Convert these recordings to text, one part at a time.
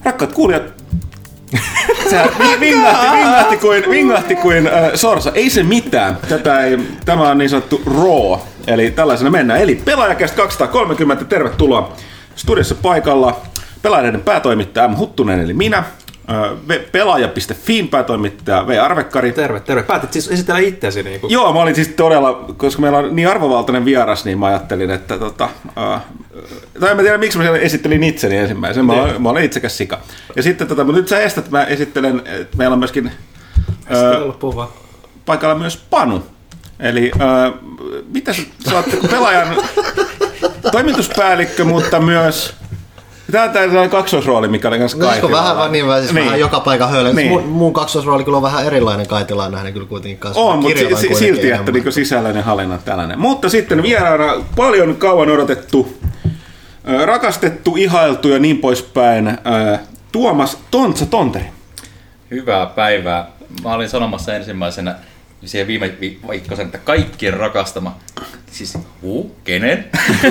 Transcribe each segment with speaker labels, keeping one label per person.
Speaker 1: Rakkaat kuulijat, se vingahti kuin sorsa. Ei se mitään. Tämä on niin sanottu raw. Eli tällaisena mennään. Eli Pelaajakäst 230, tervetuloa studiossa paikalla. Pelaajien päätoimittaja M. Huttunen eli minä. Pelaaja.fin päätoimittaja V. Arvekkari.
Speaker 2: Terve. Päätit siis esitellä itseäsi. Niin kuin...
Speaker 1: Joo, mä olin siis todella, koska meillä on niin arvovaltainen vieras, niin mä ajattelin, että tai en tiedä miksi mä esittelin itseni ensimmäisen. Mä olen itsekäs sika. Ja sitten mutta nyt sä estät, että mä esittelen, että meillä on myöskin paikalla myös Panu. Eli mitä sä oot pelaajan toimituspäällikkö, mutta myös... Tämä on tällainen kaksoisrooli, mikä oli kanssa Kaitilalla.
Speaker 3: Vähän joka paikan höylä. Niin. Mun kaksoisrooli kyllä on vähän erilainen Kaitilaan nähden kyllä kuitenkin kanssa.
Speaker 1: On, mutta silti, että niin sisällinen hallinna tällainen. Mutta sitten vieraana paljon kauan odotettu, rakastettu, ihailtu ja niin poispäin, Tuomas Tontsa Tonteri.
Speaker 4: Hyvää päivää. Mä olin sanomassa ensimmäisenä siihen viime viikkoisen, että kaikkien rakastama. Siis, kenen?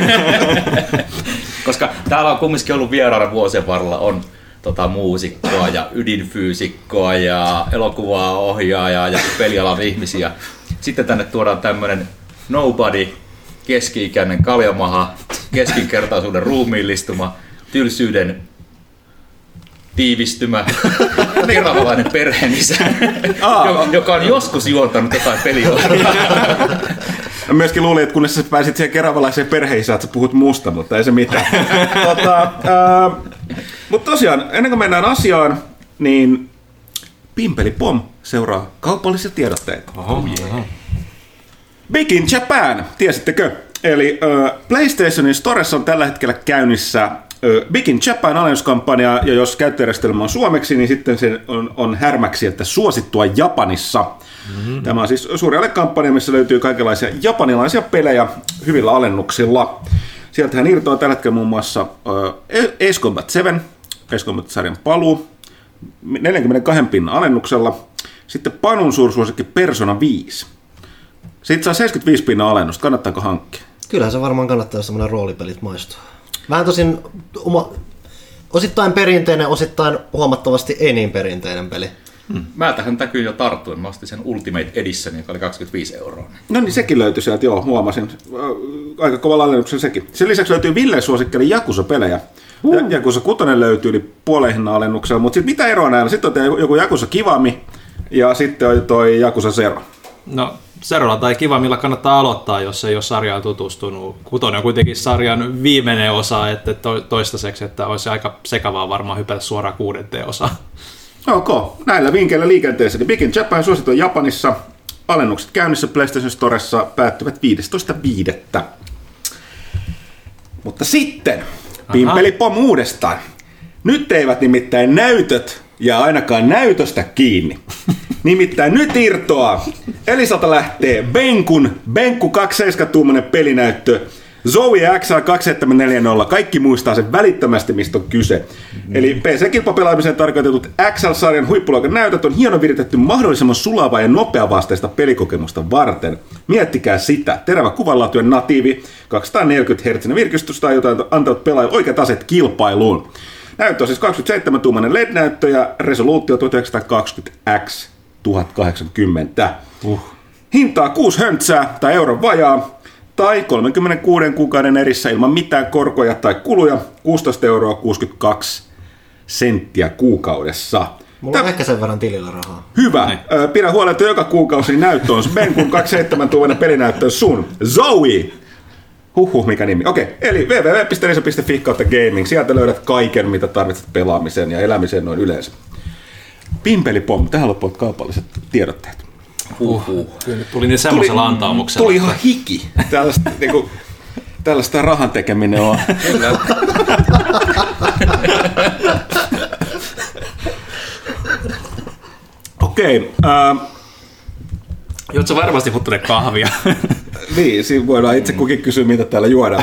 Speaker 4: Koska täällä on kumminkin ollut vieraana vuosien varrella, on muusikkoa ja ydinfyysikkoa ja elokuvaa ohjaajaa ja pelialan ihmisiä. Sitten tänne tuodaan tämmönen nobody, keski-ikäinen kaljamaha, keskinkertaisuuden ruumiillistuma, tylsyyden tiivistymä, keravalainen perheenisä, joka on joskus juontanut jotain peliohjelmaa.
Speaker 1: Myöskin luulin, että kunnes sä pääsit siihen keravalaiseen perheisään, että sä puhut musta, mutta ei se mitään. Mutta tosiaan, ennen kuin mennään asiaan, niin Pimpeli Pom seuraa kaupallisia tiedotteita. Big in Japan, tiesittekö? Eli PlayStationin Storessa on tällä hetkellä käynnissä Big in Japan alennuskampanja, ja jos käyttöjärjestelmä on suomeksi, niin sitten se on härmäksi, että suosittua Japanissa. Mm-hmm. Tämä on siis suuri alekampanja, missä löytyy kaikenlaisia japanilaisia pelejä hyvillä alennuksilla. Sieltähän irtoaa tällä hetkellä muun muassa Ace Combat 7, Ace Combat-sarjan paluu, 42 pinnan alennuksella. Sitten Panun suursuosikki Persona 5. Sitten saa 75 pinnan alennusta. Kannattaako hankkia?
Speaker 3: Kyllähän se varmaan kannattaa, jos semmoinen roolipelit maistuu. Vähän tosin osittain perinteinen, osittain huomattavasti ei niin perinteinen peli.
Speaker 4: Mä tähän täkyyn jo tartuin. Mä ostin sen Ultimate Edition, joka oli 25 €. No
Speaker 1: niin sekin löytyi sieltä, joo, huomasin. Aika kovalla alennuksella sekin. Sen lisäksi löytyy Villeen suosikkeli Yakuza-pelejä. Yakuza 6 löytyy yli puolen hinnan alennuksella, mutta sitten mitä eroa näillä? Sitten on joku Yakuza Kiwami ja sitten on toi Yakuza Zero.
Speaker 2: No Zerolla tai Kiwamilla kannattaa aloittaa, jos ei ole sarjaan tutustunut. 6 on kuitenkin sarjan viimeinen osa, että toistaiseksi, että olisi aika sekavaa varmaan hypätä suoraan 6. osaan.
Speaker 1: Ok, näillä vinkkeillä liikenteessä. Big in Japan suosittu Japanissa. Alennukset käynnissä PlayStation Storessa päättyvät 15.5. Mutta sitten, Pimpeli Pom uudestaan. Nyt eivät nimittäin näytöt ja ainakaan näytöstä kiinni. Nimittäin nyt irtoaa. Elisalta lähtee Benku 27-tuumainen pelinäyttö. Zoe XL2740, kaikki muistaa sen välittömästi, mistä on kyse. Eli PC-kilpapelaamiseen tarkoitetut XL-sarjan huippuluokan näytöt on hienon viritetty mahdollisimman sulavaa ja nopeavasteista pelikokemusta varten. Miettikää sitä. Terävä kuvanlaatu ja natiivi, 240 Hz virkistystä, jota antavat pelaajille oikeat aset kilpailuun. Näyttö on siis 27-tuumainen LED-näyttö ja resoluutio 1920x 1080. Hintaa 6 höntsää tai euron vajaa. Tai 36 kuukauden erissä ilman mitään korkoja tai kuluja, 16,62 € kuukaudessa.
Speaker 3: Mulla on ehkä sen verran tilillä rahaa.
Speaker 1: Hyvä. Pidä huolta, että joka kuukausi näyttö on Benkun 27-tuumainen pelinäyttö sun. Zoe! Mikä nimi. Okei, eli www.elisa.fi/gaming. Sieltä löydät kaiken, mitä tarvitset pelaamiseen ja elämiseen noin yleensä. Pimpeli Pom, tähän loppuvat kaupalliset tiedotteet.
Speaker 2: Kyllä tuli niin semmoisella antaumuksella.
Speaker 1: Tuli ihan hiki. Tällaista rahan tekeminen on. Okei.
Speaker 2: Juotko varmasti Huttunen kahvia?
Speaker 1: Niin, siinä voidaan itse kukin kysyä, mitä täällä juodaan.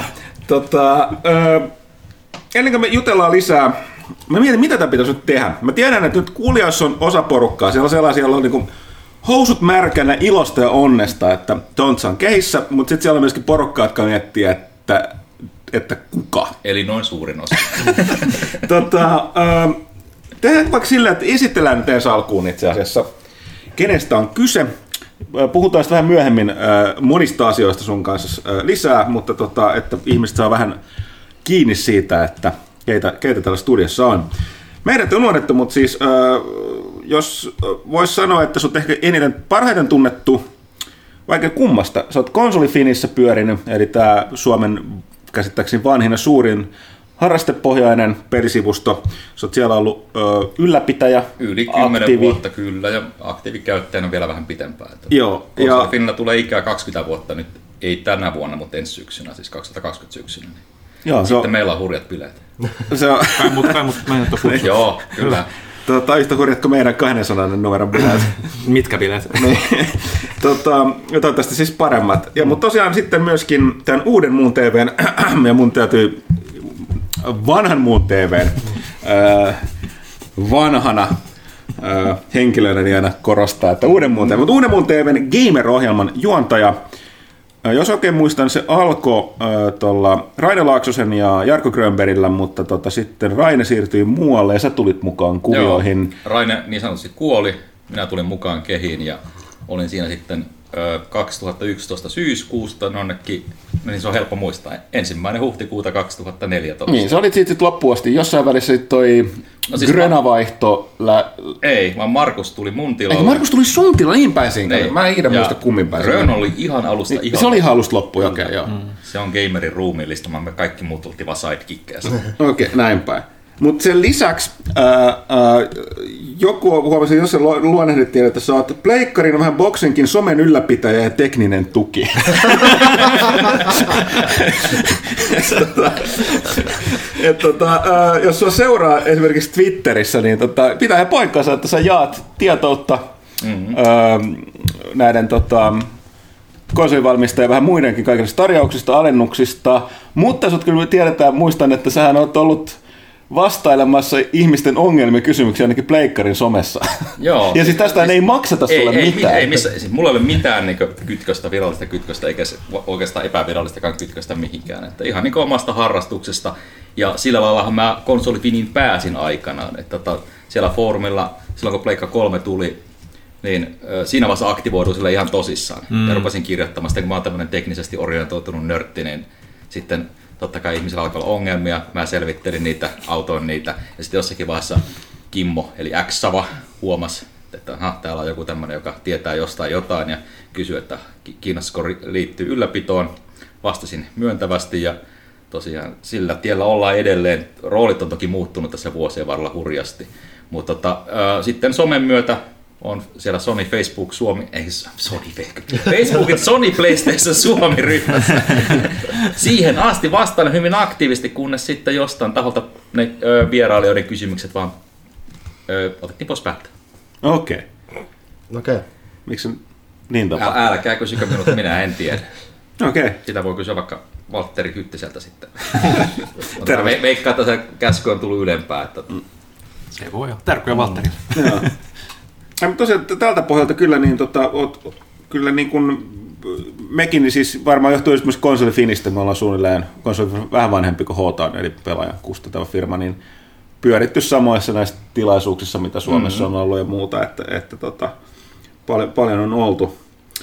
Speaker 1: Ennen kuin me jutellaan lisää, mä mietin, mitä tämä pitäisi nyt tehdä. Mä tiedän, että nyt kuulijoissa on osa porukkaa. Siellä on sellaisia, joilla on niin housut märkänä ilosta ja onnesta, että Tontsa on kehissä, mutta sitten siellä on myöskin porukkaa, jotka miettii, että kuka.
Speaker 4: Eli noin suurin osa.
Speaker 1: Tehdään vaikka sillä, että esitellään nyt ensi alkuun itse asiassa, kenestä on kyse. Puhutaan sitten vähän myöhemmin monista asioista sun kanssa lisää, mutta että ihmiset saa vähän kiinni siitä, että keitä täällä studiossa on. Meidät on luonnettu, mutta siis jos vois sanoa, että sä oot ehkä parhaiten tunnettu vaikka kummasta. Sä oot Konsolifinissä pyörinyt, eli tää Suomen käsittääkseni vanhin ja suurin harrastepohjainen pelisivusto. Sä oot siellä ollut ylläpitäjä.
Speaker 4: Yli 10 vuotta kyllä, ja aktiivikäyttäjänä on vielä vähän pitempään.
Speaker 1: Joo.
Speaker 4: Konsolifinilla tulee ikää 20 vuotta nyt, ei tänä vuonna, mutta ensi syksynä, siis 2020 syksynä. Niin.
Speaker 1: Joo,
Speaker 4: sitten meillä on hurjat bileet.
Speaker 1: Se on...
Speaker 2: Kai mut meidät on futsu.
Speaker 4: Joo, kyllä.
Speaker 1: Yhtä hurjat kuin meidän 200 numeron bileet.
Speaker 2: Mitkä bileet?
Speaker 1: Toivottavasti siis paremmat. Mutta tosiaan sitten myöskin tämän uuden Muun TVn, ja mun täytyy vanhan Muun TVn vanhana henkilönä niin aina korostaa, että uuden Muun TVn. Mutta uuden Muun TVn Gamer-ohjelman juontaja. Jos oikein muistan, se alkoi tuolla Raine Laaksosen ja Jarkko Grönbergillä, mutta sitten Raine siirtyi muualle ja sä tulit mukaan kuvioihin.
Speaker 4: Joo, Raine niin sanotusti kuoli, minä tulin mukaan kehiin ja olin siinä sitten 2011 syyskuusta nonnekin, niin se on helppo muistaa, 1. huhtikuuta 2014.
Speaker 1: Niin, sä olit sitten loppuun asti. Jossain välissä toi siis Gröna-vaihto...
Speaker 4: Ei, vaan Markus tuli mun tilalle.
Speaker 1: Eikö Markus tuli sun tilalle? Niin päin siinä. Mä en ikinä muista kummin päin.
Speaker 4: Grön oli ihan alusta.
Speaker 1: Niin, se oli ihan alusta loppuun, okei, joo.
Speaker 4: Se on gamerin ruumiillistama, me kaikki muut tultiin vaan sidekickkejä.
Speaker 1: Okei, näin päin. Mutta sen lisäksi joku huomasi, jos se luonnehdittiin, että sä oot pleikkarin vähän boksenkin somen ylläpitäjä ja tekninen tuki. Jos sua seuraa esimerkiksi Twitterissä, niin pitää ihan paikkansa, että sä jaat tietoutta näiden konsolivalmistajien ja vähän muidenkin kaikenlaisista tarjouksista, alennuksista, mutta sut kyllä tiedetään, muistan, että sähän oot ollut vastailemassa ihmisten ongelmia kysymyksiä ainakin pleikkarin somessa.
Speaker 4: Joo.
Speaker 1: Ja siis tästä ei makseta sulle mitään.
Speaker 4: Ei siis mulla ei ole mitään niin kytköstä, virallista kytköstä, eikä oikeastaan epävirallistakaan kytköstä mihinkään. Että ihan niin omasta harrastuksesta. Ja sillä laillahan mä Konsolifiniin pääsin aikanaan. Että siellä foorumilla, silloin kun Pleikka 3 tuli, niin siinä vaiheessa aktivoiduin sille ihan tosissaan. Ja rupesin kirjoittamaan. Sitten kun mä oon tämmöinen teknisesti orientoitunut nörtti, niin sitten totta kai ihmisillä alkoi olla ongelmia, mä selvittelin niitä, autoin niitä, ja sitten jossakin vaiheessa Kimmo, eli X-Sava, huomasi, että täällä on joku tämmöinen, joka tietää jostain jotain, ja kysyi, että kiinnostaisiko liittyy ylläpitoon. Vastasin myöntävästi, ja tosiaan sillä tiellä ollaan edelleen. Roolit on toki muuttunut tässä vuosien varrella hurjasti, mutta sitten somen myötä on siellä Sony Facebook Suomi, ei Sony Facebookin Sony PlayStation Suomi-ryhmässä. Siihen asti vastaan hyvin aktiivisesti, kunnes sitten jostain taholta ne vierailijoiden kysymykset vaan otettiin pois päältä.
Speaker 1: Okei. Miksi niin tapahtuu?
Speaker 4: Älkää kysykö minulta, minä en tiedä.
Speaker 1: Okei.
Speaker 4: Sitä voi kysyä vaikka Valtteri Hyttiseltä sitten. Veikkaa, että se käsky on tullut ylempää. Että...
Speaker 2: Se voi olla. Terkkuja Valtterille.
Speaker 1: Joo. Mutta tosiaan tältä pohjalta kyllä, niin, kyllä niin kuin mekin niin siis varmaan johtuu esimerkiksi Konsolifinistä, me ollaan suunnilleen vähän vanhempi kuin H-Town, eli pelaajan kustantava firma, niin pyöritty samoissa näissä tilaisuuksissa, mitä Suomessa on ollut ja muuta, että paljon on oltu.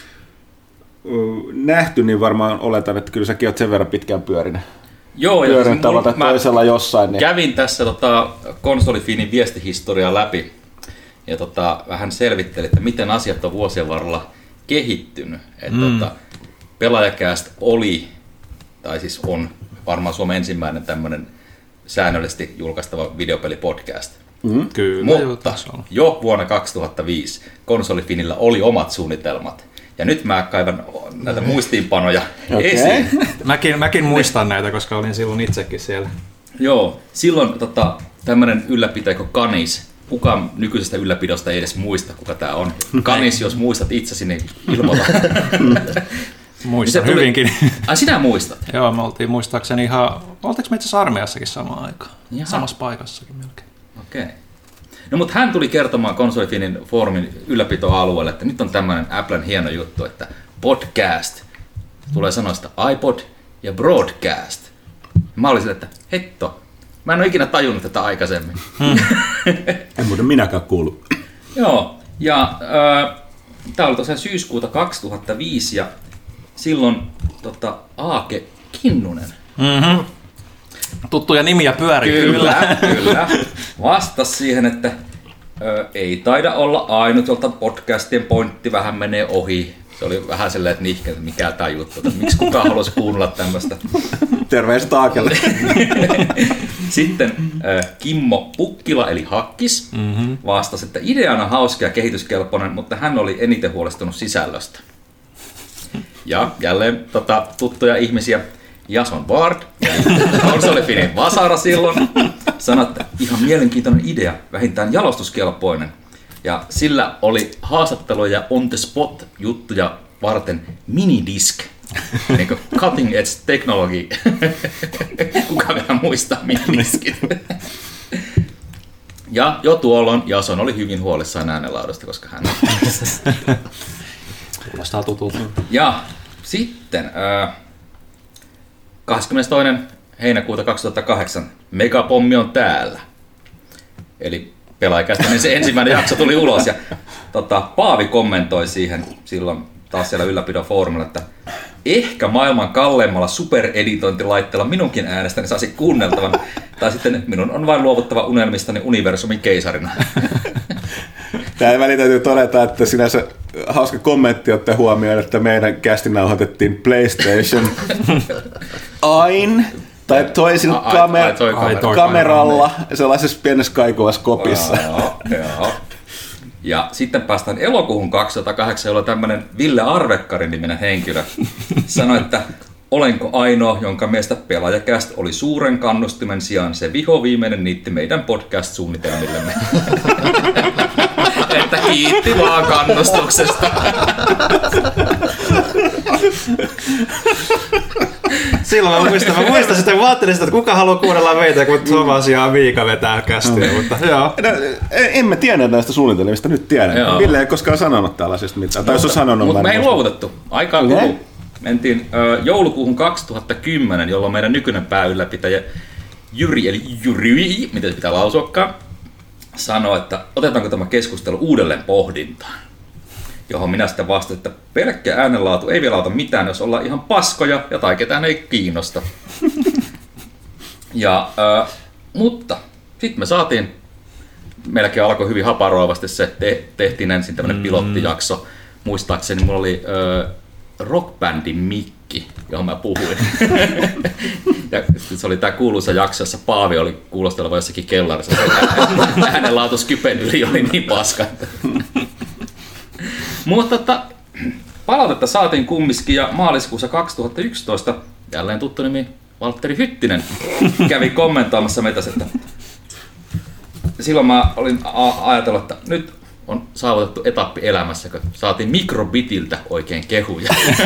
Speaker 1: Nähty, niin varmaan oletan, että kyllä säkin oot sen verran pitkään pyörinyt.
Speaker 4: Joo,
Speaker 1: ja siis toisella jossain. Niin.
Speaker 4: Kävin tässä Konsolifinin viestihistoriaa läpi. Ja vähän selvittelin, että miten asiat on vuosien varrella kehittynyt. Pelaajakäst oli, tai siis on varmaan Suomen ensimmäinen tämmöinen säännöllisesti julkaistava videopelipodcast.
Speaker 2: Kyllä,
Speaker 4: mutta jo vuonna 2005 Konsolifinillä oli omat suunnitelmat. Ja nyt mä kaivan näitä muistiinpanoja esiin.
Speaker 2: Mäkin muistan näitä, koska olin silloin itsekin siellä.
Speaker 4: Joo, silloin tämmöinen ylläpitäjä kuin Canis. Kukaan nykyisestä ylläpidosta ei edes muista, kuka tämä on. Canis, jos muistat itsesi, niin ilmoita.
Speaker 2: Muistan hyvinkin.
Speaker 4: Ai sinä muistat?
Speaker 2: Joo, me oltiin muistaakseni oltiinko me itse asiassa armeijassakin samaan aikaan? Jaha. Samassa paikassakin melkein.
Speaker 4: Okei. No mutta hän tuli kertomaan Konsolifinin foorumin ylläpitoalueelle, että nyt on tämmöinen Applen hieno juttu, että podcast. Tulee sanoista iPod ja broadcast. Mä olin sille, että hetto, Mä en ole ikinä tajunnut tätä aikaisemmin.
Speaker 1: En muuten minäkään kuullut.
Speaker 4: Joo, ja tää oli tosiaan syyskuuta 2005 ja silloin Aake Kinnunen.
Speaker 2: Mm-hmm. Tuttuja nimiä pyörii.
Speaker 4: Kyllä. Vastas siihen, että ei taida olla ainut, jolta podcastien pointti vähän menee ohi. Se oli vähän silleen, että nihkeä, että mikä tää juttu, että miksi kukaan haluaisi kuunnella tämmöistä.
Speaker 1: Terveiset Aakelle.
Speaker 4: Sitten Kimmo Pukkila eli Hakkis vastasi, että ideana hauska ja kehityskelpoinen, mutta hän oli eniten huolestunut sisällöstä. Ja jälleen tuttuja ihmisiä, Jason Ward, Konsolifinin vasara silloin, sanoi, että ihan mielenkiintoinen idea, vähintään jalostuskelpoinen. Ja sillä oli haastatteluja on the spot juttuja varten minidisk, niin kuin cutting edge technology. Kuka vielä muistaa minidiskit? Ja jo tuolloin Jason oli hyvin huolissaan äänenlaudasta, koska hän...
Speaker 2: Kuulostaa tutulta.
Speaker 4: Ja sitten 22. heinäkuuta 2008 Megapommi on täällä. Eli pelaajakästä, niin se ensimmäinen jakso tuli ulos ja Paavi kommentoi siihen silloin taas siellä ylläpidon foorumilla, että ehkä maailman kalleimmalla supereditointilaitteella minunkin äänestäni saisi kuunneltavan, tai sitten minun on vain luovuttava unelmistani universumin keisarina.
Speaker 1: Tämä väli täytyy todeta, että sinänsä hauska kommentti ottaa huomioon, että meidän kästi nauhoitettiin PlayStation Ain tai toisilla kameralla sellaisessa pienessä kaikuvassa kopissa.
Speaker 4: Joo. Ja sitten päästään elokuuhun 2008, jolloin tämmöinen Ville Arvekkari-niminen henkilö sanoi, että olenko ainoa, jonka mielestä Pelaajakäst oli suuren kannustimen sijaan se vihoviimeinen niitti meidän podcast-suunnitelmillemme. Että kiitti vaan kannustuksesta.
Speaker 2: Silloin mä muistan sitä, mä ajattelin sitä, että kuka haluaa kuunnella meitä, kun Tomas ja Miika vetää kästiä, mutta joo.
Speaker 1: No, emme tiedä näistä suunnitelmista, nyt tiedän. Joo. Ville ei koskaan sanonut tällaisesta mitään. Tai jos on sanonut,
Speaker 4: mutta me ei luovutettu. Aikaan kulu. Mentiin joulukuuhun 2010, jolloin meidän nykyinen pääylläpitäjä Jyri, miten se pitää lausuakaan, sanoi, että otetaanko tämä keskustelu uudelleen pohdintaan. Johon minä sitten vastasin, että pelkkä äänenlaatu ei vielä auta mitään, jos ollaan ihan paskoja ja tai ketään ei kiinnosta. Mutta sitten me saatiin, meilläkin alkoi hyvin haparoivasti se, tehtiin ensin tämmöinen pilottijakso. Muistaakseni mulla oli rockbändin mikki, johon mä puhuin. Ja se oli tää kuuluisa jakso, jossa Paavi oli kuulosteleva jossakin kellarissa. Äänenlaatu Skypen yli oli niin paska. Mutta palautetta saatiin kumminkin ja maaliskuussa 2011 jälleen tuttu nimi Valtteri Hyttinen kävi kommentoimassa meitä, että silloin mä olin ajatellut, että nyt on saavutettu etappi elämässä, kun saatiin Mikrobitiltä oikein kehuja.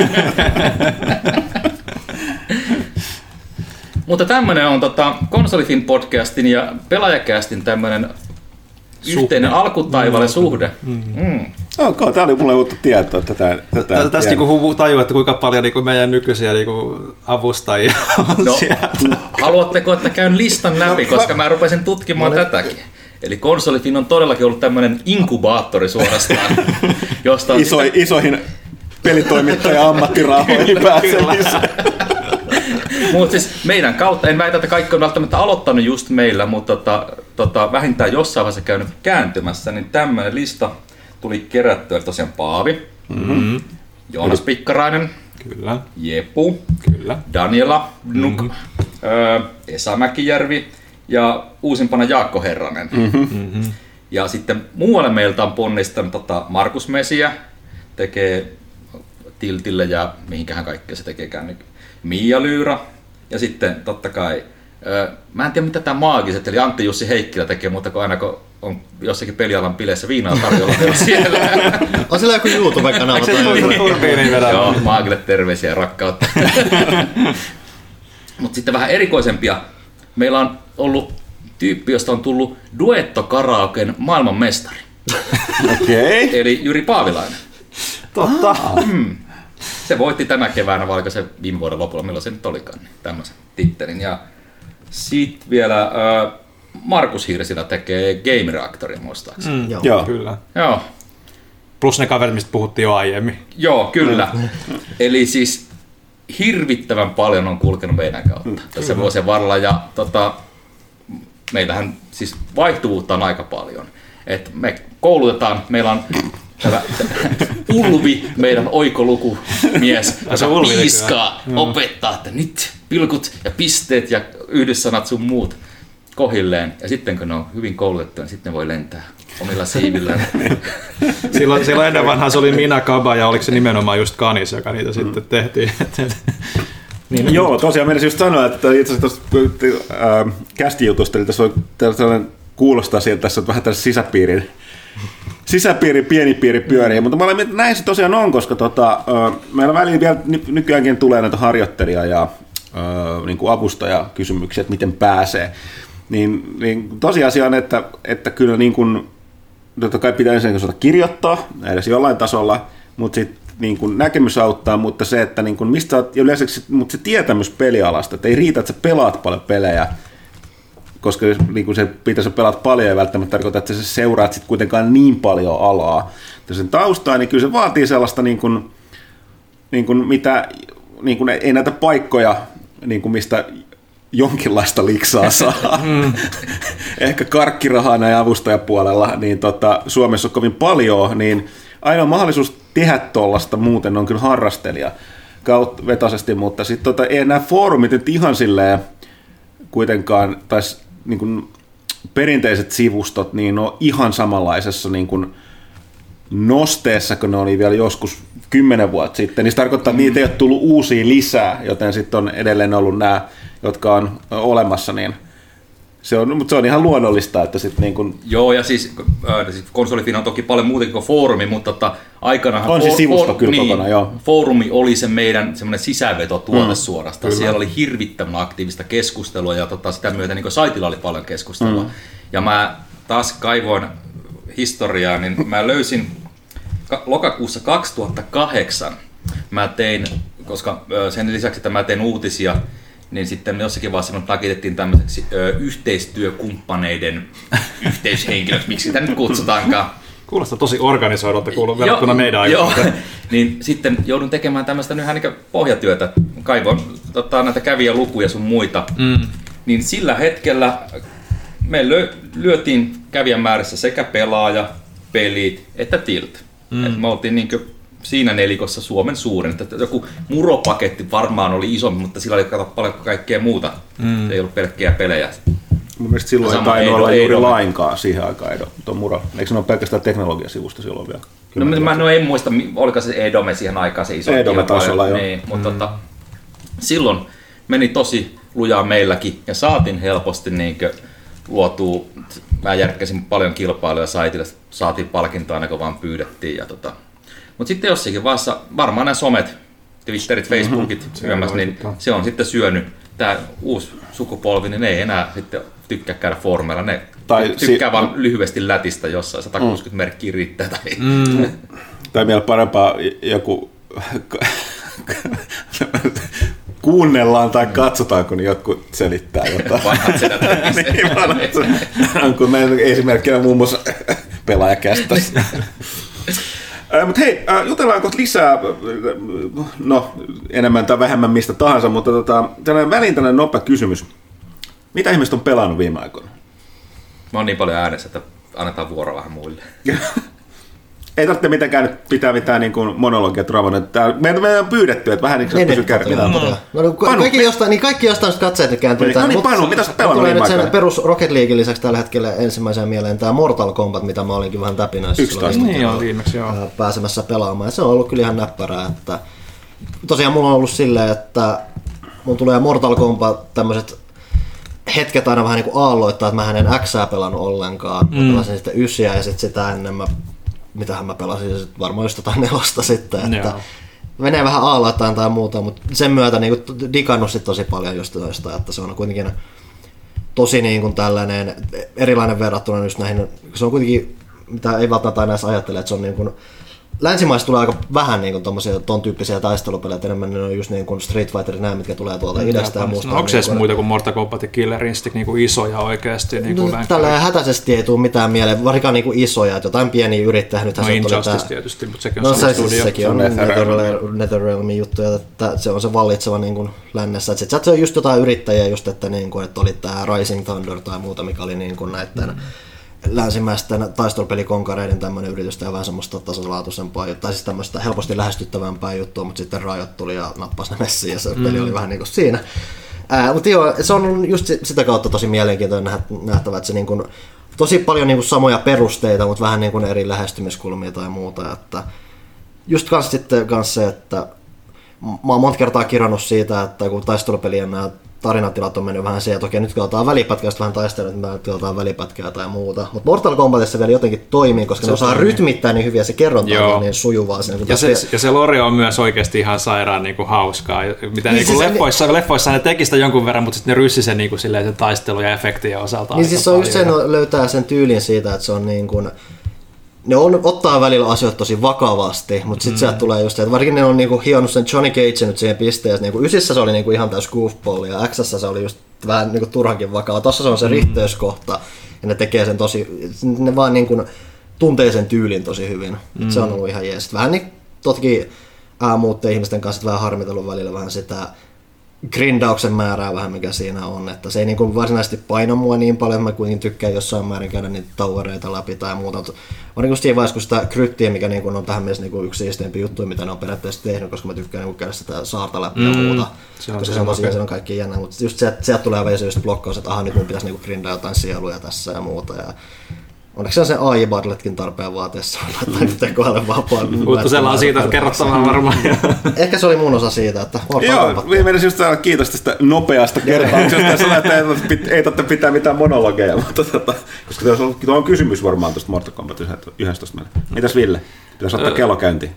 Speaker 4: Mutta tämmönen on Konsolifin podcastin ja Pelaajakästin tämmönen yhteinen alkutaivalle suhde.
Speaker 1: Okay, tämä oli mulle uutta tietoa.
Speaker 2: Tästä tajua, että kuinka paljon meidän nykyisiä avustajia on sieltä.
Speaker 4: Haluatteko, että käyn listan läpi, koska mä rupesin tutkimaan tätäkin. Eli Konsolifin on todellakin ollut tämmöinen inkubaattori suorastaan. Josta on
Speaker 1: isoihin pelitoimittaja-ammattirahoihin pääsemiseen.
Speaker 4: Mutta siis meidän kautta, en väitä, että kaikki on välttämättä aloittanut just meillä, mutta vähintään jossain vaiheessa käynyt kääntymässä, niin tämmöinen lista tuli kerättyä. Tosiaan Paavi, Joonas Pikkarainen,
Speaker 2: kyllä.
Speaker 4: Jepu,
Speaker 2: kyllä.
Speaker 4: Daniela Nuk, Esa Mäkijärvi ja uusimpana Jaakko Herranen. Ja sitten muualle meiltä on ponnistanut Markus Mesiä, tekee Tiltille ja mihinkähän kaikkea se tekeekään. Mia Lyyrä ja sitten totta kai, mä en tiedä mitä tämä Maagiset, eli Antti Jussi Heikkilä tekee, mutta kun aina kun on jossakin pelialan bileissä viinaa tarjolla siellä.
Speaker 3: On siellä joku YouTube-kanava.
Speaker 4: Joo, Maagille terveisiä ja rakkautta. Mutta sitten vähän erikoisempia. Meillä on ollut tyyppi, josta on tullut duetto-karaoken maailmanmestari.
Speaker 1: Okei.
Speaker 4: Eli Jyri Paavilainen.
Speaker 2: Totta.
Speaker 4: Se voitti tänä keväänä, vaikka se viime vuoden lopulla, milloin se nyt olikaan, niin tämmöisen tittelin. Ja Sitten vielä Markus Hirsilä tekee Game Reactoria muistaakseni.
Speaker 3: Joo.
Speaker 2: Kyllä.
Speaker 4: Joo.
Speaker 2: Plus ne kaverit, mistä puhuttiin jo aiemmin.
Speaker 4: Joo, kyllä. Eli siis hirvittävän paljon on kulkenut meidän kautta tässä vuosien varrella. Ja meillähän siis vaihtuvuutta on aika paljon. Et me koulutetaan, meillä on Ulvi, meidän oikolukumies, joka piiskaa, opettaa, että nyt pilkut ja pisteet ja yhdyssanat sun muut kohilleen. Ja sitten kun ne on hyvin koulutettu, niin sitten ne voi lentää omilla siivillään.
Speaker 2: Silloin ennen vanhaa se oli minä, Kaba, ja oliko se nimenomaan just Kanis, joka niitä sitten tehtiin.
Speaker 1: Niin, joo, tosiaan meidän just sanoa, että itse asiassa tuossa kästijutusta, eli tässä on tällainen kuulostaa siltä, että tässä on vähän tässä sisäpiiri, pieni piiri pyörii, mutta mä olen, näin se tosiaan on, koska meillä väliin vielä nykyäänkin tulee näitä harjoittelija- ja niin kuin avustajakysymyksiä, että miten pääsee. Niin tosiasia on, että kyllä niin kuin, totta kai pitää ensin osata kirjoittaa edes jollain tasolla, mutta sitten niin kuin näkemys auttaa, mutta se, että niin kuin mistä olet, mutta se tietämys pelialasta, että ei riitä, että sä pelaat paljon pelejä, koska niin kuin se pitäisi pelaat paljon ja välttämättä tarkoittaa, että sä seuraat sit kuitenkaan niin paljon alaa. Ja sen taustaa, niin kyllä se vaatii sellaista, niin kuin mitä, niin kuin ei näitä paikkoja, niin kuin mistä jonkinlaista liksaa saa. Ehkä karkkirahana ja avustajapuolella, niin Suomessa on kovin paljon, niin ainoa mahdollisuus tehdä tuollaista muuten on kyllä harrastelija vetoisesti, mutta sitten ei nämä foorumit nyt ihan silleen kuitenkaan, tai niin kuin perinteiset sivustot, niin ne on ihan samanlaisessa niin kuin nosteessa, kun ne oli vielä joskus 10 vuotta sitten, niin se tarkoittaa, että niitä ei ole tullut uusia lisää, joten sitten on edelleen ollut nämä, jotka on olemassa, niin mutta se on ihan luonnollista, että sitten niin kuin...
Speaker 4: Joo, ja siis konsolifin on toki paljon muutenkin kuin foorumi, mutta aikanaanhan...
Speaker 1: On se sivusto kyllä kokonaan, joo.
Speaker 4: Foorumi oli se meidän semmoinen sisävetotuote suorastaan. Kyllä. Siellä oli hirvittävän aktiivista keskustelua, ja sitä myötä niin saitilla oli paljon keskustelua. Ja mä taas kaivoin historiaa, niin mä löysin lokakuussa 2008, mä tein, koska sen lisäksi, että mä tein uutisia, niin sitten jossakin vaiheessa minut nakitettiin tämmöiseksi yhteistyökumppaneiden yhteyshenkilöksi, miksi sitä nyt kutsutaankaan.
Speaker 2: Kuulostaa tosi organisoidulta verrattuna meidän aikaan.
Speaker 4: Niin sitten joudun tekemään tämmöistä nyt niin pohjatyötä, kaivoin näitä kävijälukuja sun muita. Niin sillä hetkellä me lyötiin kävijämäärässä sekä pelaaja, pelit että tilt. Et me oltiin niin siinä nelikossa Suomen suurin. Että joku muropaketti varmaan oli isompi, mutta sillä oli paljon kaikkea muuta. Se ei ollut pelkkiä pelejä.
Speaker 1: Mun mielestä silloin ei tainnut olla juuri lainkaan siihen aikaan tuo muro. Eikö se ole pelkästään teknologiasivusta silloin vielä?
Speaker 4: No en muista, oliko se Edome siihen aikaan se iso.
Speaker 1: Edome-tasolla, joo.
Speaker 4: Niin, mutta silloin meni tosi lujaa meilläkin ja saatiin helposti luotua. Mä järkkäsin paljon kilpailuja saitille, saatiin palkintoa aina kun vaan pyydettiin. Mutta sitten jossakin vaiheessa varmaan nämä somet, Twitterit, Facebookit, niin se on sitten syönyt. Tämä uusi sukupolvi, niin ne ei enää sitten tykkää käydä foorumeilla. Ne tykkää vaan lyhyesti lätistä jossain, 160 merkkiä riittää.
Speaker 1: Tai vielä parempaa joku kuunnellaan tai katsotaan, kun jotkut selittää jotain.
Speaker 4: Vanhat sedät.
Speaker 1: Kun meidän esimerkkinä muun muassa pelaajakästässä. Mutta hei, jutellaan kohta lisää, no enemmän tai vähemmän mistä tahansa, mutta tällainen välintäinen nopea kysymys. Mitä ihmiset on pelannut viime aikoina?
Speaker 4: Mä oon niin paljon äänessä, että annetaan vuoro vähän muille.
Speaker 1: Ei tarvitse mitenkään nyt pitää mitään niin kuin monologia Travonen. Meidän on pyydetty, että vähän niin kuin pysyy kerran.
Speaker 3: Kaikki jostain katseet nyt kääntyy.
Speaker 1: No niin, Panu, mitä sä pelannut viime aikoina?
Speaker 3: Sen perus Rocket Leaguein lisäksi tällä hetkellä ensimmäiseen mieleen tämä Mortal Kombat, mitä mä olinkin vähän täpinäisessä pääsemässä pelaamaan. Ja se on ollut kyllä ihan näppärää. Että tosiaan mulla on ollut silleen, että mun tulee Mortal Kombat tämmöiset hetket aina vähän niin kuin aalloittaa, että mä en Xää pelannut ollenkaan. Mä pelasin sitten 9 ja sitten sitä ennen mitähän mä pelasin, varmaan just jotain 4 sitten, että menee vähän aalloittain tai muuta, mutta sen myötä niin kuin digannut sit tosi paljon just toista, että se on kuitenkin tosi niin kuin tällainen erilainen verrattuna just näihin, se on kuitenkin, mitä ei välttämättä aina edes ajattele, että se on niin kuin länsimaissa tulee aika vähän niin ton tyyppisiä taistelupelejä, enemmän ne on just niin kuin Street Fighter, nämä mitkä tulee tuolta idästä ja muusta.
Speaker 2: No, onko se edes muita kuin Mortal Kombat ja Killer Instinct niin kuin isoja oikeasti? Niin kuin
Speaker 3: tällä hätäisesti ei tule mitään mieleen, varsinkaan niin kuin isoja, että jotain pieniä yrittää.
Speaker 2: No Injustice tietysti, mutta sekin on sama studio.
Speaker 3: Sekin on NetherRealmin juttuja, että se on se vallitseva niin kuin lännessä. Sitten se on just jotain yrittäjiä, just, että, niin kuin, että oli tämä Rising Thunder tai muuta, mikä oli niin kuin näiden länsimäisten taistelupelikonkareiden tämmöinen yritys ja vähän semmoista tasalaatuisempaa, tai siis tämmöistä helposti lähestyttävämpää juttua, mutta sitten Riot tuli ja nappasi ne messiin ja se peli oli vähän niin kuin siinä. Mutta joo, se on just sitä kautta tosi mielenkiintoinen nähtävä, että se niin kuin, tosi paljon niin kuin samoja perusteita, mutta vähän niin kuin eri lähestymiskulmia tai muuta. Että just kanssa se, että mä oon monta kertaa kirjannut siitä, että kun taistelupelien nämä tarinatilat on mennyt vähän siihen, että okei, nyt otetaan välipätkää, sitten vähän taistelua, että otetaan välipätkää tai muuta. Mutta Mortal Kombatissa vielä jotenkin toimii, koska se osaa rytmittää niin hyvin ja se kerronta on niin sujuvaa.
Speaker 2: Ja se lore on myös oikeasti ihan sairaan niin kuin hauskaa. Mitä niin kuin leffoissa ne teki sitä jonkun verran, mutta sitten ne ryssi sen, niin kuin silleen, sen taistelu- ja efektien osalta.
Speaker 3: Niin siis se on just se, löytää sen tyylin siitä, että se on niin kuin ne ottaa välillä asioita tosi vakavasti, mutta sitten sieltä tulee just se, että varsinkin ne on niinku hionnut sen Johnny Cage nyt siihen pisteeseen. Niinku ysissä se oli niinku ihan täys goofball ja X:ssä se oli just vähän niinku turhankin vakava. Tossa se on se rihteyskohta ja ne tekee sen tosi, ne vaan niinku tuntee sen tyylin tosi hyvin. Se on ollut ihan jees. Vähän niin totkin muutteen ihmisten kanssa vähän harmitellut välillä vähän sitä grindauksen määrää vähän mikä siinä on, että se ei niinku varsinaisesti paina mua niin paljon, että mä kuitenkin tykkään jossain määrin käydä niitä towereita läpi tai muuta. On niinku siinä vaiheessa, kun sitä kryptiä, mikä niinku on tähän mielessä niinku yksi siisteimpiä juttuja, mitä ne on periaatteessa tehnyt, koska mä tykkään niinku käydä sitä saarta läpi ja muuta, koska se on tosiaan se on kaikki jännä, mutta just sieltä tulee vielä se just blokkaus, että aha, nyt mun pitäisi niinku grindaa jotain sieluja tässä ja muuta. Ja onneksi se AI-battletkin tarpeen vaateessa laittaa nyt tekoälle vapaan.
Speaker 2: Uuttusella on siitä kerrottavaa varmaan.
Speaker 3: Ehkä se oli mun osa siitä, että
Speaker 1: joo, meidän just saada kiitos tästä nopeasta kertauksesta ja sanoa, että ei tarvitse pitää mitään monologeja, mutta koska tuo on kysymys varmaan tuosta Mortal Kombat 11 meille. Mitäs Ville? Pitäisi ottaa kello käyntiin.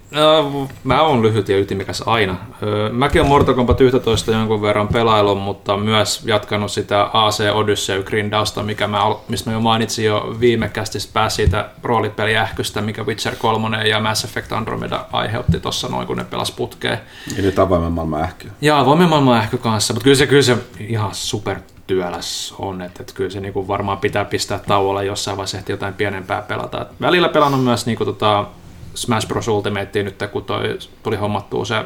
Speaker 2: Mä oon lyhyt ja ytimikäs aina. Mäkin olen Mortal Kombat 11 jonkun verran pelaillut, mutta myös jatkanut sitä AC Odyssey grindausta, mistä mä jo mainitsin jo viime kästissä pääsi siitä roolipeliähkystä, mikä Witcher 3 ja Mass Effect Andromeda aiheutti tuossa noin, kun ne pelas putkeen.
Speaker 1: Ja nyt avoimen maailman ähky.
Speaker 2: Joo, avoimen maailman ähky kanssa, mutta kyllä se ihan supertyöläs on, että kyllä se niinku varmaan pitää pistää tauolla jossain vaiheessa ehti jotain pienempää pelata. Välillä pelannut myös niinku Smash Bros. Ultimate nyt, kun tuli hommattua se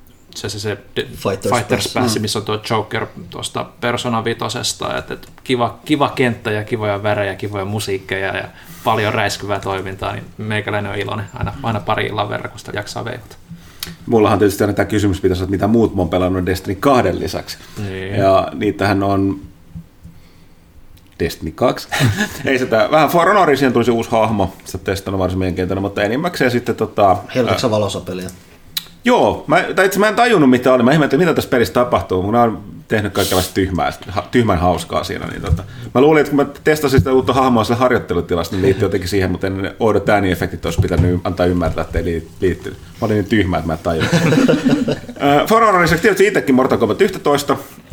Speaker 2: Fighters Pass, missä on tuo Joker tuosta Persona 5:sta, että kiva kenttä ja kivoja värejä, kivoja musiikkeja ja paljon räiskyvää toimintaa, niin meikäläinen on iloinen aina pari illan verran, kun sitä jaksaa veivata.
Speaker 1: Mullahan tietysti aina tämä kysymys pitäisi olla, mitä muut mä oon pelannut Destiny 2 lisäksi. Niin. Ja niitähän on Destiny 2. Ei sitä, vähän For Honorin, siihen tuli se uusi hahmo, sitä testannut varsin mielenkiintoinen, mutta enimmäkseen sitten
Speaker 3: Helpoiko sä valosapeliä?
Speaker 1: Joo, mä en tajunnut mitä oli, mä ihmettelin mitä tässä pelissä tapahtuu, mun on tehnyt kaikenlaista tyhmän hauskaa siinä, niin mä luulin, että kun mä testasin sitä uutta hahmoa sillä harjoittelutilassa, niin liittyy jotenkin siihen, mutta en oudot ääniefektit olisi pitänyt antaa ymmärtää, että ei liittynyt. Mä olin niin tyhmä, että mä en tajunnut. For Honor lisäksi tietysti itsekin Mortal Kombat 11,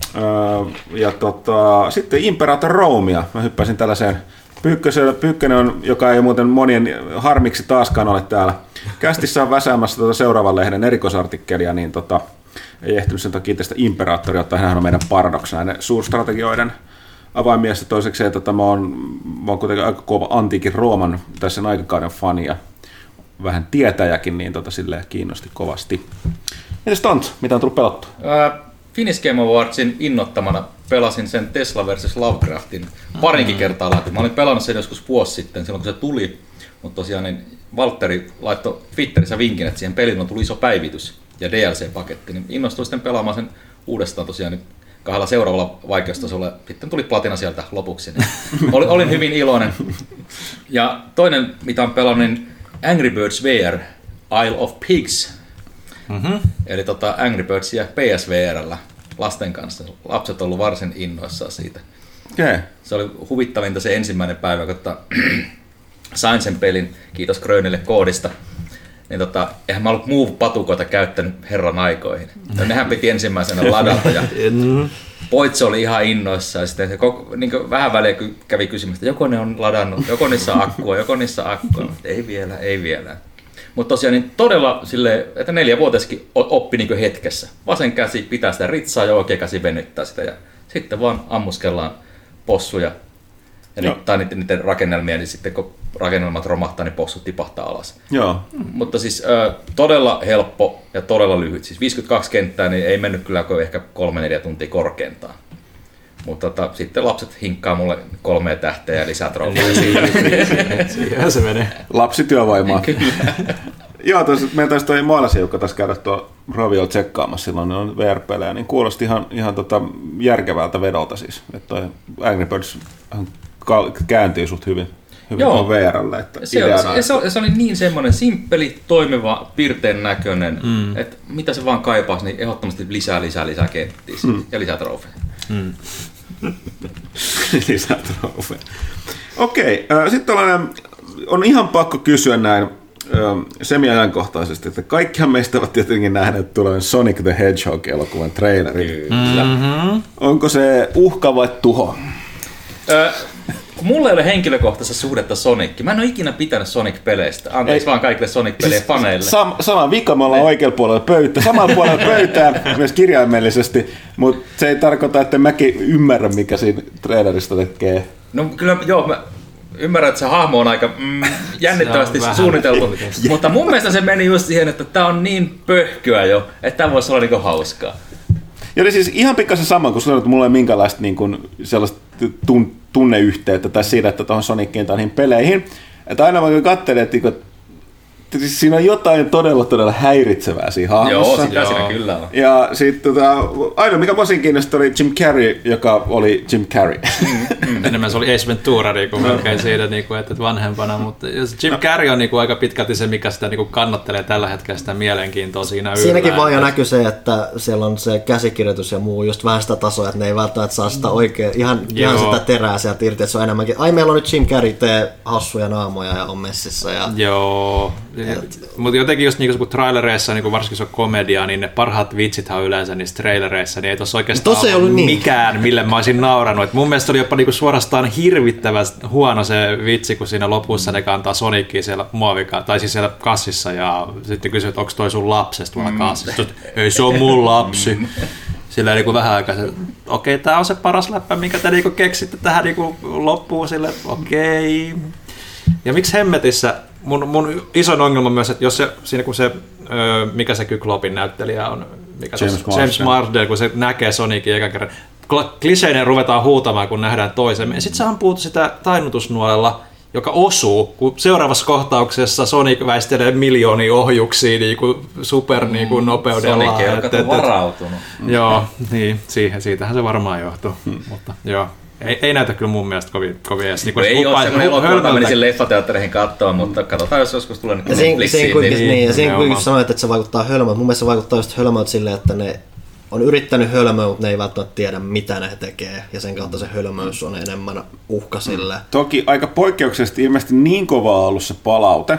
Speaker 1: ja sitten Imperator Romea. Mä hyppäsin tällaiseen. Pyykkönen on, joka ei muuten monien harmiksi taaskaan ole täällä kästissä on väsäämässä seuraavan lehden erikoisartikkelia, niin ei ehtinyt sen takia tästä Imperaattoria ottaa. Hänhän on meidän paradoksi näiden suurstrategioiden avaimiestä. Toiseksi, että mä oon kuitenkin aika kova antiikin Rooman tai sen aikakauden fani ja vähän tietäjäkin, niin silleen kiinnosti kovasti. Mites Tont, mitä on tullut pelattua?
Speaker 4: Finnish Game Awardsin innottamana pelasin sen Tesla vs. Lovecraftin parinkin kertaa läpi. Mä olin pelannut sen joskus vuosi sitten, silloin kun se tuli, mutta tosiaan niin Valtteri laittoi Twitterissä vinkin, että siihen peliin on tullut iso päivitys ja DLC-paketti, niin innostuin sitten pelaamaan sen uudestaan tosiaan nyt 2 seuraavalla vaikeustasolla. Sitten tuli platina sieltä lopuksi, niin olin hyvin iloinen. Ja toinen, mitä on pelannut, niin Angry Birds VR, Isle of Pigs. Eli Angry Birdsia PSVR:llä lasten kanssa. Lapset on ollut varsin innoissaan siitä.
Speaker 1: Okay.
Speaker 4: Se oli huvittavinta se ensimmäinen päivä, kun sain sen pelin, kiitos Grönille koodista. Niin eihän mä ollut Move-patukoita käyttänyt herran aikoihin. Nehän piti ensimmäisenä ladata ja Poitse oli ihan innoissaan. Ja sitten niin vähän väliä kävi kysymään, että joko ne on ladannut, joko niissä on akkua, Ei vielä. Mutta tosiaan niin todella silleen, että 4-vuotiaskin oppi niin hetkessä. Vasen käsi pitää sitä ritsaa ja oikea käsi venyttää sitä ja sitten vaan ammuskellaan possuja tai niiden rakennelmia, niin sitten kun rakennelmat romahtaa, niin possut tipahtaa alas.
Speaker 1: Joo.
Speaker 4: Mutta siis todella helppo ja todella lyhyt. Siis 52 kenttää, niin ei mennyt kyllä ehkä 3-4 tuntia korkeintaan. Mutta sitten lapset hinkkaa mulle 3 tähteä ja lisää trofeja.
Speaker 2: Siihen se menee.
Speaker 1: Lapsityövoimaa. Joo, meillä taisi toi maalasiukka taisi käydä tuo Rovio tsekkaamassa silloin, ne on VR-pelejä, niin kuulosti ihan järkevältä vedolta siis. Että toi Angry Birds kääntyy sut hyvin tuon VR:lle.
Speaker 4: Se oli niin semmoinen simppeli, toimiva, pirteen näköinen, että mitä se vaan kaipaisi, niin ehdottomasti lisää kenttiä ja lisää trofeja.
Speaker 1: Lisää trofeja. Okei, sitten on ihan pakko kysyä näin semi-ajankohtaisesti, että kaikkihan meistä ovat tietenkin nähneet tulevan Sonic the Hedgehog-elokuvan trailerin. Onko se uhka vai tuho?
Speaker 4: Kun mulla ei ole henkilökohtaisessa suhdetta Sonickiin, mä en ole ikinä pitänyt Sonic-peleistä. Anteeksi vaan kaikille Sonic-pelien faneille.
Speaker 1: Sama vika, me ollaan oikealla puolella pöytää, samalla puolella pöytää myös kirjaimellisesti, mutta se ei tarkoita, että mäkin ymmärrän, mikä siinä trailerista tekee.
Speaker 4: No kyllä, joo, mä ymmärrän, että se hahmo on aika jännittävästi suunniteltu, mutta mun mielestä se meni just siihen, että tää on niin pöhkyä jo, että tää voisi olla niinku hauskaa.
Speaker 1: Ja oli siis ihan pikkasen sama, kun sanoin, että mulla ei minkäänlaista niin kuin sellaista tunneyhteyttä tai siitä, että tuohon Soniciin tai niihin peleihin. Että aina kun katselin, että siinä on jotain todella häiritsevää siinä hahmossa.
Speaker 4: Joo, sitä siinä kyllä on.
Speaker 1: Ja sitten ainoa mikä voisin kiinnostaa oli Jim Carrey, joka oli Jim Carrey.
Speaker 2: Enemmän se oli Ace Ventura niin melkein siitä, että vanhempana, mutta Jim Carrey on aika pitkälti se, mikä sitä kannattelee tällä hetkellä sitä mielenkiintoa siinä yllä.
Speaker 3: Siinäkin vaan jo näkyy se, että siellä on se käsikirjoitus ja muu just vähän sitä tasoa, että ne ei välttämättä saa sitä oikein, ihan sitä terää sieltä irti, että se on enemmänkin, meillä on nyt Jim Carrey tee hassuja naamoja ja on messissä. Ja
Speaker 2: joo. Mutta jotenkin just kun trailereissa, varsinkin se on komedia, niin ne parhaat vitsithän on yleensä niissä trailereissa, niin ei tossa oikeastaan ollut mikään, mille mä olisin nauranut. Et mun mielestä oli jopa suorastaan hirvittävän huono se vitsi, kun siinä lopussa ne kantaa Sonicia siellä tai siis siellä kassissa ja sitten kysyy, että onko toi sun lapsesta tuolla kassissa. Ei, se on mun lapsi. Sillä vähän aikaa se, okei, tää on se paras läppä, minkä te keksitte tähän loppuun sille, okei. Ja miksi hemmetissä, mun isoin ongelma myös, että jos siinä kun se, mikä se Kyklopin näyttelijä on, James Marsden, kun se näkee Sonicin eka kerran, kliseinen ruvetaan huutamaan, kun nähdään toisemme, ja sitten se ampuu sitä tainnutusnuolella, joka osuu, kun seuraavassa kohtauksessa Sonic väistelee miljoonia ohjuksia super nopeudella.
Speaker 4: Sonic on varautunut.
Speaker 2: Joo, niin, siitähän se varmaan johtuu, mutta joo. Ei näytä kyllä mun mielestä kovin edes.
Speaker 4: Niin, ei ole semmoinen elokuva, jota menisin leffateattereihin katsoa, mutta katsotaan, jos joskus tulee nyt
Speaker 3: Netflixiin. Ja siinä kuitenkin sanoit, että se vaikuttaa hölmöltä. Mun mielestä se vaikuttaa just hölmöltä silleen, että ne on yrittänyt hölmöä, mutta ne ei välttämättä tiedä, mitä ne tekee. Ja sen kautta se hölmöys on enemmän uhka sille.
Speaker 1: Toki aika poikkeuksellisesti ilmeisesti niin kovaa ollut se palaute.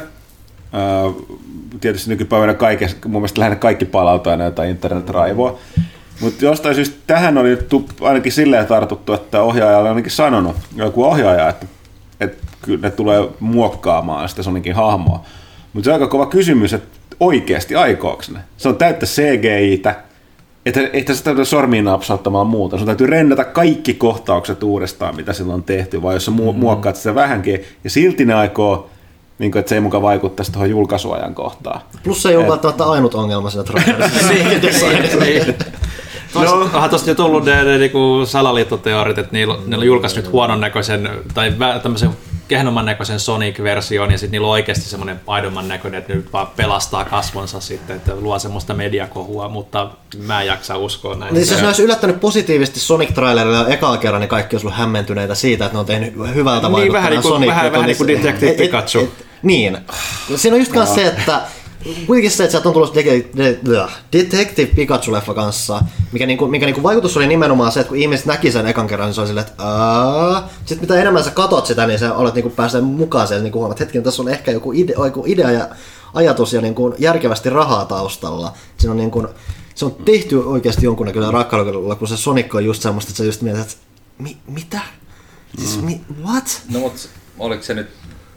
Speaker 1: Tietysti nykypäivänä mun mielestä lähinnä kaikki palautuu aina jotain internet-raivoa. Mutta jostain syystä tähän oli ainakin silleen tartuttu, että ohjaaja oli ainakin sanonut, joku ohjaaja, että kyllä ne tulee muokkaamaan sitä Sonicin hahmoa. Mutta se on aika kova kysymys, että oikeasti aikooko ne? Se on täyttä CGI-tä, että se täytyy sormiin napsauttamaan muuta. Sun täytyy rennata kaikki kohtaukset uudestaan, mitä silloin on tehty, vai jos sä muokkaat sitä vähänkin, ja silti ne aikoo, niin että se ei mukaan vaikuttaisi tuohon julkaisuajan kohtaan.
Speaker 3: Plus se ei ole välttämättä ainut ongelma siinä trailerissa.
Speaker 2: Onhan tosta jo tullut ne salaliittoteorit, että niillä on julkaissut nyt huonon näköisen tai tämmöisen kehnomman näköisen Sonic-version ja sitten niillä on oikeasti semmoinen aidomman näköinen, että nyt vaan pelastaa kasvonsa sitten, että luo semmoista mediakohua, mutta mä en jaksa uskoa näin.
Speaker 3: Niin jos ne olisi yllättänyt positiivisesti Sonic-trailerilla ekaa kerran, niin kaikki olisi ollut hämmentyneitä siitä, että ne on tehnyt hyvältä vaikuttavan Sonic.
Speaker 2: Vähän niin kuin Detective Pikachu.
Speaker 3: Niin. Siinä on just kanssa se, että kuitenkin se, että sieltä on tullut Detective Pikachu-leffa kanssa, mikä vaikutus oli nimenomaan se, että kun ihmiset näki sen ekan kerran, niin se oli silleen, että sitten mitä enemmän sä katot sitä, niin sä olet pääsee mukaan siellä, niin huomaat, että hetken, tässä on ehkä joku idea ja ajatus ja järkevästi rahaa taustalla. Siinä on, se on tehty oikeasti jonkunnäköisellä rakkaudella, kun se Sonic on just semmoista, että sä just mietit, että mitä? Siis what?
Speaker 4: No mutta oliko se nyt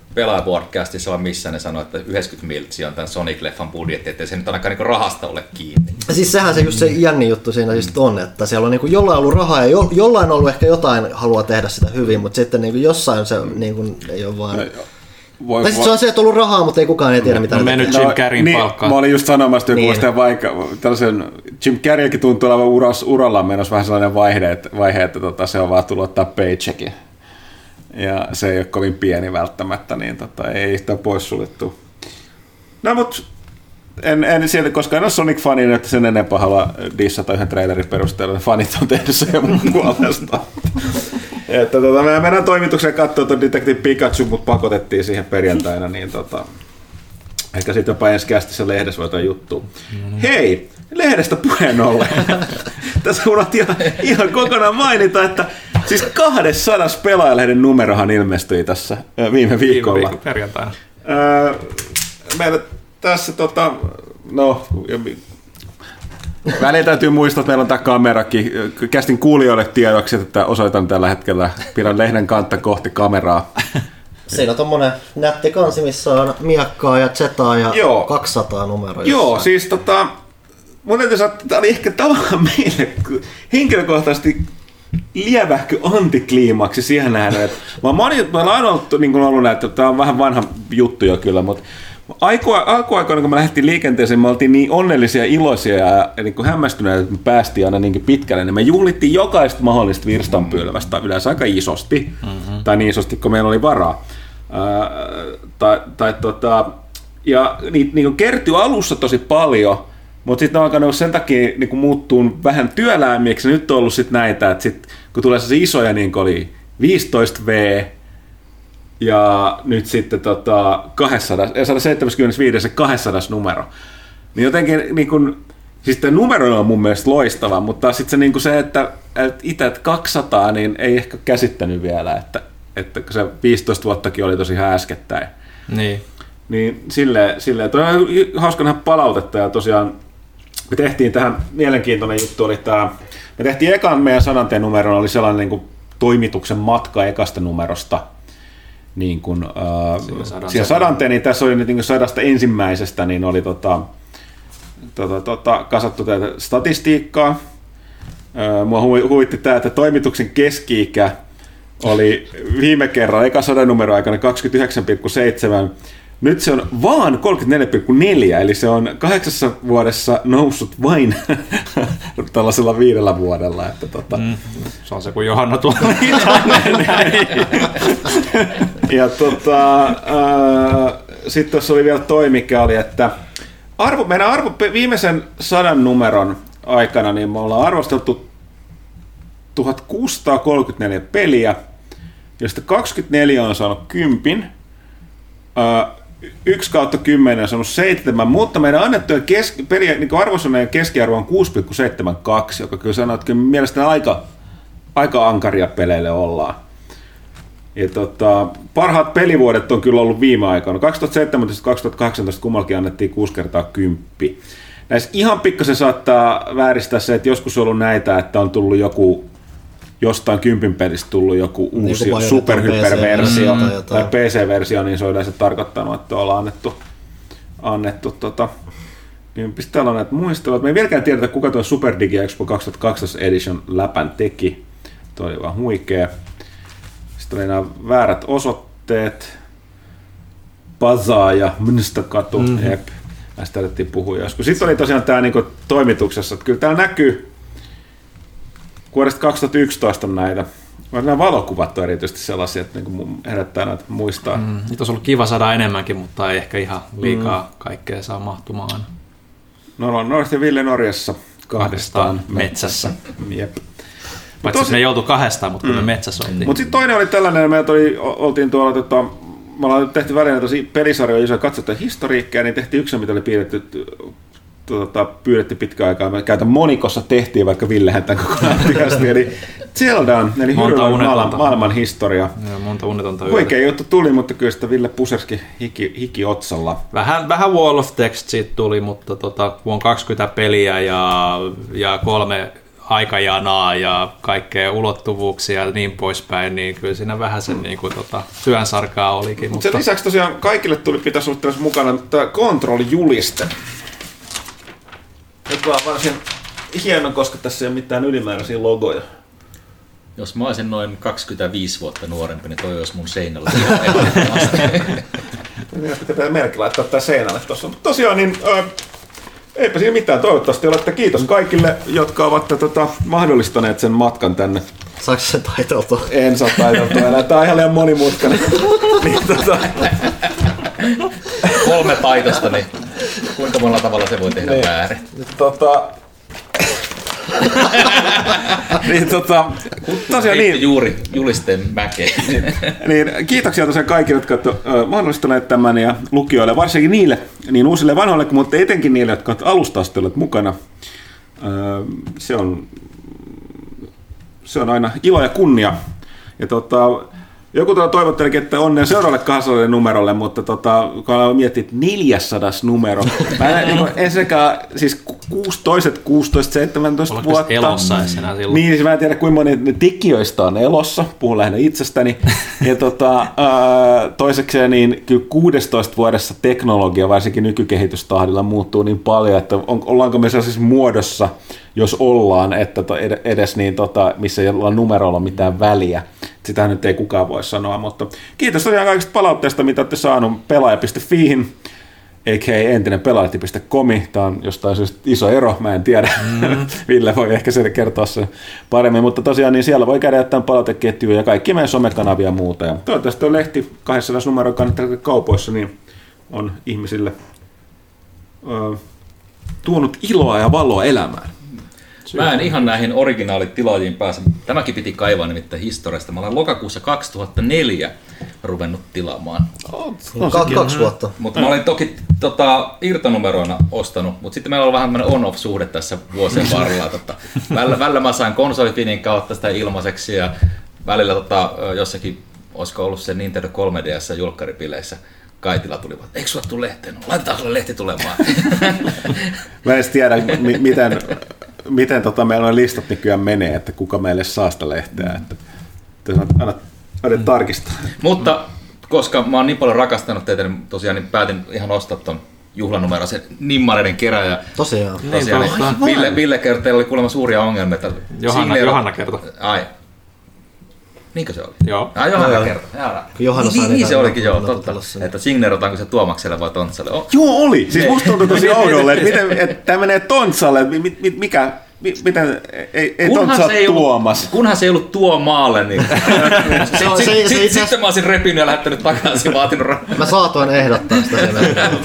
Speaker 4: Pelaajapodcastissa vai missä ne sanoo, että 90 miltsiä on tämän Sonic-leffan budjetti, ettei se nyt ainakaan niin rahasta ole kiinni.
Speaker 3: Siis sehän se just se jänni juttu siinä siis on, että siellä on niin jollain ollut rahaa ja jollain on ollut ehkä jotain haluaa tehdä sitä hyvin, mutta sitten niin jossain se niin ei ole vaan... Tai sitten se on se, että on ollut rahaa, mutta ei kukaan ei tiedä mitä
Speaker 2: ne mennyt Jim Carreyn palkkaan.
Speaker 1: Mä olin just sanomassa, että joku sitä tällaisen Jim Carreykin tuntuu olevan urallaan menossa vähän sellainen vaihe että se on vaan tullut ottaa paycheckin. Ja se ei ole kovin pieni välttämättä, niin ei sitä poissuljettu. No mut en sieltä, koska en ole Sonic-fani, niin että sen enempää halua dissata yhden trailerin perusteella. Fanit on tehnyt sen jo mun puolesta. Että me mennään toimitukseen katsoa tuon Detective Pikachu, mutta pakotettiin siihen perjantaina, niin ehkä sitten jopa ensi kästissä lehdessä voi jotain juttua. Hei, lehdestä puheen ollen. Tässä unohti ihan kokonaan mainita, että siis 200 pelaajalehden numerohan ilmestyi tässä viime viikolla.
Speaker 2: Perjantaina.
Speaker 1: Meillä tässä välillä täytyy muistaa, että meillä on tämä kamerakin. Kästin kuulijoille tiedoksi, että osoitan tällä hetkellä, pidän lehden kantta kohti kameraa.
Speaker 3: Siinä on tommonen nätti kansi, missä on miakkaa ja zetaa ja 200 numeroa.
Speaker 1: Joo, siis mun täytyy sanoa, että tämä oli ehkä tavallaan meille henkilökohtaisesti lievähkö antikliimaksi siihen nähdä. Mä olen aina ollut näitä, että tämä on vähän vanha juttu jo kyllä, mutta alkuaikoina, kun me lähdettiin liikenteeseen, me oltiin niin onnellisia, iloisia ja niin kuin hämmästyneitä, että me päästiin aina niinkin pitkälle, niin me juhlittiin jokaista mahdollista virstanpylvästä yleensä aika isosti, tai niin isosti, kun meillä oli varaa. Ja niitä niin kertyi alussa tosi paljon, mutta sitten on alkanut sen takia niin muuttuu vähän työläämmiksi. Nyt on ollut sitten näitä, että sit, kun tulee se isoja, niin oli 15V, ja nyt sitten 175 200 numero. Niin jotenkin, niin kun, siis tämä numero on mun mielestä loistava, mutta sitten se, niin se että itse 200, niin ei ehkä käsittänyt vielä, että se 15 vuottakin oli tosi äskettäin. Niin silleen toi on hauska nähdä palautetta, ja tosiaan me tehtiin tähän mielenkiintoinen juttu, oli me tehtiin ekan meidän 100 numeron, oli sellainen niin kuin toimituksen matka ekasta numerosta, niin kuin, siihen 100, niin tässä oli nyt niin 100 ensimmäisestä, niin oli kasattu tätä statistiikkaa. Mua huvitti tämä, että toimituksen keski-ikä oli viime kerran eka 100 numero aikana 29,7. Nyt se on vaan 34,4, eli se on 8 vuodessa noussut vain tällaisella 5 vuodella. Että
Speaker 2: Se on se, kun Johanna tuolla.
Speaker 1: Ja sitten tuossa oli vielä toi, mikä oli, että meidän viimeisen 100 numeron aikana niin me ollaan arvosteltu 1634 peliä, josta 24 on saanut 10. 1/10 on saanut 7, mutta meidän annettujen niin arvosanojen keskiarvo on 6,72, joka kyllä sanoo, että mielestäni aika ankaria peleille ollaan. Ja parhaat pelivuodet on kyllä ollut viime aikoina. 2017-2018 kummallakin annettiin 6x10. Näissä ihan pikkasen saattaa vääristää se, että joskus on ollut näitä, että on tullut jostain 10 pelistä tullut joku uusi niin superhyperversio tai PC-versio, niin se on yleensä tarkoittanut, että ollaan annettu niin pistää olla näitä muisteluja. Me ei vieläkään tiedetä, kuka tuo Super Digi Expo 2012 Edition läpän teki. Tuo oli vaan huikea. Sitten oli nämä väärät osoitteet. Pazaa ja Münsterkatu. Näistä täytyy puhua joskus. Sitten oli tosiaan tämä niin toimituksessa, että kyllä täällä näkyy vuodesta 2011 on näitä. Nämä valokuvat on erityisesti sellaisia, että niin herättää näitä muistaa.
Speaker 2: Niitä olisi ollut kiva saada enemmänkin, mutta ei ehkä ihan liikaa kaikkea saa mahtumaan.
Speaker 1: North ja Ville Norjassa kahdestaan
Speaker 2: metsässä.
Speaker 1: Jep.
Speaker 2: Paitsi me ei oltu kahdestaan, mutta kun me metsässä oltiin.
Speaker 1: Mutta sitten toinen oli tällainen, me oltiin tuolla, me ollaan tehty välillä tosi pelisarjoja isoja katsottuja historiikkeja, niin tehtiin yksi, mitä oli pyydetty pitkään aikaa. Me käytä monikossa tehtiin, vaikka Villehän tämän kokonaan tyhästi. Eli Zeldan, eli maailman historia.
Speaker 2: Joo, monta unetonta yötä.
Speaker 1: Oikein juttu tuli, mutta kyllä sitä Ville puserski hiki otsalla.
Speaker 2: Vähän Wall of Text siitä tuli, mutta kun on 20 peliä ja 3 aikajanaa ja kaikkea ulottuvuuksia ja niin poispäin, niin kyllä siinä vähän sen niin kuin, työnsarkaa olikin.
Speaker 1: Mutta sen lisäksi tosiaan kaikille pitäisi olla mukana tämä Control-juliste, joka on varsin hieno, koska tässä ei ole mitään ylimääräisiä logoja.
Speaker 4: Jos mä olisin noin 25 vuotta nuorempi, niin toi olisi mun seinällä.
Speaker 1: Pitää merkki laittaa tää seinälle tuossa. Mutta tosiaan, niin eipä siinä mitään. Toivottavasti olette. Kiitos kaikille, jotka ovat mahdollistaneet sen matkan tänne.
Speaker 3: Saatko se taiteltua?
Speaker 1: En saa taiteltua enää. Tää on ihan liian monimutkainen. Niin,
Speaker 4: 3 taitosta, niin kuinka monella tavalla se voi tehdä väärin?
Speaker 1: Tosiaan niin.
Speaker 4: Juuri julisteen mäkeen.
Speaker 1: Niin, kiitoksia tosiaan kaikille, jotka ovat mahdollistaneet tämän ja lukijoille, varsinkin niille, niin uusille vanhoille, mutta etenkin niille, jotka ovat alusta asti olleet mukana. Se on aina ilo ja kunnia. Ja joku toivottelikin, että onnea seuraavalle 200 numerolle, mutta kun aloin miettiä, että 400 numero. Mä ensinnäkään, siis 16, 17 vuotta.
Speaker 2: Elossa enää silloin?
Speaker 1: Niin, siis mä en tiedä, kuinka moni tekijöistä on elossa. Puhun lähinnä itsestäni. Ja toisekseen, niin kyllä 16 vuodessa teknologia, varsinkin nykykehitystahdilla, muuttuu niin paljon, että ollaanko me sellaisessa muodossa, jos ollaan, että edes niin, missä ei olla numerolla mitään väliä. Sitähän nyt ei kukaan voi sanoa, mutta kiitos tosiaan kaikista palautteista, mitä olette saanut pelaaja.fiihin, a.k.a. entinen pelaajat.comi. Tämä on jostain syystä iso ero, mä en tiedä. Ville voi ehkä sen kertoa sen paremmin, mutta tosiaan niin siellä voi käydä jättää palauteketjuja ja kaikki meidän somekanavia ja muuta. Ja toivottavasti on lehti 200 numeron kannattaa kaupoissa, niin on ihmisille tuonut iloa ja valoa elämään.
Speaker 4: Mä en ihan näihin originaalitilaajiin pääse. Tämäkin piti kaivaa nimittäin historiasta. Mä olen lokakuussa 2004 ruvennut tilaamaan.
Speaker 3: 2 vuotta.
Speaker 4: Mutta mä olin toki irtonumeroina ostanut, mutta sitten meillä oli vähän on-off-suhde tässä vuosien varrella. Välillä mä sain konsolifinin kautta sitä ilmaiseksi ja välillä jossakin, olisiko ollut se Nintendo 3DS julkkaripileissä, Kaitila tuli vaan, eikö sulla tule lehteen? No, laitetaan sulle lehti tulemaan.
Speaker 1: Mä en tiedä, miten meillä on listat nykyään menee, että kuka meille saa sitä lehteä. Että aina tarkistaa.
Speaker 4: Mutta koska mä oon niin paljon rakastanut teitä, niin tosiaan niin päätin ihan ostaa ton juhlanumero, se Nimmareiden keräjä.
Speaker 3: Tosiaan.
Speaker 4: Niin, Ville kertoi, teillä oli kuulemma suuria ongelmia.
Speaker 2: Johanna kertoi.
Speaker 4: Ai. Niinkö se oli?
Speaker 2: Joo.
Speaker 4: Johanna kertoi. Niin se olikin, joo, totta. Että signerotaanko se Tuomakselle vai Tontsalle?
Speaker 1: Joo, oli. Siis musta tuntui tosi oudolle, että tämä menee Tontsalle. Miten ei Tontsa Tuomas?
Speaker 4: Kunhan se ei ollut Tuomaalle, niin sitten mä olisin repinyt ja lähettänyt takaisin, vaatinut rahaa.
Speaker 3: Mä saatoin ehdottaa sitä sen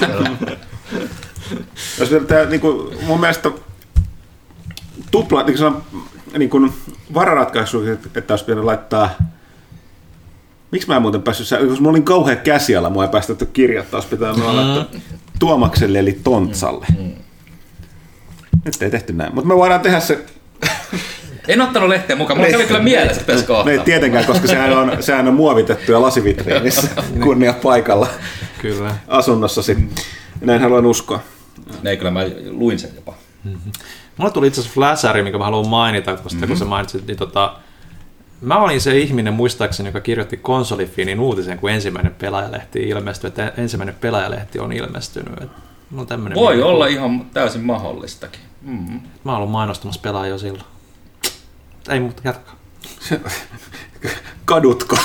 Speaker 1: Jos mun mielestä tupla, niin kuin vararatkaisu, että olisi pitänyt laittaa. Miksi mä en muuten päässyt, koska mulla oli kauhean käsiala, mua ei päästetty kirjoittaa, olisi pitänyt laittaa Tuomakselle eli Tontsalle. Nyt ei tehty näin, mutta me voidaan tehdä se.
Speaker 4: En ottanut lehteä mukaan, mulla kävi kyllä mielessä tässä kohtaa.
Speaker 1: Ei tietenkään, koska sehän on muovitettu ja lasivitriinissä kunnia paikalla
Speaker 2: kyllä.
Speaker 1: Asunnossasi. Näin haluan uskoa.
Speaker 4: Ei, kyllä mä luin sen jopa.
Speaker 2: Mulla tuli itse asiassa flashari, minkä mä haluan mainita, koska kun sä mainitsit, niin mä olin se ihminen muistaakseni, joka kirjoitti Konsolifinin uutisen, kun ensimmäinen pelaajalehti ilmestyi, että ensimmäinen pelaajalehti on ilmestynyt.
Speaker 4: Voi olla ihan täysin mahdollistakin.
Speaker 2: Mä olin mainostamassa pelaajia jo silloin. Ei muuta, jatkaa.
Speaker 1: Kadutko?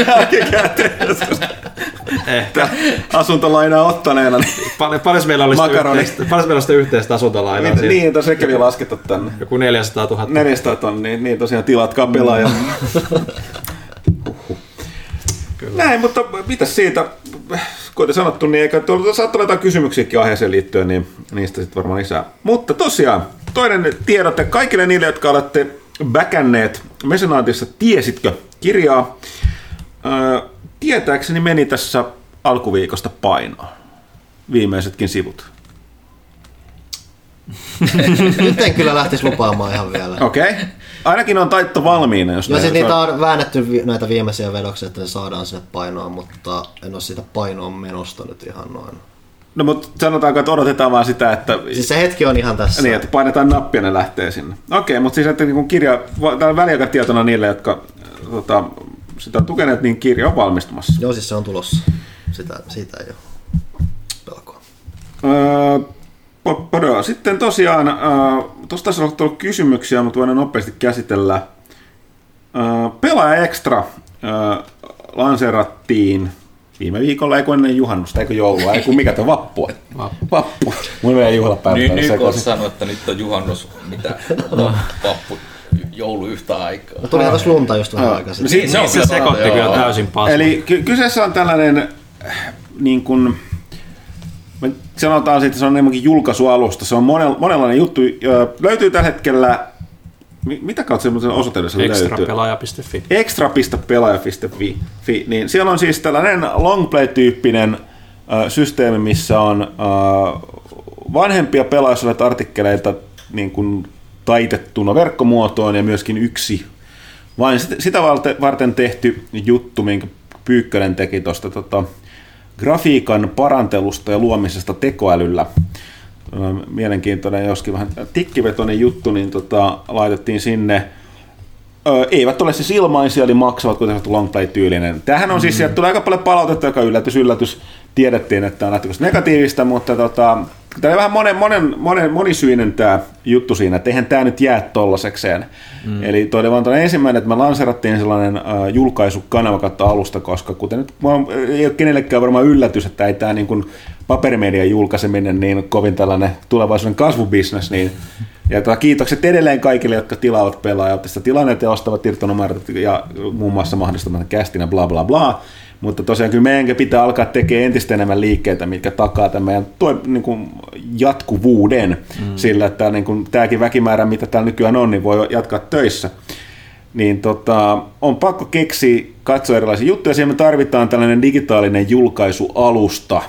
Speaker 1: Ehkä. Asuntolainaa ottaneena. Niin
Speaker 2: paljon meillä oli sitä yhteistä asuntolainaa?
Speaker 1: Niin, sekin vielä laskettu tänne.
Speaker 2: Joku 400 000.
Speaker 1: 400 000, niin tosiaan tilatkaa pelaaja. Näin, mutta mitäs siitä? Kuten sanottu, niin eikä saattaa jotain kysymyksiäkin aiheeseen liittyen, niin niistä sitten varmaan lisää. Mutta tosiaan, toinen tiedote kaikille niille, jotka olette bäkänneet Mesenaatissa Tiesitkö -kirjaa. Tietääkseni meni tässä alkuviikosta painoon. Viimeisetkin sivut.
Speaker 3: Nyt en kyllä lähtisi lupaamaan ihan vielä.
Speaker 1: Okei. Ainakin on taitto valmiina. Jos
Speaker 3: sitten niitä on väännetty näitä viimeisiä vedoksia, että ne saadaan sinne painoon, mutta en ole siitä painoon menosta nyt ihan noin
Speaker 1: No mutta sanotaanko, että odotetaan vaan sitä, että...
Speaker 3: Siis se hetki on ihan tässä.
Speaker 1: Niin, että painetaan nappia ja ne lähtee sinne. Okei, mutta siis että kun kirja, tämä väliaikatietona niille, jotka sitä on tukeneet, niin kirja on valmistumassa.
Speaker 3: Joo, siis se on tulossa. Siitä ei ole pelkoa.
Speaker 1: Sitten tosiaan, tuossa taisi olla tullut kysymyksiä, mutta voidaan nopeasti käsitellä. Pelaaja Extra lanseerattiin viime viikolla, eikö ennen juhannusta, eikö joulua, eikö mikä tämä vappua? Vappu. Mulla ei juhlapäivä.
Speaker 4: Nyt kun sanoa, että nyt on juhannus, mitä vappu, joulu yhtä aikaa.
Speaker 3: Tuli tässä lunta just vähän aikaisin.
Speaker 2: Se sekoitti kyllä täysin pasma.
Speaker 1: Eli kyseessä on tällainen, niin kuin, me sanotaan että se on enemmänkin julkaisualusta, se on monenlainen juttu, löytyy tällä hetkellä, mitä kautta semmoisen osoitteessa löytyy?
Speaker 2: Extrapelaaja.fi.
Speaker 1: Extra.pelaaja.fi, niin siellä on siis tällainen longplay-tyyppinen systeemi, missä on vanhempia pelaajasolet-artikkeleita niin kuin taitettuna verkkomuotoon ja myöskin yksi vain sitä varten tehty juttu, minkä Pyykkönen teki tuosta grafiikan parantelusta ja luomisesta tekoälyllä. Mielenkiintoinen, joskin vähän tikkivetoinen juttu, niin laitettiin sinne. Eivät ole siis ilmaisia, eli maksavat kuitenkin longplay-tyylinen. Tämähän on siis, sieltä tulee aika paljon palautetta, joka yllätys. Tiedettiin, että on lähtökohtaisesti negatiivista, mutta tämä on vähän monisyinen tämä juttu siinä, että eihän tämä nyt jää tollasekseen. Eli toi oli vaan ensimmäinen, että me lanserattiin sellainen julkaisukanava kautta alusta, koska kuten nyt ei ole kenellekään varmaan yllätys, että ei tämä niin kuin paperimedian julkaiseminen niin kovin tällainen tulevaisuuden kasvubisnes, niin ja kiitokset edelleen kaikille, jotka tilaavat pelaajia, tästä tilanneet ja ostavat irtonumerot ja muun muassa mahdollistamaan kästinä bla bla bla. Mutta tosiaan kyllä meidänkin pitää alkaa tekemään entistä enemmän liikkeitä, mitkä takaa tämän meidän niin kuin jatkuvuuden sillä, että niin kuin tämäkin väkimäärä, mitä täällä nykyään on, niin voi jatkaa töissä. Niin on pakko katsoa erilaisia juttuja. Siihen me tarvitaan tällainen digitaalinen julkaisualusta,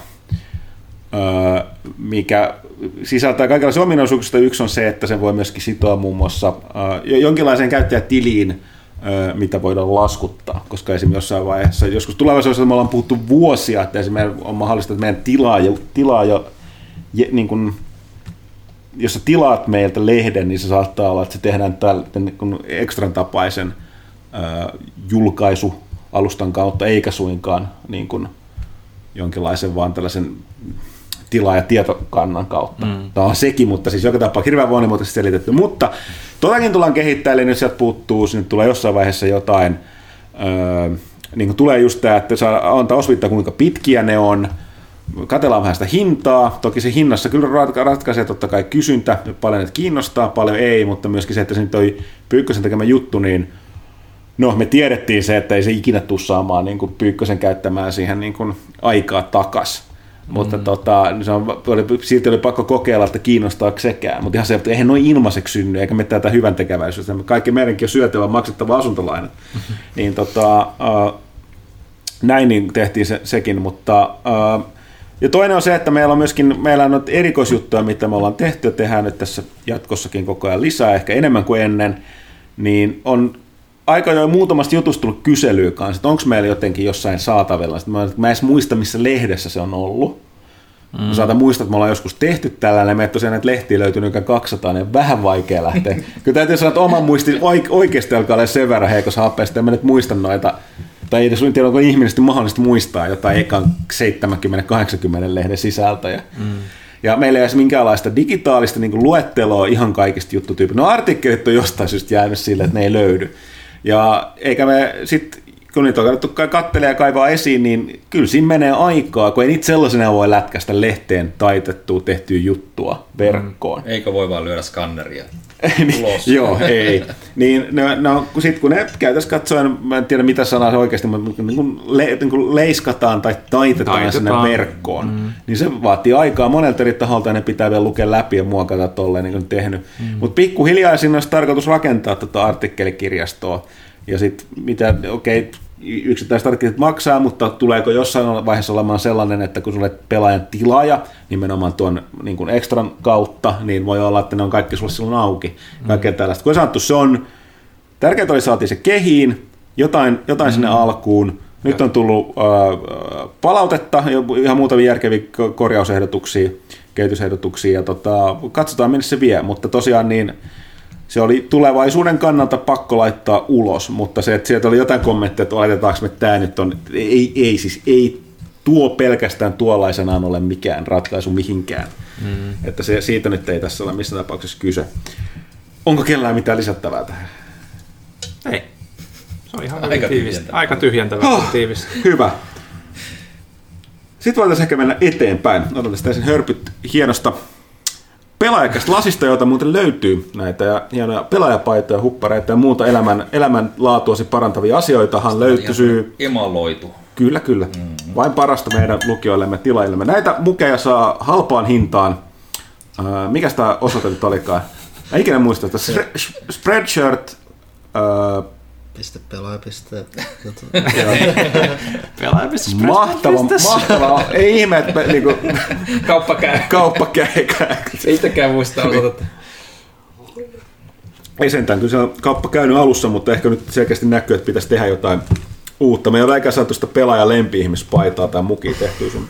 Speaker 1: mikä sisältää kaikenlaisia ominaisuuksia. Yksi on se, että sen voi myöskin sitoa muun muassa jonkinlaiseen käyttäjätiliin, mitä voidaan laskuttaa, koska esimerkiksi jossain vaiheessa, joskus tulevaisuudessa me ollaan puhuttu vuosia, että esimerkiksi on mahdollista, että meidän tilaaja niin kun, jos sä tilaat meiltä lehden, niin se saattaa olla, että se tehdään niin ekstran tapaisen julkaisualustan kautta, eikä suinkaan niin kun jonkinlaisen vaan tällaisen tilaajatietokannan kautta. Tämä on sekin, mutta siis joka tapauksessa hirveän monimuotoisesti selitetty. Mutta totakin tullaan kehittämään, eli nyt sieltä puuttuu, sinne tulee jossain vaiheessa jotain, niin kuin tulee just tämä, että saa antaa osvittaa, kuinka pitkiä ne on, katsellaan vähän sitä hintaa, toki se hinnassa kyllä ratkaisee totta kai kysyntä, paljon että kiinnostaa, paljon ei, mutta myöskin se, että se nyt toi Pyykkösen tekemä juttu, niin no, me tiedettiin se, että ei se ikinä tule saamaan niin kuin Pyykkösen käyttämään siihen niin kuin aikaa takas. Mutta silti oli pakko kokeilla, että kiinnostaako sekään. Mutta ihan se, että eihän noin ilmaiseksi synny, eikä me tätä hyvän tekeväisyyttä. Kaikki meidänkin on syötävä maksettava asuntolaina. Niin näin niin tehtiin sekin. Mutta, ja toinen on se, että meillä on erikoisjuttuja, mitä me ollaan tehty ja tehdään nyt tässä jatkossakin koko ajan lisää, ehkä enemmän kuin ennen. Niin on aika jo muutamasta jutusta tullut kyselyä kanssa, että onko meillä jotenkin jossain saatavilla. Mä en edes muista, missä lehdessä se on ollut. Mä saatan muistaa, että me ollaan joskus tehty tällainen, meitä tosiaan näitä lehtiä löytyy nykyään 200, niin vähän vaikea lähteä. Kyllä täytyy sanoa, että oman muistin oikeasti alkaa olla sen verran heikossa hapeesta, en mä nyt muista noita, tai ei edes tiedä, onko ihmisesti mahdollisesti muistaa jotain ekan 70-80 lehden sisältöjä. Ja meillä ei ole minkäänlaista digitaalista niin kuin luetteloa ihan kaikista juttutyypistä. No artikkelit on jostain syystä jäänyt sille, että ne ei löydy. Ja eikä me sitten, kun niitä on kannattu katsella ja kaivaa esiin, niin kyllä siinä menee aikaa, kun ei niitä sellaisena voi lätkästä lehteen taitettua, tehtyä juttua verkkoon.
Speaker 4: Eikö voi vaan lyödä skanneria ulos?
Speaker 1: Joo, ei. Niin, sitten kun ne käytäisiin katsoen, mä en tiedä mitä sanaa se oikeasti, mutta niin kun leiskataan tai taitetaan sinne verkkoon, niin se vaatii aikaa monelta eri taholta ja ne pitää vielä lukea läpi ja muokata tolleen niin kuin tehnyt. Mutta pikkuhiljaa siinä olisi tarkoitus rakentaa tätä artikkelikirjastoa. Ja sitten yksittäiset artikkelit maksaa, mutta tuleeko jossain vaiheessa olemaan sellainen, että kun olet pelaajan tilaaja nimenomaan tuon niin kuin ekstran kautta, niin voi olla, että ne on kaikki sulle silloin auki. Kaikkea tällaista. Kun sanottu, se on tärkeää, oli saatiin se kehiin, jotain sinne alkuun, Nyt on tullut palautetta ja ihan muutamia järkeviä korjausehdotuksia, kehitysehdotuksia ja katsotaan minne se vie, mutta tosiaan niin se oli tulevaisuuden kannalta pakko laittaa ulos, mutta se, että sieltä oli jotain kommentteja, että laitetaanko me tämä nyt on, ei tuo pelkästään tuollaisenaan ole mikään ratkaisu mihinkään. Että siitä nyt ei tässä ole missään tapauksessa kyse. Onko kellään mitään lisättävää tähän?
Speaker 2: Ei. Se on ihan aika tyhjentävä tiivistä.
Speaker 1: Hyvä. Sitten voitaisiin ehkä mennä eteenpäin. Otan tästä ensin hörpyt hienosta pelaajakästä lasista, joita muuten löytyy näitä ja hienoja pelaajapaitoja, huppareita ja muuta elämänlaatuasi parantavia asioitahan löytyy.
Speaker 4: Emaloitu.
Speaker 1: Kyllä. Vain parasta meidän lukijoillemme, tilaajillemme. Näitä mukeja saa halpaan hintaan. Mikäs tämä osoite nyt olikaan? Ikinä muista, että Spreadshirt... Mahtava. Ei ihme, että niinku... Kauppa käy.
Speaker 2: Ei sitäkään muista osoitetta.
Speaker 1: Ei sentään, kyllä se on kauppa käynyt alussa, mutta ehkä nyt selkeästi näkyy, että pitäisi tehdä jotain uutta. Me ei ole eikä saatu sitä pelaajan lempi-ihmispaitaa tai mukia tehtyä sun.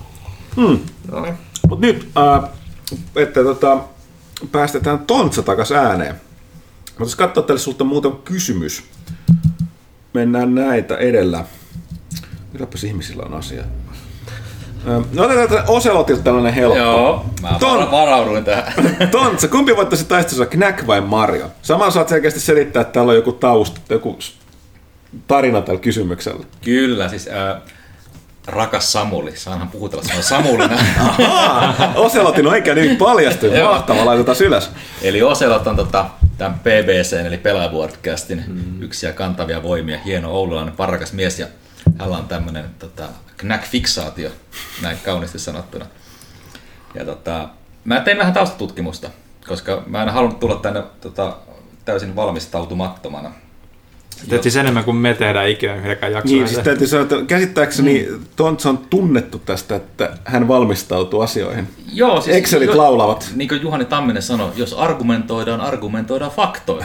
Speaker 1: Mutta nyt, että päästetään Tontsa takas ääneen. Voitaisiin katsoa tälle sulta muutama kysymys. Mennään näitä edellä. Mitäpäs ihmisillä on asiaa? No otetaan Oselotilta tällainen helppo.
Speaker 4: Joo, mä varauduin tähän.
Speaker 1: Tontsa, kumpi voittaisi taistelussa, Knack vai Mario? Samalla saat selkeästi selittää, että täällä on joku joku tarina tällä kysymyksellä.
Speaker 4: Kyllä, siis rakas Samuli. Saanhan puhutella sanoa Samulina.
Speaker 1: Oselotin oikein nimi paljastui. Mahtavaa, laitetaan ylös.
Speaker 4: Eli Oselot on tämän PBCn eli Pelaajavuorcastin yksi ja kantavia voimia. Hieno oululainen parakas mies ja hänellä on tämmöinen Knack-fiksaatio, näin kauniisti sanottuna. Ja mä tein vähän taustatutkimusta, koska mä en halunnut tulla tänne täysin valmistautumattomana.
Speaker 2: Teet siis enemmän kuin me tehdään ikinä yhdenkään jaksoa.
Speaker 1: Niin, siis täytyy sanoa, että käsittääkseni Tontsa on tunnettu tästä, että hän valmistautuu asioihin.
Speaker 4: Joo, siis
Speaker 1: Excelit laulavat.
Speaker 4: Niin kuin Juhani Tamminen sanoi, jos argumentoidaan faktoilla.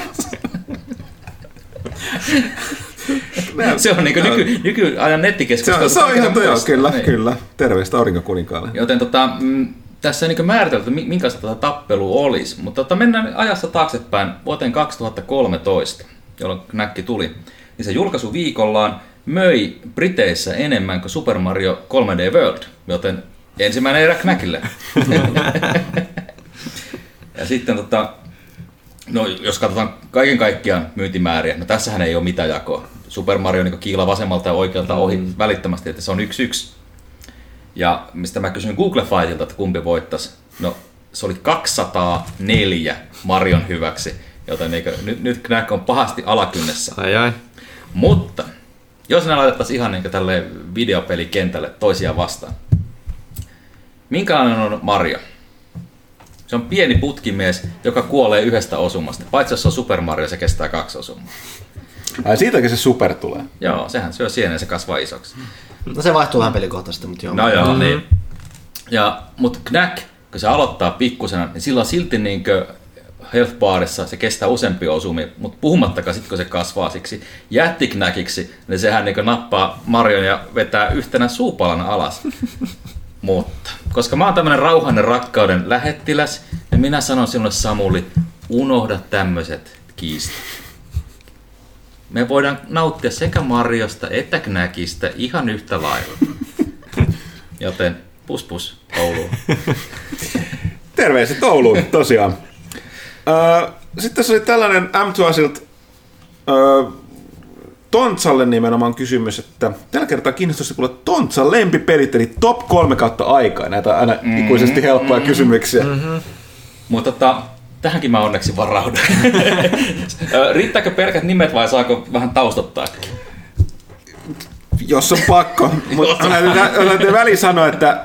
Speaker 4: Se on niin nykyajan nettikeskustelu.
Speaker 1: Se on ihan kyllä. Terveistä aurinkokuninkaalle.
Speaker 4: Joten tässä ei niin määritelty, minkälaista tappelu olisi, mutta mennään ajassa taaksepäin vuoteen 2013, jolloin Knack tuli. Niin se julkaisuviikollaan möi Briteissä enemmän kuin Super Mario 3D World, joten ensimmäinen erä Knackille. Ja sitten no, jos katsotaan kaiken kaikkiaan myyntimääriä, no tässähän ei ole mitään jakoa. Super Mario niin kiilaa vasemmalta ja oikealta ohi välittömästi, että se on 1-1. Ja mistä mä kysyin Google Fightilta, että kumpi voittaisi. No, se oli 204 Marion hyväksi, joten nyt Knack on pahasti alakynnessä.
Speaker 2: Ai.
Speaker 4: Mutta jos ne laitettaisiin ihan niin tälle videopelikentälle toisiaan vastaan. Minkälainen on Mario? Se on pieni putkimies, joka kuolee yhdestä osumasta. Paitsi jos se on Super Mario, se kestää 2 osumaa.
Speaker 1: Ai siitäkin se super tulee?
Speaker 4: Joo, sehän syö sienen ja se kasvaa isoksi.
Speaker 3: No se vaihtuu vähän pelikohtaisesti, mutta joo.
Speaker 4: No joo, niin. Mutta Knack, kun se aloittaa pikkusena, niin sillä on silti niinkö health barissa, se kestää useampia osumia, mutta puhumattakaan sitten, kun se kasvaa siksi jättiknäkiksi, niin sehän niinkö nappaa Marion ja vetää yhtenä suupalana alas. Mutta, koska mä oon tämmönen rauhainen rakkauden lähettiläs, niin minä sanon sinulle Samuli, unohda tämmöiset kiistat. Me voidaan nauttia sekä Mariosta että Knackista ihan yhtä lailla. Joten pus Ouluun.
Speaker 1: Terveiset Ouluun, tosiaan. Sitten tässä oli tällainen M2Silta Tontsalle nimenomaan kysymys, että tällä kertaa kiinnostaisi kuulla Tontsan lempipelit, eli top 3/aikaa. Näitä aina ikuisesti helppoja kysymyksiä.
Speaker 4: Mutta tähänkin mä onneksi varaudun. Riittääkö pelkät nimet vai saako vähän taustottaa?
Speaker 1: Jos on pakko. Mutta täytyy väliin sanoa, että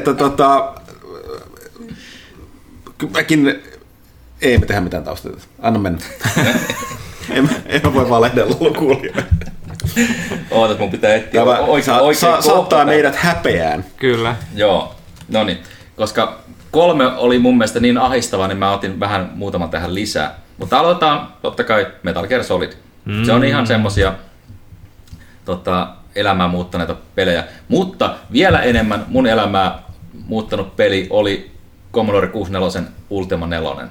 Speaker 1: mäkin ei me tehdä mitään taustetta. Anna mennä. En mä voi valehdella lukuulijoille.
Speaker 4: Ootas, mun pitää etsiä oikein
Speaker 1: saattaa meidät häpeään.
Speaker 2: Kyllä.
Speaker 4: Joo, no niin. Koska 3 oli mun mielestä niin ahistava, niin mä otin vähän muutaman tähän lisää. Mutta aloitetaan totta kai Metal Gear Solid. Se on ihan semmosia elämää muuttaneita pelejä. Mutta vielä enemmän mun elämää muuttanut peli oli Commodore 64 Ultima 4.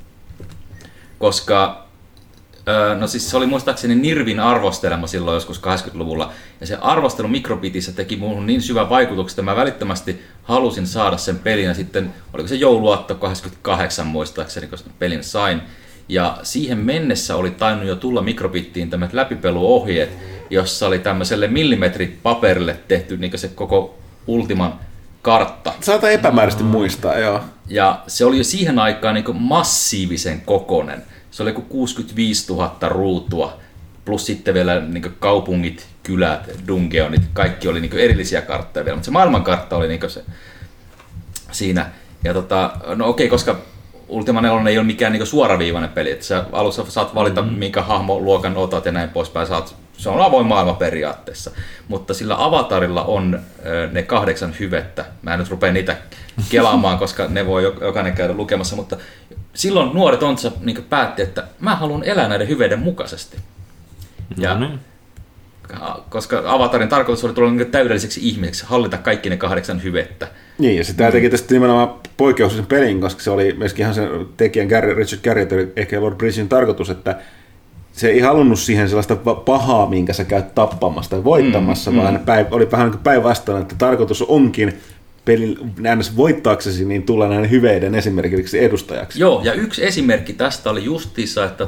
Speaker 4: Koska no siis se oli muistaakseni Nirvin arvostelema silloin joskus 80-luvulla. Ja se arvostelu Microbitissä teki muuhun niin syvän vaikutuksen, että mä välittömästi halusin saada sen pelin. Ja sitten, oliko se jouluaatto 88 muistaakseni, kun pelin sain. Ja siihen mennessä oli tainnut jo tulla Microbittiin tämmöiset läpipeluohjeet, jossa oli tämmöiselle millimetripaperille tehty niin se koko Ultiman kartta.
Speaker 1: Saattaa epämääräisesti muistaa, joo.
Speaker 4: Ja se oli jo siihen aikaan niin massiivisen kokoinen. Se oli joku 65 000 ruutua, plus sitten vielä niin kaupungit, kylät, dungeonit, kaikki oli niin erillisiä karttoja vielä, mutta se maailmankartta oli niin se siinä. Ja no okei, koska Ultima 4 ei ole mikään niin suoraviivainen peli, että sä alussa saat valita minkä hahmoluokan otat ja näin poispäin, se on avoin maailma periaatteessa, mutta sillä avatarilla on ne 8 hyvettä. Mä en nyt rupea niitä kelaamaan, koska ne voi jokainen käydä lukemassa, mutta silloin nuoret ontsa niin päätti, että mä haluan elää näiden hyveiden mukaisesti. Ja, koska avatarin tarkoitus oli tulla niin täydelliseksi ihmiseksi, hallita kaikki ne 8 hyvettä.
Speaker 1: Niin, ja sitä teki tästä nimenomaan poikkeuksellisen pelin, koska se oli myöskin ihan sen tekijän Richard Garriott, ehkä Lord Bridgein tarkoitus, että se ei halunnut siihen sellaista pahaa, minkä sä käyt tappamassa tai voittamassa, vaan oli vähän niin päinvastoin, että tarkoitus onkin pelin äänes voittaaksesi, niin tulla näiden hyveiden esimerkiksi edustajaksi.
Speaker 4: Joo, ja yksi esimerkki tästä oli justiinsa, että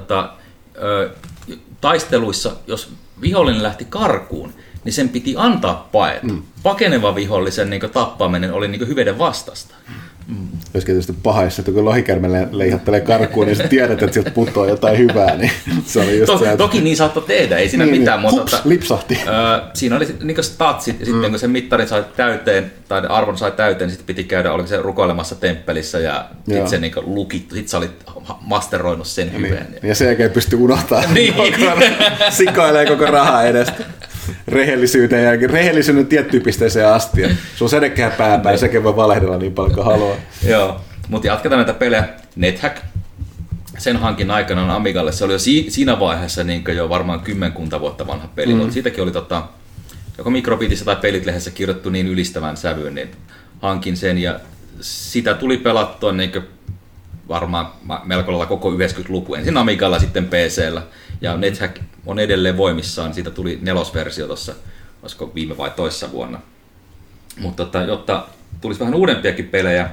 Speaker 4: taisteluissa, jos vihollinen lähti karkuun, niin sen piti antaa paeta. Pakeneva vihollisen niin tappaminen oli niin hyveiden vastasta.
Speaker 1: Joskin tietysti pahaissa, että kun lohikärme leihattelee karkuun, niin sä tiedät, että sieltä putoaa jotain hyvää. Niin se oli just
Speaker 4: toki niin saattoi tehdä, ei siinä mitään.
Speaker 1: Mutta lipsahti.
Speaker 4: Siinä oli niin statsit, ja sitten kun se mittari sai täyteen, tai arvon sai täyteen, niin sitten piti käydä, oliko se rukoilemassa temppelissä, ja sitten se niin lukittu, sitten sä olit masteroinut sen hyveen.
Speaker 1: Ja sen jälkeen pystyi unohtamaan. Sikailee koko rahaa edestä. Rehellisyyden tiettyyn pisteeseen asti. Se on sädekään pääpäin, sekin voi valehdella niin paljon kuin haluaa.
Speaker 4: Joo, mutta jatketaan näitä pelejä. NetHack, sen hankin aikana Amigalle, se oli jo siinä vaiheessa niin jo varmaan 10 vuotta vanha peli, mutta siitäkin oli joko Microbitissä tai Pelit-lehdessä kirjoittu niin ylistävän sävyyn, niin hankin sen ja sitä tuli pelattua niin varmaan melko lailla koko 90-luku, ensin Amigalla, sitten PC:llä. Ja NetHack on edelleen voimissaan, siitä tuli 4-versio tuossa, olisiko viime vai toissa vuonna. Mutta jotta tulisi vähän uudempiakin pelejä,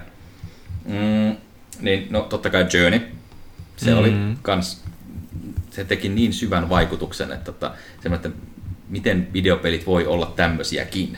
Speaker 4: niin no totta kai Journey, se oli kans, se teki niin syvän vaikutuksen, että miten videopelit voi olla tämmöisiäkin.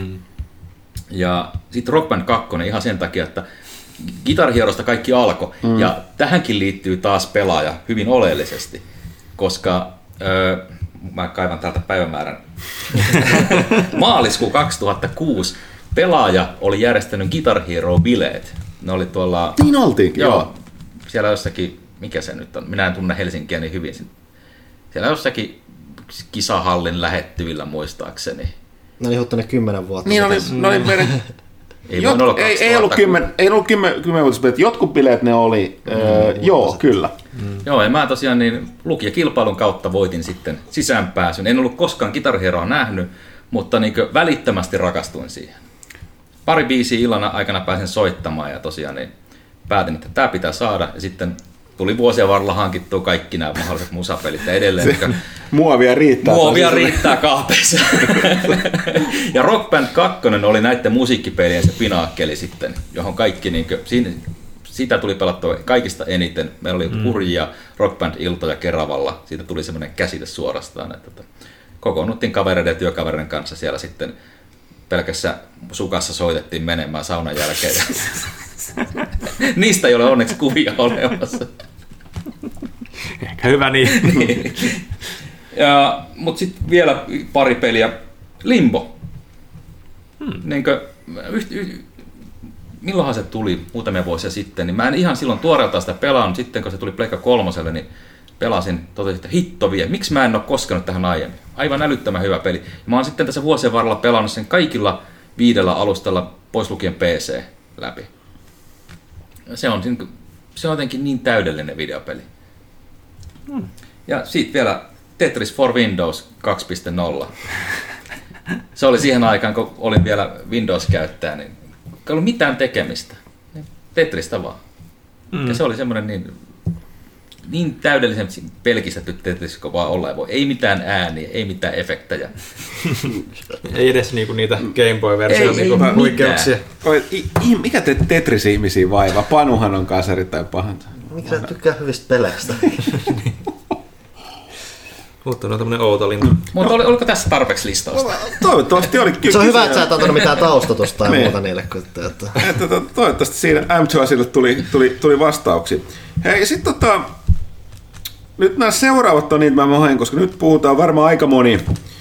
Speaker 4: Ja sitten Rock Band 2 ihan sen takia, että Guitar Herosta kaikki alkoi, ja tähänkin liittyy taas pelaaja hyvin oleellisesti, koska mä kaivan täältä päivämäärän. Maaliskuu 2006 pelaaja oli järjestänyt Guitar Hero-bileet. Ne oli tuolla...
Speaker 1: Niin oltiinkin, joo.
Speaker 4: Siellä jossakin, mikä se nyt on, minä en tunne Helsinkiä niin hyvin. Siellä jossakin kisahallin lähettyvillä muistaakseni.
Speaker 3: Ne oli huuttaneet 10 vuotta.
Speaker 1: Niin oli meidän... Ei ollut 10 vuotta. Jotkut bileet ne oli, joo, kyllä.
Speaker 4: Joo, ja mä tosiaan niin lukijakilpailun kautta voitin sitten sisäänpääsyn. En ollut koskaan Guitar Heroa nähnyt, mutta niin välittömästi rakastuin siihen. Pari biisiä illan aikana pääsin soittamaan ja tosiaan niin päätin, että tämä pitää saada. Ja sitten tuli vuosia varrella hankittua kaikki nämä mahdolliset musapelit ja edelleen.
Speaker 1: Muovia riittää.
Speaker 4: Muovia riittää kahpeissa. Ja Rock Band 2 oli näiden musiikkipelien se pinaakkeli sitten, johon kaikki, niin kuin, sitä tuli pelattua kaikista eniten. Meillä oli hurjia Rock Band-iltoja Keravalla. Siitä tuli semmoinen käsite suorastaan, että kokoonnuttiin kavereiden ja työkavereiden kanssa siellä sitten pelkässä sukassa soitettiin menemään saunan jälkeen. Niistä ei ole onneksi kuvia olemassa.
Speaker 2: Ehkä hyvä niin.
Speaker 4: Mutta sitten vielä pari peliä. Limbo. Milloinhan se tuli muutamia vuosia sitten, niin mä en ihan silloin tuoreeltaan sitä pelannut. Sitten kun se tuli Pleikka 3:lle, niin pelasin, totesin, että hitto vie. Miksi mä en ole koskenut tähän aiemmin? Aivan älyttömän hyvä peli. Mä oon sitten tässä vuosien varrella pelannut sen kaikilla 5 alustalla, pois lukien PC, läpi. Se on jotenkin niin täydellinen videopeli. Ja siitä vielä Tetris for Windows 2.0. Se oli siihen aikaan, kun olin vielä Windows-käyttäjä, niin ei ollut mitään tekemistä. Tetristä vaan. Ja se oli semmoinen niin täydellisen pelkistetty Tetris, kun vaan olla voi. Ei mitään ääniä, ei mitään efektejä.
Speaker 2: Ei edes niitä Game Boy-versioita huikeuksia.
Speaker 1: Mikä Tetris-ihmisiä vaivaa? Panuhan on kanssa erittäin pahansa.
Speaker 3: Miksi sä tykkää hyvistä peleistä?
Speaker 2: Mutta on tämmönen outo lintu.
Speaker 4: Mutta oliko tässä tarpeeksi listausta?
Speaker 1: Toivottavasti oli.
Speaker 3: Se on hyvä, että sä et antanut mitään taustatusta tai muuta niille.
Speaker 1: Toivottavasti siinä M2-asille tuli vastauksia. Hei, sitten nyt nämä seuraavat on niitä mä hain, koska nyt puhutaan varmaan aika moni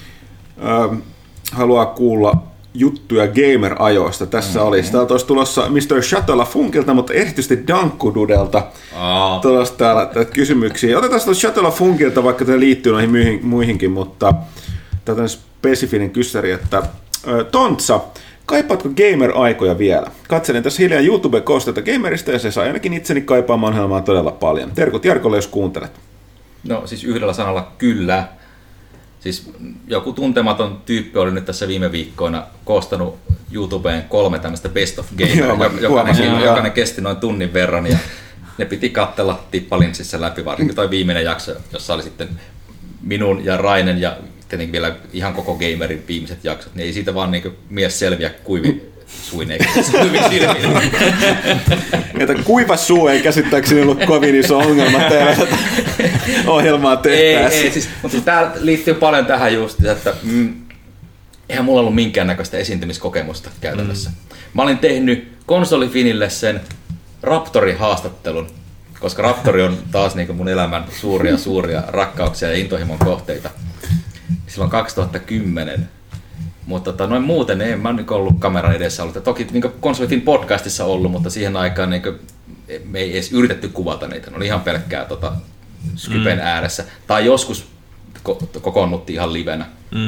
Speaker 1: haluaa kuulla juttuja gamer-ajoista. Tässä olisi. Täältä olisi tulossa Mr. Shuttle-Funkilta, mutta erityisesti Dankkududelta tulossa täällä kysymyksiä. Otetaan tuosta Shuttle-Funkilta, vaikka tämä liittyy noihin muihinkin, mutta tätä on spesifinen kyssäri, että Tontsa, kaipaatko gamer-aikoja vielä? Katselin tässä hiljaa YouTube-koostetta gamerista ja se sai ainakin itseni kaipaamaan ohjelmaa todella paljon. Terkut Jarkolle, jos kuuntelet.
Speaker 4: No siis yhdellä sanalla kyllä. Siis joku tuntematon tyyppi oli nyt tässä viime viikkoina koostanut YouTubeen 3 tämmöistä best of gamer, jokainen kesti noin tunnin verran ja ne piti katsella tippalinssissä läpi, varsinkin toi viimeinen jakso, jossa oli sitten minun ja Rainen ja tietenkin vielä ihan koko gamerin viimeiset jaksot, niin ei siitä vaan niin mies selviä kuivin suin eikä kuivin silmiin.
Speaker 1: Että kuiva suu ei käsittääkseni ollut kovin iso ongelma teillä tätä ohjelmaa tehtäessä.
Speaker 4: Ei, siis, mutta tämä liittyy paljon tähän just, että eihän mulla ollut minkäännäköistä esiintymiskokemusta käytännössä. Mä olin tehnyt Konsolifinille sen Raptori-haastattelun, koska Raptori on taas niin mun elämän suuria rakkauksia ja intohimon kohteita. Silloin 2010. Mutta noin muuten en mä ollut kameran edessä ollut. Toki niin Konsolifin podcastissa ollut, mutta siihen aikaan niin me ei edes yritetty kuvata niitä. Ne oli ihan pelkkää Skypen ääressä. Tai joskus kokoonnuttiin ihan livenä.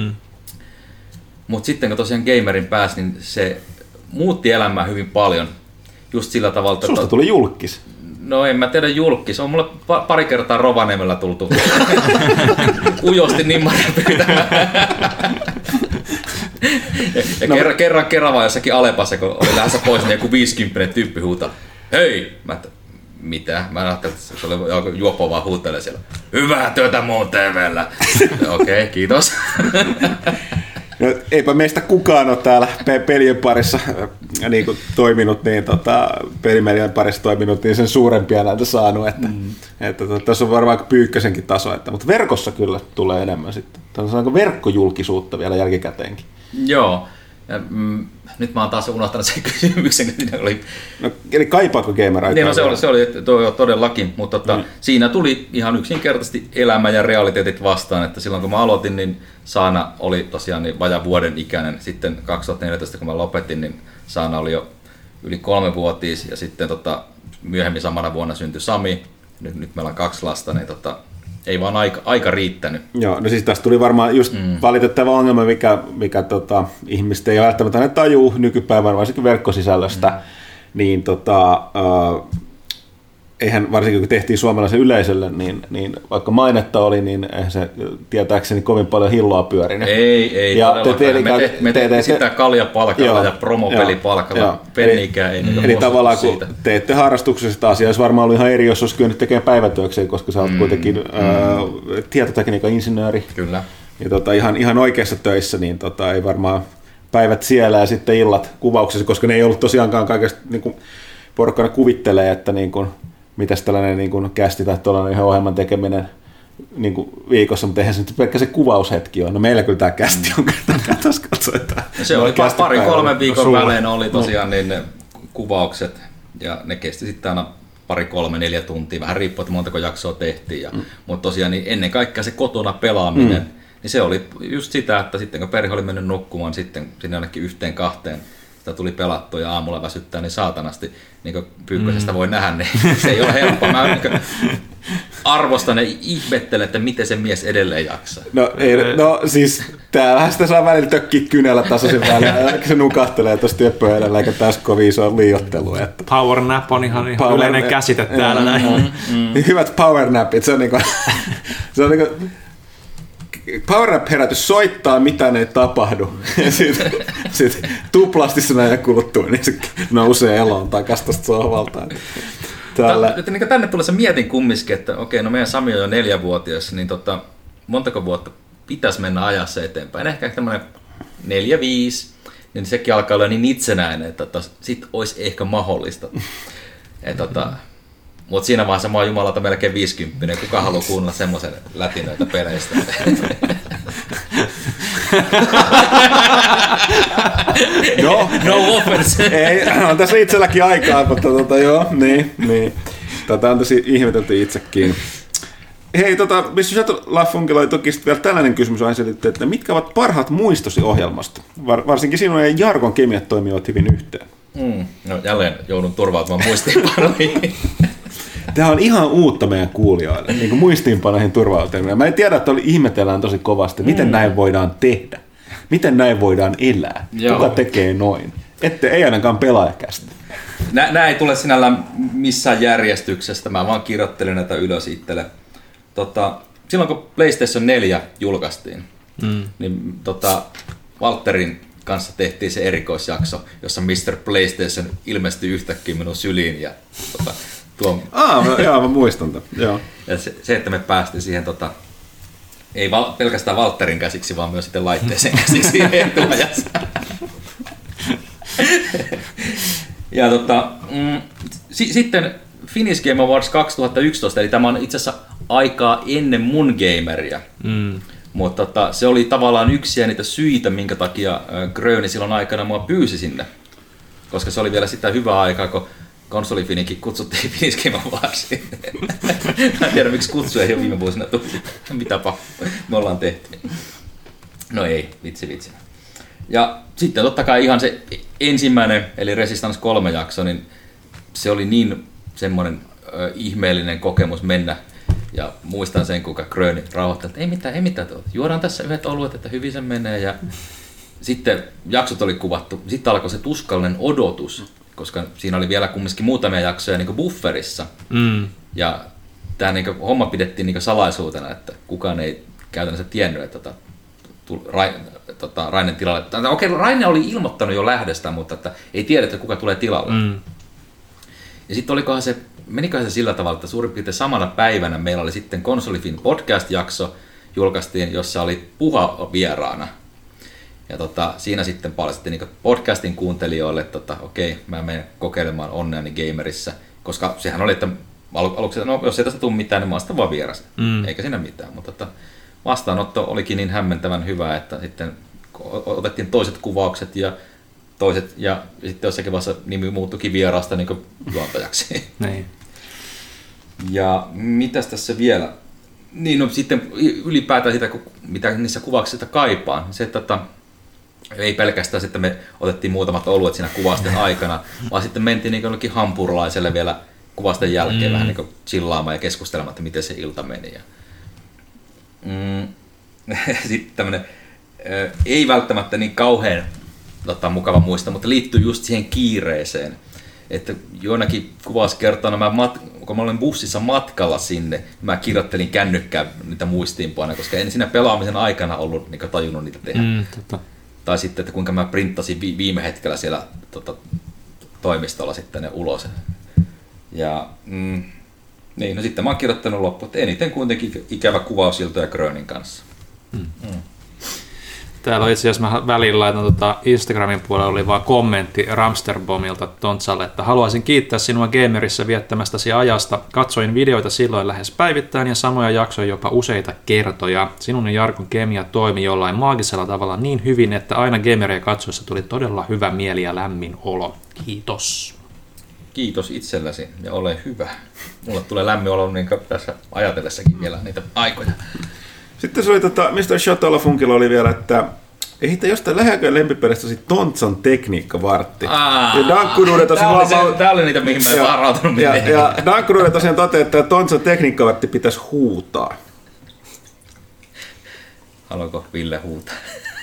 Speaker 4: Mutta sitten kun tosiaan gamerin pääsi, niin se muutti elämää hyvin paljon. Just sillä tavalla, että...
Speaker 1: Susta tuli julkkis.
Speaker 4: No en mä tiedä julkis. On mulle pari kertaa Rovaniemellä tultu ujosti nimmaria pyytämään. Ja kerran Keravaa jossakin Alepassa, kun oli lähdössä pois, niin joku 50 tyyppi huutaa, hei! Mä mitä? Mä ajattelin, että se oli joku juoppo vaan huutelee siellä. Hyvää työtä muun TV:llä. Okei, kiitos.
Speaker 1: No, eipä meistä kukaan ole täällä pelien parissa niin kuin toiminut, niin pelimedian parissa toiminut, niin sen suurempia näitä saanut, että tässä on varmaan Pyykkösenkin taso, mutta verkossa kyllä tulee enemmän sitten. Sanotaanko verkkojulkisuutta vielä jälkikäteenkin?
Speaker 4: Joo. Ja, nyt mä oon taas unohtanut sen kysymyksen.
Speaker 1: No, eli kaipaatko gamer-aikaa?
Speaker 4: Niin, no, se oli todellakin, mutta siinä tuli ihan yksinkertaisesti elämä ja realiteetit vastaan, että silloin kun mä aloitin, niin Saana oli tosiaan niin vajaa vuoden ikäinen. Sitten 2014, kun mä lopetin, niin Saana oli jo yli 3-vuotias ja sitten myöhemmin samana vuonna syntyi Sami. Nyt meillä on 2 lasta, niin ei vaan aika riittänyt. Joo,
Speaker 1: no siis tästä tuli varmaan just valitettava ongelma, mikä ihmiset ei välttämättä aina tajuu nykypäivänä, varsinkin verkkosisällöstä, niin eihän varsinkin kun tehtiin suomalaisen yleisölle, niin vaikka mainetta oli, niin eihän se tietääkseni kovin paljon hilloa pyörinyt.
Speaker 4: Ei ja me teemme sitä kaljapalkalla ja promopelipalkalla, pennikään ei.
Speaker 1: Eli tavallaan kun teette harrastuksesta asiaa, olisi varmaan ollut ihan eri, jos olisi kyennyt tekemään päivätyökseen, koska sä oot kuitenkin tietotekniikan insinööri.
Speaker 4: Kyllä.
Speaker 1: Ja ihan oikeassa töissä, niin ei varmaan päivät siellä ja sitten illat kuvauksessa, koska ne ei ollut tosiaankaan kaikesta, niin kuin porkkana kuvittelee, että niin kuin mitäs tällainen niin kuin kästi tai tuollainen ihan ohjelman tekeminen niin kuin viikossa, mutta eihän se nyt pelkkä se kuvaushetki ole. No meillä kyllä tämä kästi on, katsotaan.
Speaker 4: Se oli 2-3 viikon välein oli tosiaan niin ne kuvaukset ja ne kesti sitten aina 2-3-4 tuntia, vähän riippuen, että montako jaksoa tehtiin. Mutta tosiaan niin ennen kaikkea se kotona pelaaminen, niin se oli just sitä, että sitten kun perhe oli mennyt nukkumaan, sitten sinne ainakin 1-2 sitä tuli pelattua ja aamulla väsyttää niin saatanasti, niin kuin Pyykkösestä voi nähdä, niin se ei ole helppoa. Mä arvostan ja ihmettelen, että miten se mies edelleen jaksaa.
Speaker 1: No siis täällähän sitä saa välillä tökkiä kynällä tasaisen välillä, se nukahtelee tuosta työpöön edellä, eikä tässä kovin iso liiottelu. Että
Speaker 2: power nap on ihan yleinen käsite täällä näin.
Speaker 1: Hyvät power napit, se on niinku Power Up-herätys soittaa, mitään ei tapahdu. Ja sit tuplasti sen ajan kuluttua, niin se nousee eloon takaisin tästä sohvalta.
Speaker 4: Tänne tulee se mietin kumminkin, että okei, no meidän Sami on jo 4-vuotias, niin montako vuotta pitäisi mennä ajassa eteenpäin. Ehkä tämmöinen 4-5, niin sekin alkaa olla niin itsenäinen, että sit olisi ehkä mahdollista. Mutta siinä vaiheessa mä oon jumalauta melkein 50. Kuka haluaa kuunnella semmoisen lätinöitä peleistä?
Speaker 2: No offense.
Speaker 1: Ei, on tässä itselläkin aikaa, mutta joo, niin. Tätä on tosi ihmetelty itsekin. Hei, Mr. Shuttle-Funkilla oli toki vielä tällainen kysymys aina, että mitkä ovat parhaat muistosi ohjelmasta? Varsinkin sinun ja Jarkon kemiat toimivat hyvin yhteen.
Speaker 4: No jälleen joudun turvautumaan muistiinpanoihin.
Speaker 1: Tämä on ihan uutta meidän kuulijoille, niin kuin muistiinpanoihin turvautuminen. Mä en tiedä, että ihmetellään tosi kovasti, miten näin voidaan tehdä, miten näin voidaan elää, kuka tekee noin. Ei ainakaan pelaajakästä.
Speaker 4: Nämä ei tule sinällään missään järjestyksestä, mä vaan kirjoittelin näitä ylös itselle. Silloin kun PlayStation 4 julkaistiin, niin Walterin kanssa tehtiin se erikoisjakso, jossa Mr. PlayStation ilmestyi yhtäkkiä minun syliin. Ja,
Speaker 1: mä muistan tämän. Joo.
Speaker 4: Ja se, että me päästiin siihen, ei pelkästään Walterin käsiksi, vaan myös sitten laitteeseen käsiksi etuajassa. Ja sitten Finnish Game Awards 2011, eli tämä on itse asiassa aikaa ennen mun gameria. Mutta se oli tavallaan yksi niitä syitä, minkä takia Gröni silloin aikana mua pyysi sinne. Koska se oli vielä sitä hyvää aikaa, kun konsolifinikin kutsuttiin Finnish Game Awardsiin. Mä en tiedä, miksi kutsu ei ole viime vuosina tullut. Mitäpä me ollaan tehty. No ei, vitsi. Ja sitten totta kai ihan se ensimmäinen, eli Resistance 3 jakso, niin se oli niin semmoinen ihmeellinen kokemus mennä. Ja muistan sen, kuinka Gröni rauhoittaa, että ei mitään, juodaan tässä yhdet oluet, että hyvin se menee. Ja sitten jaksot oli kuvattu, sitten alkoi se tuskallinen odotus, koska siinä oli vielä kumminkin muutamia jaksoja niin kuin bufferissa. Ja tämä niin homma pidettiin niin salaisuutena, että kukaan ei käytännössä tiennyt, että Rainen tilalle. Okei, Raine oli ilmoittanut jo lähdöstä, mutta että ei tiedetä, kuka tulee tilalle. Ja sitten meniköhän se sillä tavalla, että suurin piirtein samana päivänä meillä oli sitten Konsolifin podcast-jakso, julkaistiin, jossa oli Puha vieraana. Ja siinä sitten paljastettiin niin podcastin kuuntelijoille, että okei, mä menen kokeilemaan onneani gamerissa, koska sehän oli, että aluksi, jos ei tästä tule mitään, niin mä oon sitten vaan vieras. Eikä siinä mitään, mutta vastaanotto olikin niin hämmentävän hyvä, että sitten otettiin toiset kuvaukset ja sitten jossakin vaiheessa nimi muuttuikin vieraasta niin juontajaksi.
Speaker 2: Niin.
Speaker 4: Ja mitäs tässä vielä? Niin, no sitten ylipäätään sitä, mitä niissä kuvauksissa kaipaan. Se, että ei pelkästään sitten me otettiin muutamat oluet siinä kuvausten aikana, vaan sitten mentiin niin jollekin hampurilaiselle vielä kuvausten jälkeen vähän niin chillaamaan ja keskustelemaan, että miten se ilta meni. Sitten tämmöinen ei välttämättä niin kauhean mukava muista, mutta liittyy just siihen kiireeseen. Että joinakin kuvauskertoina, kun mä olin bussissa matkalla sinne, mä kirjoittelin kännykkään niitä muistiinpanoja, koska en siinä pelaamisen aikana ollut niin tajunnut niitä tehdä. Tai sitten, että kuinka mä printtasin viime hetkellä siellä toimistolla sitten ne ulos. Ja niin, no sitten mä oon kirjoittanut loppuun, että eniten kuitenkin ikävä kuvausiltoja Grönin kanssa.
Speaker 2: Täällä itse asiassa mä välillä laitan Instagramin puolella oli vaan kommentti Ramsterbomilta Tontsalle, että haluaisin kiittää sinua gamerissa viettämästäsi ajasta. Katsoin videoita silloin lähes päivittäin ja samoja jaksoja jopa useita kertoja. Sinun ja Jarkon kemia toimi jollain maagisella tavalla niin hyvin, että aina gameria katsoessa tuli todella hyvä mieli ja lämmin olo. Kiitos.
Speaker 4: Kiitos itselläsi ja ole hyvä. Mulle tulee lämmin olo niin tässä ajatellessakin vielä niitä aikoja.
Speaker 1: Sitten se oli Mr. Shuttle-Funkilla oli vielä, että ehitä jostain lähekään lempipelestäsi Tontsan tekniikkavartti. Ja Dankkuduuden tosiaan...
Speaker 4: Tää oli niitä, mihin mä en varautunut.
Speaker 1: Ja Dankkuduuden tosiaan toteaa, että Tontsan tekniikkavartti pitäisi huutaa.
Speaker 4: Haluatko Ville huutaa?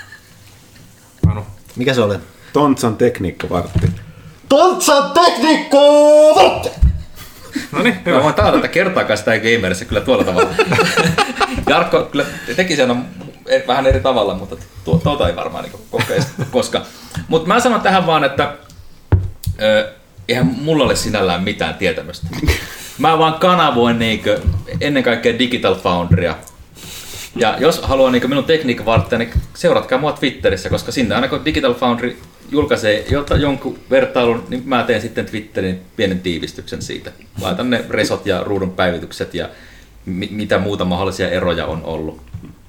Speaker 3: Mikä se oli?
Speaker 1: Tontsan tekniikkavartti.
Speaker 3: Tontsan tekniikkavartti!
Speaker 4: No niin, mä voin taata, että kertaakaan sitä ei gamerissa kyllä tuolla tavalla. Jarkko kyllä teki sen vähän eri tavalla, mutta tuota ei varmaan niin kokeisi koskaan. Mutta mä sanon tähän vaan, että eihän mulla ole sinällään mitään tietämystä. Mä vaan kanavoin ennen kaikkea Digital Foundrya. Ja jos haluaa minun tekniikan varten, niin seuratkaa mua Twitterissä, koska sinne aina kun Digital Foundry julkaisee jonkun vertailun, niin mä teen sitten Twitterin pienen tiivistyksen siitä. Laitan ne resot ja ruudun päivitykset ja mitä muuta mahdollisia eroja on ollut.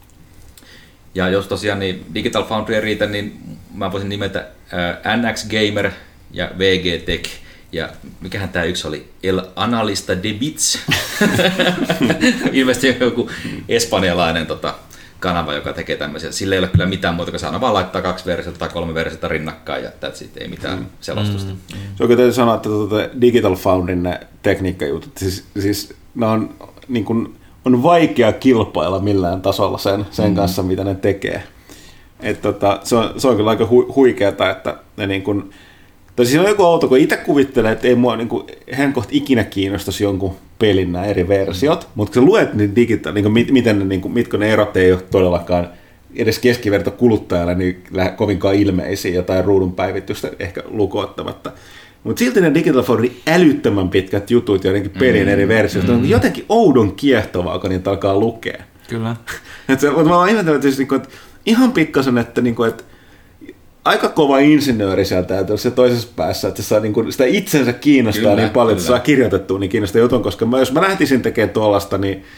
Speaker 4: Ja jos tosiaan niin Digital Foundry ei riitä, niin mä voisin nimetä NX Gamer ja VG Tech. Ja mikähän tää yksi oli? El Analista de Bits. Ilmeisesti joku espanjalainen kanava, joka tekee tämmöisiä. Sillä ei ole kyllä mitään muuta, kun saa vaan laittaa 2 versiota tai 3 versiota rinnakkain ja that's it, ei mitään selostusta.
Speaker 1: Se oikein täytyy sanoa, että Digital Foundryn ne tekniikkajutut, siis ne on, niin kun, on vaikea kilpailla millään tasolla sen kanssa, mitä ne tekee. Se on kyllä aika huikeata, että ne niin kun, tai siis on joku auto, kun itse kuvittelee, että ei mua niin henkkoht ikinä kiinnostaisi jonkun pelin nämä eri versiot, mutta kun sä luet niitä miten ne, mitkä ne erot ei ole todellakaan edes keskiverto kuluttajalle niin kovinkaan ilmeisiä, jotain ruudun päivitystä ehkä lukuottamatta. Mutta silti ne Digital Foundry älyttömän pitkät jutut jotenkin pelin eri versioista on jotenkin oudon kiehtovaa, kun niitä alkaa lukea.
Speaker 2: Kyllä.
Speaker 1: Mutta mä oon ihmetellyt, että ihan pikkasen, että aika kova insinööri siellä täytyy olla se toisessa päässä, että se saa, sitä itsensä kiinnostaa kyllä, niin paljon, että saa kirjoitettua niin kiinnostaa jutun, koska jos mä lähtisin tekemään tuollaista,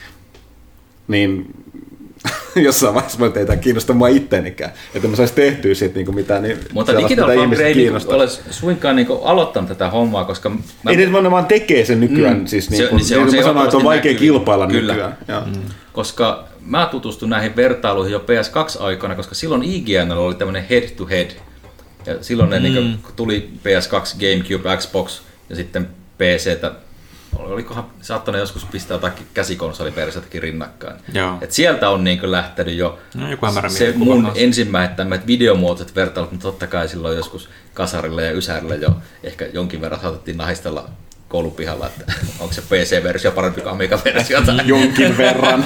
Speaker 1: niin jossain vaiheessa mä teitä kiinnostaa mua ittenikään, että mä saisin tehtyä siitä mitään. Niin
Speaker 4: mutta Digital Foundry ei ole suinkaan aloittanut tätä hommaa, koska...
Speaker 1: Ei ne vaan tekee sen nykyään, siis mä sanoin, että on vaikea kilpailla kyllä. Nykyään.
Speaker 4: Koska mä tutustun näihin vertailuihin jo PS2-aikana, koska silloin IGN oli tämmöinen head-to-head. Ja silloin ne tuli PS2, GameCube, Xbox ja sitten PC:tä. Olikohan saattanut joskus pistää jotakin käsikonsoliversiotakin rinnakkain. Et sieltä on lähtenyt jo se mun ensimmäiset videomuotoiset vertailut, mutta totta kai silloin joskus kasarille ja ysärille jo ehkä jonkin verran saatettiin nahistella koulupihalla, että onko se PC-versio parempi kuin Amiga-versio.
Speaker 1: Jonkin verran.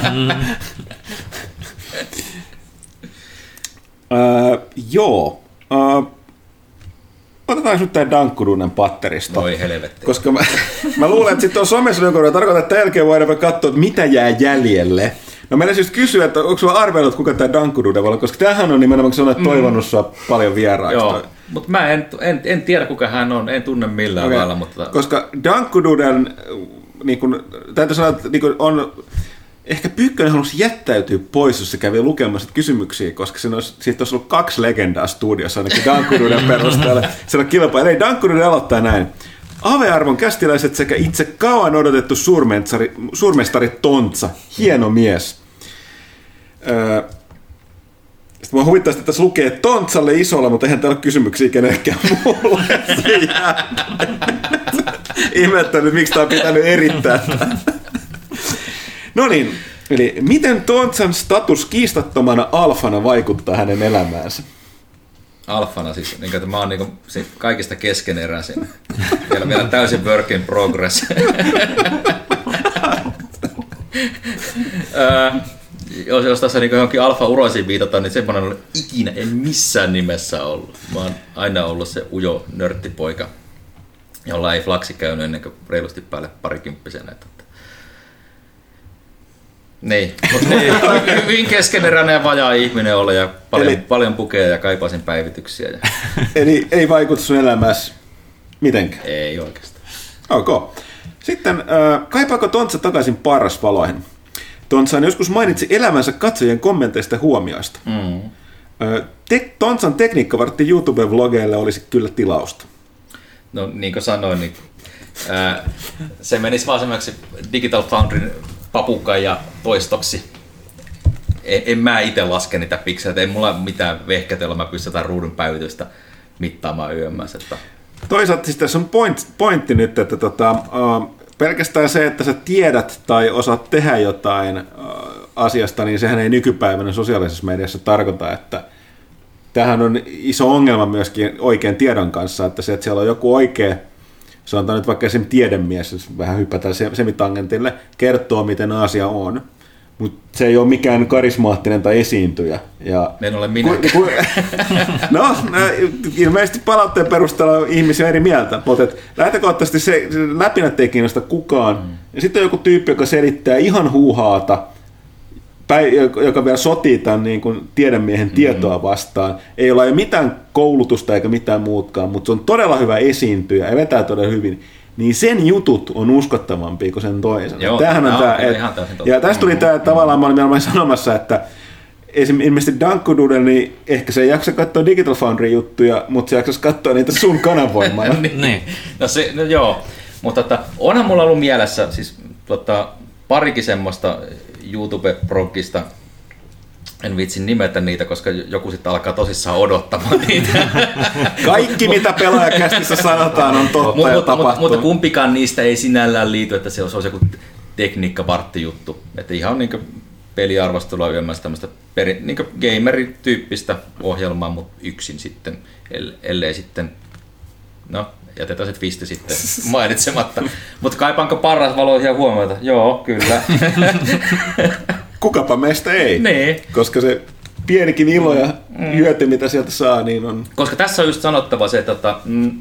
Speaker 1: Joo. Otetaan nyt tämä Dankkudunen patteristo.
Speaker 4: Oi helvetti.
Speaker 1: Koska mä luulen, että sitten on somessa joku tarkoittaa, että tämän jälkeen voidaan katsoa, että mitä jää jäljelle. No meillä siis kysyä, että onko sulla arvellut, kuka tämä Dankkudunen voi olla, koska tämähän on nimenomaan sellainen, että toivonut sua paljon vieraaksi.
Speaker 4: Joo, mutta mä en tiedä, kuka hän on, en tunne millään lailla. Mutta...
Speaker 1: Koska Dankkudunen, niin täytyy sanoa, että niin on... Ehkä Pyykkönen halusi jättäytyä pois, jos se kävi lukemassa kysymyksiä, koska siitä olisi ollut 2 legendaa studiossa, ainakin Dankkudunen perusteella. Se on kilpailu. Eli Dankkudunen aloittaa näin. Ave-arvon kästiläiset sekä itse kauan odotettu suurmestari Tontsa. Hieno mies. Sitten mä huvittaisin, että tässä lukee Tontsalle isolla, mutta eihän täällä ole kysymyksiä kenellekään muulle. Ihmettänyt, miksi tää on pitänyt erittää. No niin, eli miten Tontsan status kiistattomana alfana vaikuttaa hänen elämäänsä?
Speaker 4: Alfana siis, niin mä oon kaikista keskeneräisin. Vielä täysin work in progress. Jos tässä johonkin alfa-uroisiin viitataan, niin semmoinen on ikinä, en missään nimessä ollut. Mä oon aina ollut se ujo nörttipoika, jolla ei flaksi käynyt ennen kuin reilusti päälle parikymppisenä. Niin, mutta hyvin keskeneräinen ja vajaa ihminen olla ja paljon pukea ja kaipaisin päivityksiä.
Speaker 1: Eli ei vaikuta sun elämässä mitenkään?
Speaker 4: Ei oikeastaan.
Speaker 1: Ok. Sitten kaipaako Tontsa takaisin Parrasvaloihin? Tontsan joskus mainitsi elämänsä katsojien kommenteista ja huomioista. Tontsan tekniikkavartti YouTube-vlogeille olisi kyllä tilausta.
Speaker 4: No niin kuin sanoin, niin, se menisi vaan semmoiseksi Digital Foundryn papukan ja toistoksi. En mä itse laske niitä pikseleitä, ei mulla ole mitään vehkeitä, jolla mä pystytään ruudun päivitystä mittaamaan yömmässä.
Speaker 1: Toisaalta siis tässä on pointti nyt, että pelkästään se, että sä tiedät tai osaat tehdä jotain asiasta, niin sehän ei nykypäivänä sosiaalisessa mediassa tarkoita, että tämähän on iso ongelma myöskin oikean tiedon kanssa, että se, että siellä on joku oikea, sanotaan nyt vaikka esimerkiksi tiedemies, jos vähän hypätään semitangentille, kertoo, miten asia on, mutta se ei ole mikään karismaattinen tai esiintyjä. Ja
Speaker 4: en ole minä.
Speaker 1: No, ilmeisesti palautteen perusteella ihmisiä eri mieltä, mutta lähtökohtaisesti se läpinätti ei kiinnosta kukaan. Ja sitten on joku tyyppi, joka selittää ihan huuhaata, joka vielä sotii tämän niin kuin tiedemiehen tietoa vastaan. Ei ole mitään koulutusta eikä mitään muutkaan, mutta se on todella hyvä esiintyjä ja vetää todella hyvin. Niin sen jutut on uskottavampia kuin sen toisen.
Speaker 4: Joo,
Speaker 1: tämähän on tämä, ja tästä tuli tämä tavallaan, mä olin sanomassa, että ilmeisesti Dankudude, niin ehkä se ei jaksa katsoa Digital Foundry juttuja, mutta se jaksaisi katsoa niitä sun kanavoimalla.
Speaker 4: niin. No joo, mutta onhan mulla ollut mielessä siis parikin semmoista YouTube-progista, en vitsi nimetä niitä, koska joku sitten alkaa tosissaan odottamaan niitä.
Speaker 1: Kaikki, mitä Pelaajakästissä sanotaan, on totta ja tapahtuu.
Speaker 4: Mutta kumpikaan niistä ei sinällään liity, että se olisi joku tekniikka-vartti-juttu. Että ihan niin peliarvostelua yömmässä tämmöistä niin gamerityyppistä ohjelmaa, mutta yksin sitten, ellei sitten, no jätetään se twisti sitten mainitsematta. Mutta kaipaanko parasvaloisia huomioita? Joo, kyllä.
Speaker 1: Kukapa meistä ei,
Speaker 4: niin.
Speaker 1: Koska se pienikin ilo ja hyöty, mitä sieltä saa, niin on...
Speaker 4: Koska tässä on just sanottava se, että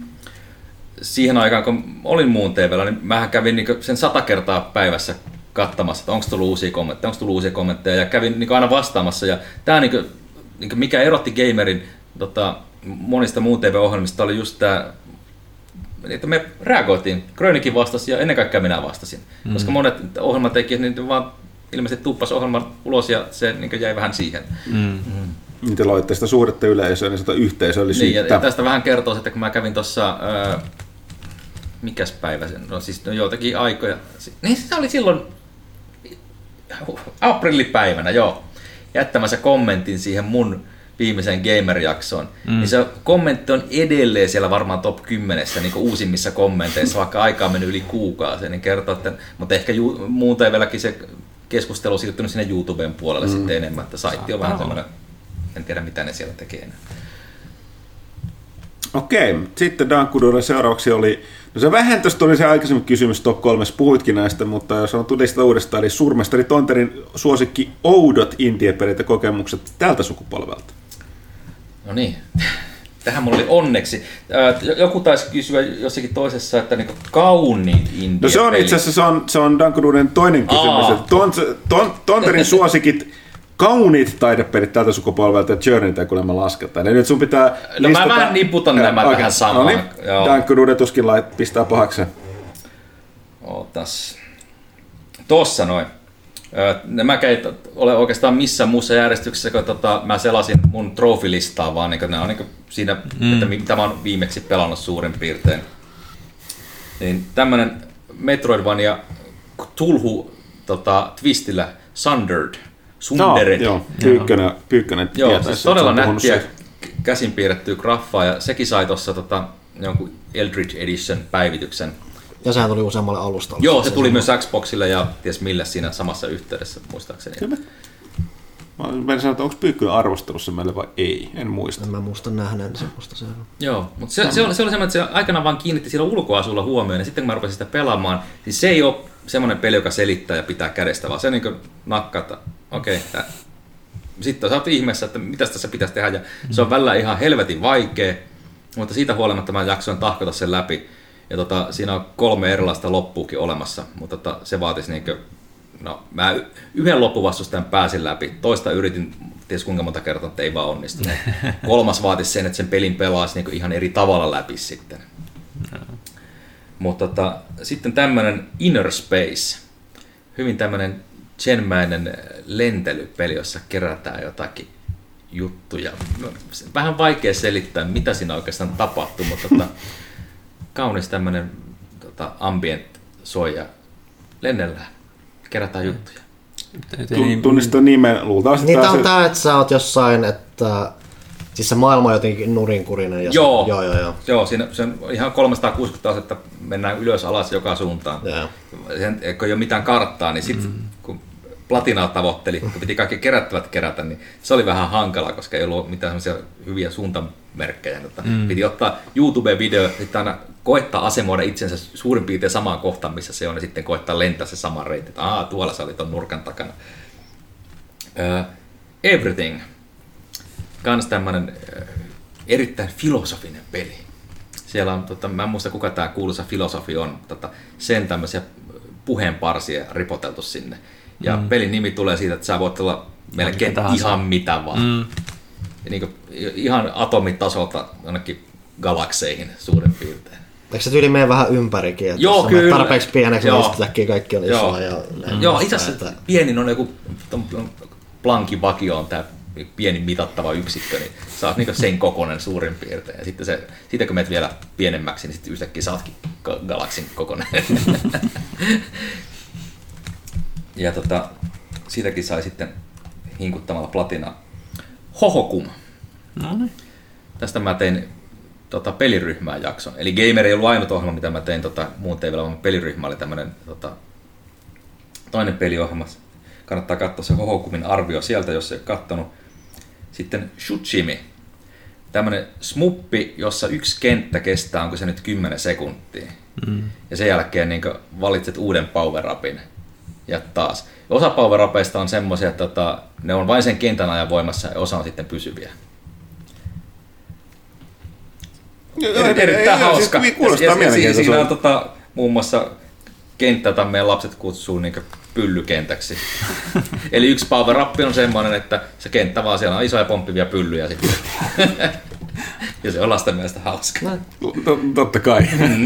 Speaker 4: siihen aikaan, kun olin muun TV:llä, niin mähän kävin niin sen 100 kertaa päivässä katsomassa, että onko tullut uusia kommentteja, ja kävin niin aina vastaamassa. Ja tämä, niin mikä erotti gamerin monista muun TV-ohjelmista, oli just tämä, että me reagoitiin. Grönikin vastasi ja ennen kaikkea minä vastasin. Koska monet ohjelmatekijät niin vaan ilmeisesti tuppasi ohjelman ulos ja se niin jäi vähän siihen.
Speaker 1: Te loitte sitä suhdetta yleisöä, niin sitä yhteisöllisyyttä.
Speaker 4: Niin, ja tästä vähän kertoo, että kun mä kävin tuossa, mikäs päivä sen, no siis joitakin aikoja, niin se oli silloin aprillipäivänä, joo, jättämässä kommentin siihen mun viimeiseen Gamer-jaksoon, niin se kommentti on edelleen siellä varmaan top 10 niin uusimmissa kommenteissa, vaikka aikaa on mennyt yli kuukausi, niin kertoo, että, mutta ehkä muun TV:lläkin se keskustelu on siirtynyt sinne YouTuben puolelle sitten enemmän, että saitti on vähän semmoinen, en tiedä mitä ne siellä tekee enää.
Speaker 1: Okei, sitten Dankuduren seuraavaksi oli, no se vähän tuosta oli se aikaisemmin kysymys top 3, puhuitkin näistä, mutta jos on tulista uudestaan, eli Suurmestari Tonterin suosikki oudot indie-pelit ja kokemukset tältä sukupolvelta.
Speaker 4: No niin, tähän mulla oli onneksi. Joku taisi kysyä jossakin toisessa, että niinku kauniit indie-pelit.
Speaker 1: No se on itse asiassa, se on Dankuduren toinen kysymys, että Tonterin suosikit kauniit taidepelit tältä sukupolvelta ja Journeytä kuulemma lasketaan. Ja nyt sun pitää
Speaker 4: no listata... mä vähän niputan nämä tähän samaan.
Speaker 1: No niin, Dankudude tuskin pistää pahaksi.
Speaker 4: Ootas. Tossa noin. Mä ole oikeastaan missään muussa järjestyksessä, kun mä selasin mun trofilistaa, vaan niin ne on niin siinä, että mitä mä oon viimeksi pelannut suurin piirtein. Niin tämmönen Metroidvania Cthulhu twistillä Sundered.
Speaker 1: Joo, Pyykkönen
Speaker 4: joo, siis todella nättiä käsin piirrettyä graffaa, ja sekin sai tuossa jonkun Eldritch Edition päivityksen.
Speaker 3: Ja sehän tuli useammalle alustalle.
Speaker 4: Joo, se tuli myös Xboxille ja ties millä siinä samassa yhteydessä, muistaakseni.
Speaker 1: Mä sanoin, että onko Pyykkönen arvostelussa meille vai ei, en muista.
Speaker 3: En mä muista nähneen semmoista se on.
Speaker 4: Joo, mutta se oli semmoinen, että se aikanaan vaan kiinnitti sillä ulkoasulla huomioon, ja sitten kun mä rupesin sitä pelaamaan, niin se ei ole semmoinen peli, joka selittää ja pitää kädestä, vaan se niin nakkata. Okei. Sitten sä oot ihmeessä, että mitä tässä pitäisi tehdä, ja se on välillä ihan helvetin vaikea, mutta siitä huolimatta mä jaksoin tahkota sen läpi, ja siinä on 3 erilaista loppuukin olemassa, mutta se vaatisi no mä yhden loppuvastustajan pääsin läpi, toista yritin ties kuinka monta kertaa, että ei vaan onnistunut. 3. vaatisi sen, että sen pelin pelaisi ihan eri tavalla läpi sitten. Mutta sitten tämmönen Inner Space, hyvin tämmönen Zen-mäinen lentelypeli, jossa kerätään jotakin juttuja. Vähän vaikea selittää, mitä siinä oikeastaan tapahtuu, mutta kaunis tämmönen ambient soija. Lennellään, kerätään juttuja.
Speaker 1: Tunnistaa nimen luultavasti.
Speaker 3: Niin tää on tää, että sä oot jossain, että siis se maailma on jotenkin nurinkurinen. Ja
Speaker 4: joo, siinä se on ihan 360 asetta, mennään ylös alas joka suuntaan. Sen, kun ei ole mitään karttaa, niin sitten kun Platinaa tavoitteli, kun piti kaikki kerättävät kerätä, niin se oli vähän hankala, koska ei ollut mitään sellaisia hyviä suuntamerkkejä. Piti ottaa YouTube-video, sitten aina koettaa asemoida itsensä suurin piirtein samaan kohtaan, missä se on, ja sitten koettaa lentää se sama reitti, että tuolla sä oli ton nurkan takana. Everything. Kans tämmönen erittäin filosofinen peli. Siellä on, mä en muista kuka tää kuuluisa filosofi on, sen tämmöisiä puheenparsia ripoteltu sinne. Ja pelin nimi tulee siitä, että sä voit olla melkein ihan mitä vaan. Ja niin kuin, ihan atomitasolta jonnekin galakseihin suurin piirtein.
Speaker 3: Eikö se tyyli mene vähän ympärikin? Että
Speaker 4: joo, kyllä.
Speaker 3: Tarpeeksi pieneksi, niin yhtäkkiä kaikki on isoa.
Speaker 4: Joo, itse asiassa pienin on joku Planckin vakio on tämä pieni mitattava yksikkö, niin sä oot niin sen kokoinen suurin piirtein. Ja sitten siitä kun menet vielä pienemmäksi, niin sitten yhtäkkiä sä ootkin galaksin kokoinen. Ja siitäkin sai sitten hinkuttamalla platinaa. Hohokum.
Speaker 2: No niin.
Speaker 4: Tästä mä tein peliryhmää jakson. Eli Gamer ei ollut ainut ohjelma, mitä mä tein muun TV:llä, vaan peliryhmä oli tämmönen toinen peliohjelma. Kannattaa katsoa se Hohokumin arvio sieltä, jos ei ole kattonut. Sitten Shuchimi. Tämmönen smuppi, jossa yksi kenttä kestää, onko se nyt 10 sekuntia. Ja sen jälkeen niin valitset uuden power-upin. Ja taas. Osa power-upeista on semmoisia, että ne on vain sen kentän ajan voimassa ja osa on sitten pysyviä. Erittäin hauska. Siinä on muun muassa kenttä, jota meidän lapset kutsuu niin pyllykentäksi. Eli yksi power-up on semmoinen, että se kenttä vaan siellä on isoja pomppivia pyllyjä sitten. Ja se on lasten mielestä hauska.
Speaker 1: Totta kai.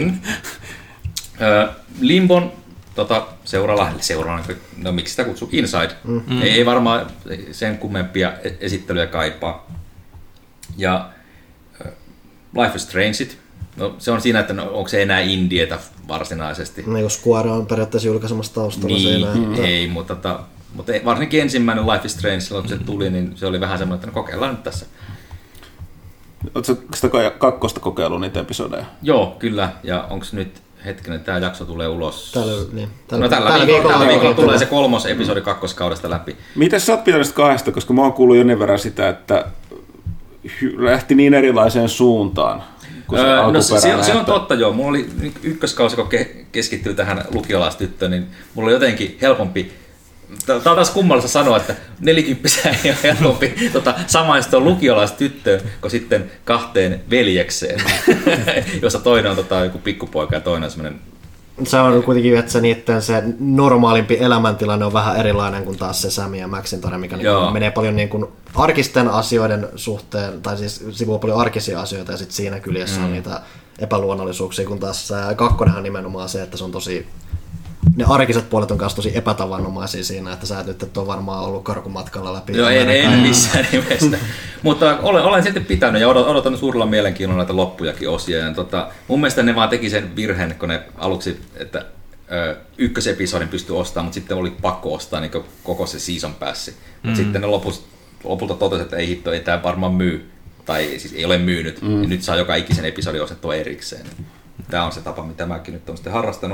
Speaker 4: Limbon seuraava, no miksi sitä kutsuu? Inside. Ei varmaan sen kummempia esittelyjä kaipaa. Ja Life is Strange. No, se on siinä, että onko se enää indietä varsinaisesti.
Speaker 3: No jos Square on periaatteessa julkaisemassa taustalla.
Speaker 4: Niin, ei, mutta varsinkin ensimmäinen Life is Strange, silloin kun se tuli, niin se oli vähän semmoinen, että no kokeillaan nyt tässä.
Speaker 1: Oletko sitä kakkosta kokeillut niitä episodeja?
Speaker 4: Joo, kyllä. Ja onko nyt hetkinen, tämä jakso tulee ulos?
Speaker 3: Tällä
Speaker 4: viikolla tulee se 3. episodi kakkoskaudesta läpi.
Speaker 1: Miten sä oot pitänyt kahdesta, koska mä oon kuullut jonkin verran sitä, että lähti niin erilaiseen suuntaan.
Speaker 4: Se on totta, joo. Mulla oli ykköskausi, kun keskittyy tähän lukiolaistyttöön, niin mulla oli jotenkin helpompi. Tämä on taas kummallista sanoa, että 40 ei ole helpompi samaistua lukiolaistyttöön kuin sitten 2 veljekseen, jossa toinen on joku pikkupoika ja toinen on semmoinen.
Speaker 3: Se on kuitenkin, että niiden se normaalimpi elämäntilanne on vähän erilainen kuin taas se Sam ja Maxin tarina, mikä niin menee paljon niin kuin arkisten asioiden suhteen, tai siis sivua paljon arkisia asioita ja sitten siinä kyljessä on niitä epäluonnollisuuksia, kun taas 2 on nimenomaan se, että se on tosi, ne arkiset puolet on kanssa tosi epätavanomaisia siinä, että sä et nyt et ole varmaan ollut karkumatkalla läpi.
Speaker 4: Joo, ei missään nimessä. Mutta olen sitten pitänyt ja odotan suurella mielenkiinnolla näitä loppujakin osia. Ja mun mielestä ne vaan teki sen virheen, kun ne aluksi, että ykkösepisodin pystyi ostamaan, mutta sitten oli pakko ostaa niin koko se season passi. Mutta sitten ne lopulta totesi, että ei hitto, ei tämä varmaan myy. Tai siis ei ole myynyt. Ja nyt saa joka ikisen episodin ostettua erikseen. Tämä on se tapa, mitä mäkin nyt olen sitten harrastanut.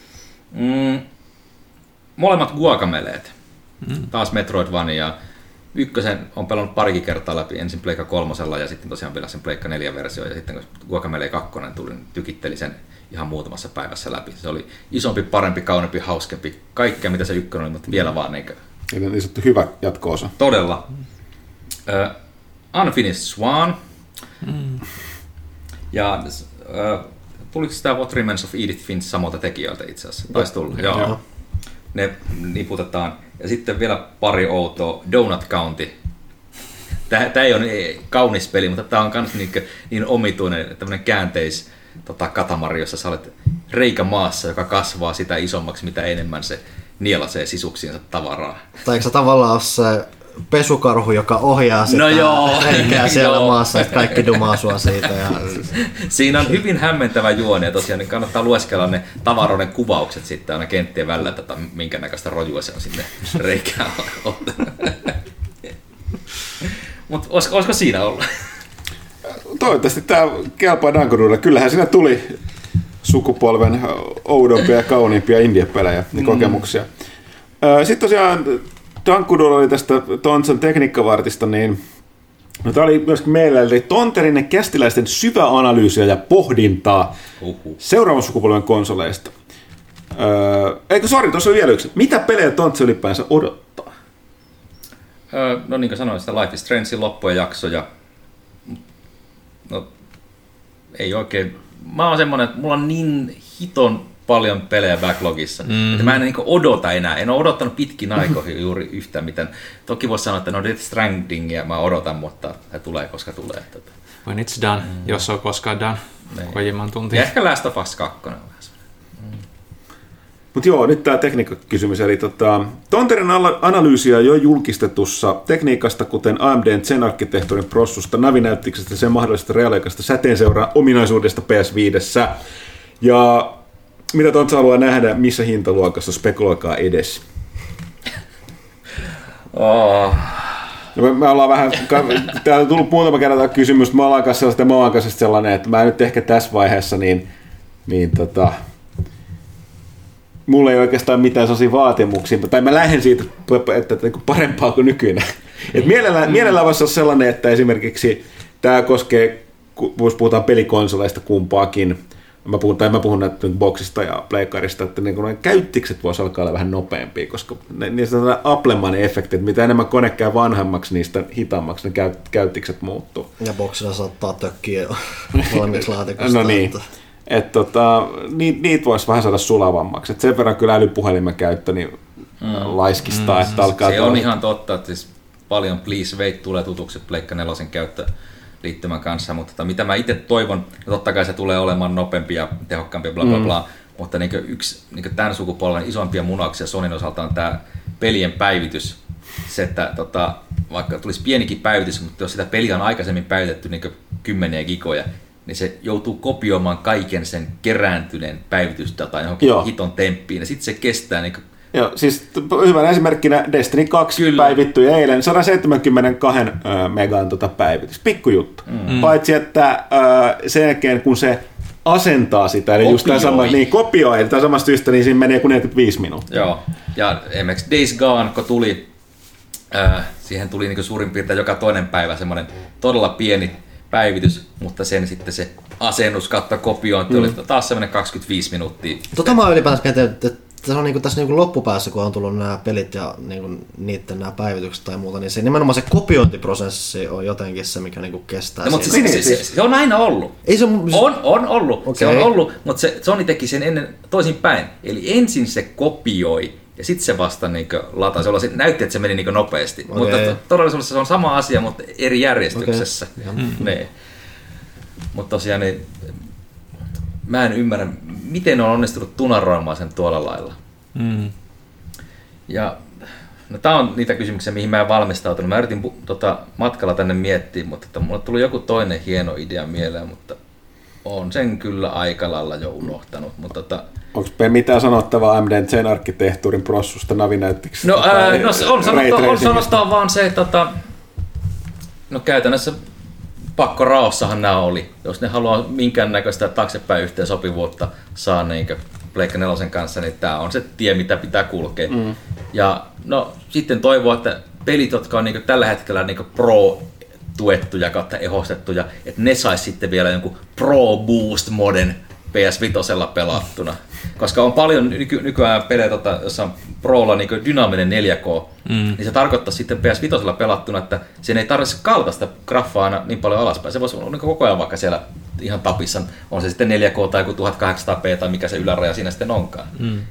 Speaker 4: Molemmat Guacameleet. Taas Metroidvania. Ykkösen on pelannut parikin kertaa läpi, ensin Pleikka 3 ja sitten tosiaan vielä sen Pleikka 4 versio. Ja sitten kun Guacamele 2 tuli, niin tykitteli sen ihan muutamassa päivässä läpi. Se oli isompi, parempi, kauneempi, hauskempi. Kaikkea mitä se ykkönen oli, mutta vielä vaan eikä.
Speaker 1: Eli niin sanottu hyvä jatko-osa.
Speaker 4: Todella. Unfinished Swan. Ja tuliko sitä What Remains of Edith Finch samalta tekijöiltä itse asiassa? Taisi tulla. Joo. Ne niputetaan. Ja sitten vielä pari outoa. Donut County. Tämä ei ole kaunis peli, mutta tämä on myös niin omituinen tämmöinen käänteis katamari, jossa sä olet reikä maassa, joka kasvaa sitä isommaksi, mitä enemmän se nielasee sisuksiinsa tavaraa.
Speaker 3: Tai eikö se tavallaan ole se pesukarhu, joka ohjaa sitä reikää siellä maassa, että kaikki dumaa sua siitä. Ja
Speaker 4: siinä on hyvin hämmentävä juoni ja tosiaan niin kannattaa lueskella ne tavaroiden kuvaukset sitten aina kenttien välillä, minkä näköistä rojua se on sinne reikään. Mutta olisiko siinä olla?
Speaker 1: Toivottavasti tämä kelpaa Dankodulle. Kyllähän siinä tuli sukupolven oudompia ja kauniimpia indie-pelejä ja kokemuksia. Sitten tosiaan Dankodulla oli tästä Tontsan tekniikkavartista, niin tämä oli myöskin meillä, eli Tonterinen kästiläisten syväanalyysiä ja pohdintaa seuraavan sukupolven konsoleista. Tuossa on vielä yksi. Mitä pelejä Tontsa ylipäänsä odottaa?
Speaker 4: No niin kuin sanoin, sitä Life is Strangein loppuja jaksoja. No, ei oikein. Mä oon semmonen, että mulla on niin hiton paljon pelejä backlogissa, että mä en niin odota enää. En ole odottanut pitkin aikoihin juuri yhtään mitään. Toki voisi sanoa, että no Death Strandingia mä odotan, mutta se tulee koska tulee.
Speaker 2: When it's done, jos on koskaan done. Kojiman tunti.
Speaker 4: Ja ehkä Last of Us 2.
Speaker 1: Mutta joo, nyt tämä tekniikkakysymys. Eli Tonterin analyysiä jo julkistetussa tekniikasta, kuten AMDn Zen-arkkitehtuurin prossusta, navinäyttiksestä ja sen mahdollisesta reaaliaikaisesta säteenseuraa ominaisuudesta PS5. Ja mitä Tontsa haluaa nähdä, missä hintaluokassa, spekuloikaa edes. Me ollaan vähän, täällä on tullut muutama kerran kysymys, mä ollaan kanssa sellainen, että mä nyt ehkä tässä vaiheessa, mulla ei oikeastaan mitään sellaisia vaatimuksia, tai mä lähden siitä, että parempaa kuin nykyinen. Et mielellään voisi olla sellainen, että esimerkiksi tämä koskee, jos puhutaan pelikonsoleista kumpaakin, mä puhun näitä boksista ja pleikkarista, että niin käyttikset voisi alkaa olla vähän nopeampia, koska niistä on Applemainen efekti, että mitä enemmän kone käy vanhemmaksi, niistä hitaammaksi ne käyttikset muuttuu.
Speaker 3: Ja boksilla saattaa tökkiä valmiiksi laatikosta.
Speaker 1: No niin. Niitä voisi vähän saada sulavammaksi. Et sen verran kyllä älypuhelimen käyttö niin laiskistaa, että alkaa...
Speaker 4: Se on ihan totta, että siis paljon Please Wait tulee tutuksi Pleikka 4 käyttöliittymän kanssa, mutta mitä mä itse toivon, totta kai se tulee olemaan nopeampi ja tehokkaampi ja bla bla bla, mutta yksi tämän sukupolven isompia munauksia Sonyn osalta on tämä pelien päivitys. Se, että vaikka tulisi pienikin päivitys, mutta jos sitä peliä on aikaisemmin päivitetty 10 gigoja, niin se joutuu kopioimaan kaiken sen kerääntyneen päivitysdatan johonkin hiton temppiin, ja sitten se kestää
Speaker 1: Joo, siis hyvänä esimerkkinä Destiny 2 päivittyi eilen 172 megan päivitys, pikkujuttu. Paitsi että sen jälkeen kun se asentaa sitä, eli just tämä sama, kopioi, tämä samasta syystä, niin siinä menee kuin 45 minuuttia.
Speaker 4: Joo, ja esimerkiksi Days Gone, kun tuli, siihen tuli suurin piirtein joka toinen päivä semmoinen todella pieni päivitys, mutta sen sitten se asennus kautta kopiointi oli taas semmoinen 25 minuuttia.
Speaker 3: Mä ylipäänsä mietin, että se on tässä loppupäässä, kun on tullut nämä pelit ja niiden nämä päivitykset tai muuta, niin se nimenomaan se kopiointiprosessi on jotenkin se, mikä kestää.
Speaker 4: No, mutta se on aina ollut.
Speaker 3: Ei se
Speaker 4: on ollut. Okay. Se on ollut, mutta Sony teki sen ennen toisin päin. Eli ensin se kopioi ja sitten se vasta lataa. Se näytti, että se meni nopeasti. Okay. Mutta todellisuudessa se on sama asia, mutta eri järjestyksessä. Okay. Mutta tosiaan mä en ymmärrä, miten on onnistunut tunaroimaan sen tuolla lailla. Ja tää on niitä kysymyksiä, mihin mä en valmistautunut. Mä yritin matkalla tänne miettiä, mutta mulle tuli joku toinen hieno idea mieleen, mutta on sen kyllä aika lailla jo unohtanut.
Speaker 1: Onko mitään sanottavaa AMDn Zen-arkkitehtuurin prossusta navinäyttiksestä?
Speaker 4: On sanottava vaan se, että käytännössä pakkoraossahan nämä oli. Jos ne haluaa minkäännäköistä taaksepäin yhteensopivuutta saa Pleikka 4 kanssa, niin tämä on se tie, mitä pitää kulkea. Ja sitten toivoa, että pelit, jotka on tällä hetkellä pro-tuettuja kautta ehostettuja, että ne sais sitten vielä jonkun pro-boost-moden PS5 pelattuna. Koska on paljon nykyään pelejä, jossa on Prolla dynaaminen 4K, niin se tarkoittaa sitten PS5 pelattuna, että sen ei tarvitse kaltaista graffaa aina niin paljon alaspäin. Se voisi olla koko ajan vaikka siellä ihan tapissa, on se sitten 4K tai 1800p tai mikä se yläraja siinä sitten onkaan.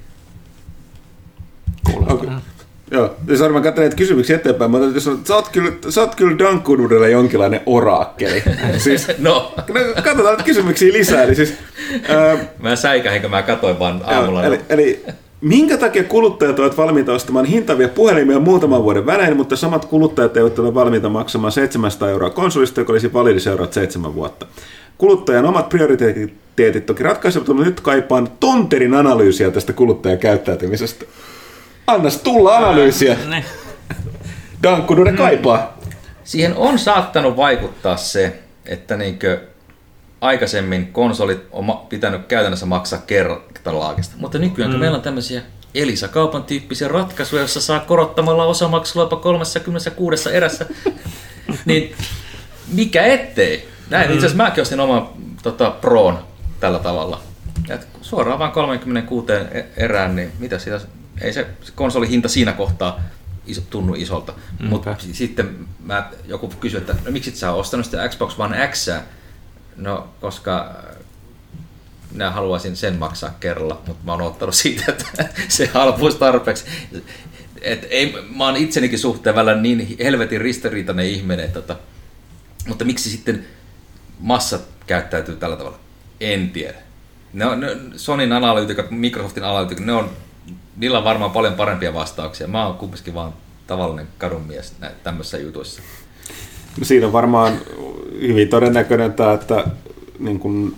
Speaker 1: Okay. Joo, jos varmaan katsoin näitä kysymyksiä eteenpäin, mä täytyy sanoa, että sä oot kyllä Dankunudelle jonkinlainen oraakkeli. Siis, katsotaan nyt kysymyksiä lisää. Eli siis,
Speaker 4: mä säikähin, kun mä katsoin vaan aamulla.
Speaker 1: Eli minkä takia kuluttajat ovat valmiita ostamaan hintavia puhelimia muutaman vuoden välein, mutta samat kuluttajat eivät ole valmiita maksamaan 700 € konsolista, joka olisi validi seuraavat 7 vuotta. Kuluttajan omat prioriteetit toki ratkaisevat, mutta nyt kaipaan Tonterin analyysiä tästä kuluttajan käyttäytymisestä. Annas tulla analyysiä. Dankkunuuden kaipaa.
Speaker 4: Siihen on saattanut vaikuttaa se, että aikaisemmin konsolit on pitänyt käytännössä maksaa kertalaakista. Mutta nykyään meillä on tämmöisiä Elisa-kaupan tyyppisiä ratkaisuja, joissa saa korottamalla osamaksulla jopa 36 erässä. Niin mikä ettei? Näin itse asiassa mäkin ostin oman Proon tällä tavalla. Et suoraan vaan 36 erään, niin mitä siitä, ei se konsolihinta siinä kohtaa tunnu isolta. Mutta sitten joku kysyi, että no, miksi et sä ostanut sitä Xbox One X:ää? No, koska minä haluaisin sen maksaa kerralla, mutta mä oon ottanut siitä, että se halpuisi tarpeeksi. Mä oon itsenikin suhteen välillä niin helvetin ristiriitainen ihminen, mutta miksi sitten massat käyttäytyy tällä tavalla? En tiedä. Sonyn analyytikot, Microsoftin analyytikot, niillä on varmaan paljon parempia vastauksia. Mä oon kumminkin vaan tavallinen kadunmies tämmöisissä jutuissa.
Speaker 1: No siinä on varmaan hyvin todennäköinen, että niin kuin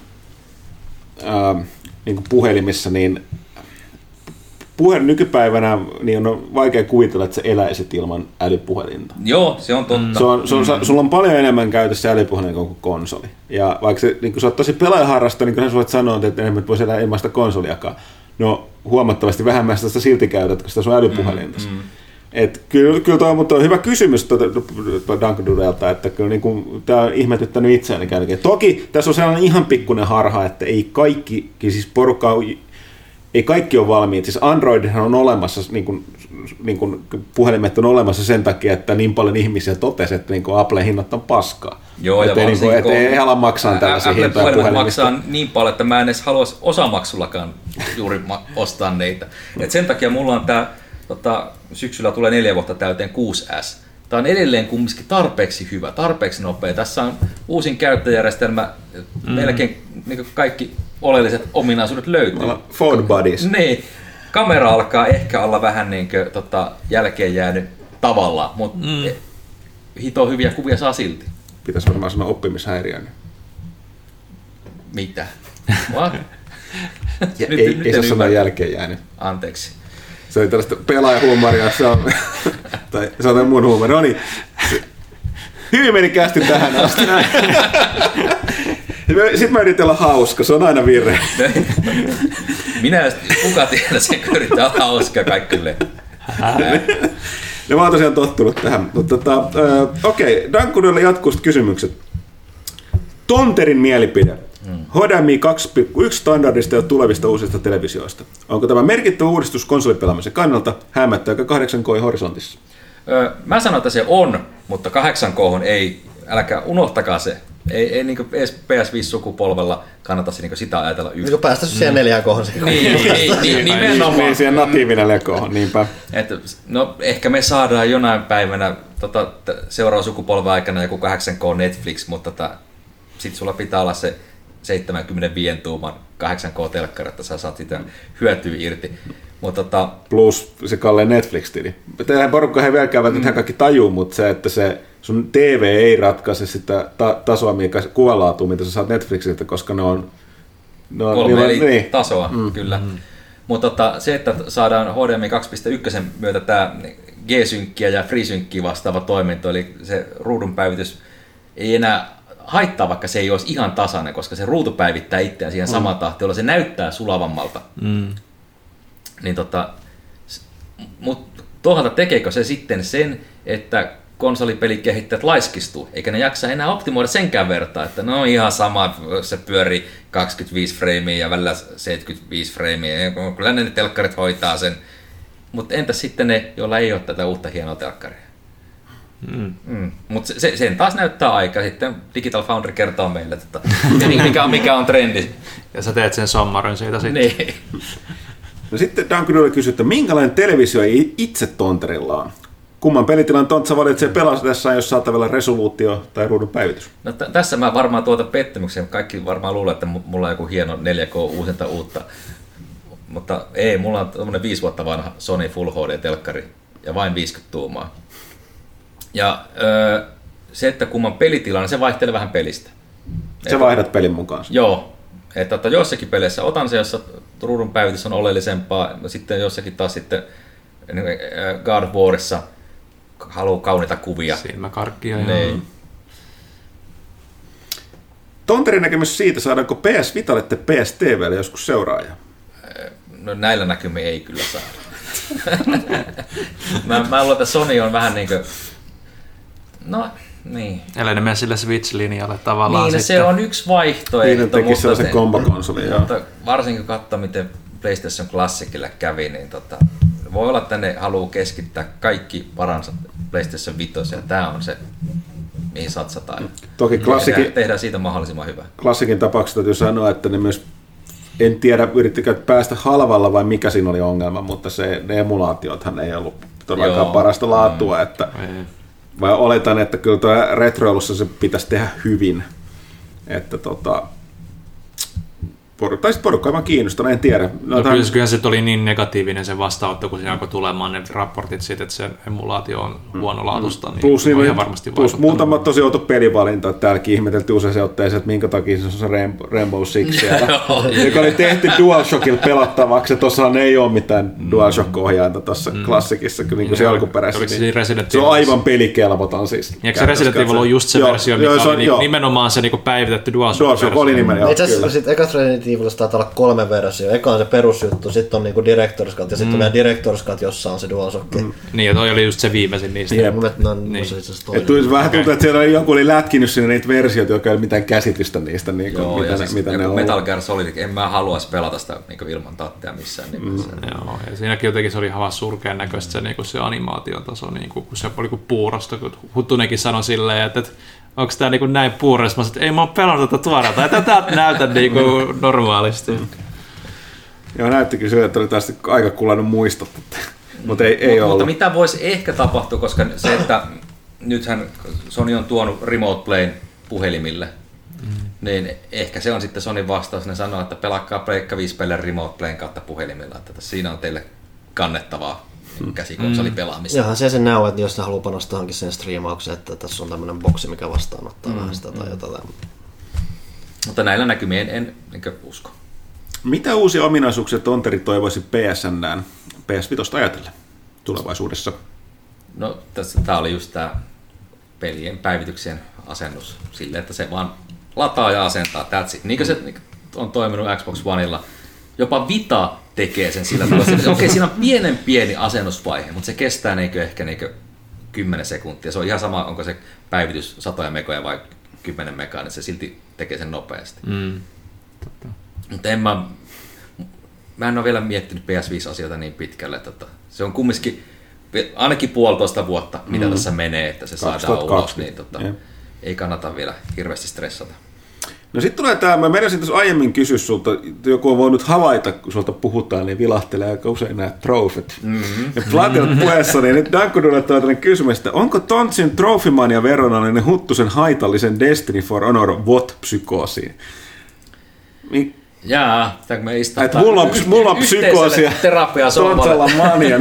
Speaker 1: puhelimissa, niin nykypäivänä niin on vaikea kuvitella, että sä eläisit ilman älypuhelinta.
Speaker 4: Joo, se on totta.
Speaker 1: Sulla on paljon enemmän käytössä älypuhelin kuin konsoli. Ja vaikka niin sä oot tosi pelaajaharrasta, niin kyllä sä voit sanoa, että enemmän voisi elää ilman sitä konsoliakaan. No huomattavasti vähemmän sitä silti käytät, kun sitä sun älypuhelintasi. Kyllä toi on hyvä kysymys Dunkadudelta, että kyllä niin tämä on ihmetyttänyt itseäni kälkeen. Toki tässä on sellainen ihan pikkuinen harha, että ei kaikki, siis ei kaikki ole valmiit. Siis Androidhan on olemassa, niin kuin puhelimet on olemassa sen takia, että niin paljon ihmisiä totesi, että niin Applen hinnat on paskaa.
Speaker 4: Joo, ja
Speaker 1: ei ala maksaa tällaisia hintoja puhelimista.
Speaker 4: Maksaa niin paljon, että mä en edes haluaisi osamaksullakaan juuri ostaa niitä. Et sen takia mulla on tämä, syksyllä tulee 4 vuotta täyteen 6S. Tämä on edelleen kumminkin tarpeeksi hyvä, tarpeeksi nopea. Tässä on uusin käyttöjärjestelmä, melkein niin kaikki oleelliset ominaisuudet löytyy.
Speaker 1: Phone buddies.
Speaker 4: Niin. Kamera alkaa ehkä olla vähän niin kuin, jälkeen jäänyt tavallaan, mutta hito hyviä kuvia saa silti.
Speaker 1: Pitäisi varmaan sanoa oppimishäiriö.
Speaker 4: Mitä?
Speaker 1: Ei se sanoa jälkeen jäänyt.
Speaker 4: Anteeksi.
Speaker 1: Se oli tällaista pelaajahuumoria, se on mun huumori. No niin, hyvin meni kästi tähän asti. Sitten mä yritin olla hauska, se on aina virhe.
Speaker 4: Kuka tiedä sen, kun yrittää olla hauska kaikille.
Speaker 1: No mä oon tosiaan tottunut tähän. Okei, Dankudelle jatkuiset kysymykset. Tonterin mielipide. HDMI 2.1 standardista ja tulevista uusista televisioista. Onko tämä merkittävä uudistus konsolipelaamisen kannalta? Hämmättääkö 8K horisontissa?
Speaker 4: Mä sanon, että se on, mutta 8K ei. Älkää unohtakaa se. Ei niin edes PS5-sukupolvella kannata sitä ajatella yhtään.
Speaker 3: Niin päästä siihen 4K.
Speaker 4: Niin, nimenomaan.
Speaker 1: Niin, siihen natiivin 4K, niinpä.
Speaker 4: No ehkä me saadaan jonain päivänä seuraavan sukupolven aikana joku 8K Netflix, mutta sitten sulla pitää olla se 75 tuuman 8K-telkkari, että sä saat sitä hyötyä irti.
Speaker 1: Plus se kalleen Netflix-tili. Tähän porukka ei vieläkään välttämättä kaikki tajuu, mutta se, että se sun TV ei ratkaise sitä tasoa, mikä kuvanlaatua, mitä sä saat Netflixiltä, koska ne on
Speaker 4: 3 tasoa, kyllä. Mutta se, että saadaan HDMI 2.1 myötä tämä G-synkkiä ja FreeSynkkiä vastaava toiminto, eli se ruudun päivitys ei enää haittaa, vaikka se ei olisi ihan tasainen, koska se ruutu päivittää itseään siihen samaan tahtiin, jolloin se näyttää sulavammalta. Niin mutta toisaalta tekeekö se sitten sen, että konsolipelikehittäjät laiskistuu, eikä ne jaksa enää optimoida senkään vertaa, että no ihan sama, se pyörii 25 freimiä ja välillä 75 freimiä, kyllä ne telkkarit hoitaa sen, mutta entäs sitten ne, joilla ei ole tätä uutta hienoa telkkaria? Mutta sen taas näyttää aika. Sitten Digital Foundry kertoo meille, että mikä on trendi.
Speaker 2: Ja sä teet sen sommarin siitä sitten.
Speaker 4: Niin.
Speaker 1: No sitten Duncan kysyi, että minkälainen televisio itse tonterilla on? Kumman pelitilan tontsa valitsee pelatessaan, jos saatavilla resoluutio tai ruudun päivitys?
Speaker 4: No tässä mä varmaan tuota pettymyksen. Kaikki varmaan luulee, että mulla on joku hieno 4K uusinta uutta. Mutta ei, mulla on tommonen 5 vuotta vanha Sony Full HD-telkkari ja vain 50 tuumaa. Ja se, että kumman pelitila, niin se vaihtelee vähän pelistä.
Speaker 1: Se vaihdat pelin mukaan.
Speaker 4: Joo. Että jossakin peleissä otan se, jossa ruudun päivitys on oleellisempaa. Sitten jossakin taas sitten God of Warissa haluaa kauniita kuvia.
Speaker 2: Silmäkarkkia.
Speaker 4: Niin.
Speaker 1: Tonterin näkemys siitä, saadaanko PS Vitalette PS TV:lle joskus seuraaja?
Speaker 4: No näillä näkymin ei kyllä saada. mä luulen, että Sony on vähän niin kuin... No, niin.
Speaker 2: Eli ne menee sille Switch-linjalle tavallaan
Speaker 4: niin,
Speaker 2: sitten.
Speaker 4: Se on yksi vaihtoehto.
Speaker 1: Niin, tekisi sellaisen kombokonsoli,
Speaker 4: mutta varsinkin kun katsoo, miten PlayStation Classicille kävi, niin voi olla, että ne haluaa keskittää kaikki varansa PlayStation 5, ja tämä on se, mihin satsataan.
Speaker 1: Toki
Speaker 4: tehdään siitä mahdollisimman hyvä.
Speaker 1: Klassikin tapauksessa täytyy sanoa, että ne myös, en tiedä yrittikö päästä halvalla vai mikä siinä oli ongelma, mutta ne emulaatiothan ei ollut todellakaan parasta laatua, että vai oletan, että kyllä tuo retroilussa se pitäisi tehdä hyvin, että porukka on kiinnostunut, en tiedä.
Speaker 2: Kyllähän se oli niin negatiivinen se vastaanotto, kun siinä alkoi tulemaan ne raportit siitä, että se emulaatio on huonolaatusta, niin ihan varmasti
Speaker 1: plus muutama tosi outo pelivalinta, että täälläkin ihmeteltiin usein otteeseen, että minkä takia se on se Rainbow Six siellä, joka oli tehty DualShockilla pelattavaksi, ja tuossahan ei ole mitään DualShock-ohjainta tuossa klassikissa, niin kuin se alkuperäisessä. Se on aivan pelikelvoton siis.
Speaker 2: Eikö se Resident Evil on just se versio, mikä oli nimenomaan se päivitetty DualShock-versio?
Speaker 1: DualShock oli nimenomaan.
Speaker 3: Itse asiassa sitten ekas Resident Evilista taitaa olla 3 versiota. Eka on se perusjuttu, sitten on niinku Director's Cut ja sitten on vielä Director's Cut, jossa on se DualShock.
Speaker 2: Niin, ja toi oli just se viimeisin niistä.
Speaker 1: Vähän tuntuu, että siellä joku oli lätkinyt sinne niitä versioita, joka ei ole mitään käsitystä niistä, mitä ne on.
Speaker 4: Metal Gear Solid, en mä haluaisi pelata sitä ilman tatteja missään nimessä.
Speaker 2: Joo, ja siinäkin jotenkin se oli ihan surkean näköistä se animaation taso, kun se oli kuin puurosta, kun Huttunenkin sanoi silleen, että onko tämä näin puureissa? Mä sanoin, että ei mä oon pelannut tätä tuoreelta, ei tätä näytä normaalisti.
Speaker 1: Joo, näyttikin silleen, että oli taas aika kulannut muistot, mutta ei ollut.
Speaker 4: Mutta mitä voisi ehkä tapahtua, koska se, että nythän Sony on tuonut Remote Playn puhelimille, niin ehkä se on sitten Sonyn vastaus. Ne sanoo, että pelakkaa Pleikka 5 pelejä Remote Playn kautta puhelimilla, että siinä on teille kannettavaa käsikonsolipelaamista.
Speaker 3: Jahan se näy, että jos ne haluaa panostaa johonkin sen striimaukseen, että tässä on tämmöinen boksi, mikä vastaanottaa vähän sitä tai jotain.
Speaker 4: Mutta näillä näkymiin en usko.
Speaker 1: Mitä uusia ominaisuuksia Tonteri toivoisi PSN:ään PS5 ajatellen tulevaisuudessa?
Speaker 4: No tämä oli just tämä pelien päivityksien asennus silleen, että se vaan lataa ja asentaa, that's it. Niin kuin se on toiminut Xbox Oneilla. Jopa Vita tekee sen sillä tavalla, että okei, siinä on pieni asennusvaihe, mutta se kestää ehkä 10 sekuntia. Se on ihan sama, onko se päivitys 100 megoja vai 10 megaa, niin se silti tekee sen nopeasti. Mutta mä en ole vielä miettinyt PS5-asioita niin pitkälle. Se on kumminkin ainakin 1,5 vuotta, mitä tässä menee, että se saadaan ulos, niin ei kannata vielä hirveästi stressata.
Speaker 1: No sitten tulee tämä, mä menisin tuossa aiemmin kysyä sulta, joku on voinut havaita, kun sulta puhutaan, niin vilahtelee aika usein nämä trofit. Ja Platinat puheessa, niin nyt Dankudulle tulee tällainen kysymys, että onko Tontsin Trofimania verrannollinen Huttusen haitallisen Destiny for Honor WOT-psykoosiin?
Speaker 4: Jaa, tämä kun me istutaan
Speaker 1: mulla on psykoosia, Tontsalla mania.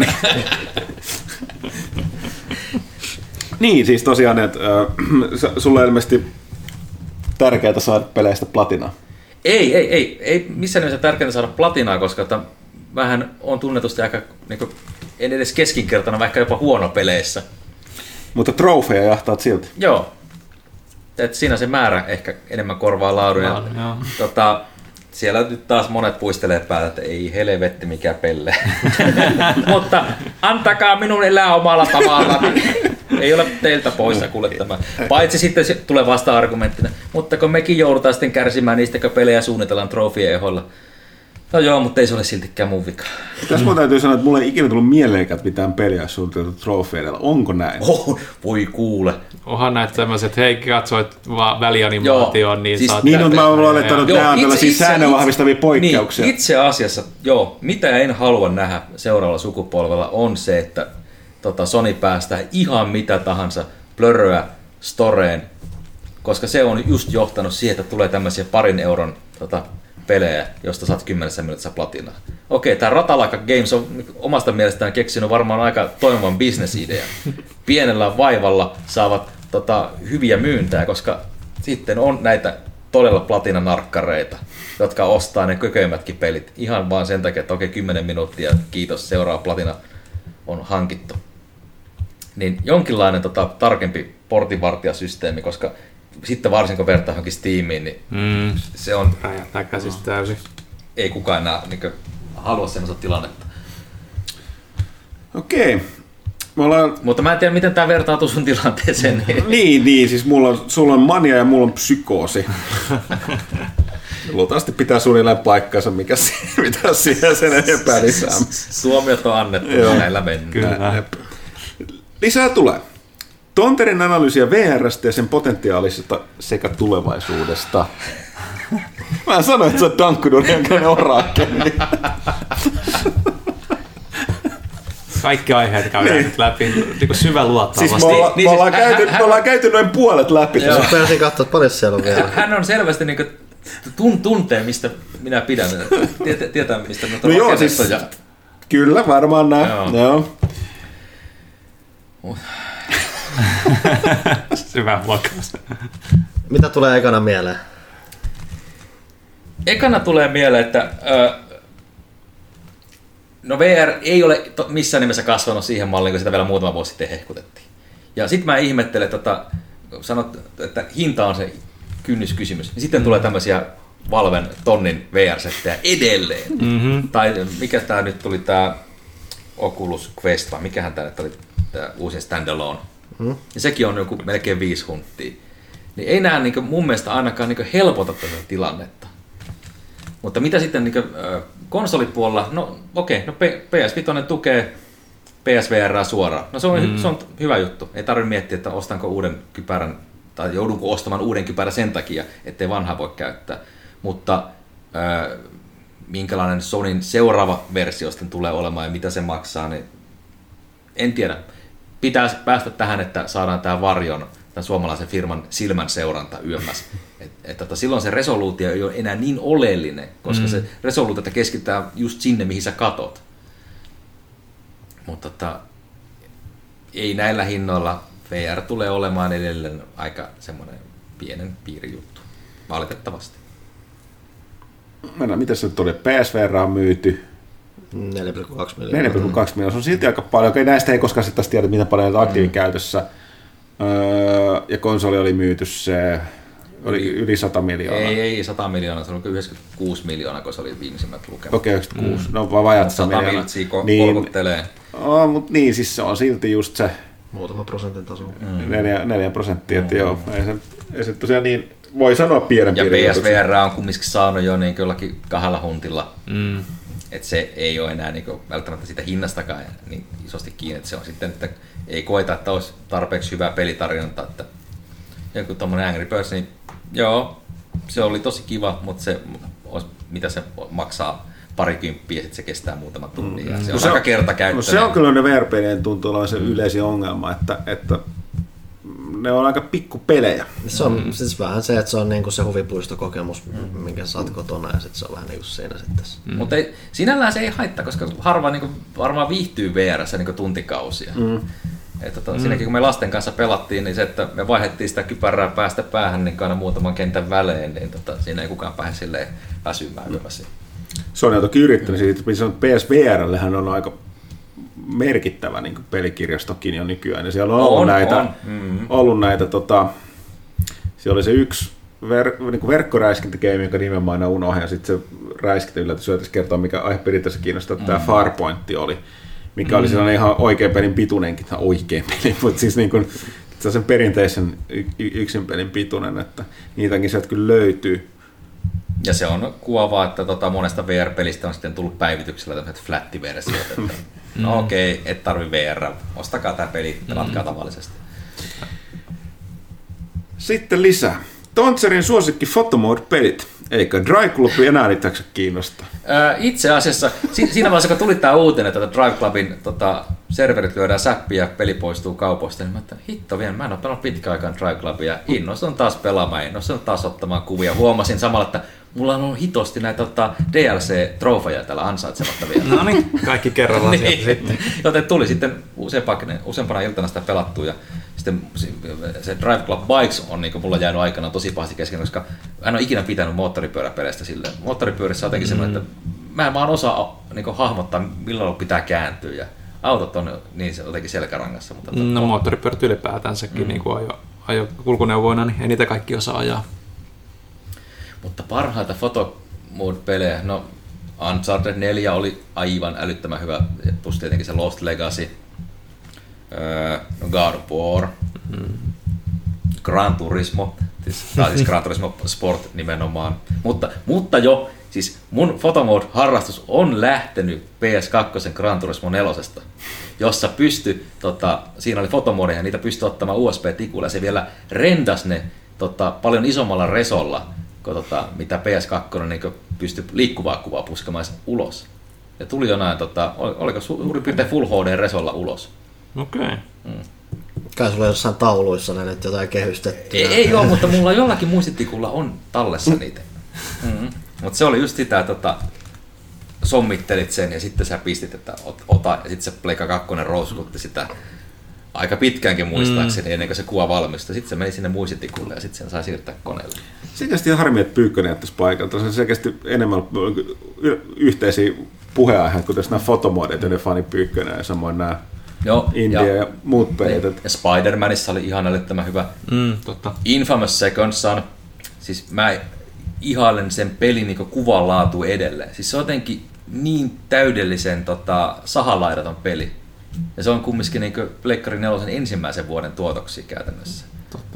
Speaker 1: Niin, siis tosiaan, että sulla on ilmeisesti tärkeää saada peleistä platinaa.
Speaker 4: Ei missään nimessä tärkeää saada platinaa, koska vähän on tunnetusti aika, en edes keskinkertainen, vaikka jopa huono peleissä.
Speaker 1: Mutta trofeja jahtaat silti.
Speaker 4: Joo. Et siinä se määrä ehkä enemmän korvaa laadun. Siellä nyt taas monet puistelee päätä, että ei helvetti mikä pelle. Mutta antakaa minun elää omalla tavalla. Ei ole teiltä poissa kuljettamaan. Paitsi sitten tulee vasta-argumenttina. Mutta kun mekin joudutaan sitten kärsimään niistä, kun pelejä suunnitellaan trofien eholla. No joo, mutta ei se ole siltikään mun vika.
Speaker 1: Tässä mun täytyy sanoa, että mulla ei ikinä tullut mieleenkään mitään peliä suunniteltu trofeilla. Onko näin?
Speaker 4: Voi kuule.
Speaker 2: Onhan näitä tämmöiset, että hei, katsoit vaan välianimaatioon, niin
Speaker 1: siis,
Speaker 2: saat...
Speaker 1: Niin, mutta mä oon olettanut, että nämä on tällaisia säännönvahvistavia poikkeuksia.
Speaker 4: Niin, itse asiassa, joo, mitä en halua nähdä seuraavalla sukupolvella on se, että Sony päästää ihan mitä tahansa plöröä storeen, koska se on just johtanut siihen, että tulee tämmöisiä €1 pelejä, josta saat 10 minuutissa platinaa. Okei, tämä Ratalaika Games on omasta mielestään keksinyt varmaan aika toimivan bisnesidea. Pienellä vaivalla saavat hyviä myyntää, koska sitten on näitä todella platinanarkkareita, jotka ostaa ne kököimmätkin pelit ihan vaan sen takia, että 10 minuuttia, kiitos, seuraava platina on hankittu. Niin jonkinlainen tarkempi portinvartijasysteemi, koska sitten varsinkin kun vertaa johonkin Steamiin, niin se on...
Speaker 2: Räjähtää käsistä täysin.
Speaker 4: Ei kukaan enää halua semmoista tilannetta.
Speaker 1: Okei.
Speaker 4: Mutta mä en tiedä, miten tämä vertautuu sun tilanteeseen.
Speaker 1: Niin, siis sulla on mania ja mulla on psykoosi. Luultavasti pitää suunnilleen paikkansa, mitä siihen sen enempää lisää.
Speaker 4: Tuomiot on annettu, näillä mennään.
Speaker 2: Kyllä.
Speaker 1: Lisää tulee. Tonterin analyysiä VR:stä ja sen potentiaalisesta sekä tulevaisuudesta. Mä sanoin, että se on Dankkudurin oraakkeli.
Speaker 2: Kaikki aiheet käydään nyt läpi niin syväluottavasti.
Speaker 1: Siis me ollaan käyty noin puolet läpi.
Speaker 3: Pääsin katsoa, paljon siellä on vielä.
Speaker 4: Hän on selvästi tuntee, mistä minä pidän. Tietää, mistä me
Speaker 1: no joo, siis, kyllä, varmaan näin. Joo.
Speaker 2: Syvä luokkaus.
Speaker 3: Mitä tulee ekana mieleen?
Speaker 4: Ekana tulee mieleen, että no VR ei ole missään nimessä kasvanut siihen malliin, kun sitä vielä muutama vuosi sitten hehkutettiin. Ja sitten mä ihmettelen, sanot, että hinta on se kynnyskysymys. Ja sitten tulee tämmöisiä Valven tonnin VR-settejä edelleen. Mm-hmm. Tai mikä tää nyt tuli, tää Oculus Quest, vai mikähän tää nyt oli, tää uusi standalone. Mm-hmm. Ja sekin on joku melkein 5 hunttia. Niin ei nää niin mun mielestä ainakaan niin helpota tätä tilannetta. Mutta mitä sitten niin konsolipuolella, no okei, no PS5 tukee PSVR suoraan. No se on hyvä juttu. Ei tarvitse miettiä, että ostanko uuden kypärän tai joudunko ostamaan uuden kypärän sen takia, ettei vanhaa voi käyttää. Mutta minkälainen Sonyn seuraava versio sitten tulee olemaan ja mitä se maksaa, niin en tiedä. Pitäisi päästä tähän, että saadaan tämä Varjon, tämän suomalaisen firman silmän seuranta yömmäs. Että silloin se resoluutio ei ole enää niin oleellinen, koska se resoluutio keskittää just sinne, mihin sä katot. Mutta ei näillä hinnoilla VR tulee olemaan edelleen aika semmoinen pienen piirijuttu, valitettavasti.
Speaker 1: Mitä se tuli? PSVR on myyty
Speaker 3: 4,2 miljoonaa.
Speaker 1: 4,2 miljoonaa, se on silti aika paljon. Okei, näistä ei koskaan sitten tiedä, miten paljon aktiivikäytössä. Ja konsoli oli myyty se, oli yli 100 miljoonaa.
Speaker 4: Ei 100 miljoonaa, se oli 96 miljoonaa, kun se oli viimeisimmät lukemat.
Speaker 1: Okei, 96. No vaan vajat
Speaker 4: 100 miljoonaa. Kolkuttelee.
Speaker 1: Mutta niin, siis se on silti just se
Speaker 3: muutama prosentin taso.
Speaker 1: 4%, että joo, ei se tosiaan niin, voi sanoa pienempi.
Speaker 4: Ja PSVR on kumminkin saanut jo niin jollakin 2 huntilla. Että se ei ole enää niin välttämättä siitä hinnastakaan niin isosti kiinni, että se on sitten, että ei koeta, että olisi tarpeeksi hyvää pelitarjontaa. Että joku tommoinen Angry Birds, niin joo, se oli tosi kiva, mutta se olisi, mitä se maksaa parikymppiä, sitten se kestää muutama tunnin ja se on aika kertakäyttöinen.
Speaker 1: No se on kyllä ne VR-pelien tuntuu olevan se yleisin ongelma, että ne on aika pikkupelejä.
Speaker 3: Se on siis vähän se, että se on niinku se huvipuistokokemus, minkä saat kotona ja sitten se on vähän niinku siinä sitten.
Speaker 4: Mutta sinällään se ei haittaa, koska harva niinku varmaan viihtyy VR:ssä niinku tuntikausia. Siinäkin kun me lasten kanssa pelattiin, niin se, että me vaihdettiin sitä kypärää päästä päähän niin aina muutaman kentän välein, niin siinä ei kukaan pääse silleen väsymään yömässä.
Speaker 1: Sony on toki yrittänyt siitä, että PSVR:llähän on aika merkittävä niin pelikirjastokin jo nykyään. Ja siellä on ollut näitä siellä oli se yksi niin verkkoräiskintägeimi, joka nimenomaan aina unohdin, ja sitten se räiskintä yllätys syötäisi kertoa, mikä aihepiiri tässä kiinnostaa, että tämä Farpoint oli, mikä oli sellainen ihan oikein pelin pituinenkin, oikein peli, mutta siis niin kuin, sen perinteisen yksin pelin pituinen, että niitäkin sieltä kyllä löytyy.
Speaker 4: Ja se on kuvaavaa, että monesta VR-pelistä on sitten tullut päivityksellä tämmöiset flättiversiot, että no okei, et tarvi VR, ostakaa tämä peli, pelatkaa tavallisesti.
Speaker 1: Sitten lisää. Tontserin suosikki Photomode-pelit, eikä Drive Club enää niitä kiinnostaa.
Speaker 4: Itse asiassa, siinä vaiheessa kun tuli tämä uutinen, että Drive Clubin serverit lyödään säppiä ja peli poistuu kaupoista, niin mä ajattelin, hitto vielä, mä en ole pelannut pitkään aikaan Drive Clubia, innostun taas pelaamaan, innostun taas ottamaan kuvia. Huomasin samalla, että mulla on ollut hitosti näitä DLC-trofeja täällä ansaitsematta vielä.
Speaker 2: No niin, kaikki kerrallaan sieltä sitten.
Speaker 4: Joten tuli sitten useampana iltana sitä pelattua ja sitten se Drive Club Bikes on niin mulla jäänyt aikana tosi pahasti kesken, koska en ole ikinä pitänyt moottoripyöräpeleistä silleen. Moottoripyörissä on jotenkin semmoinen, että mä en vaan osaa niin hahmottaa, milloin pitää kääntyä ja autot on niin jotenkin selkärangassa. Mutta
Speaker 2: no moottoripyörät ylipäätänsäkin niin ajo kulkuneuvoina, niin ei niitä kaikki osaa ajaa.
Speaker 4: Mutta parhaita Photomode-pelejä, no Uncharted 4 oli aivan älyttömän hyvä, plus tietenkin se Lost Legacy, no God of War, Gran Turismo, siis Gran Turismo Sport nimenomaan, mutta jo, siis mun Photomode-harrastus on lähtenyt PS2 Gran Turismo 4, jossa siinä oli Photomode ja niitä pystyi ottamaan USB-tikulla ja se vielä rendas ne paljon isommalla resolla, kun, mitä PS2 niin pystyi liikkuvaa kuvaa puskemaan ulos. Ja tuli jonain, oliko suurin piirtein Full HD-resolla ulos.
Speaker 2: Okei.
Speaker 3: Kai sulla jossain tauluissa ne nyt jotain kehystettyä.
Speaker 4: Ei ole, mutta mulla jollakin muistitikulla on tallessa niitä. Mutta se oli just sitä, että sommittelit sen ja sitten sä pistit, että ota, ja sitten se Pleikka 2 rouskutti sitä aika pitkäänkin muistaakseni ennen kuin se kuva valmistui. Sitten se meni sinne muistitikulle ja sitten sen sai siirtää koneelle.
Speaker 1: Selkeästi harmi, että Pyykkönen jättäisi paikalta. Se on selkeästi enemmän yhteisiä puheenaiheita, kuten nämä fotomodeet, joiden fani Pyykkönen ja samoin nämä India ja muut pelit.
Speaker 4: Ja Spider-Manissa oli ihan älyttömän hyvä.
Speaker 2: Totta.
Speaker 4: Infamous Second Son, siis mä ihailen sen pelin niin kuvan laatu edelleen. Siis se on jotenkin niin täydellisen sahalaidaton peli. Ja se on kumminkin niin Pleikkari 4 ensimmäisen vuoden tuotoksia käytännössä.
Speaker 2: Totta.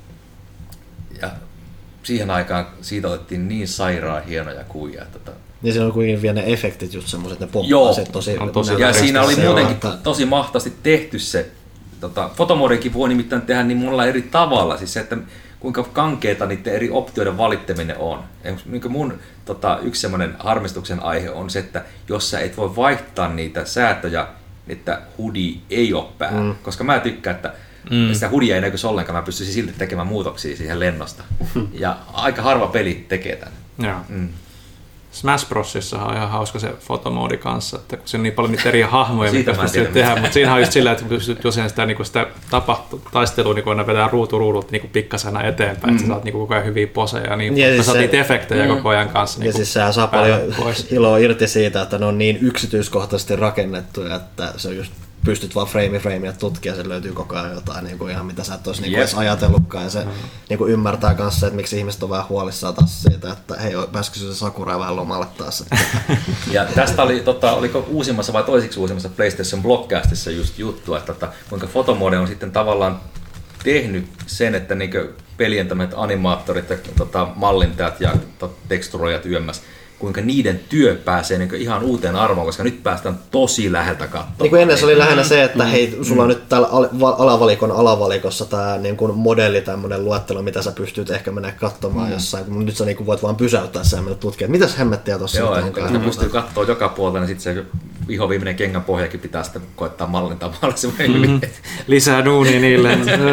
Speaker 4: Ja siihen aikaan siitä otettiin niin sairaan hienoja kuvia.
Speaker 3: Ja siinä on kuitenkin vielä ne efektit just semmoiset, ne pomppaset tosi.
Speaker 4: Ja siinä oli muutenkin tosi mahtavasti tehty se. Fotomodekin voi nimittäin tehdä niin monella eri tavalla. Siis se, että kuinka kankeeta niiden eri optioiden valittaminen on. Niin mun yksi semmoinen harmistuksen aihe on se, että jos sä et voi vaihtaa niitä säätöjä, että hoodie ei ole päällä. Koska mä tykkään, että sitä hoodie ei näkyisi ollenkaan, mä pystyisin silti tekemään muutoksia siihen lennosta. Ja aika harva peli tekee tämän.
Speaker 2: Joo. Smash Brosissa on ihan hauska se fotomoodi kanssa, että kun siinä on niin paljon niitä eri hahmoja, mitä pystyy tehdä, mutta siinä on just sillä, että pystyt usein sitä taistelua, niin kun ne vetää ruudut niin pikkasena eteenpäin, että sä saat niin koko ajan hyviä poseja ja niin siis saat niitä efektejä koko ajan kanssa.
Speaker 3: Ja siis sehän saa paljon iloa irti siitä, että ne on niin yksityiskohtaisesti rakennettuja, että se on just pystyt vaan framea tutkia, se löytyy koko ajan jotain niin kuin ihan mitä sä et olisi niin edes ajatellutkaan. Ja se niin kuin ymmärtää kanssa, että miksi ihmiset on vähän huolissaan taas siitä, että hei, pääsikö se Sakura vähän lomalle taas.
Speaker 4: Ja tästä oli, oliko uusimmassa vai toisiksi uusimmassa PlayStation Blogcastissa just juttu, että kuinka Photomode on sitten tavallaan tehnyt sen, että niin pelien tämmöiset animaattorit ja mallintajat ja teksturoijat yömmäs, kuinka niiden työ pääsee niin ihan uuteen arvoon, koska nyt päästään tosi läheltä katsomaan.
Speaker 3: Niin kuin ennen se oli lähinnä se, että hei, sulla on nyt täällä alavalikossa tämä niin kuin modelli, tämmöinen luettelo, mitä sä pystyt ehkä mennä katsomaan jossain, kun nyt sä niin kuin voit vaan pysäyttää sen ja mennä tutkimaan, mitäs hemmettiä tuossa
Speaker 4: on. Joo, että pystyy katsoa joka puolta, niin sitten se vihoviimeinen kengän pohjakin pitää sitten koettaa mallintaa mahdollisimman hyvin.
Speaker 2: Lisää duunia niille.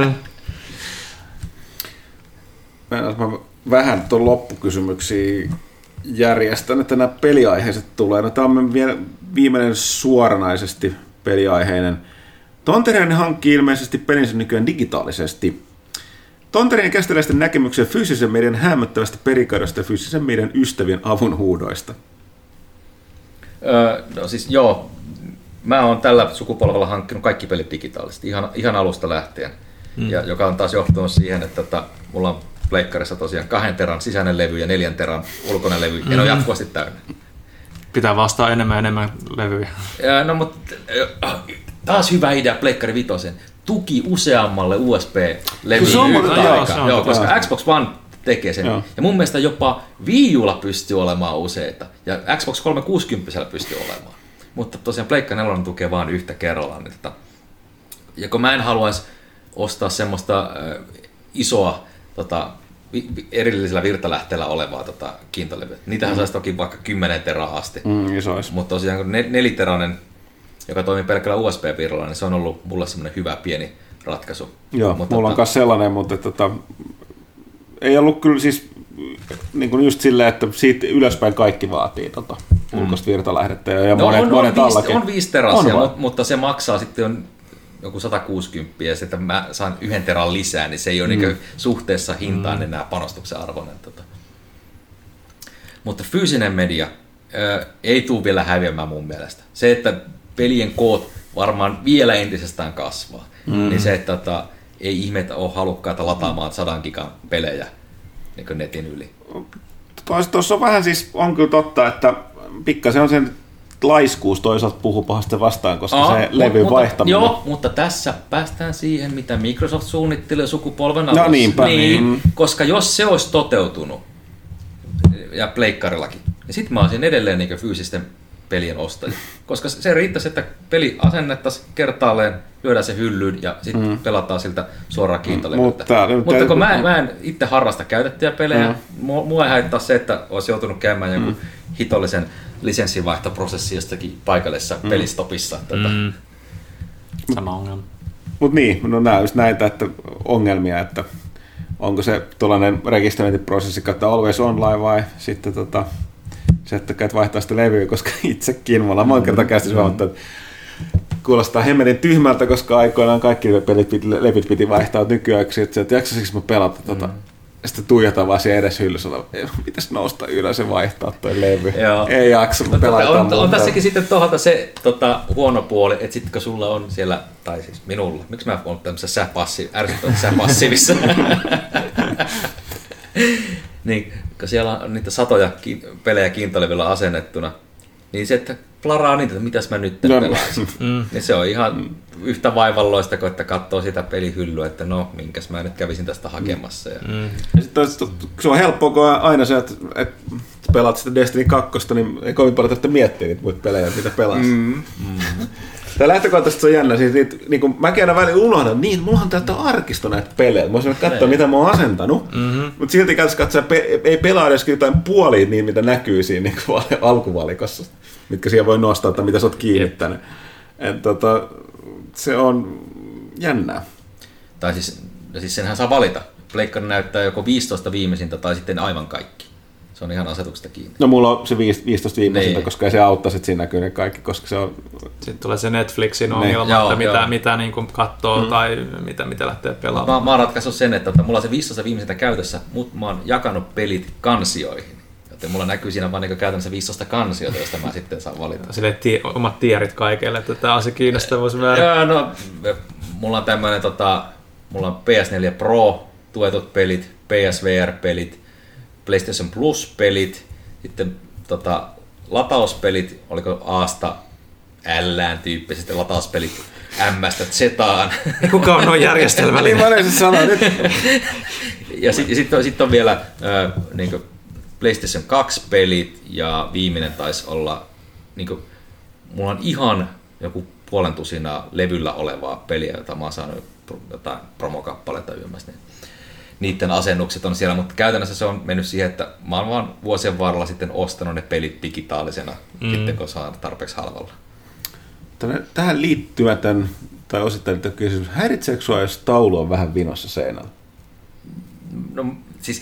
Speaker 1: Mä vähän tuon loppukysymyksiä järjestän, että nämä peliaiheiset tulee. No, tämä on viimeinen suoranaisesti peliaiheinen. Tonterien hankkii ilmeisesti pelinsä nykyään digitaalisesti. Tonterien käsittelee sitten näkemyksiä fyysisen median häämöttävästä perikaidosta ja fyysisen median ystävien avunhuudoista.
Speaker 4: No siis joo, mä oon tällä sukupolvella hankkinut kaikki pelit digitaalisesti, ihan alusta lähtien. Ja joka on taas johtunut siihen, että mulla on Pleikkarissa tosiaan 2 teran sisäinen levy ja 4 teran ulkoinen levy, ja ne on jatkuvasti täynnä.
Speaker 2: Pitää vastaa enemmän levyjä.
Speaker 4: No mutta taas hyvä idea Pleikkari 5. Tuki useammalle USB-levyyn yhtä aikaa. Joo, koska Xbox One tekee sen. Joo. Ja mun mielestä jopa Wii Ulla pystyy olemaan useita, ja Xbox 360 pystyy olemaan. Mutta tosiaan Pleikka 4 tukee vaan yhtä kerrallaan. Ja kun mä en haluaisi ostaa semmoista isoa erillisellä virtalähteellä olevaa kiintolevyä. Niitähän saisi toki vaikka 10 teraa asti. Mutta tosiaan kun 4-terainen, joka toimii pelkällä USB-virralla, niin se on ollut mulle semmoinen hyvä pieni ratkaisu.
Speaker 1: Joo, mulla on myös sellainen, mutta ei ollut kyllä siis niin kuin just silleen, että siitä ylöspäin kaikki vaatii ulkoista virtalähdettä ja monet allakin.
Speaker 4: On 5 terasia, mutta se maksaa sitten joku 160 ja sitten mä saan 1 teran lisää, niin se ei ole niin suhteessa hintaan enää panostuksen arvoinen. Mutta fyysinen media ei tule vielä häviämään mun mielestä. Se, että pelien koot varmaan vielä entisestään kasvaa, niin se, että ei ihmeitä ole halukkaita lataamaan 100 gigan pelejä niin netin yli.
Speaker 1: Tuossa on vähän siis, on kyllä totta, että pikkasen on sen laiskuus toisaalta puhuu pahasti vastaan, koska se levy vaihtaminen.
Speaker 4: Joo, mutta tässä päästään siihen, mitä Microsoft suunnittelee sukupolven alussa.
Speaker 1: No niinpä.
Speaker 4: Niin, koska jos se olisi toteutunut, ja pleikkarillakin, niin sitten mä olisin edelleen niin fyysisten pelien ostaja. Koska se riittäisi, että peli asennettaisiin kertaalleen, lyödään se hyllyyn ja sitten pelataan siltä suoraan kiintolevyltä. Mutta kun mä en itse harrasta käytettyjä pelejä, mua ei haittaa se, että olisi joutunut käymään joku hitollisen lisenssivaihtoprosessi jostakin paikallisessa pelistopissa.
Speaker 2: Sama ongelma.
Speaker 1: Mutta niin, no nämä on just näitä että ongelmia, että onko se tuollainen rekisteröintiprosessi kautta Always Online vai sitten se, että käyt vaihtaa sitä levyä, koska itsekin me ollaan monta kertaa käsitys huomattu, että kuulostaa hemmetin tyhmältä, koska aikoinaan kaikki levyt piti vaihtaa nykyaikaisesti, että jaksaisinko mä pelata sitten tuijotaan vaan siellä edes hyllyssä, pitäisi nousta ylös ja vaihtaa toi levy. Joo. Ei jaksa,
Speaker 4: on tässäkin sitten tohaalta se huono puoli, että sitten kun sulla on siellä, tai siis minulla, miksi mä olen tämmöisessä säpassiivissa, niin kun siellä on niitä satoja pelejä kiintolevillä asennettuna, niin se, että plaraa niitä, että mitäs mä nyt pelaisin. Niin se on ihan yhtä vaivalloista, kun että katsoo sitä pelihyllyä, että no, minkäs mä nyt kävisin tästä hakemassa. Ja
Speaker 1: sitten se on helppoa, kun aina se, että pelaat sitä Destiny 2, niin ei kovin paljon tarvitse miettiä niitä muita pelejä, mitä pelaa. Tämä lähtökohtaisesti se on jännä. Siis niin kuin mäkin aina välillä unohdan, niin mulla on täältä arkisto näitä pelejä. Mä voisin katsoa, mitä mä oon asentanut. Mutta silti katsoa, ei pelaa edes jotain puolia niin, mitä näkyy siinä niin alkuvalikossa, mitkä siellä voi nostaa, tai mitä sä oot kiinnittänyt. Se on jännää.
Speaker 4: Tai siis senhän saa valita. Pleikkari näyttää joko 15 viimeisintä tai sitten aivan kaikki. Se on ihan asetuksesta kiinni.
Speaker 1: No mulla on se 15 viimeisintä, koska se auttaa, että siinä näkyy ne kaikki, koska se on...
Speaker 2: Sitten tulee se Netflixin ongelma, että mitä niin kuin katsoo tai mitä lähtee pelaamaan.
Speaker 4: Mä oon ratkaissut sen, että mulla on se 15 viimeisintä käytössä, mutta mä oon jakanut pelit kansioihin. Joten mulla näkyy siinä vaan niin käytännössä 15 kansiota, josta mä sitten saan valita.
Speaker 2: Silleen omat tierit kaikille, että tämä on se kiinnostavuus määrä.
Speaker 4: Joo, no mulla on tämmönen, mulla on PS4 Pro tuetut pelit, PSVR-pelit, PlayStation Plus-pelit, sitten latauspelit, oliko Asta L:ään tyyppisesti latauspelit M:stä Z:ään.
Speaker 2: Kuka on noin järjestelmällinen?
Speaker 1: Niin mä olisin sanoa nyt.
Speaker 4: Ja sitten on vielä niin PlayStation 2-pelit ja viimeinen taisi olla, niin kuin, mulla on ihan joku 500 levyllä olevaa peliä, jota mä oon saanut jotain promokappaletta yömmässä. Niiden asennukset on siellä, mutta käytännössä se on mennyt siihen, että mä oon vaan vuosien varrella sitten ostanut ne pelit digitaalisena, sitten kun saan tarpeeksi halvalla.
Speaker 1: Tähän liittymätön, tai osittain kysymys, häiritseekö sua, jos taulu on vähän vinossa seinällä?
Speaker 4: No siis...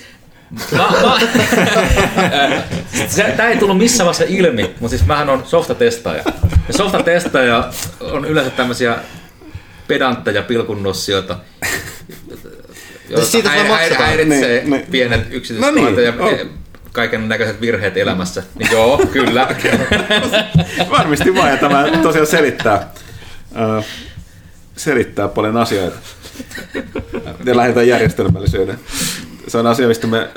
Speaker 4: Tämä ei tullut missään vaiheessa ilmi, mutta siis mähän on softatestaaja. Ja softatestaaja on yleensä tämmöisiä pedantteja pilkunnossioita, joita häiritsee pienet yksityiskohdat ja kaiken näköiset virheet elämässä. Niin joo, kyllä.
Speaker 1: Varmasti vaan, ja tämä tosiaan selittää paljon asioita. Ja lähdetään järjestelmällisyyden. Se on asia, mistä me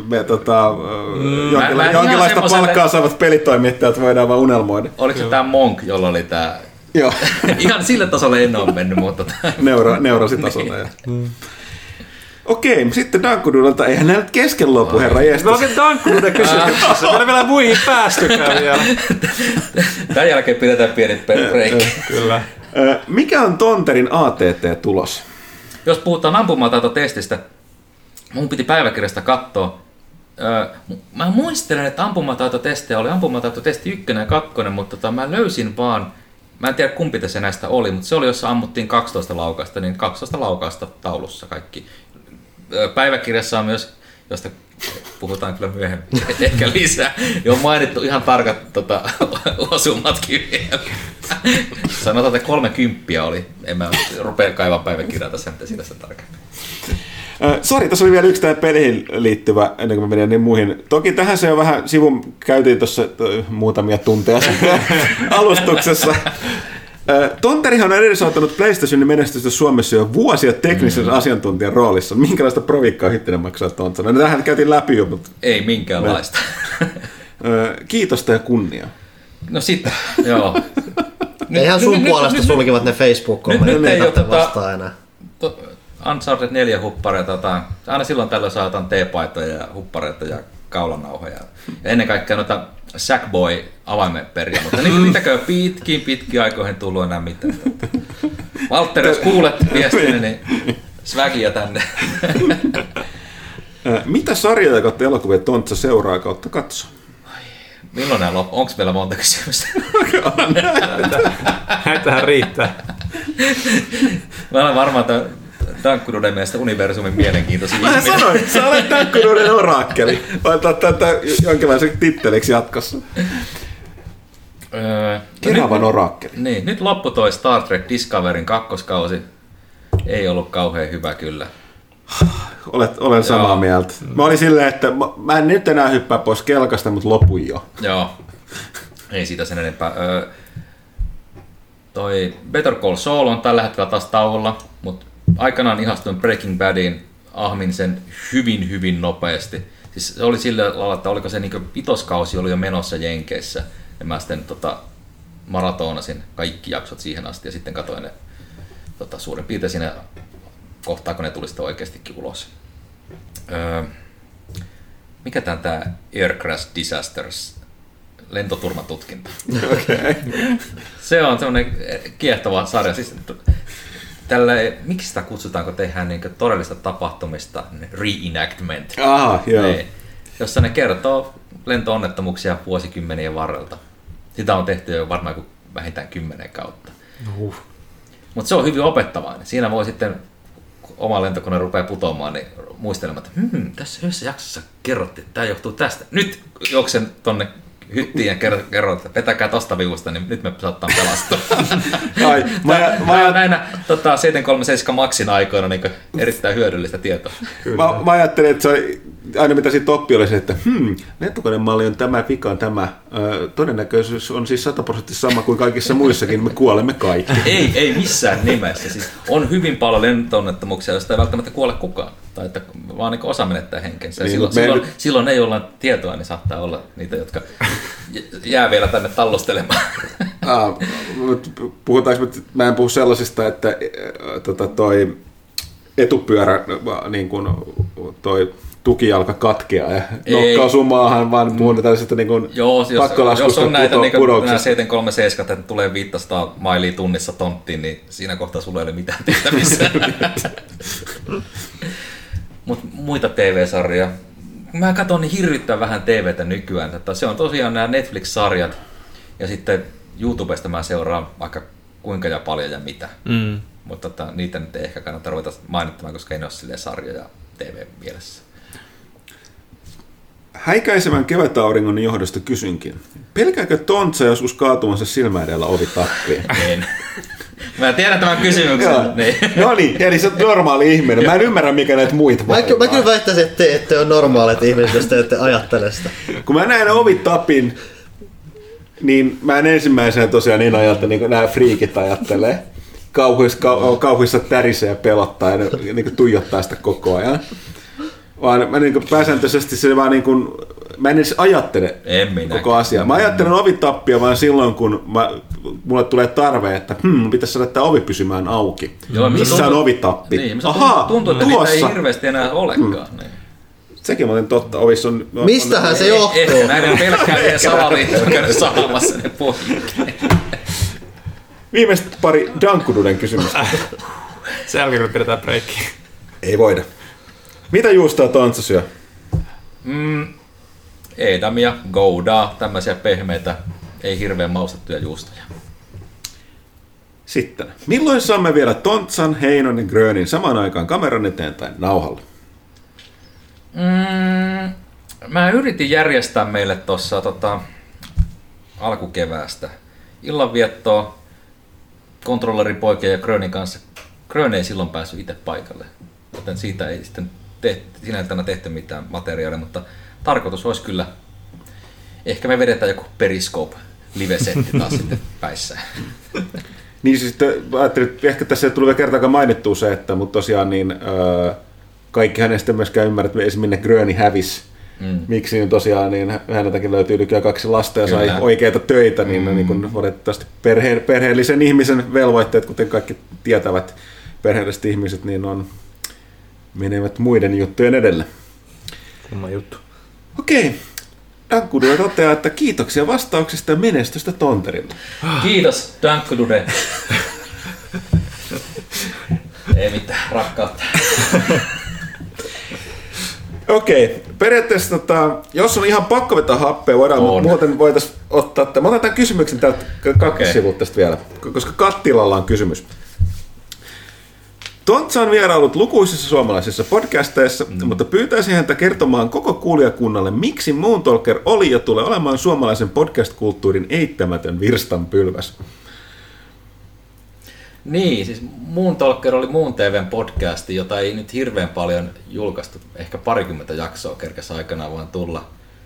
Speaker 1: jonkinlaista palkkaa saavat pelitoimittajat voidaan vaan unelmoida.
Speaker 4: Oliko se tämä Monk, jolla oli tämä...
Speaker 1: Joo.
Speaker 4: Ihan sille tasolle en ole mennyt, mutta...
Speaker 1: Neurositasolla. Niin. Okei, sitten Dankkudulta. Eihän nää nyt kesken lopu, herra jestas.
Speaker 2: Mä oikein Dankkudulta kysymyksessä. Mä olen vielä muihin päästykään vielä.
Speaker 4: Tämän jälkeen pidetään pienet breikki.
Speaker 2: Kyllä.
Speaker 1: Mikä on Tonterin ATT-tulos?
Speaker 4: Jos puhutaan ampumataitotestistä, mun piti päiväkirjasta katsoa. Mä muistelen, että ampumataitotestejä oli ampumataitotesti 1 ja 2, mutta mä löysin vaan, mä en tiedä kumpi se näistä oli, mutta se oli, jossa ammuttiin 12 laukasta, niin 12 laukasta taulussa kaikki. Päiväkirjassa on myös, josta puhutaan kyllä myöhemmin, ehkä lisää, jo on mainittu ihan tarkat osumatkin vielä. Sanotaan, että 30 oli, en mä rupea kaivaa päiväkirjaa tässä nyt esille sen tarkemmin.
Speaker 1: Sori, tässä oli vielä yksi tähän peliin liittyvä, ennen kuin mä menin niin muihin. Toki tähän se on vähän sivun, käytiin tuossa muutamia tunteja alustuksessa. Tonterihan on edesauttanut PlayStationin menestystä Suomessa jo vuosia teknisen asiantuntijan roolissa. Minkälaista provikkaa Hittinen maksaa Tontsa? No, tähän käytiin läpi jo, mutta...
Speaker 4: Ei minkäänlaista.
Speaker 1: Kiitosta ja kunnia.
Speaker 4: No sitten, joo.
Speaker 3: Eihän sun puolesta sulkivat ne Facebook-kommentit.
Speaker 4: Nyt ei ole
Speaker 3: vastaan enää.
Speaker 4: Uncharted 4 huppareita, aina silloin tällöin saatan teepaitoja ja huppareita ja kaulanauhoja. Ja ennen kaikkea noita Sackboy avaimeperiä, mutta niitäkö pitkiin aikoihin tullut enää mitään. Valtteri, jos kuulet viestini, niin swagia tänne.
Speaker 1: Mitä sarjoja kautta elokuvia Tontsa seuraa kautta katsoo?
Speaker 4: Milloin nämä loppu? Onko meillä monta kysymystä?
Speaker 2: Näitähän riittää.
Speaker 4: Mä olen varmaan tämän Dankkududen mielestä universumin mielenkiintoisin ihminen.
Speaker 1: Mä sanoin, sä olet Dankkududen oraakkeli. Otetaan tätä jonkinlaisen titteliksi jatkossa. Keravan oraakkeli.
Speaker 4: Niin, nyt loppu toi Star Trek Discoveryn kakkoskausi. Ei ollut kauhean hyvä kyllä.
Speaker 1: Olen samaa mieltä. Mä olin silleen, että mä en nyt enää hyppää pois kelkasta, mutta lopuin jo.
Speaker 4: Joo, ei siitä sen enempää. Toi Better Call Saul on tällä hetkellä taas tauolla, mutta aikanaan ihastuin Breaking Badiin, ahmin sen hyvin nopeasti. Siis se oli sillä lailla, että oliko se niin vitoskausi oli jo menossa Jenkeissä, ja mä sitten maratonasin kaikki jaksot siihen asti, ja sitten katsoin ne suurin piirtein siinä kohtaa, kun ne tuli sitten oikeastikin ulos. Mikä tämä Air Crash Disasters, lentoturmatutkinta?
Speaker 1: Okay.
Speaker 4: Se on semmoinen kiehtova sarja. Siis, miksi sitä kutsutaan, kun tehdään niin todellista tapahtumista, reenactment, jossa ne kertoo lento-onnettomuuksia vuosikymmenien varrelta. Sitä on tehty jo varmaan vähintään 10 kautta. Mutta se on hyvin opettavainen. Siinä voi sitten, kun oma lentokone rupeaa putoamaan, niin muistelemaan, että tässä yhdessä jaksossa kerrottiin, että tämä johtuu tästä. Nyt juoksen tonne hyttiin ja kerron, että vetäkää tosta vivusta, niin nyt me saattaa pelastua. Näinä 737 Maxin aikoina niin erittäin hyödyllistä tietoa.
Speaker 1: Mä ajattelin, että aina mitä siitä oppi oli se, että lentokonemalli on tämä, vika on tämä. Todennäköisyys on siis 100% sama kuin kaikissa muissakin, me kuolemme kaikki.
Speaker 4: Ei missään nimessä. Siis on hyvin paljon lento-onnettomuuksia, joista ei välttämättä kuole kukaan. Tai että vaan niin osa menettää henkensä. Niin, silloin ei olla tietoa, niin saattaa olla niitä, jotka jää vielä tänne tallostelemaan.
Speaker 1: Puhutaanko, mä en puhu sellaisista, että toi etupyörä, niin kuin toi tukijalka katkeaa ja nokkautuu maahan, vaan puhutaan tällaisesta niin pakkolaskusta
Speaker 4: jos on näitä niin nämä 737, että tulee 500 mailia tunnissa tonttiin, niin siinä kohtaa sulla ei ole mitään tehtävissä. Mutta muita TV-sarjoja. Mä katson niin hirvittävän vähän TVtä nykyään. Se on tosiaan nämä Netflix-sarjat ja sitten YouTubesta mä seuraan vaikka kuinka ja paljon ja mitä. Mutta niitä nyt ei ehkä kannata ruveta mainittamaan, koska ei ole silleen sarjoja TV-mielessä.
Speaker 1: Häikäisevän kevätauringon johdosta kysynkin. Pelkääkö Tontsa joskus kaatumansa silmä edellä ovitappiin?
Speaker 4: En. Mä tiedän tämän kysymyksen. Niin.
Speaker 1: No niin, eli sä oot normaali ihminen. Mä en ymmärrä, mikä näitä muita
Speaker 3: mä kyllä väittäisin, että te ette ole normaalit ihmiset, jos te ette ajattele sitä.
Speaker 1: Kun mä näen ovitapin, niin mä en ensimmäisenä tosiaan niin ajattele, niin kuin nämä friikit ajattelee. Kauhuissa tärisee ja pelottaa ja ne niin tuijottaa sitä koko ajan. Vaan mä niin pääsääntöisesti se vaan niin kuin, mä en edes ajattele koko asiaa. Mä ajattelen ovitappia vaan silloin, kun mulle tulee tarve, että pitäisi saada tämä ovi pysymään auki. Missä on ovitappi?
Speaker 4: Niin, tuntuu, että niitä ei hirveästi enää olekaan. Niin.
Speaker 1: Sekin muuten totta. Ovissa on
Speaker 3: mistähän se johtuu?
Speaker 4: Ehkä näiden pelkkäiden salaliitto on käynyt saamassa ne poikki.
Speaker 1: Viimeiset pari Dankkududen kysymystä.
Speaker 2: Sen jälkeen kun pidetään breikkiä.
Speaker 1: Ei voida. Mitä juustoa Tontsa syö?
Speaker 4: Edamia, goudaa, tämmöisiä pehmeitä, ei hirveän maustettuja juustoja.
Speaker 1: Sitten, milloin saamme vielä Tontsan, Heinon ja Grönin samaan aikaan kameran eteen tai nauhalla?
Speaker 4: Mä yritin järjestää meille tuossa alkukeväästä illanviettoa kontrolleripoikien ja Grönin kanssa. Grön ei silloin päässyt itse paikalle, joten siitä ei sitten sinä tehty mitään materiaalia, mutta tarkoitus olisi kyllä, ehkä me vedetään joku Periscope live-setti taas sitten päissään.
Speaker 1: Niin siis ajattelin, että ehkä tässä ei tullut kertaakaan mainittua se, mutta tosiaan niin, kaikkihan ei sitten myöskään ymmärrä, että minne Gröni hävisi miksi niin tosiaan niin häneltäkin löytyy nykyään 2 lasta ja sai oikeita töitä, niin kun valitettavasti perheellisen ihmisen velvoitteet, kuten kaikki tietävät perheelliset ihmiset, niin menevät muiden juttujen edelle.
Speaker 2: Kumma juttu.
Speaker 1: Okei. Dankkudude toteaa, että kiitoksia vastauksista ja menestystä Tonterille.
Speaker 4: Kiitos, Dankkudude. Ei mitään, rakkautta.
Speaker 1: Okei, periaatteessa jos on ihan pakko vetää happea, muuten voitaisiin ottaa, mä otan tämän kysymyksen täältä kakkosivut tästä vielä, koska Kattilalla on kysymys. Tontsa on vierailut lukuisissa suomalaisissa podcasteissa, mutta pyytäisin häntä kertomaan koko kuulijakunnalle, miksi Moontalker oli ja tulee olemaan suomalaisen podcast-kulttuurin eittämätön virstanpylväs.
Speaker 4: Niin, siis Moontalker oli Moon TV:n podcasti, jota ei nyt hirveän paljon julkaistu. Ehkä 20 jaksoa kerkäs aikanaan vaan tulla.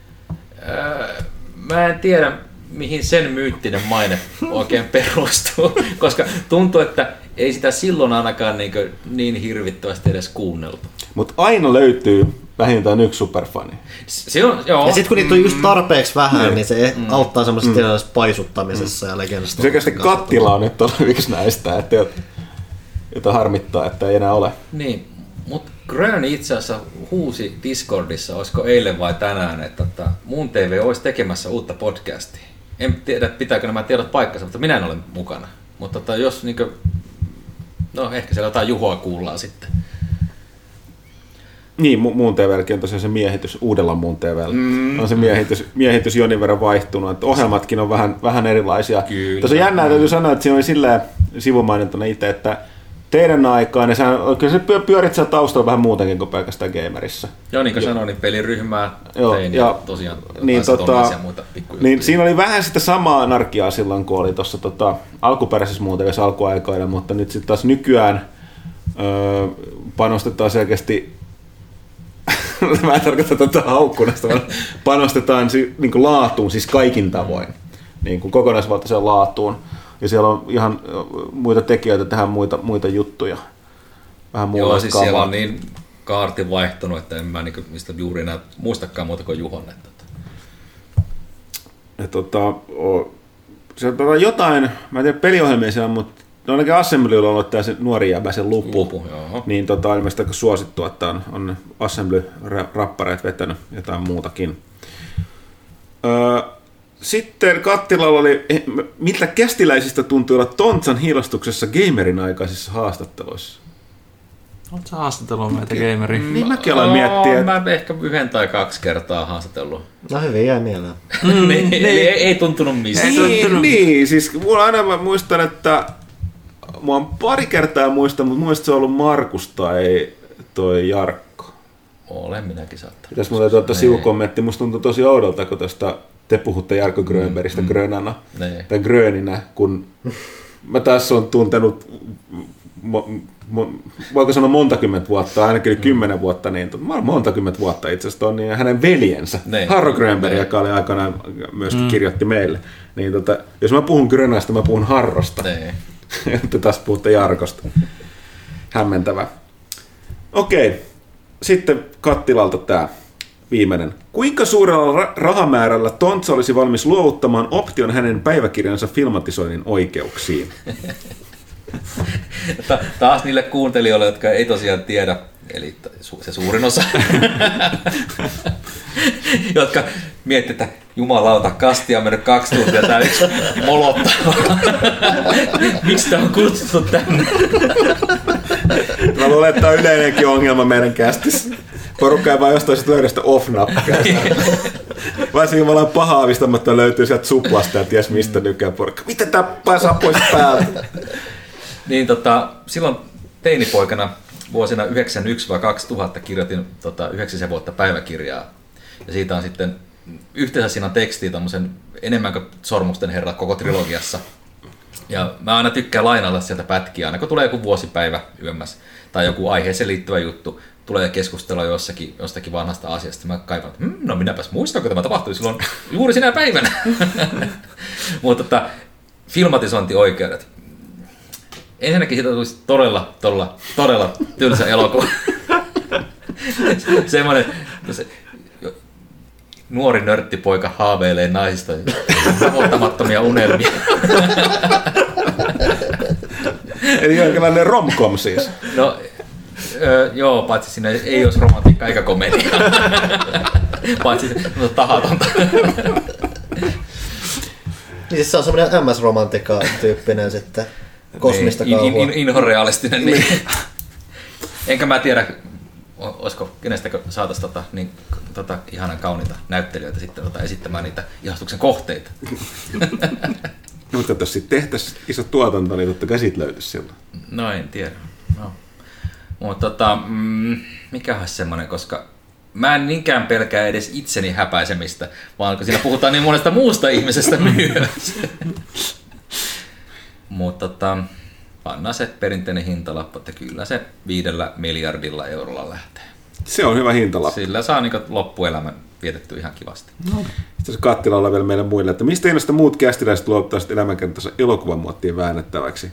Speaker 4: Mä en tiedä, mihin sen myyttinen maine oikein perustuu, koska tuntuu, että ei sitä silloin ainakaan niin hirvittävästi edes kuunneltu.
Speaker 1: Mutta aina löytyy vähintään yksi superfani.
Speaker 4: Se on, joo.
Speaker 3: Ja sitten kun niitä on just tarpeeksi vähän, niin se auttaa semmoisessa paisuttamisessa ja legendasta.
Speaker 1: Sekä Kattila on nyt ollut yksi näistä, jota harmittaa, että ei enää ole.
Speaker 4: Niin, mutta Grön itse asiassa huusi Discordissa, olisiko eilen vai tänään, että Moon TV olisi tekemässä uutta podcastia. En tiedä, pitääkö nämä tiedot paikkansa, mutta minä en ole mukana. Mutta jos ehkä siellä jotain juhoa kuullaan sitten.
Speaker 1: Niin, Moon TV:lläkin on tosiaan se miehitys, uudella Moon TV:llä. On se miehitys jonin verran vaihtunut, että ohjelmatkin on vähän erilaisia. Tuossa jännää täytyy sanoa, että siinä oli silleen sivumainintana itse, että teidän aikaan, niin kyllä se pyörit siellä taustalla vähän muutenkin kuin pelkästään gamerissa.
Speaker 4: Joo, niin kuin sanoin, niin peliryhmää tein ja tosiaan muita pikkujuttuja.
Speaker 1: Niin siinä oli vähän sitä samaa anarkiaa silloin, kun oli tuossa alkuperäisessä Moon TV:ssä alkuaikoina, mutta nyt sitten taas nykyään panostetaan selkeästi mä en tarkoita haukkunasta, vaan panostetaan niin laatuun, siis kaikin tavoin, niin kuin kokonaisvaltaiseen laatuun. Ja siellä on ihan muita tekijöitä tehdä muita juttuja. Vähän muuta.
Speaker 4: Joo, siis siellä on niin kaarti vaihtunut, että en mä mistä juuri enää muistakaan muuta kuin Juhon.
Speaker 1: Siellä on jotain, mä en tiedä peliohjelmia siellä, mutta ainakin Assemblylla on ollut tämä nuori jäbä, se lupu. Niin ilmeisesti aika suosittu, että on Assembly-rappareet vetänyt jotain muutakin. Sitten Kattilalla oli, miltä kästiläisistä tuntui olla Tontsan hiilostuksessa gamerin aikaisissa haastatteluissa?
Speaker 2: Oletko sä haastatellut meitä gameriin?
Speaker 1: Niin mäkin aloin miettiä.
Speaker 4: Mä ehkä 1 tai 2 kertaa haastatellut.
Speaker 3: No hyvin jäi mieleen.
Speaker 4: Ei tuntunut mistään.
Speaker 1: Niin, siis mulla aina mä muistan, että mä oon pari kertaa muistan, mutta muista se on ollut Markus tai toi Jarkko.
Speaker 4: Olen minäkin saattanut.
Speaker 1: Pitäis mulle tuota sivukommentti, musta tuntuu tosi oudolta, kun tästä te puhutte Jarkko Grönbergistä Grönana tai Gröninä, kun mä tässä on tuntenut, voiko sanoa montakymmentä vuotta, ainakin 10 vuotta, niin montakymmentä vuotta itse asiassa on niin hänen veljensä, Harro Grönberg, joka oli aikanaan myöskin kirjoitti meille. Niin jos mä puhun Grönasta, mä puhun Harrosta. Te taas puhutte Jarkosta. Hämmentävä. Okei, sitten Kattilalta tämä viimeinen. Kuinka suurella rahamäärällä Tontsa olisi valmis luovuttamaan option hänen päiväkirjansa filmatisoinnin oikeuksiin?
Speaker 4: Taas niille kuuntelijoille, jotka ei tosiaan tiedä, eli se suurin osa, jotka miettivät, että jumalauta, kastia on mennyt 2 tuntia, tämä yksi molottava. Miksi tämä on kutsuttu tänne?
Speaker 1: Mä luulen, että tämä on yleinenkin ongelma meidän kästissä. Porukka ei vaan jostain löydä off-nappia. Varsinkin me ollaan paha avistamatta löytyy sieltä suplasta ja ties mistä nykyään porukka. Miten tää saa pois päältä?
Speaker 4: Niin silloin teinipoikana vuosina 1991-2000 kirjoitin 9 vuotta päiväkirjaa. Ja siitä on sitten yhteensä siinä on tekstiä tommosen enemmän kuin Sormusten herra koko trilogiassa. Ja mä aina tykkään lainata sieltä pätkiä, aina kun tulee joku vuosipäivä yömmäs tai joku aiheeseen liittyvä juttu, tulee keskustella jostakin vanhasta asiasta. Mä kaivan, että no minäpäs muistan, kun tämä tapahtui silloin juuri sinä päivänä. Mutta filmatisointioikeudet. Ensinnäkin siitä tulisi todella tylsä elokuva. Semmoinen nuori nörttipoika haaveilee naisista tavoittamattomia unelmia.
Speaker 1: Eli jonkinlainen rom-com siis.
Speaker 4: No, joo, paitsi siinä ei olisi romantiikka eikä komedia. Paitsi tahatonta.
Speaker 3: Niin se on semmoinen MS-romantikka-tyyppinen sitten, kosmista kauhua.
Speaker 4: Inhorealistinen. Niin. Enkä mä tiedä, olisiko kenestäkö saataisiin ihanan kauniita näyttelijöitä sitten esittämään niitä ihastuksen kohteita.
Speaker 1: Mutta jos sitten tehtäisiin iso tuotanto, niin totta kai siitä löytyisi silloin.
Speaker 4: No en tiedä. No. Mutta mikä olisi semmoinen, koska mä en niinkään pelkää edes itseni häpäisemistä, vaan kun siinä puhutaan niin monesta muusta ihmisestä myös. Mutta pannaan se perinteinen hintalappu, että kyllä se 5 miljardilla eurolla lähtee.
Speaker 1: Se on hyvä hintalappu.
Speaker 4: Sillä saa niin loppuelämän vietetty ihan kivasti.
Speaker 1: No. Sitten kattilalla vielä meille muille, että mistä innosta muut kästiläiset luottaisivat elämänkertansa elokuvamuottiin väännettäväksi?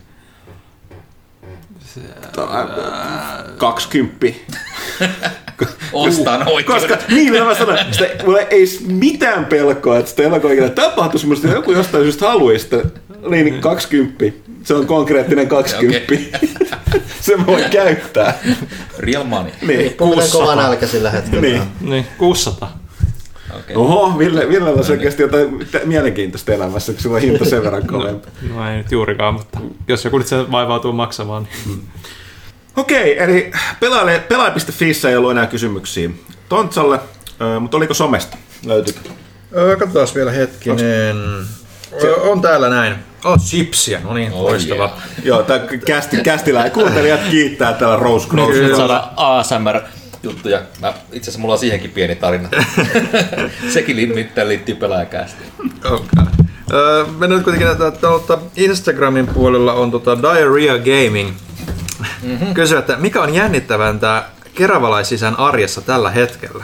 Speaker 1: 20.
Speaker 4: Ostan oikeuden.
Speaker 1: Koska niin mä sanon, että mulla ei mitään pelkoa, että sitä elokuvaa tapahtuisi, mutta joku jostain syystä haluaisi, niin 20. Se on konkreettinen 20. Okay. Se voi käyttää.
Speaker 4: Real money.
Speaker 3: Niin, kova nälkä sillä hetkellä.
Speaker 2: Niin, 600.
Speaker 4: Okay.
Speaker 1: Oho, Villellä on selkeästi jotain mielenkiintoista elämässä, kun sulla on hinta sen verran kovempi.
Speaker 2: No ei nyt juurikaan, mutta jos joku nyt se vaivautuu maksamaan. Niin.
Speaker 1: Okei, eli pelaaja.fiissä ei ollut enää kysymyksiä Tontsalle, mutta oliko somesta? Löytyykö?
Speaker 5: Katsotaan vielä hetkinen. On täällä näin. Chipsiä, no niin, loistava.
Speaker 1: Yeah. Joo, tämä kästilä kuuntelijat kiittää täällä Rose Cross.
Speaker 4: Nyt saada ASMR-juttuja. Itse asiassa mulla on siihenkin pieni tarina. Sekin liittyy pelaajakästiin.
Speaker 5: Okay. Mennään nyt kuitenkin, että Instagramin puolella on Diarrhea Gaming. Kysyy, että mikä on jännittäväntä keravalaisisän arjessa tällä hetkellä?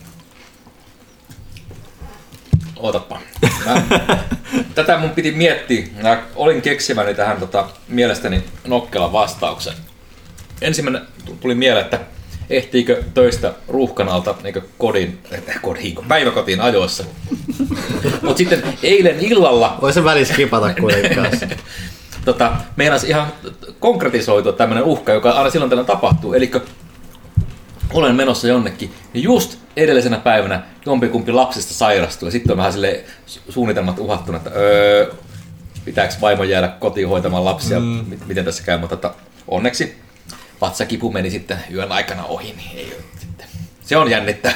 Speaker 4: Ootappa. Tätä mun piti miettiä. Mä olin keksiväni tähän mielestäni nokkelan vastauksen. Ensimmäinen tuli mieleen, että ehtiikö töistä ruuhkan alta päiväkotiin ajoissa. Mutta sitten eilen illalla...
Speaker 3: Voi se välissä kipata kuitenkaan.
Speaker 4: Meinasi ihan konkretisoitua tämmöinen uhka, joka aina silloin tällä tapahtuu. Eli olen menossa jonnekin, niin just edellisenä päivänä jompikumpi lapsista sairastuu. Ja sitten on vähän silleen suunnitelmat uhattuna, että pitääkö vaimo jäädä kotiin hoitamaan lapsia, miten tässä käy. Mutta onneksi vatsakipu meni sitten yön aikana ohi, niin ei ole sitten. Se on jännittävää.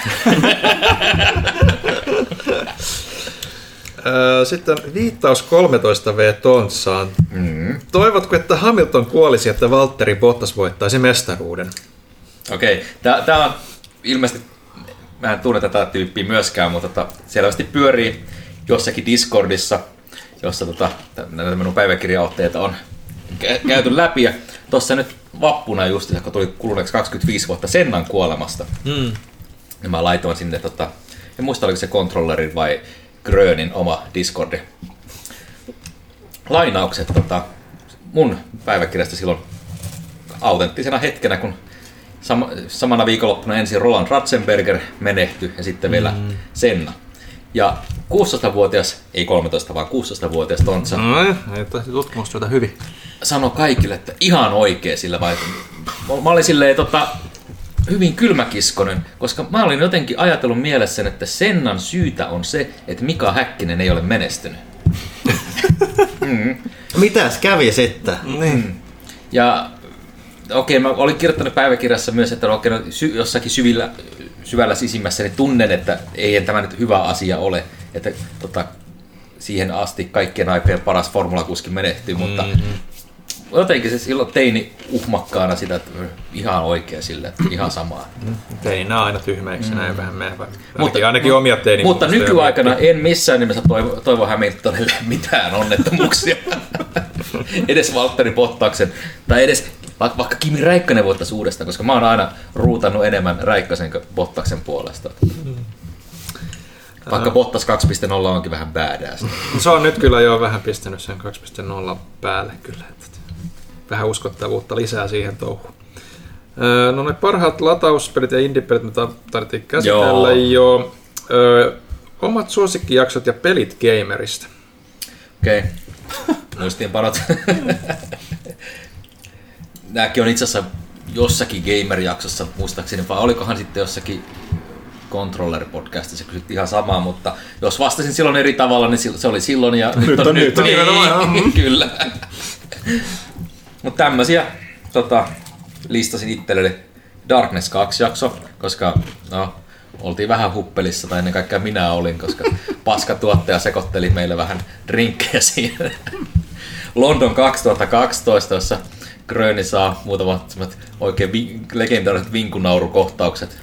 Speaker 5: Sitten viittaus 13V Tontsaan. Toivotko, että Hamilton kuolisi, että Valtteri Bottas voittaisi mestaruuden?
Speaker 4: Okei. Tää on ilmeisesti, mä en tunne tätä tyyppiä myöskään, mutta selvästi pyörii jossakin Discordissa, jossa näitä minun päiväkirjaotteita on käyty läpi. Ja tuossa nyt vappuna just, kun tuli kuluneeksi 25 vuotta Sennan kuolemasta, ja mä laitoin sinne, en muista oliko se Controllerin vai Grönin oma Discordi. Lainaukset mun päiväkirjasta silloin autenttisena hetkenä, kun samana viikonloppuna ensin Roland Ratzenberger menehtyi ja sitten vielä Senna. Ja 16-vuotias, ei 13, vaan 16-vuotias Tontsa.
Speaker 2: Ei taisi tutkimustyötä hyvin.
Speaker 4: Sano kaikille, että ihan oikein sillä vai. Mä olin silleen hyvin kylmäkiskonen, koska mä olin jotenkin ajatellut mielessä, että Sennan syytä on se, että Mika Häkkinen ei ole menestynyt.
Speaker 3: Mitäs kävi sitten?
Speaker 4: Ja okei, mä olin kirjoittanut päiväkirjassa myös, että jossakin syvällä sisimmässäni tunnen, että ei tämä nyt hyvä asia ole, että siihen asti kaikkien aikojen paras formulakuski menehtyy, mutta jotenkin se silloin teini uhmakkaana sitä, että ihan oikein sille, että ihan samaa.
Speaker 5: Teininä aina tyhmäiksi näin vähän meidän. Ainakin omia teini.
Speaker 4: Mutta nykyaikana en missään nimessä toivo Hamiltonille mitään onnettomuuksia. Edes Valtteri Bottaksen, tai edes vaikka Kimi Räikkönen voittaisi uudestaan, koska mä oon aina ruutannut enemmän Räikkösen kuin Bottaksen puolesta. Vaikka Bottas 2.0 onkin vähän badass.
Speaker 5: Se on nyt kyllä jo vähän pistänyt sen 2.0 päälle kyllä. Vähän uskottavuutta lisää siihen touhuun. No ne parhaat latauspelit ja indie-pelit me tarvittiin käsitellä jo. Omat suosikkijaksot ja pelit gamerista.
Speaker 4: Okei. Muistiinpanot. Nämäkin on itse asiassa jossakin gamer-jaksossa, muistaakseni, vai olikohan sitten jossakin Controller-podcastissa kysyt ihan samaa, mutta jos vastasin silloin eri tavalla, niin se oli silloin ja nyt on nyt. Kyllä. Mutta tämmöisiä listasin itselleni. Darkness 2-jakso, koska oltiin vähän huppelissa, tai ennen kaikkea minä olin, koska paskatuottaja sekoitteli meille vähän drinkkejä siinä. London 2012, jossa Gröni saa muutamat oikein legendaariset vinkunaurukohtaukset.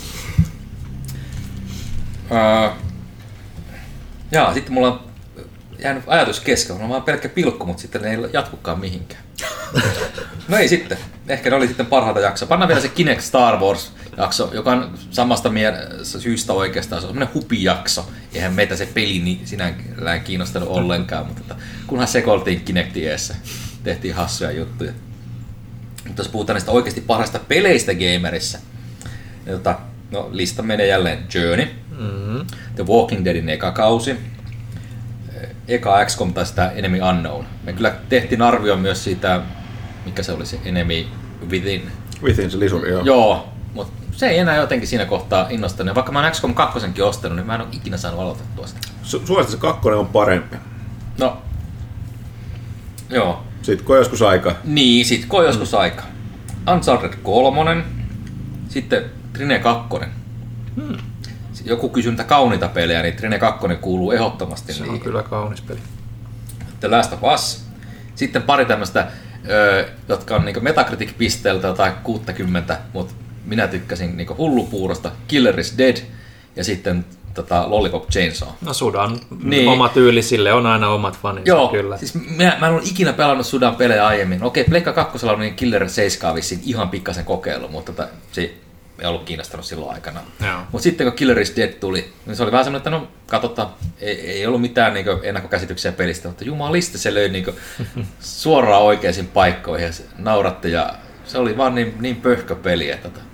Speaker 4: Sitten mulla on jäänyt ajatus kesken, on vaan pelkkä pilkku, mutta sitten ne ei jatkukaan mihinkään. No ei sitten. Ehkä ne oli sitten parhaita jaksoja. Pannaan vielä se Kinect Star Wars-jakso, joka on samasta syystä oikeastaan. Se on semmoinen hupijakso. Eihän meitä se peli niin sinällään kiinnostanut ollenkaan, mutta kunhan sekoiltiin Kinectin eessä. Tehtiin hassuja juttuja. Mutta jos puhutaan näistä oikeasti parhaista peleistä gamerissä, niin lista menee jälleen Journey, The Walking Deadin eka kausi, eka XCOM tai sitä Enemy Unknown. Me kyllä tehtiin arvio myös siitä, mikä se oli se Enemy Within.
Speaker 1: Within se lisuri, joo.
Speaker 4: Joo, mutta se ei enää jotenkin siinä kohtaa innostanut. Vaikka mä oon XCOM 2:nkin ostanut, niin mä en ole ikinä saanut aloitettua sitä.
Speaker 1: Suorastaan se 2 on parempi.
Speaker 4: No, joo.
Speaker 1: Sitten kun joskus aika.
Speaker 4: Niin, sitten kun joskus aika. Uncharted 3, sitten Trine 2. Joku kysyy niitä kauniita pelejä, niin Trine 2 kuuluu ehdottomasti.
Speaker 5: Se on kyllä kaunis peli.
Speaker 4: The Last of Us. Sitten pari tämmöistä, jotka on niinku Metacritic-pisteeltä tai 60, mutta minä tykkäsin niinku hullupuurosta. Killer is Dead ja sitten Lollipop Chainsaw.
Speaker 5: No Sudan, niin. Oma tyyli, sille on aina omat faninsa.
Speaker 4: Joo,
Speaker 5: kyllä.
Speaker 4: Siis mä en ole ikinä pelannut Sudan pelejä aiemmin. Okei, Pleikka 2 on niin Killer 7 vissiin ihan pikkasen kokeilu, mutta se ei ollut kiinnostanut silloin aikana. Mutta sitten kun Killer is Dead tuli, niin se oli vähän semmoinen, että katsotaan, ei ollut mitään niin ennakkokäsityksiä pelistä, mutta jumalista se löi niin suoraan oikeisiin paikkoihin ja nauratti ja se oli vaan niin pöhkö peli.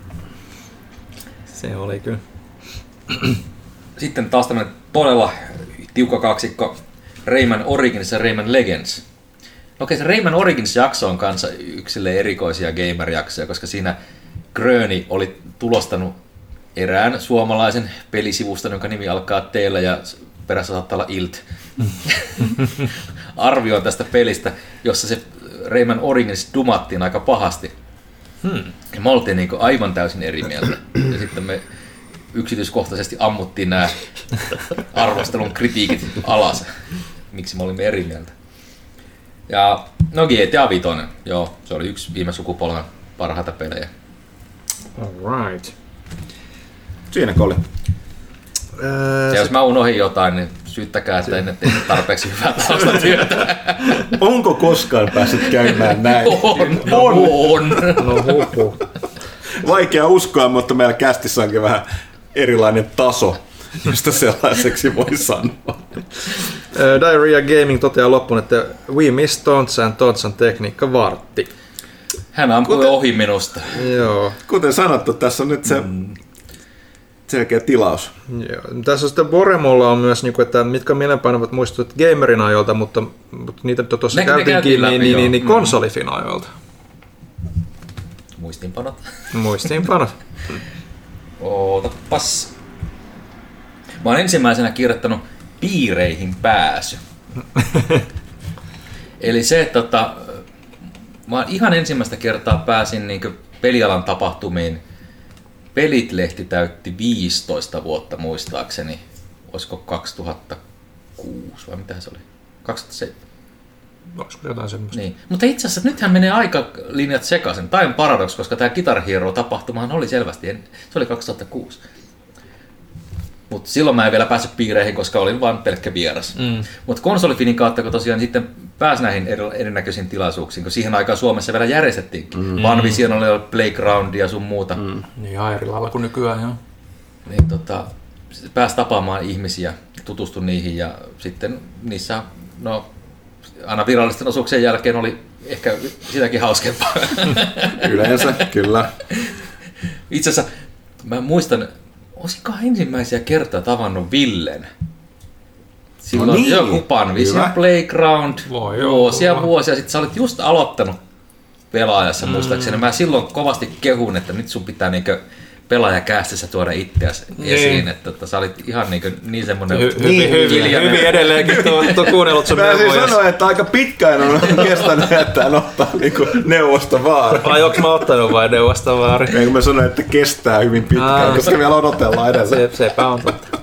Speaker 5: Se oli kyllä.
Speaker 4: Sitten taas tämmöinen todella tiukka kaksikko, Rayman Origins ja Rayman Legends. Okei, se Rayman Origins-jakso on kanssa yksilleen erikoisia gamer-jaksoja, koska siinä Gröni oli tulostanut erään suomalaisen pelisivuston, jonka nimi alkaa T-llä ja perässä saattaa olla ILT. Arvioin tästä pelistä, jossa se Rayman Origins dumattiin aika pahasti. Ja me oltiin niin aivan täysin eri mieltä. Ja sitten me yksityiskohtaisesti ammuttiin nämä arvostelun kritiikit alas. Miksi me olimme eri mieltä. Ja no GTA 5, joo, se oli yksi viime sukupolven parhaita pelejä.
Speaker 5: Alright.
Speaker 1: Siinäkö oli?
Speaker 4: Ja jos mä unohdin jotain, niin syyttäkää, että en tee tarpeeksi hyvää taustatyötä.
Speaker 1: Onko koskaan päässyt käymään näin?
Speaker 4: On.
Speaker 5: No huhu.
Speaker 1: Vaikea uskoa, mutta meillä kästissä onkin vähän erilainen taso, josta sellaiseksi voi sanoa.
Speaker 5: Diarrhea Gaming toteaa loppuun, että we miss Tontsa and Tontsan tekniikka vartti.
Speaker 4: Hän ampui ohi minusta.
Speaker 5: Joo.
Speaker 1: Kuten sanottu, tässä on nyt se selkeä tilaus.
Speaker 5: Joo. Tässä sitten Boremolla on myös, että mitkä mielenpainavat muistut gamerin ajoilta, mutta niitä tuossa käytiinkin niin konsolifin ajoilta.
Speaker 4: Muistiinpanot. Ootapas. Mä oon ensimmäisenä kirjoittanut piireihin pääsy. Eli se, että mä ihan ensimmäistä kertaa pääsin pelialan tapahtumiin. Pelit-lehti täytti 15 vuotta muistaakseni. Olisiko 2006 vai mitä se oli? 2007.
Speaker 5: Olisiko jotain semmoista?
Speaker 4: Niin. Mutta itse asiassa nythän menee aikalinjat sekaisin. Time Paradox, koska tämä Guitar Hero-tapahtumahan oli selvästi, se oli 2006. Mutta silloin mä en vielä päässyt piireihin, koska olin vain pelkkä vieras. Mutta konsolifinin kautta, kun tosiaan sitten pääsi näihin erinäköisiin tilaisuuksiin, kun siihen aikaan Suomessa vielä järjestettiinkin. Vanvision oli Playground ja sun muuta.
Speaker 2: Niin ihan eri lailla kuin nykyään, joo.
Speaker 4: Niin pääsi tapaamaan ihmisiä, tutustui niihin ja sitten niissä, aina virallisten osuuksien jälkeen oli ehkä sitäkin hauskempaa.
Speaker 1: Yleensä, kyllä.
Speaker 4: Itse asiassa mä muistan, Olisikohan ensimmäisiä kertaa tavannut Villen? Silloin joku Panvision Playground, vuosia. Sitten sä olit just aloittanut pelaajassa muistaakseni. Mä silloin kovasti kehun, että nyt sun pitää niinkö pelaajakäästissä tuoda itseäsi esiin, että sä olit ihan niin semmoinen
Speaker 5: hyvin edelleenkin kuunnellut sun neuvoja.
Speaker 1: Mä siis sanoin, että aika pitkään on kestänyt, että hän ottaa niinku Neuvostovaari.
Speaker 5: Vai onko mä ottanut vain Neuvostovaari?
Speaker 1: Eikö mä sanoin, että kestää hyvin pitkään, koska vielä odotellaan edelleen.
Speaker 5: Sepä on totta.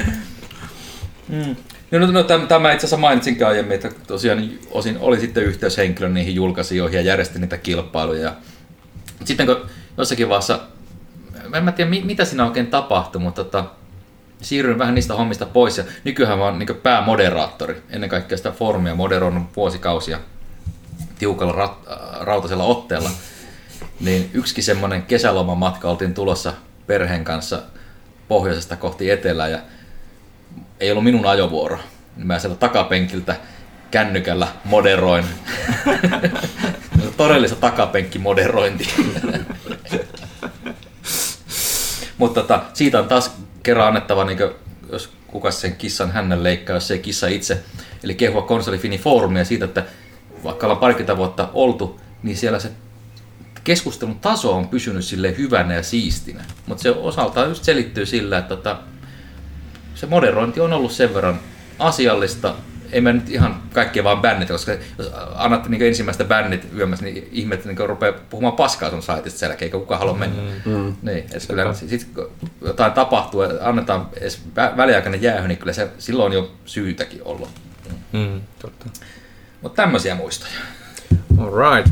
Speaker 4: No, tämä itse asiassa mainitsinkin aiemmin, että tosiaan osin oli sitten yhteyshenkilö niihin julkaisijoihin ja järjesti niitä kilpailuja. Sitten kun jossakin vaiheessa, en mä tiedä mitä siinä oikein tapahtui, mutta siirryin vähän niistä hommista pois ja nykyään mä oon niin päämoderaattori. Ennen kaikkea sitä foorumia moderoinut vuosikausia tiukalla rautasella otteella. Niin yksikin semmoinen kesälomamatka oltiin tulossa perheen kanssa pohjoisesta kohti etelää ja ei ollut minun ajovuoro. Mä sieltä takapenkiltä kännykällä moderoin. Todellista takapenkkimoderointi. Mutta siitä on taas kerran annettava, niin jos kuka sen kissan hännän leikkaa, jos ei kissa itse. Eli kehua Konsolifinin foorumia siitä, että vaikka ollaan parikymmentä vuotta oltu, niin siellä se keskustelun taso on pysynyt silleen hyvänä ja siistinä. Mutta se osaltaan just selittyy sillä, että se moderointi on ollut sen verran asiallista. Ei mä nyt ihan kaikkia vaan bännitä, koska jos annatte niin ensimmäistä bännit yömässä, niin ihmeet niin rupeaa puhumaan paskaa sun saitista sen jälkeen, eikä kukaan halua mennä. Niin, sitten kun jotain tapahtuu ja annetaan edes väliaikainen jäähy, niin kyllä se silloin on jo syytäkin ollut.
Speaker 5: Totta.
Speaker 4: Mutta tämmöisiä muistoja.
Speaker 5: Alright.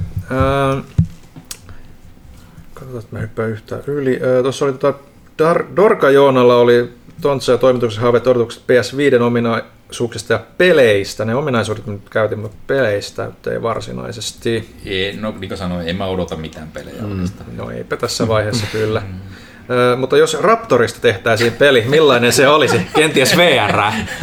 Speaker 5: Katsotaan, että mä hyppään yhtään yli. Tuossa oli Dorka Joonalla oli Tontsa ja toimituksen haaveet odotukset PS5 ominaisuuksista ja peleistä. Ne ominaisuudet nyt käytin, mutta peleistä ei varsinaisesti.
Speaker 4: No niin kuin sanoin, en mä odota mitään pelejä.
Speaker 5: No eipä tässä vaiheessa kyllä. Mutta jos Raptorista tehtäisiin peli, millainen se olisi? Kenties VR?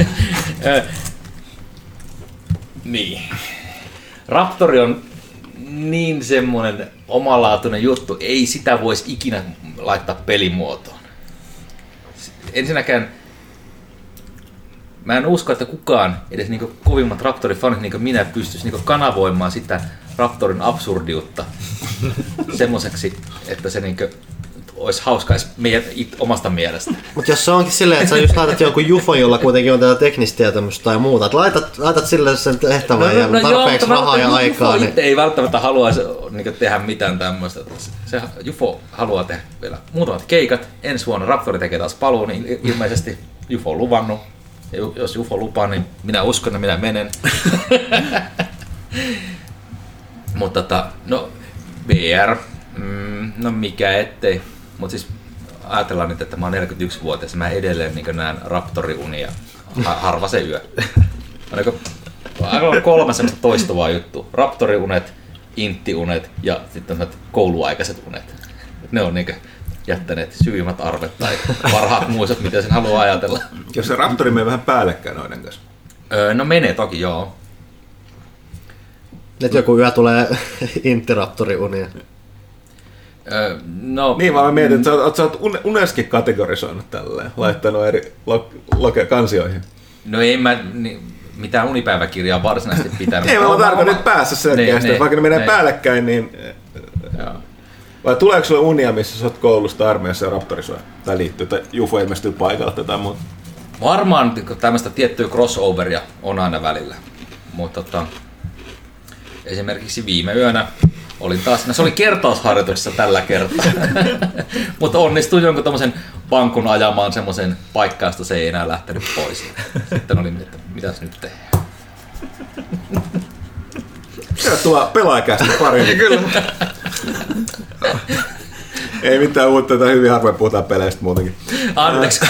Speaker 4: Niin. Raptori on niin semmoinen omalaatuinen juttu, ei sitä voisi ikinä laittaa pelimuotoon. Ensinnäkään mä en usko, että kukaan, edes niinku kovimmat Raptorin-fanit niin kuin minä, pystyisi niinku kanavoimaan sitä Raptorin absurdiutta semmoiseksi, että se niinku olisi hauska omasta mielestä.
Speaker 3: Mutta jos se onkin silleen, että sä just laitat jonkun jufon, jolla kuitenkin on tätä teknistä tietämystä tai muuta, että laitat sille sen tehtävän ja tarpeeksi rahaa ja aikaa.
Speaker 4: Niin ei välttämättä haluaisi niin tehdä mitään tämmöistä. Se Jufo haluaa tehdä vielä muutamat keikat. Ensi vuonna Raptori tekee taas paluu, niin ilmeisesti Jufo on luvannut. Ja jos Jufo lupaa, niin minä uskon, että minä menen. Mutta no VR, no mikä ettei. Mutta siis ajatellaan nyt, että mä oon 41-vuotias ja mä edelleen niin näen Raptori-unia harva se yö. On 3 semmoista toistuvaa juttua. Raptori-unet, Intti-unet ja sitten kouluaikaiset unet. Ne on niin jättäneet syvimmät arvet tai parhaat muistot, mitä sen haluaa ajatella.
Speaker 1: Jos se Raptori menee vähän päällekkäin noiden kanssa.
Speaker 4: No menee toki, joo.
Speaker 3: Nyt joku yö tulee Intti-Raptori-unia.
Speaker 4: No,
Speaker 1: niin vaan mä mietin, että sä oot uneskin kategorisoinut tälleen, laittanut eri kansioihin.
Speaker 4: No ei mä mitään unipäiväkirjaa varsinaisesti pitänyt.
Speaker 1: Ei mä tarkoitan nyt päässä selkeästi, vaikka ne menee päällekkäin, niin... Vai tuleeko sulle unia, missä sä oot koulusta armeijassa ja Raptorisoi? Tai liittyy, tai Jufo ilmestyy paikalta tai muuta?
Speaker 4: Varmaan tämmöistä tiettyä crossoveria on aina välillä. Mutta esimerkiksi viime yönä olin taas, se oli kertausharjoituksessa tällä kertaa, mutta onnistuin jonkun tommosen pankun ajamaan semmoisen paikkaan, josta se ei enää lähtenyt pois. Sitten olin, että mitäs nyt tehdään.
Speaker 1: Tervetuloa pelaajakästä pariin. Kyllä. Ei mitään uutta, tai hyvin harvoin puhutaan peleistä muutenkin.
Speaker 4: Anteeksi.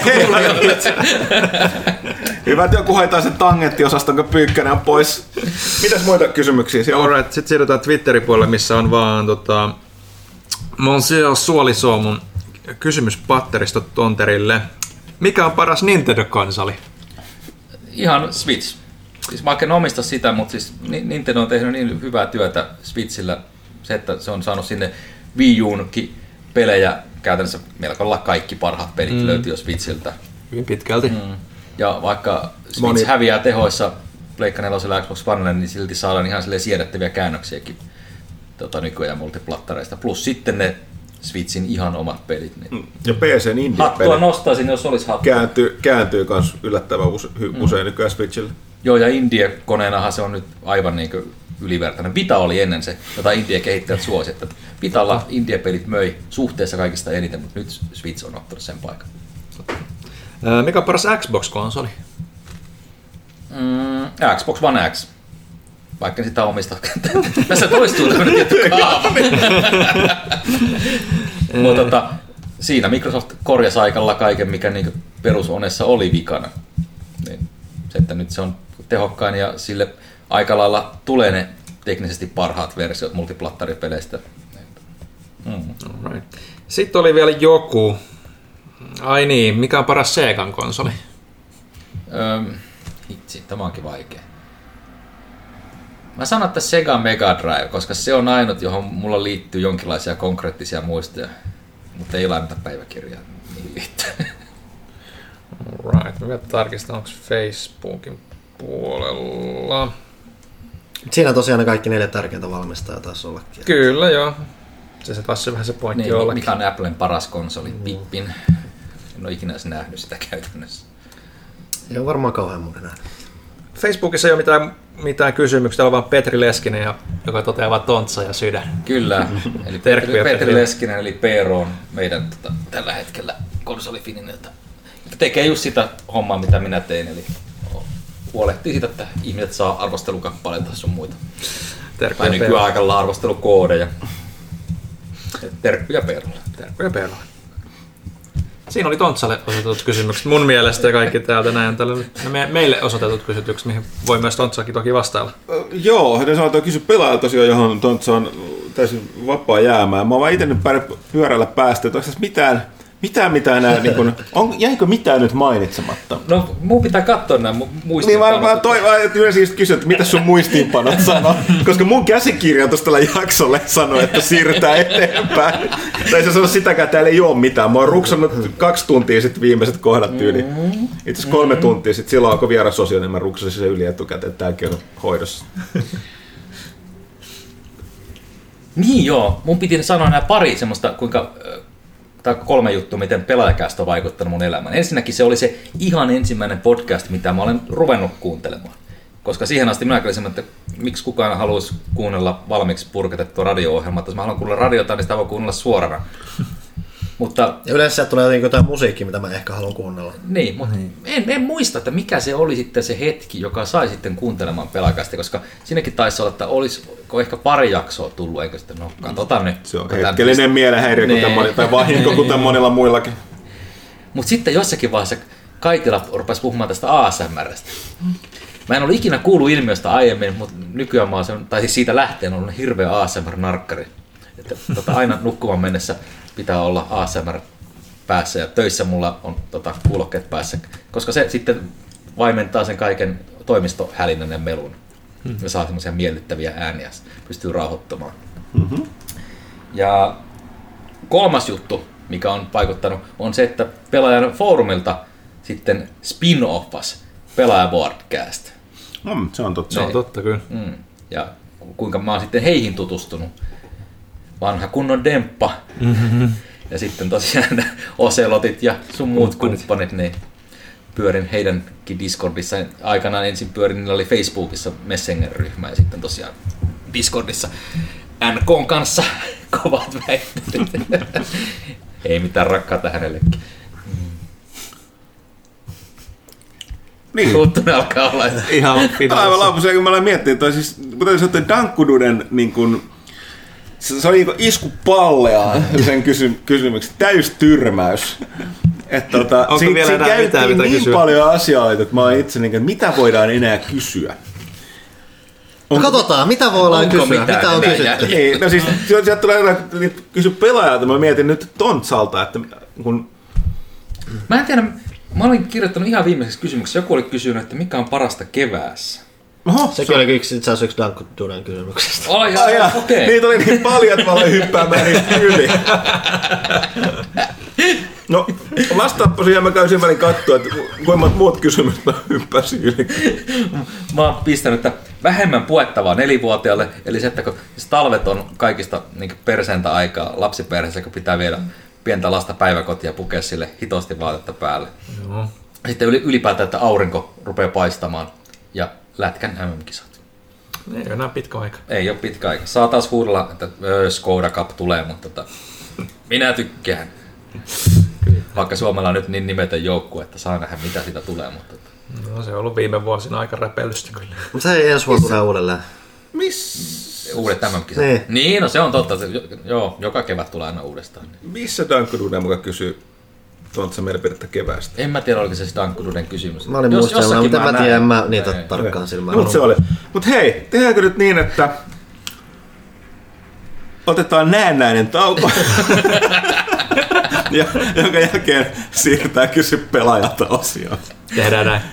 Speaker 1: Hyvä, että joku hoitaa sen tangenttiosaston, kun Pyykkönen on pois. Mitäs muita kysymyksiä siellä on?
Speaker 5: Alright, sitten siirrytään Twitterin puolelle, missä on vaan Monsieur Suolisoomun kysymys patteristo Tonterille. Mikä on paras Nintendo-konsoli?
Speaker 4: Ihan Switch. Siis mä en omista sitä, mutta siis Nintendo on tehnyt niin hyvää työtä Switchillä. Se, että se on saanut sinne Wii U:nkin pelejä käytännössä melko lailla kaikki parhaat pelit löytyy jo Switchiltä.
Speaker 2: Hyvin pitkälti.
Speaker 4: Ja vaikka Switch häviää tehoissa Pleikka 4:lla ja Xbox Onella, niin silti saadaan ihan siedettäviä käännöksiäkin nykyään multiplattareista. Plus sitten ne Switchin ihan omat pelit. Niin.
Speaker 1: Ja PC:n indie-pelit.
Speaker 4: Hattua nostaisin, jos olisi hattua.
Speaker 1: Kääntyy myös yllättävän usein nykyään Switchille.
Speaker 4: Joo, ja Indie-koneenahan se on nyt aivan niin kuin ylivertainen. Vita oli ennen se, jota Indie-kehittäjät suosi, että Vitalla Indie-pelit möi suhteessa kaikista eniten, mutta nyt Switch on ottanut sen paikan.
Speaker 2: Mikä on paras Xbox-konsoli?
Speaker 4: Xbox One X. Vaikka sitä omista. Tässä toistuu tämmöinen tietty kaava. Mutta siinä Microsoft korjasi aikalla kaiken, mikä niin perusonessa oli vikana. Niin, se, että nyt se on tehokkain ja sille aika lailla tulee ne teknisesti parhaat versiot multiplattaripeleistä.
Speaker 2: Right. Sitten oli vielä joku. Ai niin, mikä on paras Segan konsoli?
Speaker 4: Hitsi, tämä onkin vaikea. Mä sanon, että Sega Mega Drive, koska se on ainut, johon mulla liittyy jonkinlaisia konkreettisia muistoja, mutta ei lainata päiväkirjaa niihin liittyen.
Speaker 2: Right, mä tarkistan, onko Facebookin puolella.
Speaker 3: Siinä tosiaan ne kaikki 4 tärkeintä valmistajaa taisi ollakin.
Speaker 2: Kyllä, joo. Se taas vähän se pointti
Speaker 4: niin,
Speaker 2: ollakin.
Speaker 4: Mikä on Applen paras konsoli? Pippin. En ole ikinä nähnyt sitä käytännössä.
Speaker 3: Ei ole varmaan kauhean monen nähnyt.
Speaker 2: Facebookissa ei ole mitään kysymyksiä, täällä on vaan Petri Leskinen, joka toteaa vaan tontsa ja sydän.
Speaker 4: Kyllä, eli Petri Leskinen, eli Peero on meidän tällä hetkellä konsolifininiltä. Tekee just sitä hommaa, mitä minä tein, eli huolehtii siitä, että ihmiset saa arvostelukappaleita sun muita. Tai nykyaikalla arvostelukoodeja. Terkkuja Peerolle.
Speaker 2: Terkkuja Peerolle. Siinä oli Tontsalle osoitetut kysymykset mun mielestä ja kaikki täältä näin. Meille osoitetut kysymykset, mihin voi myös Tontsakin toki vastailla.
Speaker 1: Joo, ne sanotaan kysyä pelaajalta tosiaan, johon Tontsa on täysin vapaa jäämään. Mä oon vaan itse nyt pyörällä päästä, että onko tässä mitään nää, niin kun, jäikö mitään nyt mainitsematta?
Speaker 4: No, mun pitää katsoa nämä muistiinpanot.
Speaker 1: Niin mä siis kysyn, että mitä sun muistiinpanot sanoo, koska mun käsikirjoitus tällä jaksolle sanoo, että siirrytään eteenpäin. Tai se sano sitäkään, täällä ei ole mitään. Mä oon ruksannut 2 tuntia sitten viimeiset kohdat tyyliin. Itse asiassa 3 tuntia sitten silloin, kun vieras osio, niin mä ruksasin sen yli etukäteen, että tääkin on hoidossa.
Speaker 4: Niin joo, mun piti sanoa nämä pari semmoista, kuinka... Tai 3 juttua, miten Pelaajakästä on vaikuttanut mun elämään. Ensinnäkin se oli se ihan ensimmäinen podcast, mitä mä olen ruvennut kuuntelemaan. Koska siihen asti minä kyllä että miksi kukaan haluaisi kuunnella valmiiksi purkatettua radio-ohjelmaa. Jos mä haluan kuunnella radiota, niin sitä voi kuunnella suorana. Mutta,
Speaker 3: ja yleensä sieltä tulee jotain musiikkia, mitä mä ehkä haluan kuunnella.
Speaker 4: Niin, mutta en muista, että mikä se oli sitten se hetki, joka sai sitten kuuntelemaan Pelaajakästä, koska siinäkin taisi olla, että olisiko ehkä pari jaksoa tullut, eikö sitten katsotaan nyt.
Speaker 1: Se on hetkellinen mielenhäiriö, tai vahinko, kuten monilla muillakin.
Speaker 4: Mutta sitten jossakin vaiheessa Kaitila rupesi puhumaan tästä ASMRstä. Mä en ollut ikinä kuullut ilmiöstä aiemmin, mutta nykyään mä oon, tai siis siitä lähtien on hirveä ASMR-narkkari. Että aina nukkumaan mennessä pitää olla ASMR päässä ja töissä mulla on kuulokkeet päässä, koska se sitten vaimentaa sen kaiken toimistohälinnän ja melun. Ja saa semmoisia miellyttäviä ääniä, pystyy rauhoittamaan. Ja 3. juttu, mikä on vaikuttanut, on se, että Pelaajan foorumilta sitten spin-offas Pelaaja-podcast.
Speaker 1: Se on totta.
Speaker 2: Se on totta, kyllä.
Speaker 4: Ja kuinka mä oon sitten heihin tutustunut. Vanha kunnon demppa. Ja sitten tosiaan Oselotit ja sun muut kumppanit, niin pyörin heidänkin Discordissa. Aikanaan ensin pyörin, niillä oli Facebookissa Messenger-ryhmä ja sitten tosiaan Discordissa NK:n kanssa kovat väittelyt. Ei mitään rakkaata hänellekin.
Speaker 1: Niin.
Speaker 4: Suuttunut alkaa olla.
Speaker 2: Ihan
Speaker 1: aivan lopussa, kun mä olen miettinyt, että siis, mutta jos olet Dankkududen niin kun, se oli niin isku palleaan sen kysymyksen, täystyrmäys. Että siinä käytiin niin kysyä? Paljon asioita, että mä oon itse niin, mitä voidaan enää kysyä.
Speaker 3: Katsotaan, mitä voidaan kysyä, mitä on kysytty.
Speaker 1: Niin, no siis, sieltä tulee kysyä pelaajalta, mä mietin nyt Tontsalta, että kun...
Speaker 4: Mä en tiedä, mä olin kirjoittanut ihan viimeiseksi kysymyksessä, joku oli kysynyt, että mikä on parasta keväässä.
Speaker 3: Sekin oli itse asiassa yksi Dankududen kysymyksestä.
Speaker 4: Okei.
Speaker 1: Niitä oli niin paljon, että mä aloin hyppäämään niistä yli. No, vastaappa siihen, mä käyn välin katsoa, että kuinka muut kysymykset mä hyppäsin yli.
Speaker 4: Mä oon pistänyt vähemmän puettavaa 4-vuotiaalle, eli se, että kun talvet on kaikista niin perseäntä aikaa lapsiperheessä, kun pitää viedä pientä lasta päiväkotia ja pukea sille hitosti vaatetta päälle. Joo. Sitten ylipäätään, että aurinko rupeaa paistamaan ja lätkän MM-kisat.
Speaker 5: Ei ole enää pitkä aika.
Speaker 4: Ei ole pitkä aika. Saa taas huudella, että Skoda Cup tulee, mutta minä tykkään. Vaikka Suomella on nyt niin nimetön joukkue, että saa nähdä mitä siitä tulee. Mutta
Speaker 5: no, se on ollut viime vuosina aika räpeilystä kyllä.
Speaker 3: Mutta se ei ensi vuonna tule uudelleen.
Speaker 4: Uudet MM-kisat. Niin, no se on totta. Joo, joka kevät tulee aina uudestaan.
Speaker 1: Missä Dankududen muka kysyy tuolta mielipidettä keväästä?
Speaker 4: En mä tiedä, oliko se Dankududen kysymys.
Speaker 3: Mä olin muistella, mutta mä tiedän, en mä niitä tarkkaan silmään.
Speaker 1: Mutta se oli. Mutta hei, tehdäänkö nyt niin, että otetaan näennäinen tauko, jonka jälkeen siirrytään kysy pelaajalta osioon.
Speaker 5: Tehdään näin.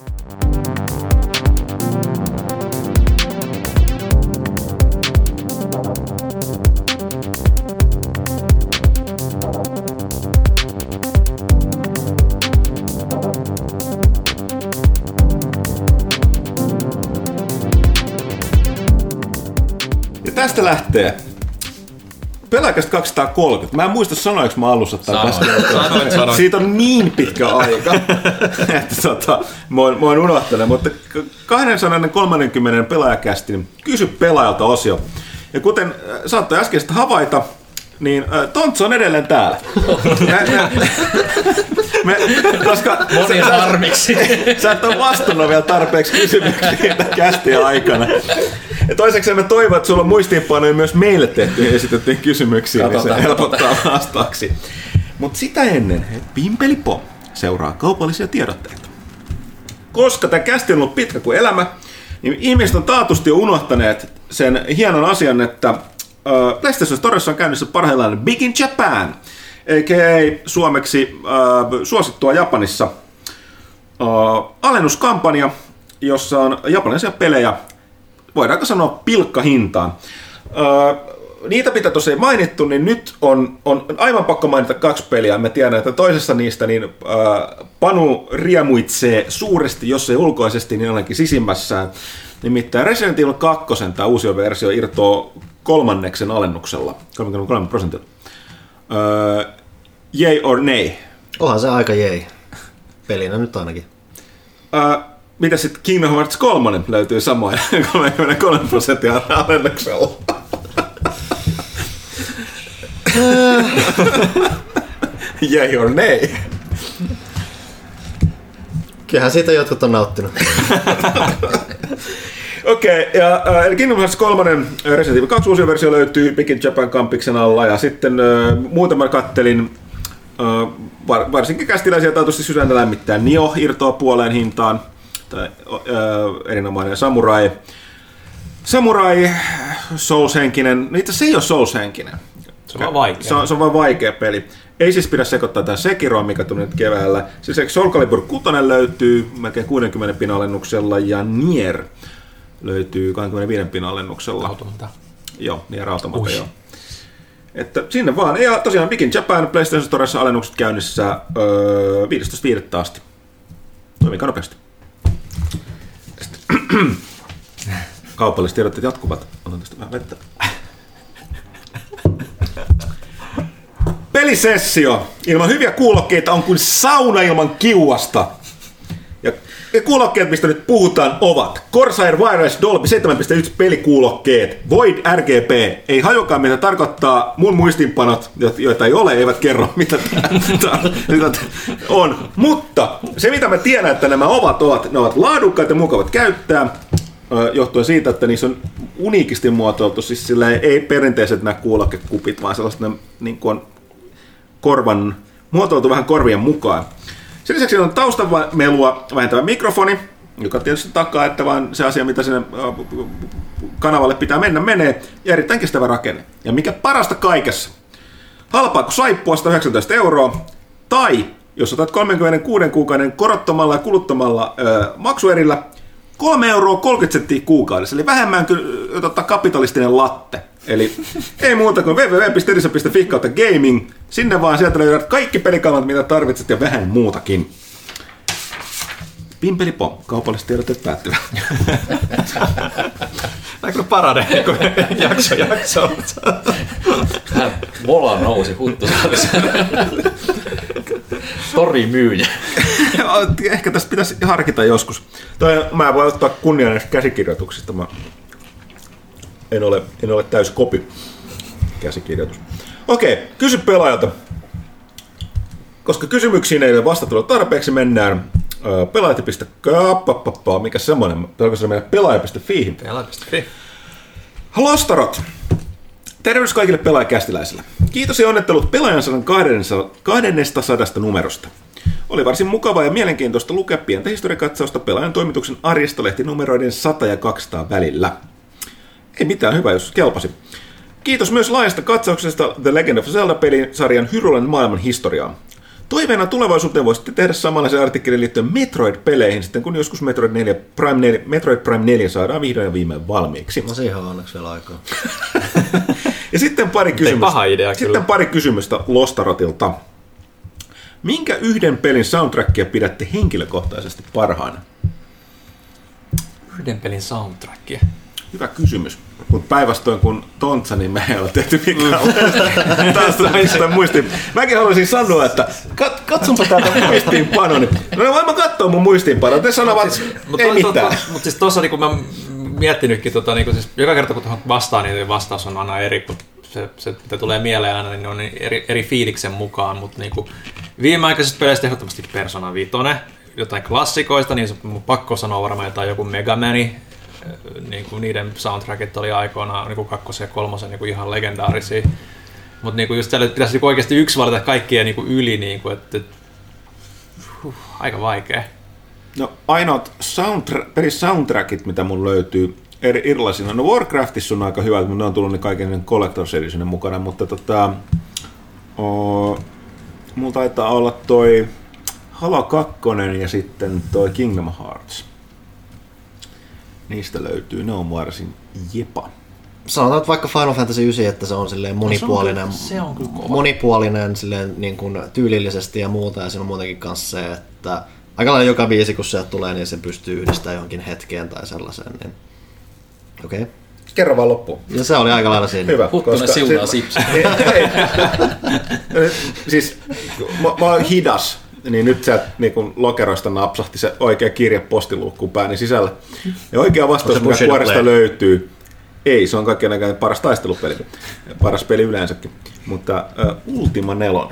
Speaker 1: Tästä lähtee Pelaajakästä 230. Mä en muista sanoinko mä alussa
Speaker 4: Sanoit.
Speaker 1: Siitä on niin pitkä aika, että mä oon unohtanut. Mutta 230 Pelaajakästin kysy pelaajalta osio. Ja kuten saattoi äskeistä havaita, niin Tontsa on edelleen täällä. Koska
Speaker 4: monia harmiksi.
Speaker 1: Sä et ole vastannut vielä tarpeeksi kysymyksiä kästiä aikana. Ja toiseksi me toivon, että sulla on muistiinpanoja myös meille tehtyjä esitettyjä kysymyksiä, niin se helpottaa vastaaksi. Mutta sitä ennen, Pimpelipom seuraa kaupallisia tiedotteita. Koska tämä kästi on ollut pitkä kuin elämä, niin ihmiset on taatusti jo unohtaneet sen hienon asian, että PlayStation Storessa on käynnissä parhaillaan Big in Japan, a.k.a. suomeksi suosittua Japanissa alennuskampanja, jossa on japanilaisia pelejä, voidaanko sanoa pilkkahintaan. Niitä mitä tosiaan mainittu, niin nyt on aivan pakko mainita 2 peliä. Mä tiedän, että toisessa niistä niin, Panu riemuitsee suuresti, jos ei ulkoisesti, niin ainakin sisimmässään. Nimittäin Resident Evil 2, tämä uusi versio, irtoaa 3. alennuksella, 33%. Yay or nay?
Speaker 3: Onhan se aika jei. Pelinä nyt ainakin.
Speaker 1: Mitä sitten Kingdom Hearts 3 löytyy samoin 33% alennuksella? Yay or nay?
Speaker 3: Kyllähän siitä jotkut on nauttinut.
Speaker 1: Okei, ja Kingdom Hearts 3 Resident Evil 2 uusi versio löytyy Big in Japan kampiksen alla, ja sitten muutaman kattelin, varsinkin kästiläisiä taatusti sydäntä lämmittää. Nioh irtoaa puoleen hintaan, tai erinomainen Samurai Souls-henkinen, no itse se ei ole Souls-henkinen.
Speaker 5: Se on vaan vaikea.
Speaker 1: Se on vaan vaikea peli. Ei siis pidä sekoittaa tämän Sekiroa, mikä tuli nyt keväällä. Siis Soul Calibur 6 löytyy melkein 60 pinnan alennuksella, ja Nier löytyy 25 pinnan alennuksella.
Speaker 5: Automata.
Speaker 1: Joo, Nier Automata, joo. Että sinne vaan. Ja tosiaan Big in Japan PlayStation Storessa alennukset käynnissä 15.5. asti. Toimikaa nopeasti. Kaupalliset tiedotteet jatkuvat. Otan tästä vähän vettä. Pelisessio ilman hyviä kuulokkeita on kuin sauna ilman kiuasta. Ja ne kuulokkeet, mistä nyt puhutaan, ovat Corsair Wireless Dolby 7.1 pelikuulokkeet, Void RGB, ei hajokaan mitä tarkoittaa, mun muistinpanot, joita ei ole, eivät kerro mitä tämä on. Mutta se mitä mä tiedän, että nämä ne ovat laadukkaat ja mukavat käyttää, johtuen siitä, että niissä on uniikisti muotoiltu, siis sillä ei perinteiset nämä kuulokkekupit, vaan sellaiset niin kuin on korvan, muotoiltu vähän korvien mukaan. Sen lisäksi on taustamelua vähentävä mikrofoni, joka tietysti takaa, että vaan se asia, mitä sinne kanavalle pitää mennä, menee, ja erittäin kestävä rakenne. Ja mikä parasta kaikessa, halpaa kuin saippua, 119 €, tai jos otat 36 kuukauden korottomalla ja kuluttomalla maksuerillä, €3.30 kuukaudessa, eli vähemmän kuin kapitalistinen latte. Eli ei muuta kuin www.elisa.fi/gaming. Sinne vaan sieltä löydät kaikki pelikamat, mitä tarvitset ja vähän muutakin. Pimpelipom, kaupalliset tiedotteet päättyvät.
Speaker 5: Näkö paranee, kun jakso.
Speaker 4: Vola nousi huttusaalissa. Torimyyjä.
Speaker 1: Ehkä tästä pitäisi harkita joskus. Mä voin ottaa kunnian näistä käsikirjoituksista. Mä en ole täys kopi käsikirjoitus. Okei, kysy pelaajalta. Koska kysymyksiin ei ole vastattu tarpeeksi, mennään mikä semmoinen? Tarkoitus mennä pelaaja.fi.
Speaker 5: Pelaaja.fi.
Speaker 1: Lostarot. Terveys kaikille pelaajakästiläisille. Kiitos ja onnittelut Pelaajan 200 numerosta. Oli varsin mukavaa ja mielenkiintoista lukea pientä historiakatsausta Pelaajan toimituksen arjesta lehtinumeroiden 100 ja 200 välillä. Ei mitään, hyvä jos kelpasi. Kiitos myös laajasta katsauksesta The Legend of Zelda-pelisarjan Hyrule maailman historiaan. Toiveena tulevaisuuteen voisitte tehdä samanlaisen artikkelin liittyen Metroid-peleihin sitten, kun joskus Metroid Prime 4 saadaan vihdoin ja viimein valmiiksi.
Speaker 3: No siihen on onneksi vielä aikaa.
Speaker 1: Ja sitten pari kysymystä Lostarotilta. Minkä yhden pelin soundtrackia pidätte henkilökohtaisesti parhaana?
Speaker 2: Yhden pelin soundtrackia?
Speaker 1: Hyvä kysymys. Mutta päinvastoin kun Tontsa, niin me ei ole tehty mikään muistiin. Mäkin haluaisin sanoa, että katsonpa täältä muistiinpanoni. No voin mä katsoa mun muistiinpanoa. Te sanovat, ei mitään.
Speaker 2: Mutta siis tuossa niin mä miettinytkin, niin siis joka kerta kun tuohon vastaan, niin vastaus on aina eri, kun se mitä tulee mieleen aina, niin on eri fiiliksen mukaan. Mutta niin viimeaikaisista peleistä ehdottomasti Persona 5, jotain klassikoista, niin se on pakko sanoa varmaan jotain joku Mega Mani. Niin kuin niiden soundtrackit oli aikoinaan niin kuin 2. ja 3. niin kuin ihan legendaarisia. Mutta niin just tällä pitäisi niin oikeasti yksi valita kaikkien niin kuin yli, niin kuin, että aika vaikea.
Speaker 1: No ainoat soundtrackit, mitä mun löytyy erilaisina. No Warcraftissa on aika hyvä, mutta ne on tullut ne kaiken Collector's Editionin mukana, mutta mulla taitaa olla toi Halo 2 ja sitten toi Kingdom Hearts. Niistä löytyy, ne on varsin jepa.
Speaker 3: Sanotaan, että vaikka Final Fantasy 9, että se on silleen monipuolinen, monipuolinen silleen niin kuin tyylillisesti ja muuta, ja siinä on muutenkin kanssa se, että aika lailla joka biisi, kun sieltä tulee, niin se pystyy yhdistämään johonkin hetkeen tai sellaiseen. Niin okei.
Speaker 1: Kerro vaan loppuun.
Speaker 3: Ja se oli aika lailla siinä.
Speaker 4: Hyvä. Huttunen siunaa sipsi.
Speaker 1: Siis mä oon hidas, niin nyt sieltä niin lokeroista napsahti se oikea kirje postiluukkuun pääni sisällä. Ja oikea vastaus, mikä kuoresta löytyy, ei, se on kaikkein näköinen paras taistelupeli, paras peli yleensäkin, mutta Ultima 4.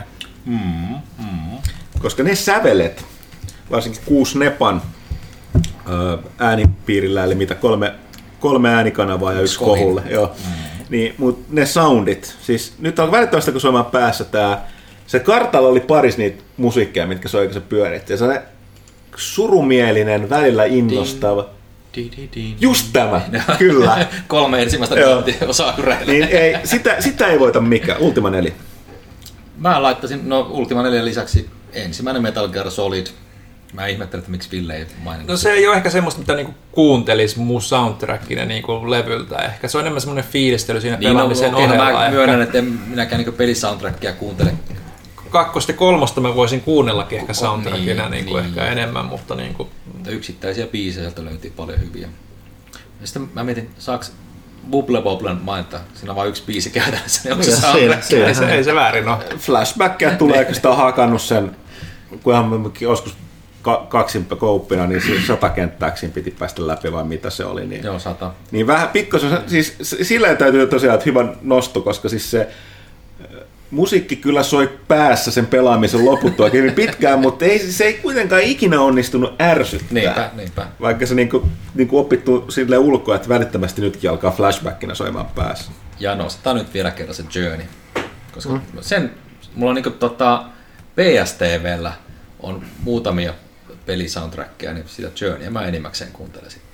Speaker 1: Koska ne sävelet, varsinkin 6 Nepan äänipiirillä, eli mitä 3 äänikanavaa ja 1 kohulle, joo. Niin, mutta ne soundit, siis nyt on välittömästi kun soimaan päässä se kartalla oli paris niitä musiikkeja, mitkä soi, kun se pyöritti. Ja se on surumielinen, välillä innostava. Just tämä, kyllä.
Speaker 4: 3 ensimmäistä osaa
Speaker 1: niin ei, sitä ei voita mikään. Ultima 4.
Speaker 4: Mä laittaisin, Ultima 4 lisäksi ensimmäinen Metal Gear Solid. Mä ihmettelen, että miksi Ville ei maininnut.
Speaker 2: No se ei ole ehkä semmoista, mitä niinku kuuntelisi mun soundtrackina niinku levyltä. Ehkä se on enemmän semmoinen fiilistely siinä pelaamisen ohella.
Speaker 4: Mä myönnän, että en minäkään niinku pelisoundtrackia kuuntele.
Speaker 2: 2. ja 3. mä voisin kuunnellakin ehkä soundtrackina niin. Ehkä enemmän, mutta niinku
Speaker 4: yksittäisiä biisejä sieltä löytyy paljon hyviä. Ja sitten mä mietin, saaks Bubble Bobblen mainita? Siinä on vain yksi biisi käytännössä, niin onko se soundtrack?
Speaker 2: Ei se väärin ole.
Speaker 1: Flashbackia tulee, kun sitä on hakannut sen, kunhan mä joskus kaksin kouppina, niin 100 kenttääksiin piti päästä läpi, vai mitä se oli. Niin,
Speaker 4: joo, 100.
Speaker 1: Niin vähän pikkasen, siis silleen täytyy tosiaan, että hyvä nosto, koska siis se musiikki kyllä soi päässä sen pelaamisen loputtua pitkään, mutta se ei kuitenkaan ikinä onnistunut ärsyttää.
Speaker 4: Niinpä.
Speaker 1: Vaikka se niinku opittu sille ulkoa, että välittömästi nytkin alkaa flashbackina soimaan päässä.
Speaker 4: Ja nostetaan nyt vielä kerran se Journey. Koska mulla on niinku PSTV:llä on muutamia pelisoundtrackia, niin sitä Journeyä mä enimmäkseen kuuntelen sitten.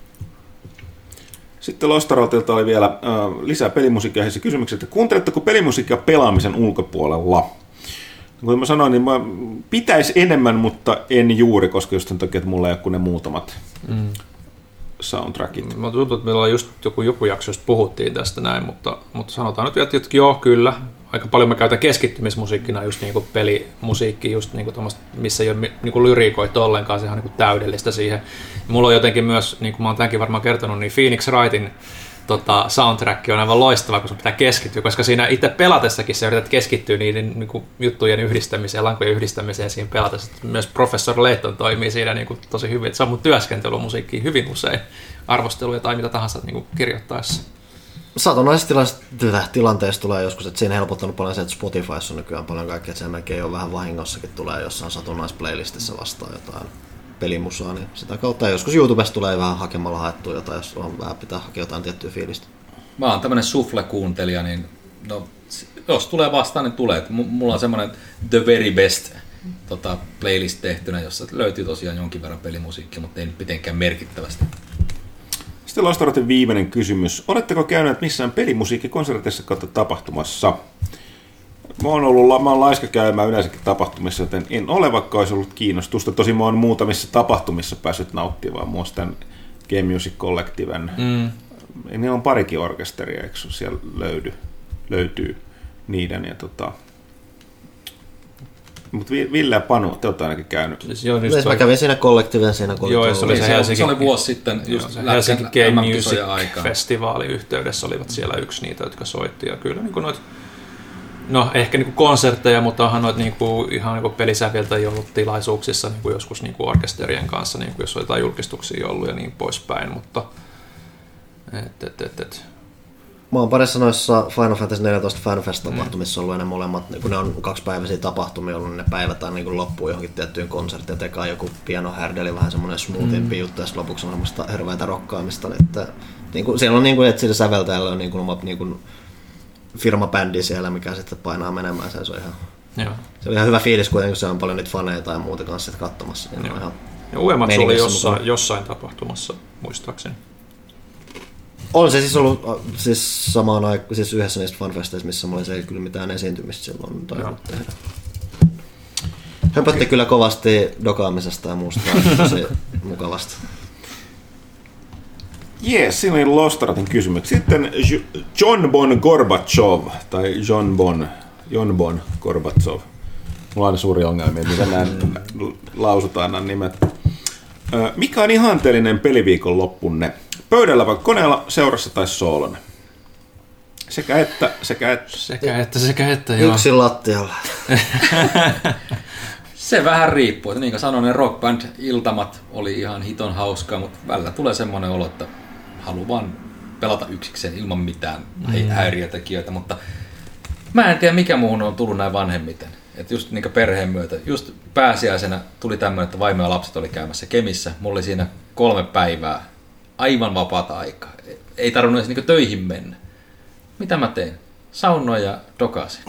Speaker 1: Sitten Lostaroltilta oli vielä lisää pelimusiikkia ja kysymyksiä, että kuunteletteko pelimusiikkia pelaamisen ulkopuolella? Kuten mä sanoin, niin mä pitäisi enemmän, mutta en juuri, koska just sen takia, että mulla ei ole kuin ne muutamat soundtrackit.
Speaker 2: Mä tuntuu, että meillä on just joku jakso, josta puhuttiin tästä näin, mutta sanotaan nyt, että joo, kyllä. Aika paljon mä käytän keskittymismusiikkina just niinku pelimusiikki, just niinku tommoista, missä ei ole niinku lyriikoita ollenkaan, sehän on niinku täydellistä siihen. Ja mulla on jotenkin myös, niin kuin mä oon tämänkin varmaan kertonut, niin Phoenix Wrightin soundtrack on aivan loistava, kun sun pitää keskittyä, koska siinä itse pelatessakin sä yrität keskittyä niiden niin juttujen yhdistämiseen, lankojen yhdistämiseen siinä pelatessa. Myös Professor Layton toimii siinä niin tosi hyvin, että se on mun työskentelymusiikkia hyvin usein, arvosteluja tai mitä tahansa niin kirjoittaessa.
Speaker 3: Satunnaisessa tilanteessa tulee joskus, että siinä helpottanut paljon se, että Spotifyssa on nykyään paljon kaikkea, että sen melkein jo vähän vahingossakin tulee jossain satunnaisplaylistissa vastaan jotain pelimusaa, niin sitä kautta joskus YouTubesta tulee vähän hakemalla haettua jotain, jos on vähän pitää hakea jotain tiettyä fiilistä.
Speaker 4: Mä oon tämmönen shuffle-kuuntelija, niin no, jos tulee vastaan, niin tulee. Mulla on semmonen The Very Best playlist tehtynä, jossa löytyy tosiaan jonkin verran pelimusiikkia, mutta ei nyt mitenkään merkittävästi.
Speaker 1: Sitten Lostarotin viimeinen kysymys. Oletteko käyneet missään pelimusiikkikonsertissa kautta tapahtumassa? Mä oon laiska käymään yleensäkin tapahtumissa, joten en ole, vaikka olisi ollut kiinnostusta. Tosin mä oon muutamissa tapahtumissa päässyt nauttimaan, muun tämän Game Music Collectiven. Ne on parikin orkesteria, eikö siellä löytyy niiden. Mutta Ville ja Panu, te olette ainakin käynyt.
Speaker 3: Siis mä kävin siinä Collectiven siinä.
Speaker 2: Joo, se
Speaker 4: oli vuosi sitten, just
Speaker 2: Helsinki Game Music Festivaali yhteydessä olivat siellä yksi niitä, jotka soitti. Ja kyllä niin noita, no ehkä niin konsertteja, mutta onhan noita niin ihan niin pelisäveltäjiä ollut tilaisuuksissa niin joskus niin orkesterien kanssa, niin jos on jotain julkistuksia ollut ja niin poispäin. Mutta
Speaker 3: Mä oon parissa noissa Final Fantasy 14 FanFest-tapahtumissa ollut, ja ne molemmat, kun ne on 2-päiväisiä tapahtumia ollut, niin ne päivätään niin loppuun johonkin tiettyyn konserttiin, tekaa joku pianohärdeli, vähän semmoinen smoothimpi juttu, ja sitten lopuksi on semmoista herveitä rokkaamista. Että, siellä on, että sillä säveltäjällä on oma firmabändi siellä, mikä sitten painaa menemään, se on ihan... Joo. Se oli ihan hyvä fiilis, kun se on paljon niitä faneja tai muuta kanssa katsomassa. Niin ihan
Speaker 2: ja uudemmat oli jossain tapahtumassa, muistaakseni.
Speaker 3: On se siis ollut samaan aikaan, siis yhdessä niistä fanfesteistä, missä mulla ei kyllä mitään esiintymistä silloin tainnut tehdä. Höpötti kyllä kovasti dokaamisesta ja muusta, tosi mukavasti.
Speaker 1: Jees, siinä oli Lostarotin kysymys. Sitten John Bon Gorbachev, tai John Bon Gorbachev. Mulla on aina suuri ongelmia, miten nämä lausutaan nämä nimet. Mikä on ihanteellinen peliviikon loppunne? Pöydällä vai koneella, seurassa tai soolona? Sekä että,
Speaker 3: joo. Yksin lattialla.
Speaker 4: Se vähän riippuu. Niin kuin sanoin, ne Rock Band-iltamat oli ihan hiton hauskaa, mutta välillä tulee semmoinen olo, että haluan vaan pelata yksikseen ilman mitään häiriötekijöitä, mutta mä en tiedä mikä muuhun on tullut näin vanhemmiten. Että just niin perheen myötä, just pääsiäisenä tuli tämmöinen, että vaimo ja lapset oli käymässä Kemissä. Mulla oli siinä 3 päivää aivan vapaata aikaa. Ei tarvinnut edes niin töihin mennä. Mitä mä tein? Saunoin ja dokasin.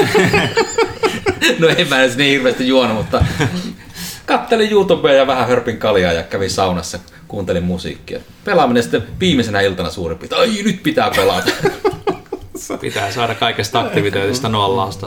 Speaker 4: No en mä edes niin hirveästi juonut, mutta kattelin YouTubea ja vähän hörpin kaljaa ja kävin saunassa, kuuntelin musiikkia. Pelaaminen sitten viimeisenä iltana suurin piirtein. Ai nyt pitää pelata.
Speaker 2: Pitää saada kaikesta aktiviteetista nollausta.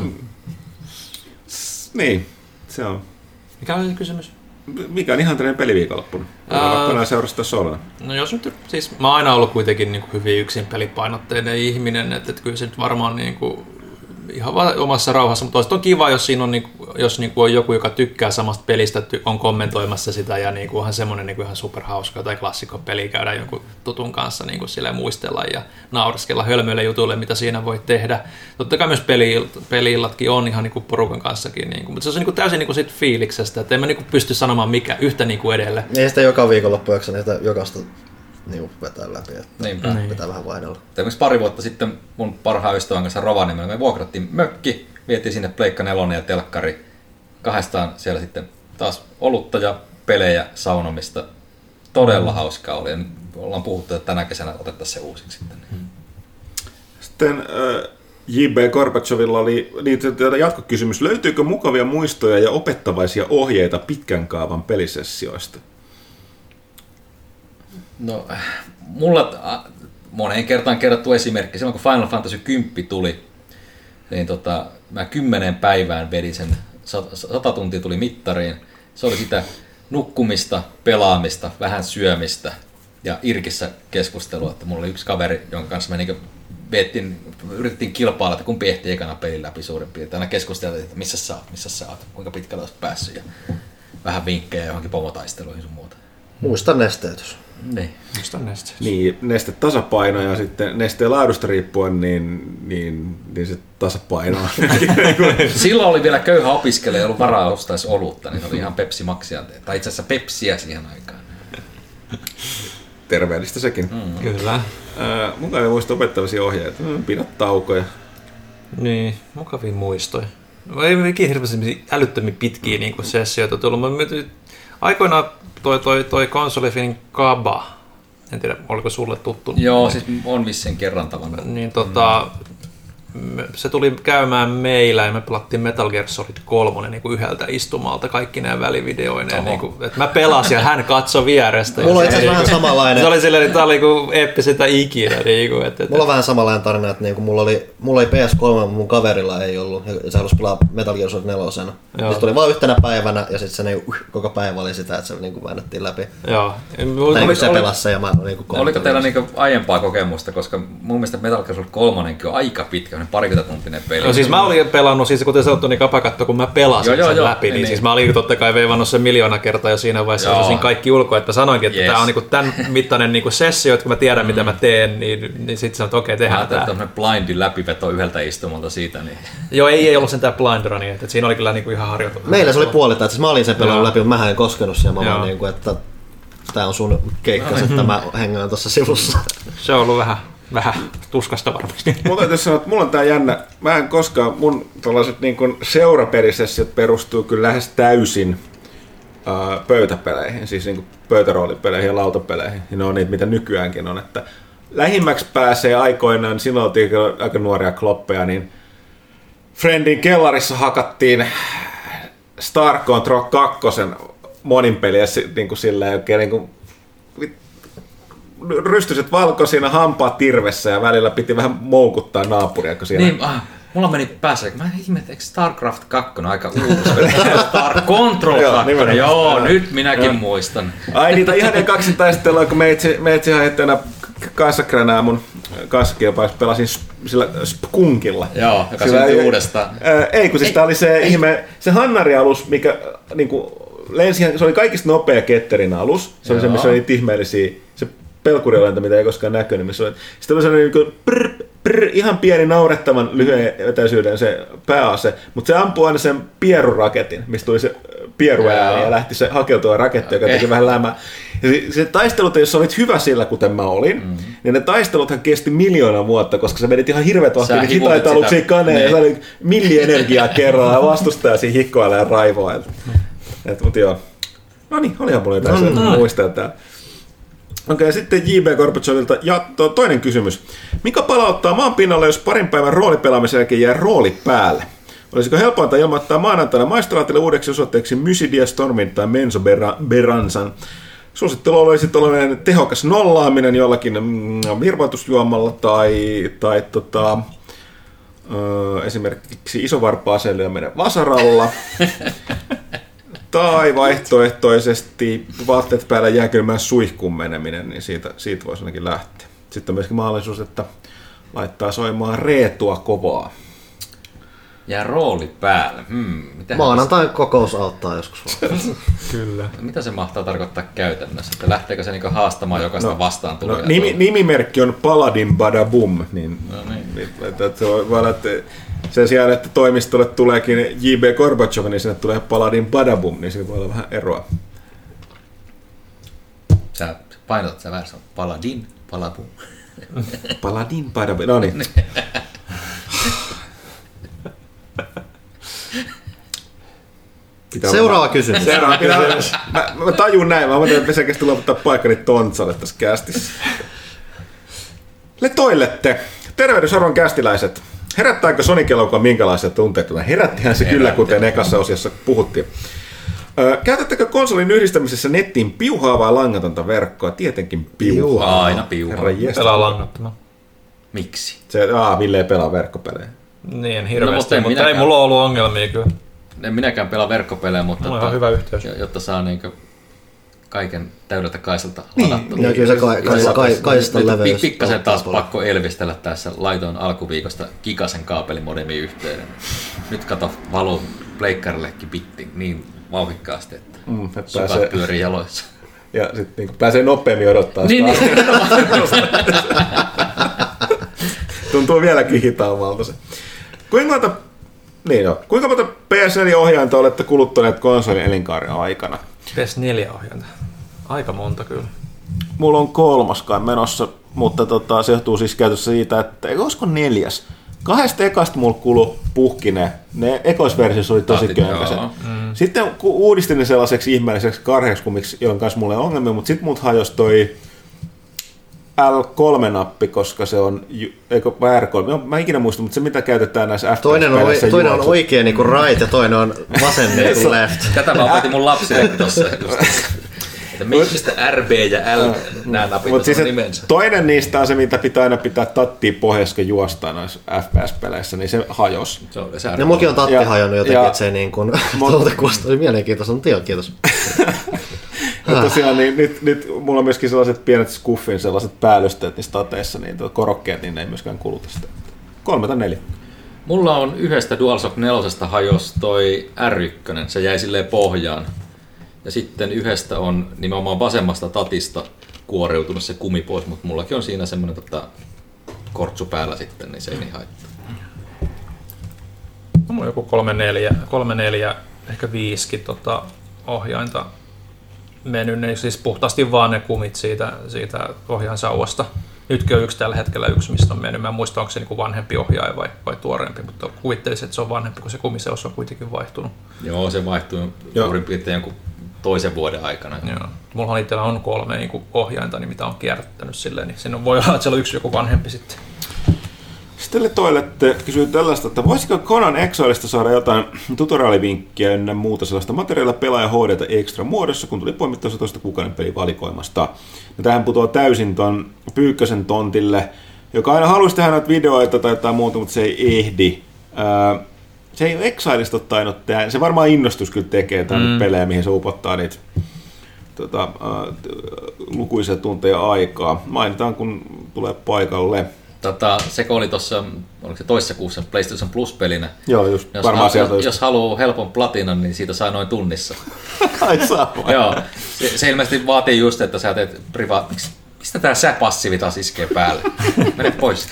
Speaker 1: Niin, se on.
Speaker 2: Mikä oli kysymys?
Speaker 1: Mikä on ihanteellinen peliviikonloppuna? Onko seurasta solana?
Speaker 2: No jos nyt, siis mä oon aina ollut kuitenkin niin kuin hyvin yksin pelipainotteinen ihminen, että kyllä se nyt varmaan niin kuin ihan vaan omassa rauhassa, mutta toisaalta on kiva, jos siinä on, niin kuin, jos niin kuin on joku, joka tykkää samasta pelistä, on kommentoimassa sitä ja niin kuin onhan semmoinen niin kuin ihan superhauska tai klassikkopeli käydä jonkun tutun kanssa niin kuin silleen muistella ja naureskella hölmöille jutuille, mitä siinä voi tehdä. Totta kai myös peli-illatkin on ihan niin kuin porukan kanssakin, niin kuin, mutta se on niin kuin täysin niin kuin sit fiiliksestä, että en mä niin kuin pysty sanomaan yhtä niin kuin edelle.
Speaker 3: Ei sitä joka viikonloppu jaksa, niin sitä jokaista niin vetää läpi, että pitää vähän vaihdella.
Speaker 4: Esimerkiksi pari vuotta sitten mun parhaan ystävän kanssa Rovaniemellä me vuokrattiin mökki, vietiin sinne Pleikka 4 ja telkkari. Kahdestaan siellä sitten taas olutta ja pelejä, saunomista. Todella hauskaa oli. Ja nyt ollaan puhuttu, että tänä kesänä otettaisiin se uusiksi sitten.
Speaker 1: Sitten J.B. Gorbachevilla oli jatkokysymys. Löytyykö mukavia muistoja ja opettavaisia ohjeita pitkän kaavan pelisessioista?
Speaker 4: No, mulla moneen kertaan kerrottu esimerkki. Silloin kun Final Fantasy 10 tuli, niin mä 10 päivään vedin sen, 100 tuntia tuli mittariin. Se oli sitä nukkumista, pelaamista, vähän syömistä ja Irkissä keskustelua, että mulla oli yksi kaveri, jonka kanssa me niinku yritettiin kilpailla, että kumpi ehti ekana pelin läpi suurin piirtein. Aina keskusteltiin, että missä sä oot, kuinka pitkällä olet päässyt ja vähän vinkkejä johonkin pomotaisteluihin sun muuta.
Speaker 3: Muista nesteytys.
Speaker 4: Niin.
Speaker 1: Niin, nestetasapaino ja sitten nesteen laadusta riippuen, niin se tasapaino.
Speaker 4: Silloin oli vielä köyhä opiskelija, ei ollut varaa ostaisi olutta, niin se oli ihan Pepsi Maxia, tai itse asiassa Pepsiä siihen aikaan.
Speaker 1: Terveellistä sekin.
Speaker 2: Kyllä.
Speaker 1: Mukaan ei muista opettavisia ohjeita. Pidä taukoja.
Speaker 2: Niin, mukavia muistoja. Ei ikinä hirveästi älyttömiä pitkiä niin sessioita tullut. Aikoinaan toi konsolifinin Kaba, en tiedä oliko sulle tuttu.
Speaker 4: Joo, siis on vissiin kerran tavannut.
Speaker 2: Niin se tuli käymään meillä ja me pelattiin Metal Gear Solid 3 niin kuin yhdeltä istumalta kaikki nämä välivideoineen. Niin kuin, että mä pelasin ja hän katsoi vierestä.
Speaker 3: Mulla on itse asiassa vähän samanlainen.
Speaker 2: Se oli silleen, että tämä oli niin eeppisintä ikinä. Niin kuin,
Speaker 3: mulla on vähän samanlainen tarina, että niin kuin mulla oli PS3, mutta mun kaverilla ei ollut. Ja se halusi pelaa Metal Gear Solid 4. Se tuli vain yhtenä päivänä ja sitten se niin, koko päivä oli sitä, että se niin väännettiin läpi.
Speaker 2: Joo.
Speaker 3: Tai se pelasi ja mä niin
Speaker 4: oliko teillä niin aiempaa kokemusta, koska mun mielestä Metal Gear Solid 3 on aika pitkä, parikymmentätuntinen peli.
Speaker 2: No siis mä olin pelannut, siis kuten sanottu, niin kapakatto, kun mä pelasin sen läpi, niin siis mä olin totta kai veivannut sen 1,000,000 kertaa jo siinä vaiheessa, osasin kaikki ulkoa, että sanoinkin, että tää on niinku tämän mittainen niinku sessio, että kun mä tiedän, mitä mä teen, niin sit sanoin, että okei, tehdään tää. Tämmönen
Speaker 4: blindin läpiveto yhdeltä istumalta siitä, niin...
Speaker 2: Joo, ei ollut sen tää blind runi, että siinä oli kyllä niinku ihan harjoitettu.
Speaker 3: Meillä se oli puolittain, että siis mä olin sen pelannut läpi, mutta mä en koskenut siellä, mä vaan niinku, että tää on sun keikkas, että mä hengaan tossa sivussa.
Speaker 2: Se on ollut vähän tuskasta varmasti.
Speaker 1: Mulla täytyy sanoa, että mulla on tää jännä. Mä en koskaan, mun tällaiset niin seurapelisessiot perustuu kyllä lähes täysin pöytäpeleihin, siis niin pöytäroolipeleihin ja lautapeleihin. Ja ne on niitä, mitä nykyäänkin on. Että lähimmäksi pääsee aikoinaan, silloin oltiin aika nuoria kloppeja, niin Friendin kellarissa hakattiin Star Control 2 monin peliä niin kuin silleen oikein niin kuin rystyset valkoisina, hampaat tirvessä ja välillä piti vähän moukuttaa naapuria.
Speaker 4: Niin, mulla meni päässä, mä ihmettä, eikö StarCraft 2 on aika uusi? Star Control 2, joo, nyt minäkin muistan.
Speaker 1: Ai niitä ihan kaksintaistelua, kun meitsi haittena kanssakränää mun kanssakilpailussa pelasin sillä Skunkilla.
Speaker 4: Joo, joka syntyi uudestaan.
Speaker 1: Ei, kun siis tää oli se ihme, se Hannari-alus, mikä niinku lensi, se oli kaikista nopea ketterin alus. Se oli se, missä oli niitä ihmeellisiä, se pelkurilenta, mitä ei koskaan näkynyt. Missä oli, sitten oli sellainen niin ihan pieni naurettavan lyhyen etäisyyden se pääase, mutta se ampui aina sen pieruraketin, mistä tuli se pieruääni ja lähti se hakeutua raketti, joka teki vähän lämää. Ja se taistelut, jos olit hyvä sillä, kuten mä olin, niin ne taisteluthan kesti 1,000,000 vuotta, koska sä vedit ihan hirveät vahtia hitaita aluksia kaneen ja sä oli millienergiaa kerralla ja vastustaja siinä hikkoilla ja raivoilla. Mutta joo. No niin, olihan mulla jotain muistaa tää. Okei, sitten J.B. Gorbachovilta ja toinen kysymys. Mikä palauttaa maan pinnalle, jos parin päivän roolipelaamisen jälkeen jää rooli päälle? Olisiko helpointa ilmoittaa maanantaina maistraatille uudeksi osoitteeksi Mysidia Stormin tai Menzo Beranzan? Suosittelu olisi tällainen tehokas nollaaminen jollakin virvoitusjuomalla tai esimerkiksi isovarpa-aseen lyöminen vasaralla. Tai vaihtoehtoisesti vaatteet päällä jääkylmään suihkuun meneminen, niin siitä voisi ainakin lähteä. Sitten on myöskin mahdollisuus, että laittaa soimaan reetua kovaa.
Speaker 4: Ja rooli päällä.
Speaker 3: Maanantain kokous auttaa joskus.
Speaker 2: Kyllä.
Speaker 4: Mitä se mahtaa tarkoittaa käytännössä? Että lähteekö se niinku haastamaan jokaista vastaan tulee?
Speaker 1: Nimimerkki on Paladin Badabum. Niin. Se voi olla, että sen sijaan, että toimistolle tuleekin J.B. Gorbachev, niin sinne tulee Paladin Badabum, niin siinä voi olla vähän eroa.
Speaker 4: Sä painotat sä vähän, Paladin Badabum.
Speaker 1: Paladin Badabum, no niin.
Speaker 3: Seuraava kysymys.
Speaker 1: Mä tajun näin, mä voin selkeästi lopettaa paikkani Tontsalle tässä kästissä. Letoilette. Tervehdys arvon kästiläiset. Herättääkö Sonic-elokuva minkälaisia tunteita? Herättihän se kyllä, kuten ekassa osiossa puhuttiin. Käytättekö konsolin yhdistämisessä nettiin piuhaa vai langatonta verkkoa? Tietenkin piuhaa.
Speaker 4: Aina piuhaa.
Speaker 2: Pelaa langattoman.
Speaker 4: Miksi?
Speaker 1: Ville ei pelaa verkkopelejä.
Speaker 2: Niin, hirveästi, mutta ei mulla ollut ongelmia kyllä.
Speaker 4: En minäkään pelaa verkkopelejä, mutta
Speaker 2: mulla on hyvä yhteys.
Speaker 4: Jotta saa niinku kaiken täydeltä kaistalta ladattu.
Speaker 3: Niin, kyllä se kaistan leveys.
Speaker 4: Pikkasen taas pakko elvistellä tässä. Laitoin alkuviikosta gigasen kaapelimodemin yhteyden. Nyt kato, valuu pleikkarillekin bitti niin vauhikkaasti, että sukat pyörii jaloissa.
Speaker 1: Ja sitten niin pääsee nopeammin odottaa sitä.
Speaker 4: Niin.
Speaker 1: Tuntuu vieläkin hitaammalta se. Kuinka monta PS4-ohjainta olette kuluttaneet konsolin elinkaaren aikana?
Speaker 2: PS4-ohjainta. Aika monta kyllä.
Speaker 1: Mulla on 3 menossa, mutta se johtuu siis käytössä siitä, että olisiko 4. 2 ekasta mulla kulu puhkine. Ne ekoisversiossa oli tosi könkäiset. Sitten kun uudistin ne sellaiseksi ihmeelliseksi karheeksi, jonka kanssa mulla ei ongelmia, mutta sitten mut hajosi toi L3-nappi, koska se on, eikö R3, mä en ikinä muista, mutta se mitä käytetään näissä FPS-peleissä.
Speaker 3: Toinen on oikein niin kuin right ja toinen on vasen niin kuin left.
Speaker 4: Tätä mä opetin mun lapsille tuossa. Mistä RB ja L, nämä napit on siis nimensä.
Speaker 1: Toinen niistä on se, mitä pitää aina pitää tattia pohjassa, kun juostaan noissa FPS-peleissä, niin se hajosi.
Speaker 3: No mullakin on tatti hajonnut jotenkin, että se ei niin kuin kuulostaa mielenkiintoista, mutta kiitos.
Speaker 1: Ja tosiaan niin nyt mulla on myöskin sellaiset pienet skuffin, sellaiset päällysteet niissä tateissa, niin korokkeet, niin ne ei myöskään kuluta sitä. 3 tai 4.
Speaker 4: Mulla on yhdestä DualShock 4 hajos toi R1, se jäi silleen pohjaan. Ja sitten yhdestä on nimenomaan vasemmasta tatista kuoriutunut se kumi pois, mutta mullakin on siinä semmoinen kortsu päällä sitten, niin se ei niin haittaa.
Speaker 2: Mulla on joku 3-4, ehkä 5 ohjainta mennyt, niin siis puhtaasti vaan ne kumit siitä ohjainsauvasta. Nytkin on yksi tällä hetkellä mistä on mennyt. Mä en muista, onko se niin kuin vanhempi ohjaaja vai tuoreempi, mutta kuvittelisin, että se on vanhempi, kun se kumiseos on kuitenkin vaihtunut.
Speaker 4: Joo, se vaihtuu suurin piirtein jonkun toisen vuoden aikana.
Speaker 2: Joo. Mulla itsellä on 3 niin kuin ohjainta, niin mitä on kierrättänyt silleen, niin siinä voi olla, että siellä on yksi joku vanhempi sitten.
Speaker 1: Sitten Toilette kysyy tällaista, että voisiko Conan Exileista saada jotain tutoriaalivinkkiä ynnä muuta sellaista materiaalia pelaaja HD:tä extra muodossa, kun tuli poimittua 12 kuukauden pelin valikoimasta. Ja tähän putoaa täysin ton Pyykkösen tontille, joka aina haluaisi tehdä noita videoita tai jotain muuta, mutta se ei ehdi. Se ei Exileista tainnut tehdä. Se varmaan innostus kyllä tekee tämän pelejä, mihin se upottaa niitä lukuisia tunteja aikaa. Mainitaan, kun tulee paikalle.
Speaker 4: Se oli tuossa, oliko se toissa kuussa PlayStation Plus-pelinä.
Speaker 1: Joo, just varmaan sieltä.
Speaker 4: Jos haluaa helpon platinan, niin siitä saa noin tunnissa.
Speaker 1: Ai saa vai?
Speaker 4: Joo, se ilmeisesti vaatii just, että sä teet privaatiksi. Mistä tää sä-passiivi taas iskee päälle? Mene pois.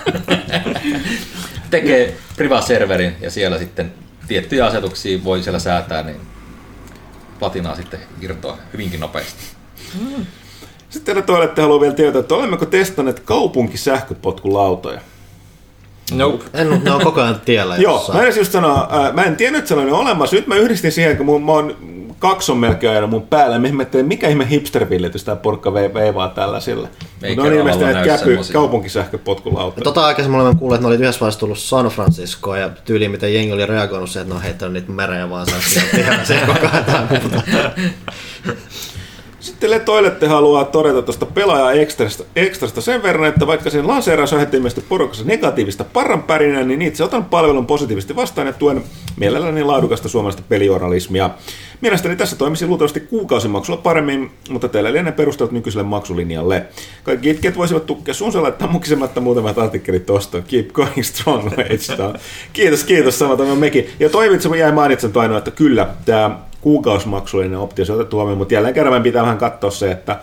Speaker 4: Tekee priva-serverin ja siellä sitten tiettyjä asetuksia voi siellä säätää, niin platinaa sitten irtoaa hyvinkin nopeasti.
Speaker 1: Sitten Toilette haluaa vielä tietää, että olemmeko testanneet kaupunkisähköpotkulautoja?
Speaker 2: Nope.
Speaker 3: Ne on koko ajan tiellä jossain.
Speaker 1: Joo, mä en just sanoa, mä en tiennyt, että sellainen on olemassa. Nyt mä yhdistin siihen, kun mä oon 2 on melkein aina mun päällä. Mä ihmettelin, mikä ihme hipstervillitys tää porukka veivaa tällaisilla. Ne on ilmeisesti näitä kaupunkisähköpotkulautoja.
Speaker 3: Aikaisemmin olemme kuulleet, että ne oli yhdessä vaiheessa tullut San Franciscoon ja tyyliin, miten jengi oli reagoinut siihen, että ne on heittänyt niitä mereen vaan sen koko ajan.
Speaker 1: Sitten Toilette haluaa todeta tuosta pelaaja ekstrasta sen verran, että vaikka sen lanseeraus aiheutti ilmeisesti porukassa negatiivista parranpärinää, niin itse otan palvelun positiivisesti vastaan ja tuen mielelläni laadukasta suomalaista pelijournalismia. Mielestäni tässä toimisi luultavasti kuukausimaksulla paremmin, mutta teillä lienee perustelut nykyiselle maksulinjalle. Kaikki itket voisivat tukea sun laittaa mukisematta muutamat artikkelit tosta. Keep going strong, Kiitos, samoin mekin. Ja toivitse jäi mainitsen ainoa, että kyllä, tämä kuukausimaksullinen optio se on otettu huomioon, mutta jälleen kerran pitää vähän katsoa se, että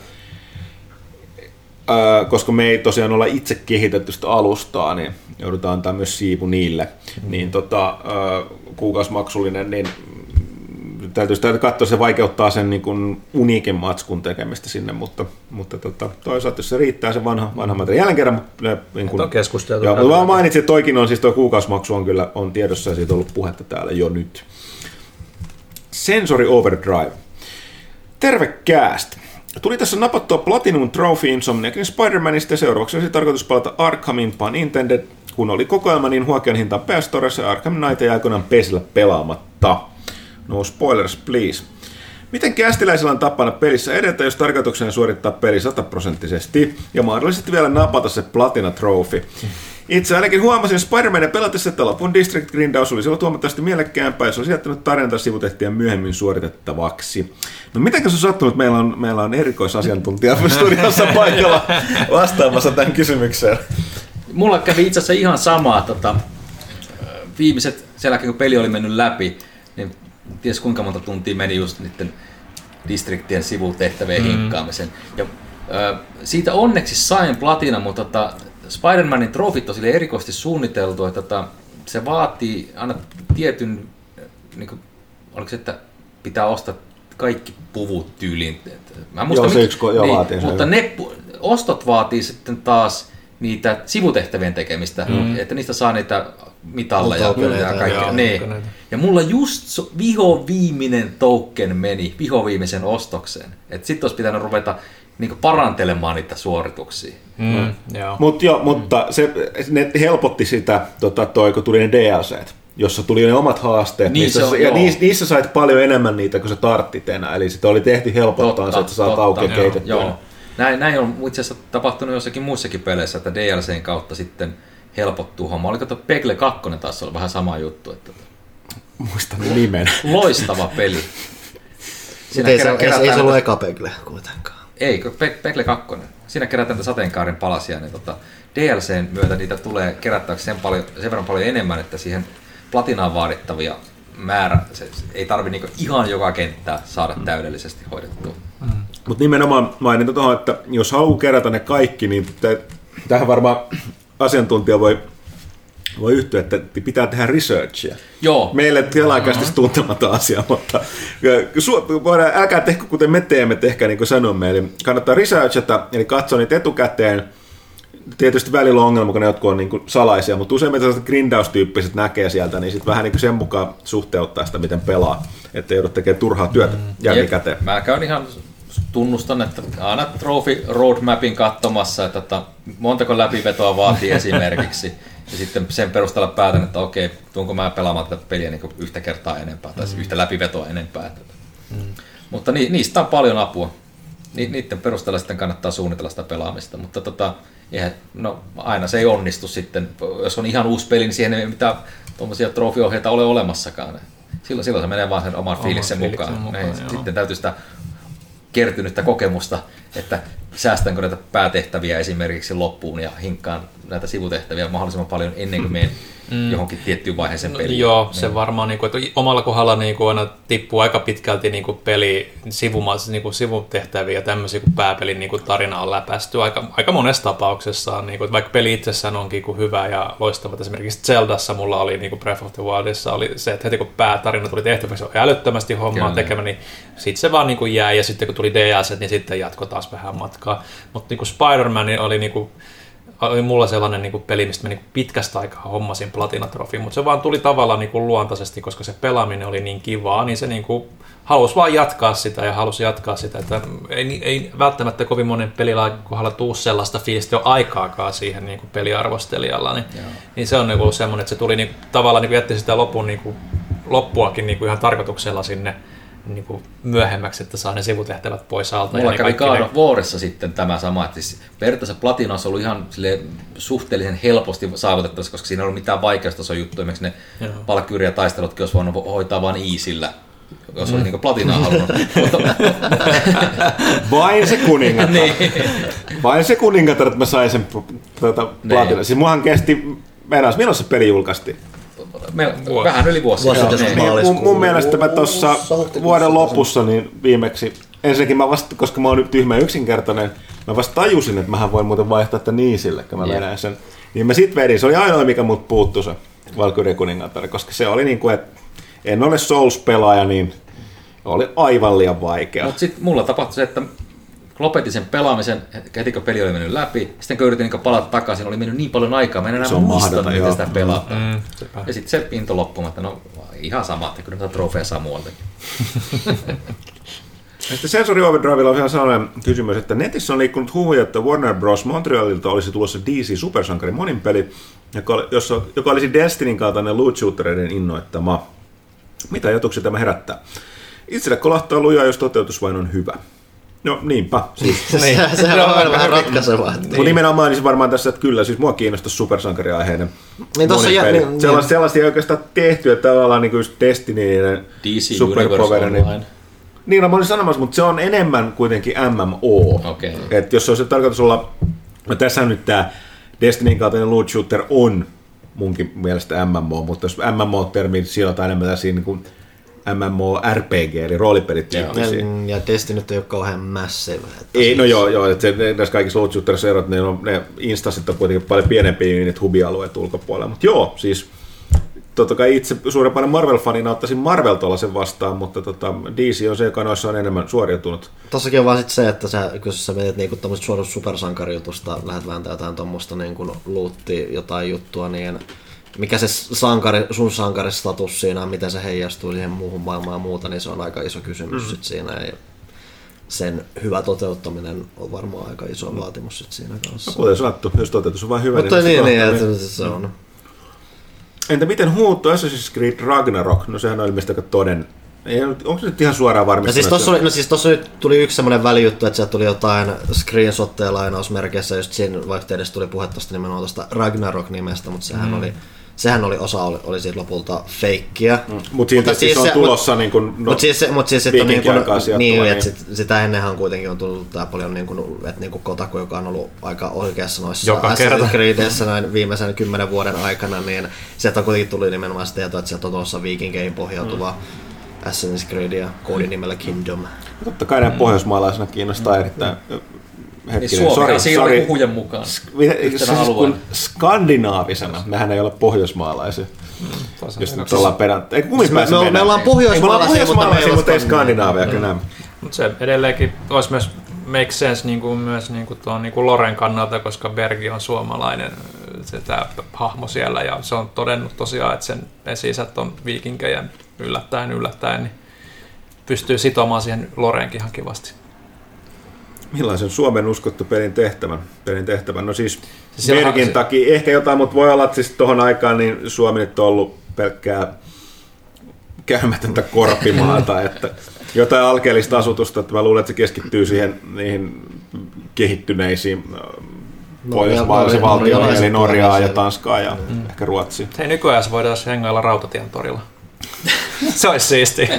Speaker 1: koska me ei tosiaan olla itse kehitetty sitä alustaa, niin joudutaan antaa myös siivu niille. Niin kuukausimaksullinen, niin täytyy katsoa, se vaikeuttaa sen niin kuin uniikin matskun tekemistä sinne, mutta toisaalta jos se riittää se vanha materiaali. Jälleen kerran niin kuin, vaan mainitsin, että toikin on siis tuo kuukausimaksu on kyllä on tiedossa ja siitä on ollut puhetta täällä jo nyt. Sensory Overdrive. Terve Cast! Tuli tässä napattua Platinum Trophy Insomniacin Spider-Manista ja seuraavaksi olisi tarkoitus palata Arkhamin Pun Intended, kun oli kokoelma niin huokean hintaan PS-storessa ja Arkham Knight ei aikoinaan PC:llä pelaamatta. No spoilers please. Miten kästiläisillä on tapana pelissä edetä, jos tarkoituksena suorittaa peli 100% ja mahdollisesti vielä napata se Platina Trophy? Itse ainakin huomasin Spider-Manin pelatessa, että lopun District Grindaus olisi ollut huomattavasti mielekkäämpää, jos olisi jättänyt tarjontaa sivutehtiä myöhemmin suoritettavaksi. No mitenkä se on sattunut, meillä on erikoisasiantuntija studiossa paikalla vastaamassa tämän kysymykseen.
Speaker 4: Mulla kävi itse asiassa ihan samaa. Viimeiset, sen jälkeen kun peli oli mennyt läpi, niin ties kuinka monta tuntia meni just niiden distriktien sivutehtävien hinkkaamisen. Ja, siitä onneksi sain platina, mutta Spider-Manin trofit on sille erikoisesti suunniteltu, että se vaatii aina tietyn, niin kuin, oliko se, että pitää ostaa kaikki puvut tyyliin. Mä muistan, mutta ne ostot vaatii sitten taas niitä sivutehtävien tekemistä, että niistä saa niitä mitalleja ja kaikkea. Ja mulla just vihoviimeinen token meni vihoviimeisen ostokseen. Että sit olisi pitänyt ruveta niinku parantelemaan niitä suorituksia.
Speaker 1: Mutta ne helpotti sitä, kun tuli ne DLCt, jossa tuli ne omat haasteet, niissä sait paljon enemmän niitä kuin sä tarttit enää. Eli sitä oli tehty helpottaa se, että sä saat auki keitettyä.
Speaker 4: Näin on itse asiassa tapahtunut jossakin muissakin peleissä, että DLCn kautta sitten helpottuu homma. Oliko Pegle 2 taas olla vähän sama juttu? Että
Speaker 1: muistan nimen.
Speaker 4: Loistava peli.
Speaker 3: Ei se ollut eka Pegle kuitenkaan.
Speaker 4: Ei, Pegle 2. Siinä kerätään sateenkaarin palasia, niin DLCn myötä niitä tulee kerättäväksi sen verran paljon enemmän, että siihen platinaan vaadittavia määrä, se ei tarvitse niinku ihan joka kenttää saada täydellisesti hoidettua.
Speaker 1: Mutta nimenomaan mainita tuohon, että jos haluaa kerätä ne kaikki, niin tähän varmaan asiantuntija voi yhtyä, että pitää tehdä researchia.
Speaker 4: Joo.
Speaker 1: Meille tilaikaisesti tuntematon asia, mutta älkää tehkö kuten me teemme, tehkää niin kuin sanomme. Eli kannattaa researchata, eli katsoa niitä etukäteen. Tietysti välillä on ongelma, kun ne jotkut on niin kuin salaisia, mutta useimmiten sellaiset grindaustyyppiset näkee sieltä, niin sitten vähän niin kuin sen mukaan suhteuttaa sitä, miten pelaa, ettei joudu tekemään turhaa työtä jälkikäteen.
Speaker 4: Mä käyn ihan tunnustan, että aina trophy roadmapin katsomassa, että montako läpivetoa vaatii esimerkiksi. Ja sitten sen perusteella päätän, että okei, tuunko mä pelaamaan tätä peliä niin yhtä kertaa enempää, tai yhtä läpivetoa enempää. Mutta niistä on paljon apua. Niiden perusteella sitten kannattaa suunnitella sitä pelaamista, mutta aina se ei onnistu sitten. Jos on ihan uusi peli, niin siihen ei mitään tuommoisia trofiohjeita ole olemassakaan. Silloin se menee vaan sen oman fiiliksen mukaan. Sitten täytyy sitä kertynyttä kokemusta, että säästänkö näitä päätehtäviä esimerkiksi loppuun ja hinkkaan näitä sivutehtäviä mahdollisimman paljon ennen kuin menen johonkin tiettyyn vaiheeseen peliin.
Speaker 2: Joo, se varmaan, että omalla kohdalla aina tippuu aika pitkälti peli sivutehtäviä ja tämmöisiä, kun pääpelin tarina on läpäisty aika monessa tapauksessa. Vaikka peli itsessään onkin hyvä ja loistava. Esimerkiksi Zeldassa mulla oli Breath of the Wildissa oli se, että heti kun päätarina tuli tehtäväksi, oli älyttömästi hommaa tekemä, niin sitten se vaan jäi ja sitten kun tuli DLC, niin sitten jatkoi taas vähän matkaa. Mutta Spider-Man oli mulla sellainen peli, mistä mä pitkästä aikaa hommasin platinatrofiin, mutta se vaan tuli tavallaan luontaisesti, koska se pelaaminen oli niin kivaa, niin se halusi vaan jatkaa sitä, että ei välttämättä kovin monen pelillä kohdalla tuu sellaista fiilistä jo aikaakaan siihen peliarvostelijalla, niin se on semmoinen, että se tuli tavallaan jätti sitä loppuakin ihan tarkoituksella sinne myöhemmäksi, että saa ne sivutehtävät pois alta.
Speaker 4: Mulla kävi God of Warissa sitten tämä sama, että siis periaatteessa platina olisi ollut ihan suhteellisen helposti saavutettavissa, koska siinä ei ollut mitään vaikeustason juttuja, esimerkiksi ne valkyyriä taistelutkin olisi voinut hoitaa vain easillä, jos oli platinaa halunnut.
Speaker 1: Vain se kuningatar. Vain se kuningatar, että mä sain sen platina. Siis mullahan kesti, milloin se peli julkaistiin?
Speaker 4: Vähän yli vuosi.
Speaker 1: Mun mielestä mä tuossa vuoden lopussa niin viimeksi, ensinnäkin koska mä oon nyt tyhmä yksinkertainen, mä vasta tajusin, että mähän voin muuten vaihtaa tämän niisille, kun mä vedän sen. Niin mä sit vedin, se oli ainoa mikä mut puuttui se Valkyrien kuningatar, koska se oli että en ole Souls-pelaaja, niin oli aivan liian vaikea.
Speaker 4: Mutta sit mulla tapahtui se, että lopetin sen pelaamisen, heti kun peli oli mennyt läpi, sitten kun yritin palata takaisin, oli mennyt niin paljon aikaa, mä en enää muistanut, miten sitä pelataan. Ja sitten se into loppumatta, ihan sama, että kyllä näitä trofeja saa muualtakin.
Speaker 1: Sitten Sensory Overdrivella on ihan sellainen kysymys, että netissä on liikkunut huhuja, että Warner Bros. Montrealilta olisi tulossa DC Supersankari monin peli, joka olisi Destinyn kaltainen loot shootereiden innoittama. Mitä ajatuksia tämä herättää? Itselle kolahtaa lujaa, jos toteutus vain on hyvä. No niinpä. Siis.
Speaker 3: Sehän on vähän ratkaisevaa.
Speaker 1: Mutta nimenomaan niin varmaan tässä, että kyllä, siis mua kiinnostaisi supersankariaiheinen
Speaker 3: niin
Speaker 1: sellaista ei oikeastaan tehty, että tavallaan niin kuin Destinyn superpower. Niin, mä olin sanomassa, mutta se on enemmän kuitenkin MMO.
Speaker 4: Okay.
Speaker 1: Että jos se olisi tarkoitus olla, no tässä nyt tämä Destinyn kaltainen loot shooter on munkin mielestä MMO, mutta jos MMO-termi sijoitetaan enemmän tällaisiin niin kuin MMORPG, eli roolipelityyppisiä.
Speaker 3: Ja Destiny ei ole kauhean massive.
Speaker 1: Ei, no joo, että näissä kaikissa loot shooterissa erot, ne instanssit on kuitenkin paljon pienempiä niin niitä hubialueet ulkopuolella. Mutta joo, siis totta kai itse suurempana Marvel-fanina ottaisin Marvel tuollaisen vastaan, mutta DC on se, joka noissa on enemmän suoriutunut.
Speaker 3: Tossakin on vaan sit se, että kun sä menet niinku tämmöistä suoraan supersankarijutusta, lähdet vääntää jotain tuommoista niinku luuttia, jotain juttua, niin mikä se sun sankaristatus siinä on, miten se heijastuu siihen muuhun maailmaan ja muuta, niin se on aika iso kysymys sit siinä. Ja sen hyvä toteuttaminen on varmaan aika iso vaatimus sit siinä kanssa.
Speaker 1: No, kuten sanottu, jos toteutus on vain hyvä,
Speaker 3: mutta niin että se on.
Speaker 1: Entä miten huuttu Assassin's Creed Ragnarok? No sehän on ilmeisesti aika toden. Onko se nyt ihan suoraan varmistunut?
Speaker 3: Siis tossa nyt tuli yksi semmoinen välijuttu, että sieltä tuli jotain screenshotteja lainausmerkeissä, just siinä vaihteessa tuli puhe tuosta nimenomaan tuosta Ragnarok-nimestä, mutta sehän oli osa oli siitä lopulta feikkiä.
Speaker 1: Mutta siitä siis on tulossa niin kuin
Speaker 3: viikinkiaikaa niin, että sitä ennenhän kuitenkin on tullut tää paljon niin kuin, että niin kuin Kotaku, joka on ollut aika oikeassa noissa Assassin's Creedissä näin viimeisen 10 vuoden aikana, niin sieltä on kuitenkin tullut nimenomaan se tieto, että sieltä on tuossa viikinkeihin pohjautuva Assassin's Creedia koodinimellä Kingdom.
Speaker 1: Totta kai näin pohjoismaalaisena kiinnostaa erittäin.
Speaker 4: Suomi siellä puhujan mukaan.
Speaker 1: Skandinaavisena. Mehän ei ole pohjoismaalaisia. Jos nyt ollaan peräntä. Ei kummin pääse mennä.
Speaker 3: Me ollaan pohjoismaalaisia,
Speaker 1: mutta ei Skandinaavia.
Speaker 2: Mutta se edelleenkin olisi myös make sense myös tuon Loren kannalta, koska Bergi on suomalainen tämä hahmo siellä ja se on todennut tosiaan, että sen esi-isät on viikinkejä yllättäen, niin pystyy sitomaan siihen Loreenkin ihan kivasti.
Speaker 1: Millaisen Suomen uskottu pelin tehtävän? No siis Bergin takia ehkä jotain, mutta voi olla, että siis tuohon aikaan niin Suomi nyt on ollut pelkkää käymätöntä korpimaata, että jotain alkeellista asutusta, että mä luulen, että se keskittyy siihen niihin kehittyneisiin pohjoismaalaisiin valtioihin, eli Norjaa ja Tanskaa ja ehkä Ruotsia.
Speaker 2: Hei, nykyään voidaan hengailla Rautatien torilla. Se olisi siistiä.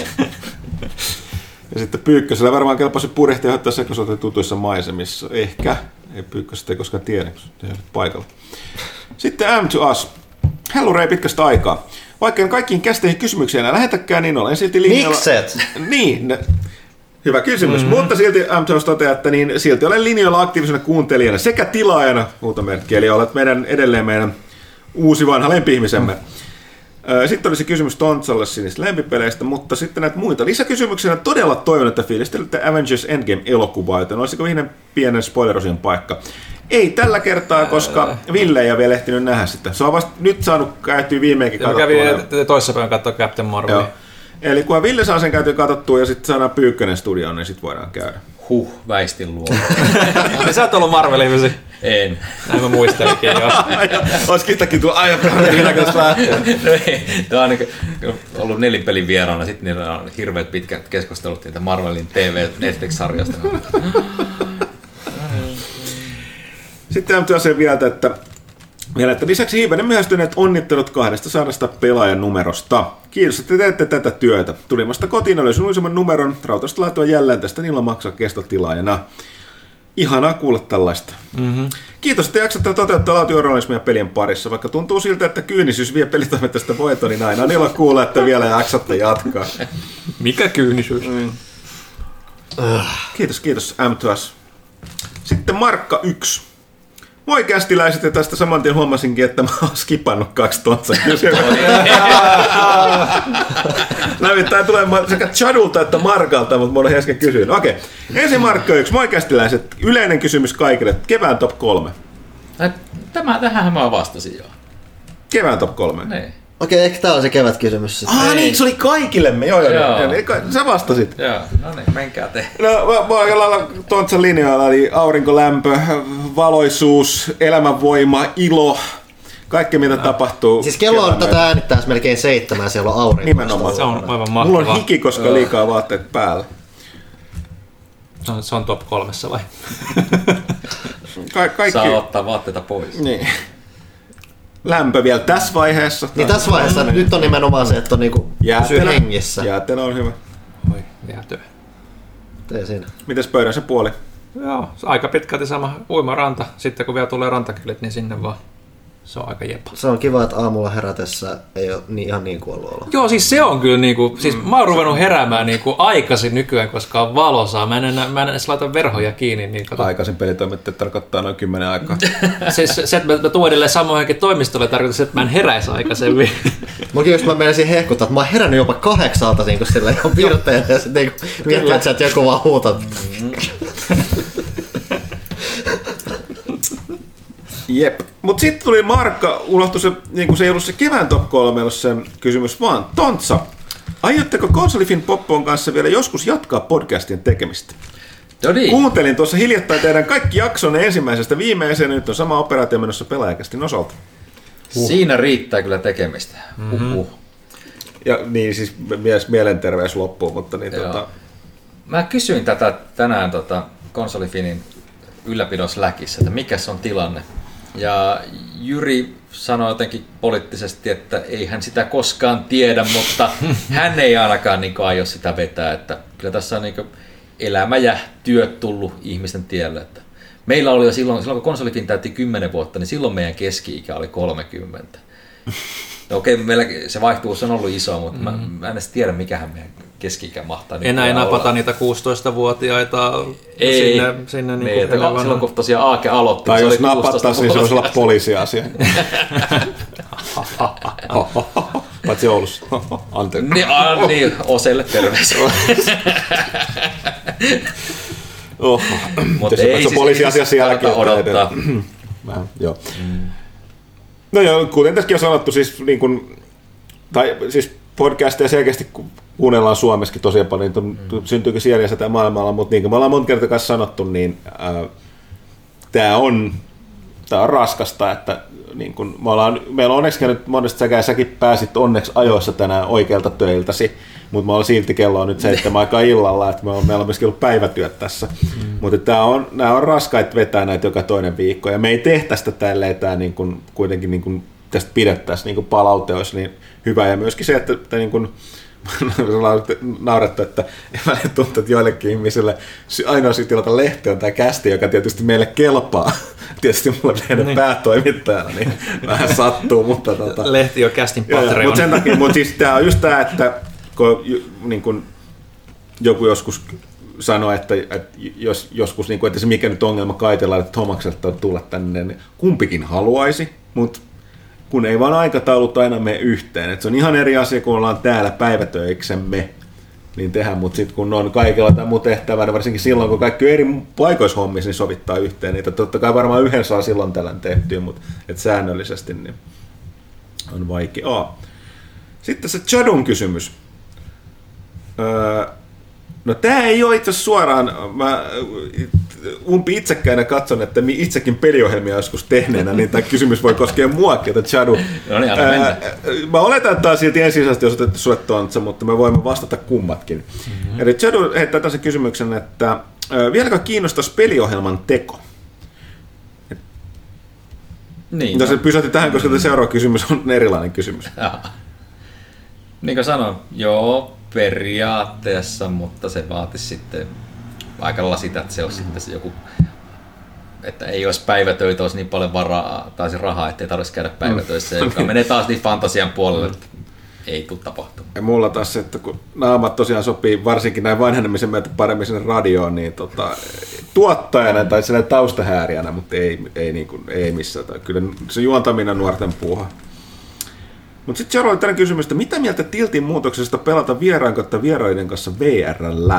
Speaker 1: Ja sitten Pyykkösellä varmaan kelpasi purjehtia hoitaa se, kun se oli tutuissa maisemissa. Ehkä. Ei Pyykköstä ei koskaan tiedä, kun se ei ole paikalla. Sitten M2Us. Hellurei pitkästä aikaa. Vaikka en kaikkiin kästeihin kysymyksiä enää lähetäkään, niin olen silti linjalla...
Speaker 3: Mikset?
Speaker 1: Niin. Hyvä kysymys. Mutta silti M2Us toteaa, että niin silti olen linjoilla aktiivisena kuuntelijana sekä tilaajana, huutomerkki, eli olet edelleen meidän uusi vanha lempi-ihmisemme. Sitten oli se kysymys Tontsalle sinistä lempipeleistä, mutta sitten näitä muita. Lisäkysymyksenä todella toivon, että fiilistelette Avengers Endgame-elokuvaa, joten olisiko viime pienen spoilerosion paikka? Ei tällä kertaa, koska Ville ei ole vielä ehtinyt nähdä sitä. Se on vasta nyt saanut käytyä viimeinkin katsottua.
Speaker 2: Kävi toissapäivän katsoa Captain Marvelia.
Speaker 1: Eli kun Ville saa sen käytyä katsottua ja sitten saadaan Pyykkönen studioon, niin sitten voidaan käydä.
Speaker 4: Väistin luo.
Speaker 2: Sä et ollut Marvel-ihmisi.
Speaker 4: En.
Speaker 2: Näin mä muistelikin jo.
Speaker 1: Olis kiittäkin tuo minäkäs lähtee.
Speaker 4: Tämä on ollut Nelipelin vieraana, sitten niillä on hirveät pitkät keskustelut niitä Marvelin TV-Netflix-sarjasta.
Speaker 1: Sitten on asia vielä, että lisäksi hivenen myöhästyneet onnittelut 200 pelaajan numerosta. Kiitos, että teette tätä työtä. Tulimasta kotiin oli sun numeron. Rautasta laitua jälleen tästä niillä maksaa kestotilaajana. Ihanaa kuulla tällaista. Mm-hmm. Kiitos, että jaksatte toteuttaa laatujournalismia pelien parissa. Vaikka tuntuu siltä, että kyynisyys vie pelitoimittajasta voiton, niin aina on ilo kuulla, että vielä jaksatte jatkaa.
Speaker 2: Mikä kyynisyys?
Speaker 1: Kiitos M2S. Sitten Markka 1. Moi kästiläiset, ja tästä saman tien huomasinkin, että mä oon skipannut 2 Tontsan kysymystä. Lämmittäin tulee sekä Chadulta että Markalta, mutta mä olen äsken kysynyt. Okei, ensin Markka 1. Moi kästiläiset. Yleinen kysymys kaikille. Kevään top 3.
Speaker 4: Tähän mä vastasin jo.
Speaker 1: Kevään top 3.
Speaker 4: Niin.
Speaker 3: Okei, ehkä tää on se kevätkysymys.
Speaker 1: Niin, se oli kaikille. Joo. Sä vastasit.
Speaker 4: Joo, no niin, menkää te.
Speaker 1: No, mä aika lailla Tontsan linjoilla, eli aurinkolämpö, valoisuus, elämänvoima, ilo, kaikki mitä tapahtuu.
Speaker 3: Siis kello on tätä äänittää melkein 7, siellä on aurinko.
Speaker 1: Nimenomaan.
Speaker 2: Se on aivan mahtavaa.
Speaker 1: Mulla on hiki, koska liikaa vaatteet päällä.
Speaker 2: Se on top 3 vai?
Speaker 1: Kaikki...
Speaker 4: Saa ottaa vaatteita pois.
Speaker 1: Niin. Lämpö vielä tässä vaiheessa.
Speaker 3: Niin tässä vaiheessa nyt on nimenomaan se, että on niinku pysyy hengissä.
Speaker 1: Jäätelö on hyvä.
Speaker 2: Oi, jäätyy.
Speaker 3: Tee siinä.
Speaker 1: Mites pöydän se puoli?
Speaker 2: Joo, aika pitkälti sama uimaranta. Sitten kun vielä tulee rantakelit, niin sinne vaan. Se on aika jepa.
Speaker 3: Se on kiva, että aamulla herätessä ei ole ihan niin kuollut olo.
Speaker 2: Joo, siis se on kyllä niinku, siis mä oon ruvennut heräämään niinku aikaisin nykyään, koska on valosaa. Mä en edes laita verhoja kiinni. Niin
Speaker 1: aikaisin pelitoimittajat tarkoittaa noin 10 aikaa.
Speaker 2: Siis se, että mä tuon edelleen samoinkin toimistolle, tarkoittaa se, että mä en heräisi aikaisemmin.
Speaker 3: Mulla jos mä menisin hehkuttaa, että mä oon herännyt jopa 8 niin sillä ihan pirteellä ja sitten niin miettii, että sä et joku vaan huutat.
Speaker 1: Jep. Mut sitten tuli Markka, unohtui se, niin se ei ollut se kevään top 3 se kysymys, vaan Tontsa, aiotteko Konsolifin Poppon kanssa vielä joskus jatkaa podcastien tekemistä?
Speaker 4: Niin.
Speaker 1: Kuuntelin tuossa hiljattain teidän kaikki jaksonne ensimmäisestä viimeiseen, nyt on sama operaatio menossa Pelaajakästin osalta.
Speaker 4: Siinä riittää kyllä tekemistä.
Speaker 1: Ja niin siis mielenterveys loppuu, mutta niin
Speaker 4: Mä kysyin tätä tänään Konsolifinin ylläpidon Slackissa, että mikä se on tilanne. Ja Jyri sanoi jotenkin poliittisesti, että ei hän sitä koskaan tiedä, mutta hän ei ainakaan niin aio sitä vetää. Että kyllä tässä on niin elämä ja työt tullut ihmisten tielle. Että meillä oli jo silloin kun Konsolifin täytti 10 vuotta, niin silloin meidän keski-ikä oli 30. No okei, meillä se vaihtuvuus on ollut iso, mutta mä en edes tiedä, mikähän meidän keski-ikä mahtaa.
Speaker 2: Enää ei napata niitä 16-vuotiaita sinne niin
Speaker 4: kuin silloin kun tosiaan Aake aloitti.
Speaker 1: Tai jos napattaisiin, niin se voisi olla poliisiasia. Paitsi Oulussa. Anteeksi.
Speaker 4: Niin, Oselle terveisiä.
Speaker 1: Mutta ei siis poliisiasia sielläkin
Speaker 4: odottaa.
Speaker 1: Joo. No joo, kuten tässäkin on sanottu, siis, niin kun, tai, siis podcasteja selkeästi kuunnellaan Suomessakin tosiaan paljon, niin syntyykin siellä ja maailmalla, mutta niin kuin me ollaan monta kertaa kanssa sanottu, niin tämä on raskasta, että niin kun meillä on onneksi käynyt monesti säkin pääsit onneksi ajoissa tänään oikealta töiltäsi, mutta me ollaan silti kello on nyt 7 aikaa illalla, että meillä on myöskin ollut päivätyöt tässä. Mutta nämä on raskaita vetää näitä joka toinen viikko, ja me ei tehtäisi sitä tälleen, tämä niin kun, kuitenkin niin kun tästä pidettäisiin, niin kun palaute olisi niin hyvä, ja myöskin se, että niin kun, naurettu, että välillä tuntuu, että joillekin ihmisille ainoa syy tilata lehti on tämä kästi, joka tietysti meille kelpaa. Tietysti mulla meidän päätoimittajana, niin vähän sattuu, mutta
Speaker 2: lehti on kästin Patreon.
Speaker 1: Mutta sen takia, siis tämä on just tämä, että niin kun joku joskus sanoi, että jos joskus, niin kun, että se mikä nyt ongelma kaitellaan, että Tomakselta on tulla tänne, niin kumpikin haluaisi, mutta kun ei vaan aikataulut aina mene yhteen. Et se on ihan eri asia, kun ollaan täällä päivätöiksemme, niin tehdään, mutta sitten kun on kaikilla tämä muu tehtävä, varsinkin silloin, kun kaikki eri paikoissa hommissa, niin sovittaa yhteen. Niitä totta kai varmaan yhden saa silloin tällään tehtyä, mutta et säännöllisesti niin on vaikeaa. Sitten se Chadun kysymys. No tää ei ole itse asiassa suoraan, mä umpi itsekkäinä katson, että itsekin peliohjelmia joskus tehneenä, niin tämä kysymys voi koskea muakin, että Chadu.
Speaker 4: No niin,
Speaker 1: mä oletan, että tämä on silti ensisijaisesti osoitettu sulle Tontsa, mutta me voimme vastata kummatkin. Mm-hmm. Eli Chadu heittää tässä kysymyksen, että vieläkö kiinnostaisi peliohjelman teko?
Speaker 4: Niin.
Speaker 1: Se pysähti tähän, koska tämä seuraava kysymys on erilainen kysymys.
Speaker 4: Niin kuin sanoin, joo, periaatteessa, mutta se vaatisi sitten aika lailla sitä, että se olisi sitten se joku, että ei olisi päivätöitä, olisi niin paljon varaa tai se rahaa, ettei tarvitsisi käydä päivätöissä, joka menee taas niin fantasian puolelle, että ei tule tapahtumaan.
Speaker 1: Ja mulla taas se, että kun naamat tosiaan sopii varsinkin näin vanhenemisen myötä paremmin sinne radioon, niin tuottajana tai sinne taustahääriänä, mutta ei missään. Kyllä se juontaminen on nuorten puuha. Mutta sitten seuraava tällainen kysymys, että mitä mieltä Tiltin muutoksesta pelata vieraan kautta vieraiden kanssa VR:llä?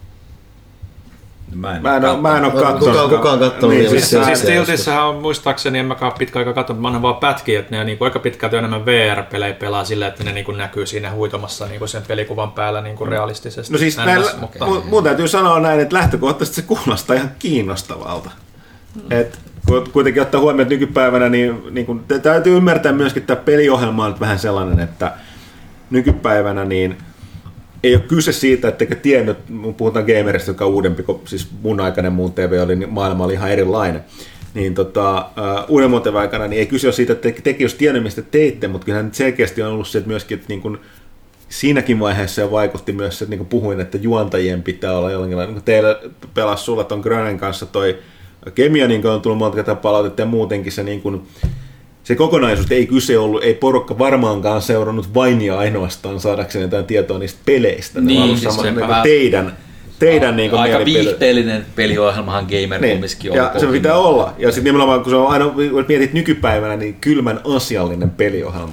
Speaker 4: Mä
Speaker 1: en ole katsonut.
Speaker 3: Kukaan katsonut.
Speaker 2: Niin, siis Tiltissähän on muistaakseni, en mäkaan pitkä aika katsonut, mä annan vaan pätkiä, että ne niinku aika pitkälti enemmän VR-pelejä pelaa sillä, että ne niinku näkyy siinä huitomassa niinku sen pelikuvan päällä niinku realistisesti.
Speaker 1: No siis mun täytyy sanoa näin, että lähtökohtaisesti se kuulostaa ihan kiinnostavalta. Et kuitenkin ottaa huomioon, että nykypäivänä niin kun, täytyy ymmärtää myöskin, että tämä peliohjelma on vähän sellainen, että nykypäivänä niin ei ole kyse siitä, etteikö tiennyt, puhutaan gamerista, joka on uudempi, kun siis mun aikainen muun TV oli, niin maailma oli ihan erilainen. Niin uuden TV aikana niin ei kyse ole siitä, että tekin olisi tiennyt, mistä teitte, mutta kyllähän selkeästi on ollut se, että myöskin, että niin kuin siinäkin vaiheessa jo vaikutti myös se, että niin kuin puhuin, että juontajien pitää olla jonkinlainen. Niin teillä pelasi sulla ton Grönen kanssa toi kemia, niin on tullut monta kertaa palautetta ja muutenkin se, niin kuin, se kokonaisuus ei kyse ollut, ei porukka varmaankaan seurannut vain ja ainoastaan saadakseen jotain tietoa niistä peleistä.
Speaker 4: Niin, siis
Speaker 1: teidän niin
Speaker 4: aika viihteellinen peliohjelmahan Gamer-kummiskin on.
Speaker 1: Ja se pitää olla. Ja sitten nimenomaan, kun se on aina, mietit nykypäivänä, niin kylmän asiallinen peliohjelma.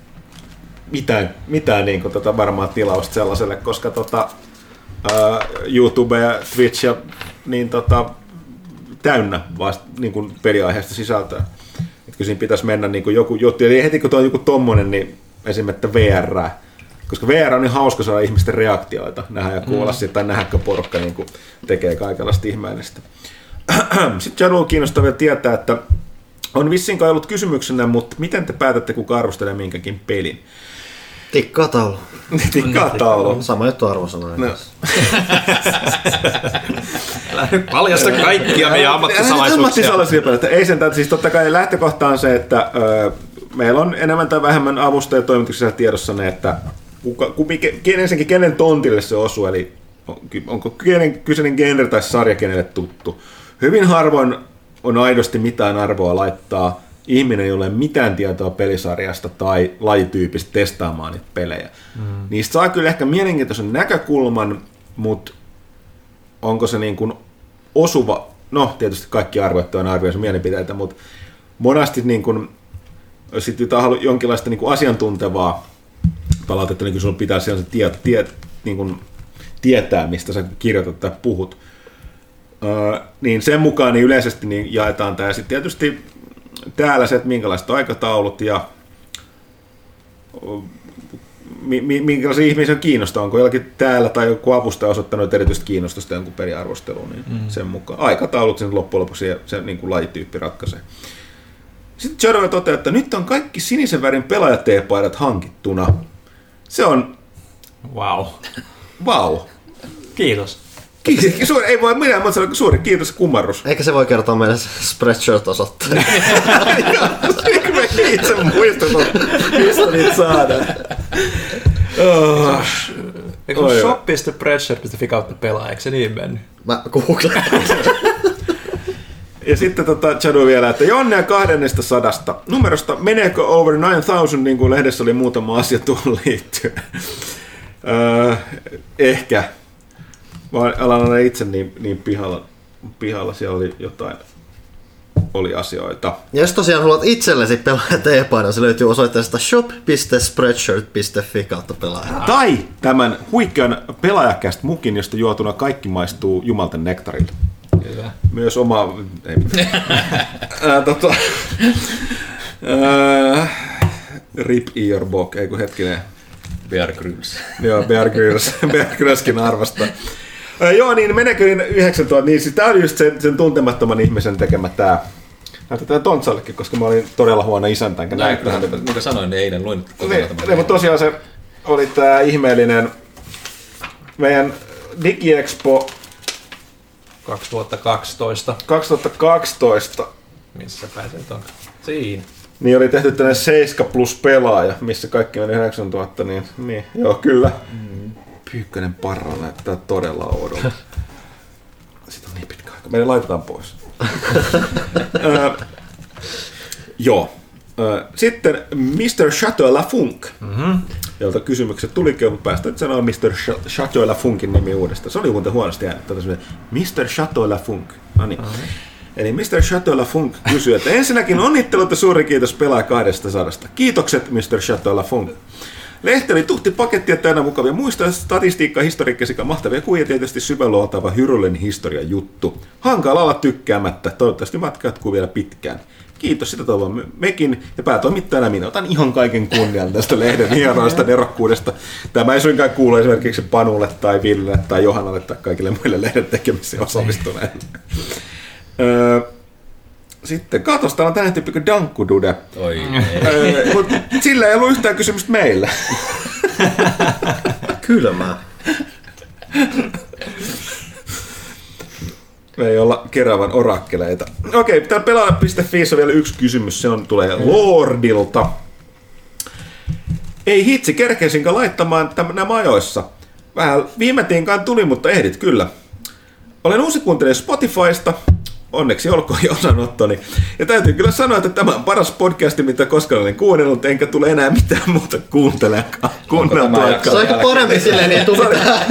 Speaker 1: Mitään niin kuin, varmaa tilausta sellaiselle, koska YouTube ja Twitch ja niin täynnä vasta niin kuin peliaiheesta sisältöä. Että siinä pitäisi mennä niin kuin joku juttu. Ja heti kun on joku tommonen, niin esimerkiksi VR. Koska VR on niin hauska saada ihmisten reaktioita, nähdä ja kuulla sitä, tai nähdäkö porukka niin kuin tekee kaikenlaista ihmeellistä. Sitten Jadu kiinnostaa vielä tietää, että on vissiin kai ollut kysymyksenä, mutta miten te päätätte, kuka arvostelee minkäkin pelin?
Speaker 3: Tikkaa taulu.
Speaker 1: Tikkaa taulu.
Speaker 3: Sama juttu arvosanojen kanssa.
Speaker 5: Paljasta kaikkia meidän ammattisalaisuuksia.
Speaker 1: Ei sentään, siis totta kai lähtökohta on se, että meillä on enemmän tai vähemmän avustajatoimituksessa tiedossa ne, että kenen tontille se osuu, eli onko kyseinen genre tai sarja kenelle tuttu. Hyvin harvoin on aidosti mitään arvoa laittaa ihminen, jolle ei ole mitään tietoa pelisarjasta tai lajityypistä testaamaan niitä pelejä. Niistä saa kyllä ehkä mielenkiintoisen näkökulman, mutta onko se niin kuin osuva, no tietysti kaikki arvoittaa on arvioissa mielipiteitä, mutta monasti niin kuin, sitten haluaa jonkinlaista niin kuin asiantuntevaa palautetta, niin kuin sinulla pitää siellä niin kuin tietää, mistä sä kirjoitat tai puhut. Niin sen mukaan niin yleisesti niin jaetaan tämä. Sitten tietysti täällä se, että minkälaiset aikataulut ja minkälaisia ihmisiä on kiinnostaa. Onko jollakin täällä tai joku avustaja osoittanut erityistä kiinnostusta jonkun peliarvosteluun, niin sen mukaan. Aikataulut sen loppujen lopuksi se niin kuin lajityyppi ratkaisee. Sitten Jaro toteaa, että nyt on kaikki sinisen värin pelaajateepaidat hankittuna. Se on... Wow.
Speaker 5: Kiitos.
Speaker 1: Ei voi minä, mutta sanoa suuri kiitos kumarrus.
Speaker 3: Eikä se voi kertoa meidän Spreadshirt-osoitteen.
Speaker 1: Eikö me itse muistutut, mistä niitä saadaan?
Speaker 5: Eikö sun shop.spreadshirt.fi kautta pelaa, eikö se niin mennyt?
Speaker 3: Mä googlaan.
Speaker 1: Ja sitten Chadu vielä, että Jonnea 200 numerosta, meneekö over 9000, niin kuin lehdessä oli muutama asia tuohon liittyen. Ehkä. Mä alan olla itse niin pihalla, siellä oli jotain, oli asioita.
Speaker 3: Ja jos tosiaan haluat itsellesi pelaaja teepaidan, se löytyy osoitteesta shop.spreadshirt.fi kautta pelaaja.
Speaker 1: Tai tämän huikean pelaajakästä mukin, josta juotuna kaikki maistuu jumalten nektarilta.
Speaker 2: Kyllä.
Speaker 1: Myös oma... Rip Earbog, ei kun hetkinen.
Speaker 4: Bear Grylls.
Speaker 1: Joo, Bear Gryllskin arvostaa. Joo, niin meneekö 9000, niin siis tää oli just sen tuntemattoman ihmisen tekemä tää. Näytetään Tontsallekin, koska mä olin todella huono isäntä.
Speaker 4: Niin kuin sanoin, niin eilen luin
Speaker 1: mutta tosiaan se oli tää ihmeellinen meidän DigiExpo
Speaker 5: 2012. Missä pääset on? Siinä.
Speaker 1: Niin oli tehty tämmöinen 7 plus pelaaja, missä kaikki meni 9000, niin joo, kyllä. Pyykkönen parra näyttää todella oudolta. Sitten on niin pitkä aika. Meidän laitetaan pois. Joo. Sitten Mr. Chateau Lafunk, jolta kysymykset tulikin, mutta päästä nyt sanoa Mr. Chateau Lafunkin nimi uudestaan. Se oli muuten huonosti äänet. Mr. Chateau Lafunk. No niin. Eli Mr. Chateau Lafunk kysyy, että ensinnäkin onnittelut ja suuri kiitos pelaa 200. Kiitokset Mr. Chateau Lafunk. Lehti oli tuhti pakettia täynnä mukavia muistoja, statistiikkaa, historiikkia sekä mahtavia kuvia, tietysti syväluotava hyryllinen historian juttu. Hankala olla tykkäämättä, toivottavasti matka jatkuu vielä pitkään. Kiitos, sitä toivon mekin, ja päätoimittajana minä otan ihan kaiken kunnian tästä lehden hienoista nerokkuudesta. Tämä ei suinkaan kuulu esimerkiksi Panulle tai Villelle tai Johannalle tai kaikille muille lehden tekemiseen osallistuneille. Sitten katos, täällä on tämmöinen tyyppi kuin Dankkudude. Mutta sillä ei ollut yhtään kysymystä meillä.
Speaker 3: Kylmää.
Speaker 1: Me ei olla Keravan orakkeleita. Okei, täällä pelaaja.fi on vielä yksi kysymys. Se tulee Lordilta. Ei hitsi, kerkeisinkä laittamaan nämä ajoissa? Vähän viime tiinkaan tuli, mutta ehdit kyllä. Olen uusi kuuntelija Spotifysta. Onneksi olkoon jo osanottoni. Ja täytyy kyllä sanoa, että tämä on paras podcasti, mitä koskaan olen kuunnellut, enkä tule enää mitään muuta kuuntelemaan.
Speaker 3: Se on aika parempi silleen, niin tuli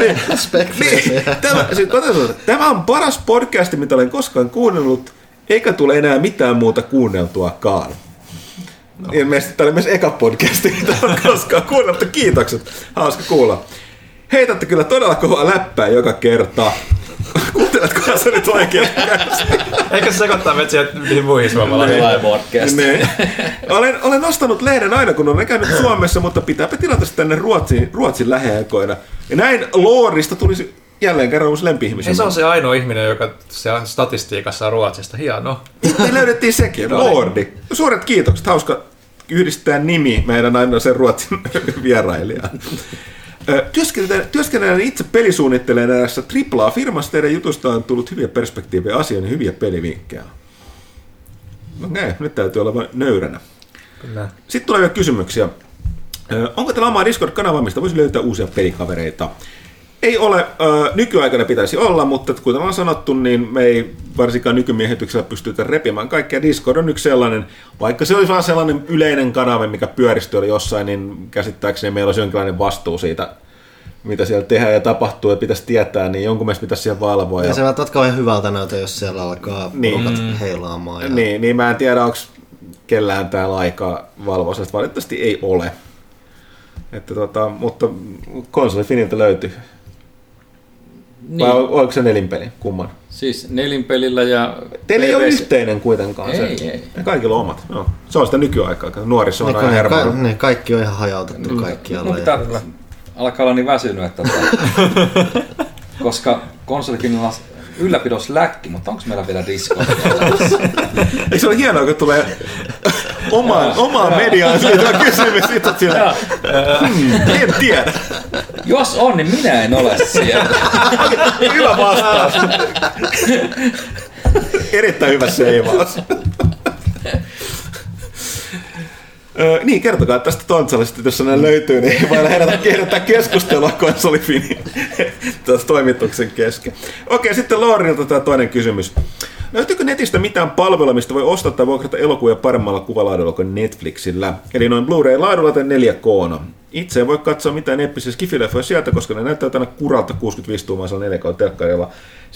Speaker 1: Tämä on paras podcasti, mitä olen koskaan kuunnellut, eikä tule enää mitään muuta kuunneltuakaan. No. Ilmeisesti tämä oli myös eka podcasti, mitä olen koskaan kuunnellut. Kiitokset, hauska kuulla. Heitätte kyllä todella kovaa läppää joka kerta. Kuunteletko sä nyt oikeasti?
Speaker 5: Eikä se sekoittaa metsiä niihin muihin suomalaisiin
Speaker 4: podcastiin.
Speaker 1: Olen ostanut lehden aina, kun olen käynyt Suomessa, mutta pitääpä tilata se tänne Ruotsin lähiaikoina. Ja näin Loorista tulisi jälleen kerran uusi lempi-ihmisiä.
Speaker 5: Se on se ainoa ihminen, joka se statistiikassa on Ruotsista. Hienoa.
Speaker 1: Me löydettiin sekin, Lordi. Suuret kiitokset. Hauska yhdistää nimi meidän ainoaseen Ruotsin vierailijaan. Työskennellään itse pelisuunnittelijana näissä AAA-firmassa. Teidän jutusta on tullut hyviä perspektiivejä asiaan ja hyviä pelivinkkejä. Okei, nyt täytyy olla vain nöyränä. Kyllä. Sitten tulee vielä kysymyksiä. Onko teillä omaa Discord-kanavaa, mistä voisi löytää uusia pelikavereita? Ei ole. Nykyaikana pitäisi olla, mutta kuten on sanottu, niin me ei varsinkaan nykymiehityksellä pystytä repimään kaikkea. Discord on yksi sellainen, vaikka se olisi vain sellainen yleinen kanava, mikä pyöristyy jossain, niin käsittääkseni meillä olisi jonkinlainen vastuu siitä, mitä siellä tehdään ja tapahtuu ja pitäisi tietää, niin jonkun mielestä pitäisi siellä valvoa.
Speaker 3: Ja se välttämättä kauhean hyvältä näytä, jos siellä alkaa porukat heilaamaan. Ja...
Speaker 1: Niin, mä en tiedä, onko kellään täällä aikaa valvoa, sitä valitettavasti ei ole. Että mutta konsolifiniltä löytyy. Niin. Vai oliko se nelinpeli? Kumman?
Speaker 4: Siis nelinpelillä ja...
Speaker 1: Teillä ei ole yhteinen kuitenkaan.
Speaker 4: Ei.
Speaker 1: Kaikilla on omat. No, se on sitä nykyaikaa. Nuorissa on aina hermoa.
Speaker 3: Kaikki on ihan hajautettu kaikkialla.
Speaker 4: Alkaa olla niin väsynyt, että koska konsolifinilla ylläpidossa läkki, mutta onko meillä vielä Discord?
Speaker 1: Eikö se ole hienoa, kun tulee omaan mediaan siitä kysymys, en tiedä.
Speaker 4: Jos on, niin minä en ole siellä.
Speaker 1: Hyvä vastaus. Erittäin hyvä seivaus. Niin, kertokaa tästä Tontsalista, jos näin löytyy, niin ei voida herättää keskustelua konsolifinin toimituksen kesken. Okei, sitten Lorilta tämä toinen kysymys. Löytyykö netistä mitään palvelua, mistä voi ostaa tai vuokrata elokuvia paremmalla kuvalaadulla kuin Netflixillä? Eli noin Blu-ray-laadulla tai 4K:na. Itse ei voi katsoa mitään eeppisiä skifileffoja sieltä, koska ne näyttää tänne kuralta 65-tuumaisella 4K-telkkarilla.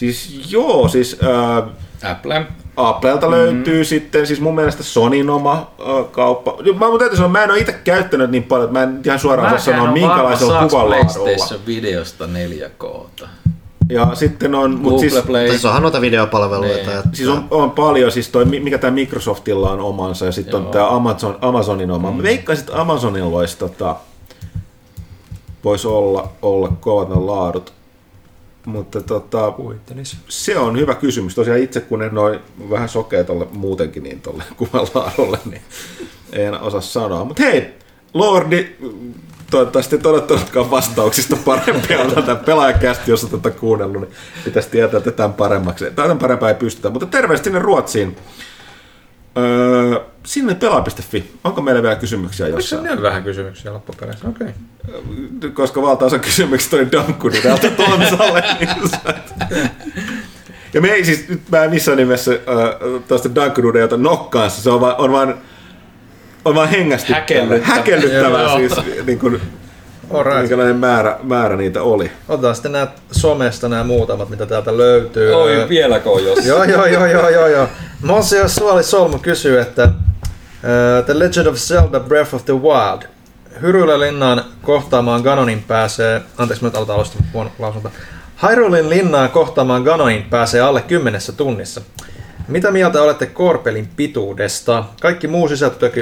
Speaker 1: Applelta löytyy sitten, siis mun mielestä Sonyn oma kauppa. Mä täytyy sanoa, mä en ole itse käyttänyt niin paljon, että mä en ihan suoraan saa sanoa, minkälaisella kuvanlaadulla.
Speaker 4: PlayStation-videosta 4K:ta.
Speaker 1: Ja sitten on...
Speaker 3: Google Play. Siis onhan noita videopalveluita. Että...
Speaker 1: Siis on paljon, siis mikä tämä Microsoftilla on omansa ja sitten on tämä Amazonin oma. Veikkaisin, että Amazonilla voisi olla kovat ne laadut. Mutta se on hyvä kysymys. Tosiaan itse kun en ole vähän sokea tolle muutenkin niin tolle kuvan laadulle, niin en osaa sanoa. Mutta hei, Lordi, toivottavasti et ole todetkaan vastauksista parempia. On tätä pelaajakästi, jos olet tätä kuunnellut, niin pitäisi tietää, että tämän parempaa ei pystytä. Mutta terveistä sinne Ruotsiin. Sinne pelaa.fi. Onko meillä vielä kysymyksiä jossain?
Speaker 5: Onko se vähän kysymyksiä loppupeleissä? Okei.
Speaker 1: Koska valtaosa kysymyksistä oli Dunkkudelta Tonsalle. Ja me ei siis, nyt mä en missään nimessä tuosta Dunkkudelta nokkaansa. Se on vaan häkellyttävää siis, niin kuin, minkälainen määrä niitä oli.
Speaker 5: Otetaan sitten nämä somesta nämä muutamat, mitä täältä löytyy.
Speaker 4: Oi, vieläkö on jossain?
Speaker 5: Joo. Monsieur Suoli Solmu kysyy, että The Legend of Zelda Breath of the Wild. Hyrylä linnaan kohtaamaan Ganonin pääsee... Anteeksi, mä aloitan alusta huono lausunta. Hyrulein linnaan kohtaamaan Ganonin pääsee alle 10 tunnissa. Mitä mieltä olette Core-pelin pituudesta? Kaikki muu sisältö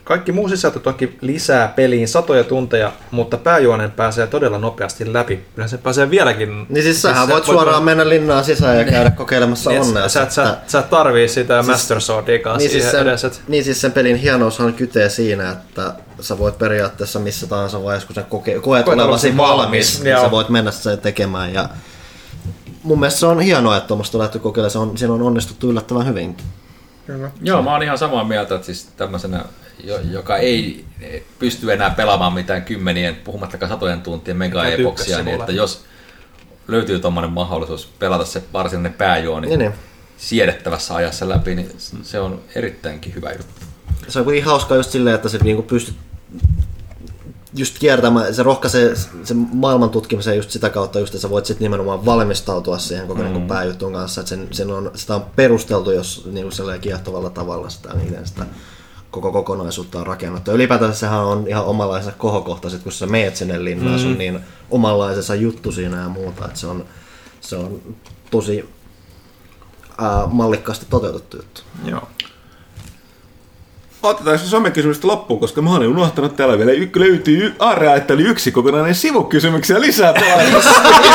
Speaker 5: Kaikki muu sisältö toki lisää peliin satoja tunteja, mutta pääjuoneen pääsee todella nopeasti läpi. Kyllä se pääsee vieläkin.
Speaker 3: Niin siis sähän voit suoraan mennä linnaan sisään ja käydä kokeilemassa onnea.
Speaker 5: Sä tarvii sitä Master Swordia kanssa siihen edes.
Speaker 3: Niin siis sen pelin hienoushan kytee siinä, että sä voit periaatteessa missä tahansa vaiheessa, kun sä koet olevasi valmis, niin sä voit mennä sen tekemään. Ja mun mielestä se on hienoa, että tuommoista lähty kokeilemaan. Siinä on onnistuttu yllättävän hyvin.
Speaker 4: Kyllä. Joo, mä oon ihan samaa mieltä, että siis tämmöisenä, joka ei pysty enää pelaamaan mitään kymmenien, puhumattakaan satojen tuntien mega-epoksia, niin että jos löytyy tommoinen mahdollisuus pelata se varsinainen pääjuoni siedettävässä ajassa läpi, niin se on erittäinkin hyvä juttu.
Speaker 3: Se on kuitenkin hauskaa just silleen, että sä niinku pystyt just kiertämään, se rohkaisee sen maailman tutkimiseen just sitä kautta, just, että sä voit sit nimenomaan valmistautua siihen koko pääjutun kanssa, että sitä on perusteltu, jos niinku kiehtovalla tavalla sitä koko kokonaisuutta on rakennettu. Ylipäätään sehän on ihan omanlaisensa kohokohtaiset, kun sä meet sinne linnaan, sun niin omanlaisensa juttu siinä ja muuta, että se on tosi mallikkaasti toteutettu juttu.
Speaker 5: Joo.
Speaker 1: Otetaan se somekysymystä loppuun, koska mä olin unohtanut täällä vielä. Löytyy Aarea, että oli yksi kokonainen sivukysymyksiä lisää pelaajassa.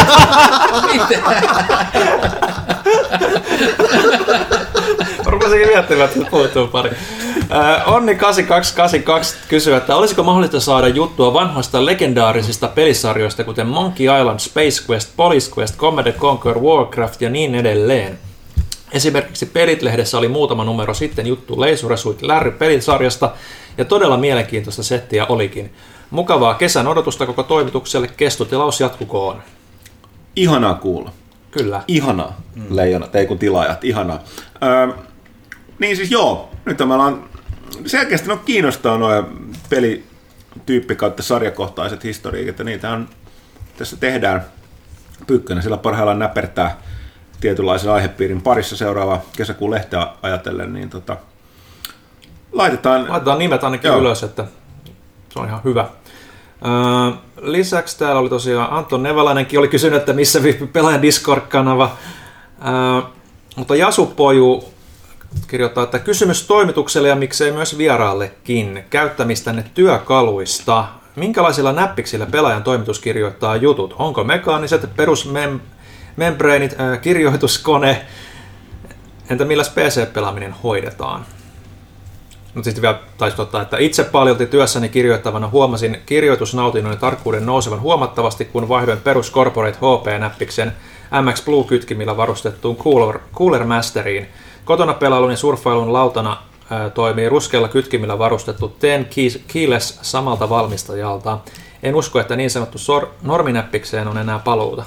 Speaker 5: Rupesinkin miettimään, että puuttuu pari. Onni8282 kysyy, että olisiko mahdollista saada juttua vanhoista legendaarisista pelisarjoista, kuten Monkey Island, Space Quest, Police Quest, Command & Conquer, Warcraft ja niin edelleen. Esimerkiksi Pelit-lehdessä oli muutama numero sitten juttu Leisure Suit Larry-pelisarjasta, ja todella mielenkiintoista settiä olikin. Mukavaa kesän odotusta koko toimitukselle, kestotilaus jatkukoon.
Speaker 1: Ihanaa kuulla.
Speaker 5: Kyllä.
Speaker 1: Ihanaa, leijonat, ei kun tilaajat, ihanaa. Niin siis joo, nyt me ollaan selkeästi kiinnostaa nuo pelityyppi kautta sarjakohtaiset historiikat, että niitähän tässä tehdään Pyykkönen, sillä parhaillaan näpertää tietynlaisen aihepiirin parissa seuraava kesäkuun lehteä ajatellen, niin laitetaan
Speaker 5: nimet ainakin ylös, että se on ihan hyvä. Lisäksi täällä oli tosiaan Anton Nevalainenkin oli kysynyt, että missä viipyy pelaajan Discord-kanava. Mutta Jasupoju kirjoittaa, että kysymys toimitukselle ja miksei myös vieraallekin käyttämistänne työkaluista. Minkälaisilla näppiksillä pelaajan toimitus kirjoittaa jutut? Onko mekaaniset perusmembrainit, kirjoituskone? Entä milläs PC-pelaaminen hoidetaan? Mutta sitten vielä taisi ottaa, että itse paljolti työssäni kirjoittavana huomasin kirjoitusnautinnon ja tarkkuuden nousevan huomattavasti, kun vaihdoin perus Corporate HP-näppiksen MX Blue-kytkimillä varustettuun Cooler Masteriin. Kotona pelailun ja surffailun lautana toimii ruskeilla kytkimillä varustettu Ten Keyless samalta valmistajalta. En usko, että niin sanottu norminäppikseen on enää paluuta.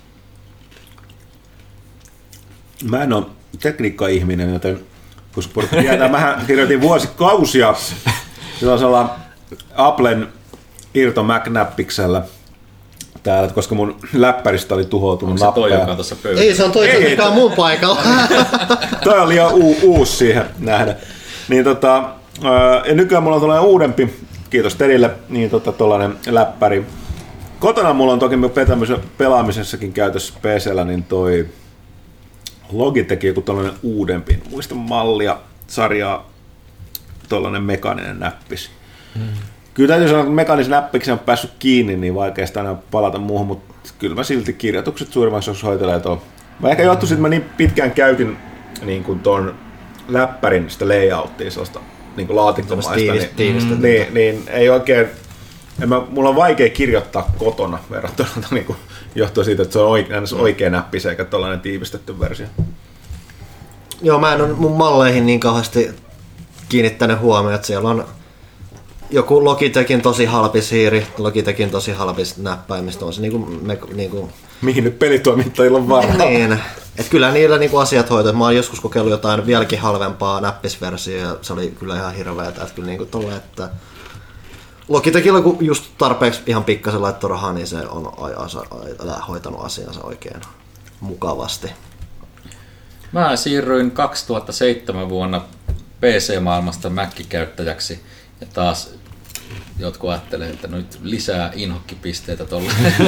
Speaker 1: Mä en ole tekniikka-ihminen, joten kun sportti tietää, mähän kirjoitin vuosikausia sellaisella Applen Irto Mac-näppiksellä täällä, koska mun läppäristä oli tuhoutunut nappeja.
Speaker 4: Onko se toi, joka on tuossa pöydällä?
Speaker 3: Ei, se on toi, mikä on mun paikalla.
Speaker 1: Toi on liian uusi siihen nähdä. Niin ja nykyään mulla on tällainen uudempi, kiitos Tedille, niin tollainen läppäri. Kotona mulla on toki pelaamisessakin käytössä PC:llä, niin toi Logitech joku tällainen uudempi, muista mallia, sarjaa, tollainen mekaaninen näppis. Kyllä täytyy sanoa, että mekaanisen näppiksen on päässyt kiinni, niin vaikeasta aina palata muuhun, mutta kyllä mä silti kirjoitukset suurimmaksi osassa hoitelee tuon. Mä ehkä johtuu siitä, että mä niin pitkään käytin niin kuin ton läppärin sitä layouttia, sellaista niin kuin laatikkomaista, niin ei oikein, mulla on vaikea kirjoittaa kotona verrattuna, niin kuin johtuu siitä, että se on oikea näppis eikä tollainen tiivistetty versio.
Speaker 3: Joo, mä en ole mun malleihin niin kauheasti kiinnittänyt huomioon, että siellä on joku Logitechin tosi halpis hiiri, Logitechin tosi halpis näppäimistä, on se niinku
Speaker 1: mihin nyt pelitoimittajilla on varaa.
Speaker 3: Niin, että kyllä niillä niinku asiat hoituu. Mä oon joskus kokeillut jotain vieläkin halvempaa näppisversiota ja se oli kyllä ihan hirveetä, että kyllä niinku tolle, että Logitechilla kun just tarpeeksi ihan pikkasen laittoi rahaa, niin se on hoitanut asiansa oikein mukavasti.
Speaker 4: Mä siirryin 2007 vuonna PC-maailmasta Mac-käyttäjäksi ja taas jotkut ajattelee, että nyt lisää inhokkipisteitä tolle.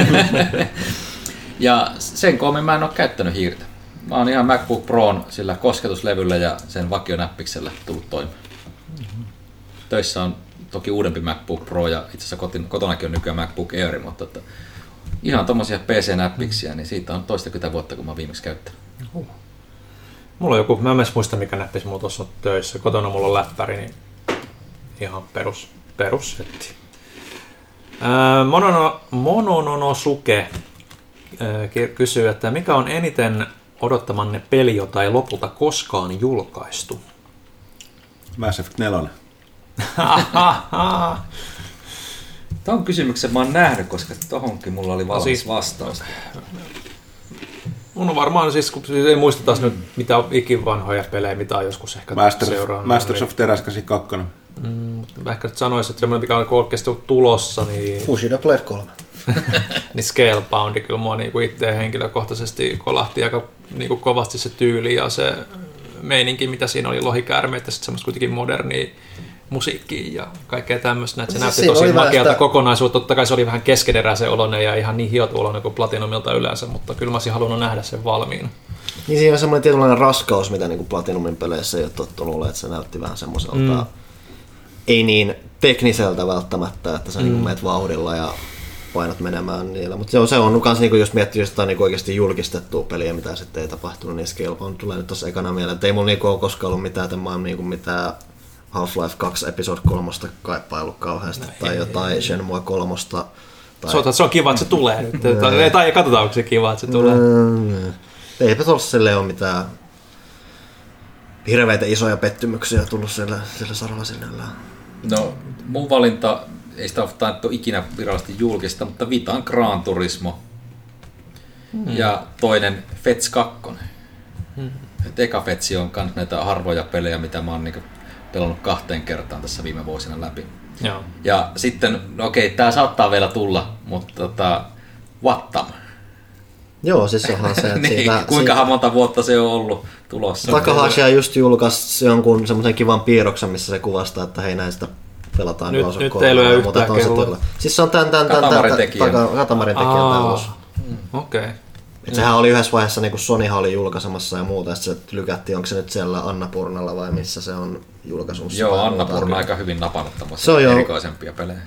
Speaker 4: Ja sen koommin mä en ole käyttänyt hiirtä. Mä oon ihan MacBook Proon sillä kosketuslevyllä ja sen vakionäppiksellä tullut toimeen. Töissä on toki uudempi MacBook Pro ja itse asiassa kotonakin on nykyään MacBook Air, mutta ihan tommosia PC-näppiksiä, niin siitä on 20 vuotta, kun mä oon viimeksi käyttänyt.
Speaker 2: Mulla on joku, mä en edes muista mikä näppis mulla tuossa on töissä. Kotona mulla on läppäri, niin ihan perussetti. Monononosuke kysyy, että mikä on eniten odottamanne peli, jota ei lopulta koskaan julkaistu?
Speaker 1: Mass Effect 4.
Speaker 4: Tuon kysymyksen mä oon nähnyt, koska tohonkin mulla oli valmis vastaus.
Speaker 2: Mun on varmaan siis, kun ei muista taas nyt mitä on ikin vanhoja pelejä, mitä on joskus ehkä seurannut.
Speaker 1: Masters of Teräs 82.
Speaker 2: Mä ehkä nyt sanoisin, että semmoinen, mikä on oikeasti tulossa, niin...
Speaker 3: Fushida Blade 3.
Speaker 2: niin Scaleboundi kyllä mua niinku itse henkilökohtaisesti kolahti aika niinku kovasti se tyyli ja se meininki, mitä siinä oli lohikäärmeitä, sitten semmoista kuitenkin modernia musiikkia ja kaikkea tämmöistä, että se näytti tosi makealta kokonaisuutta. Totta kai se oli vähän keskeneräisen oloinen ja ihan niin hiot oloinen kuin Platinumilta yleensä, mutta kyllä mä olisin halunnut nähdä sen valmiina.
Speaker 3: Niin siinä on semmoinen tietynlainen raskaus, mitä niin kuin Platinumin peleissä ei ole tottunut olemaan, että se näytti vähän semmoiselta, ei niin tekniseltä välttämättä, että sä niin meet vauhdilla ja painat menemään niillä. Mutta se on myös, niin jos miettii jotain niin oikeasti julkistettua peliä, mitä sitten ei tapahtunut, niin Scalebound tulee nyt tuossa ekana mieleen. Ei mulla niin ole koskaan ollut mitään, että mä oon niin mitään Half-Life 2 Episode 3 kaipailu kauheasti, tai jotain Shenmue 3.
Speaker 2: Se on kiva, että se tulee nyt. Tai katsotaan, onko se kiva, että se tulee.
Speaker 3: Eipä tuossa silleen ole mitään hirveitä isoja pettymyksiä tullut sillä saralla sinällään.
Speaker 4: No, mun valinta, ei sitä ole ikinä virallisesti julkista, mutta Vitan Gran Turismo. Ja toinen Fets 2. Eka Fetsi on myös näitä harvoja pelejä, mitä mä oon niinku pelannut 2 kertaan tässä viime vuosina läpi.
Speaker 2: Joo.
Speaker 4: Ja sitten, okei, tää saattaa vielä tulla, mutta Wattam.
Speaker 3: Joo, siis onhan se, että
Speaker 4: niin, kuinkahan monta vuotta se on ollut tulossa.
Speaker 3: Takahashi just julkaisi jonkun semmoisen kivan piirroksen, missä se kuvastaa, että hei näin sitä pelataan.
Speaker 2: Nyt ei lyö yhtään kello.
Speaker 3: Siis se on Katamarin tekijän talous.
Speaker 2: Okei.
Speaker 3: Sehän oli yhdessä vaiheessa, niin kun Sonyhan oli julkaisemassa ja muuta, ja se lykättiin, onko se nyt siellä Annapurnalla vai missä se on julkaisussa.
Speaker 4: Joo, Annapurna aika hyvin napannut tämmöisiä erikoisempia pelejä.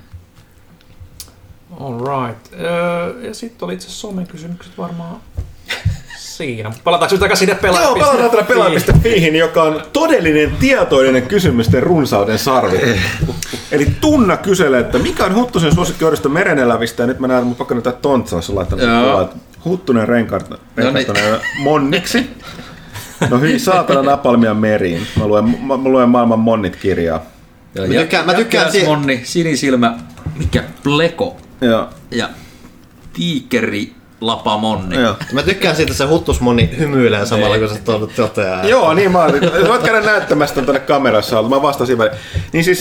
Speaker 2: Alright. Ja sitten oli itse somekysymykset varmaan siinä. Palataanko nyt takaisin sinne pelaaja.fiin?
Speaker 1: Joo, palataan tänne pelaaja.fiihin, joka on todellinen tietoinen kysymysten runsauden sarvi. Eli Tunna kyselee, että mikä on Huttusen suosikkijohdosta merenelävistä, ja nyt mä näen, mun pakko näyttää Tontsa, olisi laittanut kuvaa, Huttunen reenkartoinen monniksi. No hyi saatana napalmia meriin. Mä luen maailman monnit-kirjaa.
Speaker 3: Mä tykkään
Speaker 4: monni, sinisilmä, mikä pleko.
Speaker 1: Joo.
Speaker 4: Ja tiikeri lapamonni.
Speaker 1: Joo.
Speaker 3: Mä tykkään siitä, että se Huttusmonni hymyilee samalla, kun se toteaa.
Speaker 1: Joo, niin mä olin. Voit käydä näyttämästä tuonne kamerassa. Mä vastasin väliin. Niin siis,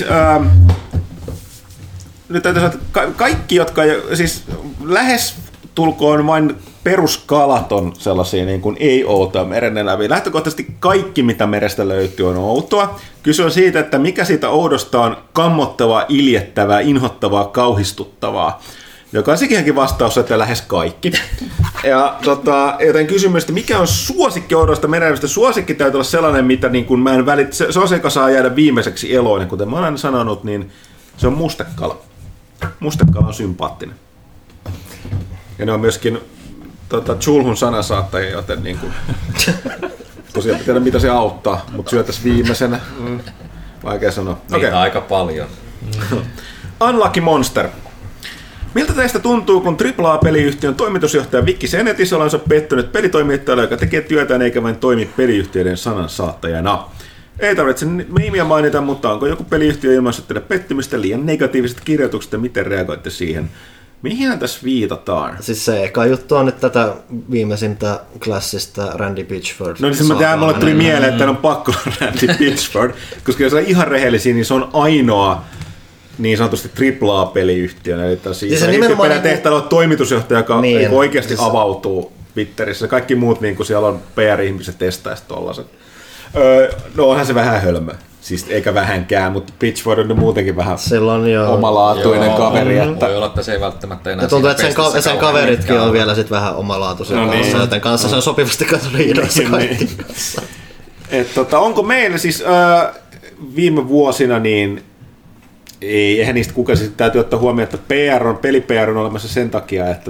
Speaker 1: nyt täytyy sanoa, että kaikki, jotka siis lähes tulkoon vain peruskalat on sellaisia niin kuin ei-outoa mereneläviä. Lähtökohtaisesti kaikki, mitä merestä löytyy, on outoa. Kyse on siitä, että mikä siitä oudosta on kammottavaa, iljettävää, inhottavaa, kauhistuttavaa. Joka on sekinkin vastaus, että lähes kaikki. Ja joten kysymys, että mikä on suosikki oudosta merenelevistä? Suosikki täytyy olla sellainen, mitä niin kuin mä en se on se, joka saa jäädä viimeiseksi eloinen. Kuten mä olen aina sanonut, niin se on mustekala. Mustekala on sympaattinen. Ja ne on myöskin Chulhun sanasaattajia, joten niin kuin, tosiaan tiedä mitä se auttaa, mutta syötäisi viimeisenä. Vaikea sanoa.
Speaker 4: Okay. Aika paljon.
Speaker 1: Unlucky Monster. Miltä teistä tuntuu, kun AAA-peliyhtiön toimitusjohtaja Vikki Senetis olensa pettynyt pelitoimittajalle, joka tekee työtään eikä vain toimi peliyhtiöiden sanansaattajana? Ei tarvitse nimiä mainita, mutta onko joku peliyhtiö ilmaissut teille pettymystä, liian negatiiviset kirjoitukset ja miten reagoitte siihen? Mihin tässä viitataan?
Speaker 3: Siis se eka juttu on nyt tätä viimeisintä klassista Randy Pitchford.
Speaker 1: No niin mulle tuli mieleen, että on pakko Randy Pitchford, koska jos on ihan rehellisiä, niin se on ainoa niin sanotusti AAA-peliyhtiö. Eli siis nimenomaan tehtävä toimitusjohtaja, joka niin, oikeasti siis avautuu Twitterissä. Kaikki muut, niin kuin siellä on PR-ihmiset testaisi tollaset. No onhan se vähän hölmö. Siis eikä vähänkään, mutta Pitchford on muutenkin vähän omalaatuinen kaveri.
Speaker 4: Voi olla, että se ei välttämättä enää...
Speaker 3: Ja tuntuu, että sen kaveritkin on vielä sit vähän omalaatuisia kanssa, joten kanssa se on sopivasti riidassa kaikki.
Speaker 1: Onko meillä siis viime vuosina niin eihän niistä kukaan, siis täytyy ottaa huomioon, että peli-PR on olemassa sen takia, että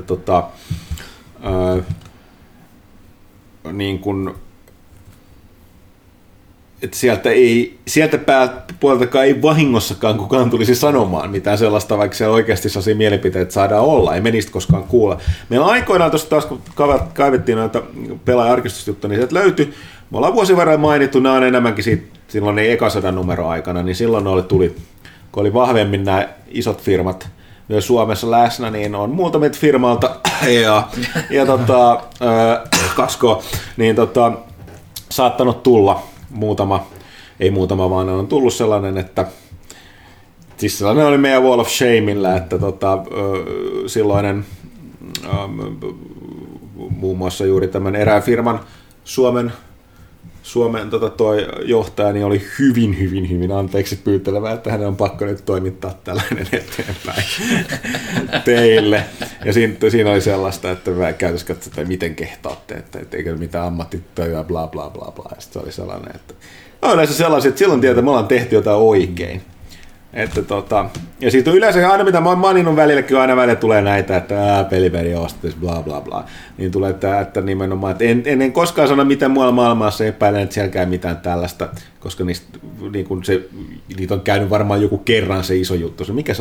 Speaker 1: niin kun, että sieltä puoleltakaan ei vahingossakaan kukaan tulisi sanomaan mitään sellaista, vaikka siellä oikeasti sellaisia mielipiteitä saadaan olla, ei me niistä koskaan kuulla. Meillä aikoinaan tuossa taas, kun kaivettiin noita pelaaja-arkistusjuttuja, niin sieltä löytyi, me ollaan vuosi verran mainittu, nämä on enemmänkin siitä, silloin ei ekasadan numero aikana, niin silloin tuli, kun oli vahvemmin nämä isot firmat myös Suomessa läsnä, niin on muutamit firmalta ja 2K, niin saattanut tulla ei muutama, vaan on tullut sellainen, että siis sellainen oli meidän Wall of Shameillä, että silloinen muun muassa juuri tämän erään firman Suomen toi johtaja niin oli hyvin anteeksi pyytelevä, että hänen on pakko nyt toimittaa tällainen eteenpäin teille. Ja siinä oli sellaista, että mä käytössä katsotaan, että miten kehtaatte, että eikö mitään ammattitöitä, bla bla bla bla. Ja sitten se oli sellainen, että yleensä sellaisia, että silloin tietää, että me ollaan tehty jotain oikein. Että ja siitä on yleensä aina, mitä mä oon maininnut välilläkin, aina välillä tulee näitä, että peli ostettaisiin, bla bla bla. Niin tulee että nimenomaan, että en koskaan sano mitään muualla maailmassa, epäilen, että siellä käy mitään tällaista, koska niitä on käynyt varmaan joku kerran se iso juttu.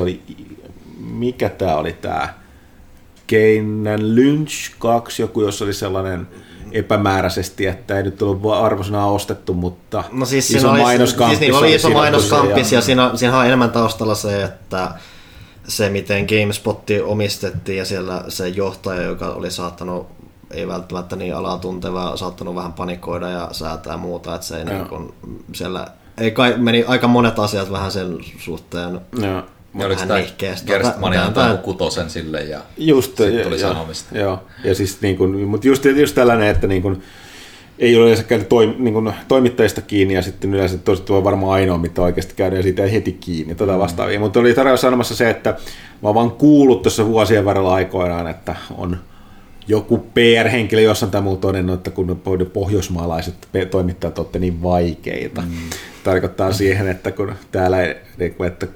Speaker 1: Mikä tää oli tää? Keinän Lynch 2, joku, jossa oli sellainen epämääräisesti, että ei nyt ollut arvosanaa ostettu, mutta
Speaker 3: no siis
Speaker 1: iso mainoskampis.
Speaker 3: Siis oli iso mainoskampis ja siinä on enemmän taustalla se, että se miten GameSpotti omistettiin ja siellä se johtaja, joka oli saattanut, ei välttämättä niin alaa tunteva, saattanut vähän panikoida ja säätää muuta, että se ei niin kuin, siellä meni aika monet asiat vähän sen suhteen.
Speaker 4: Ja oliko tämä Gerstmania antanut kutosen sille ja sitten tuli sanomista.
Speaker 1: Joo, ja siis niin kuin, mutta just tällainen, että niin kuin, ei ole yleensä käynyt niin toimittajista kiinni ja sitten yleensä on varmaan ainoa, mitä oikeasti käydään ja siitä ei heti kiinni, vastaavia. Mutta oli tarjolla sanomassa se, että mä oon vaan kuullut tuossa vuosien varrella aikoinaan, että on joku PR-henkilö jossain tai muu todennut, että kun pohjoismaalaiset toimittajat olette niin vaikeita. Tarkoittaa siihen, että kun täällä että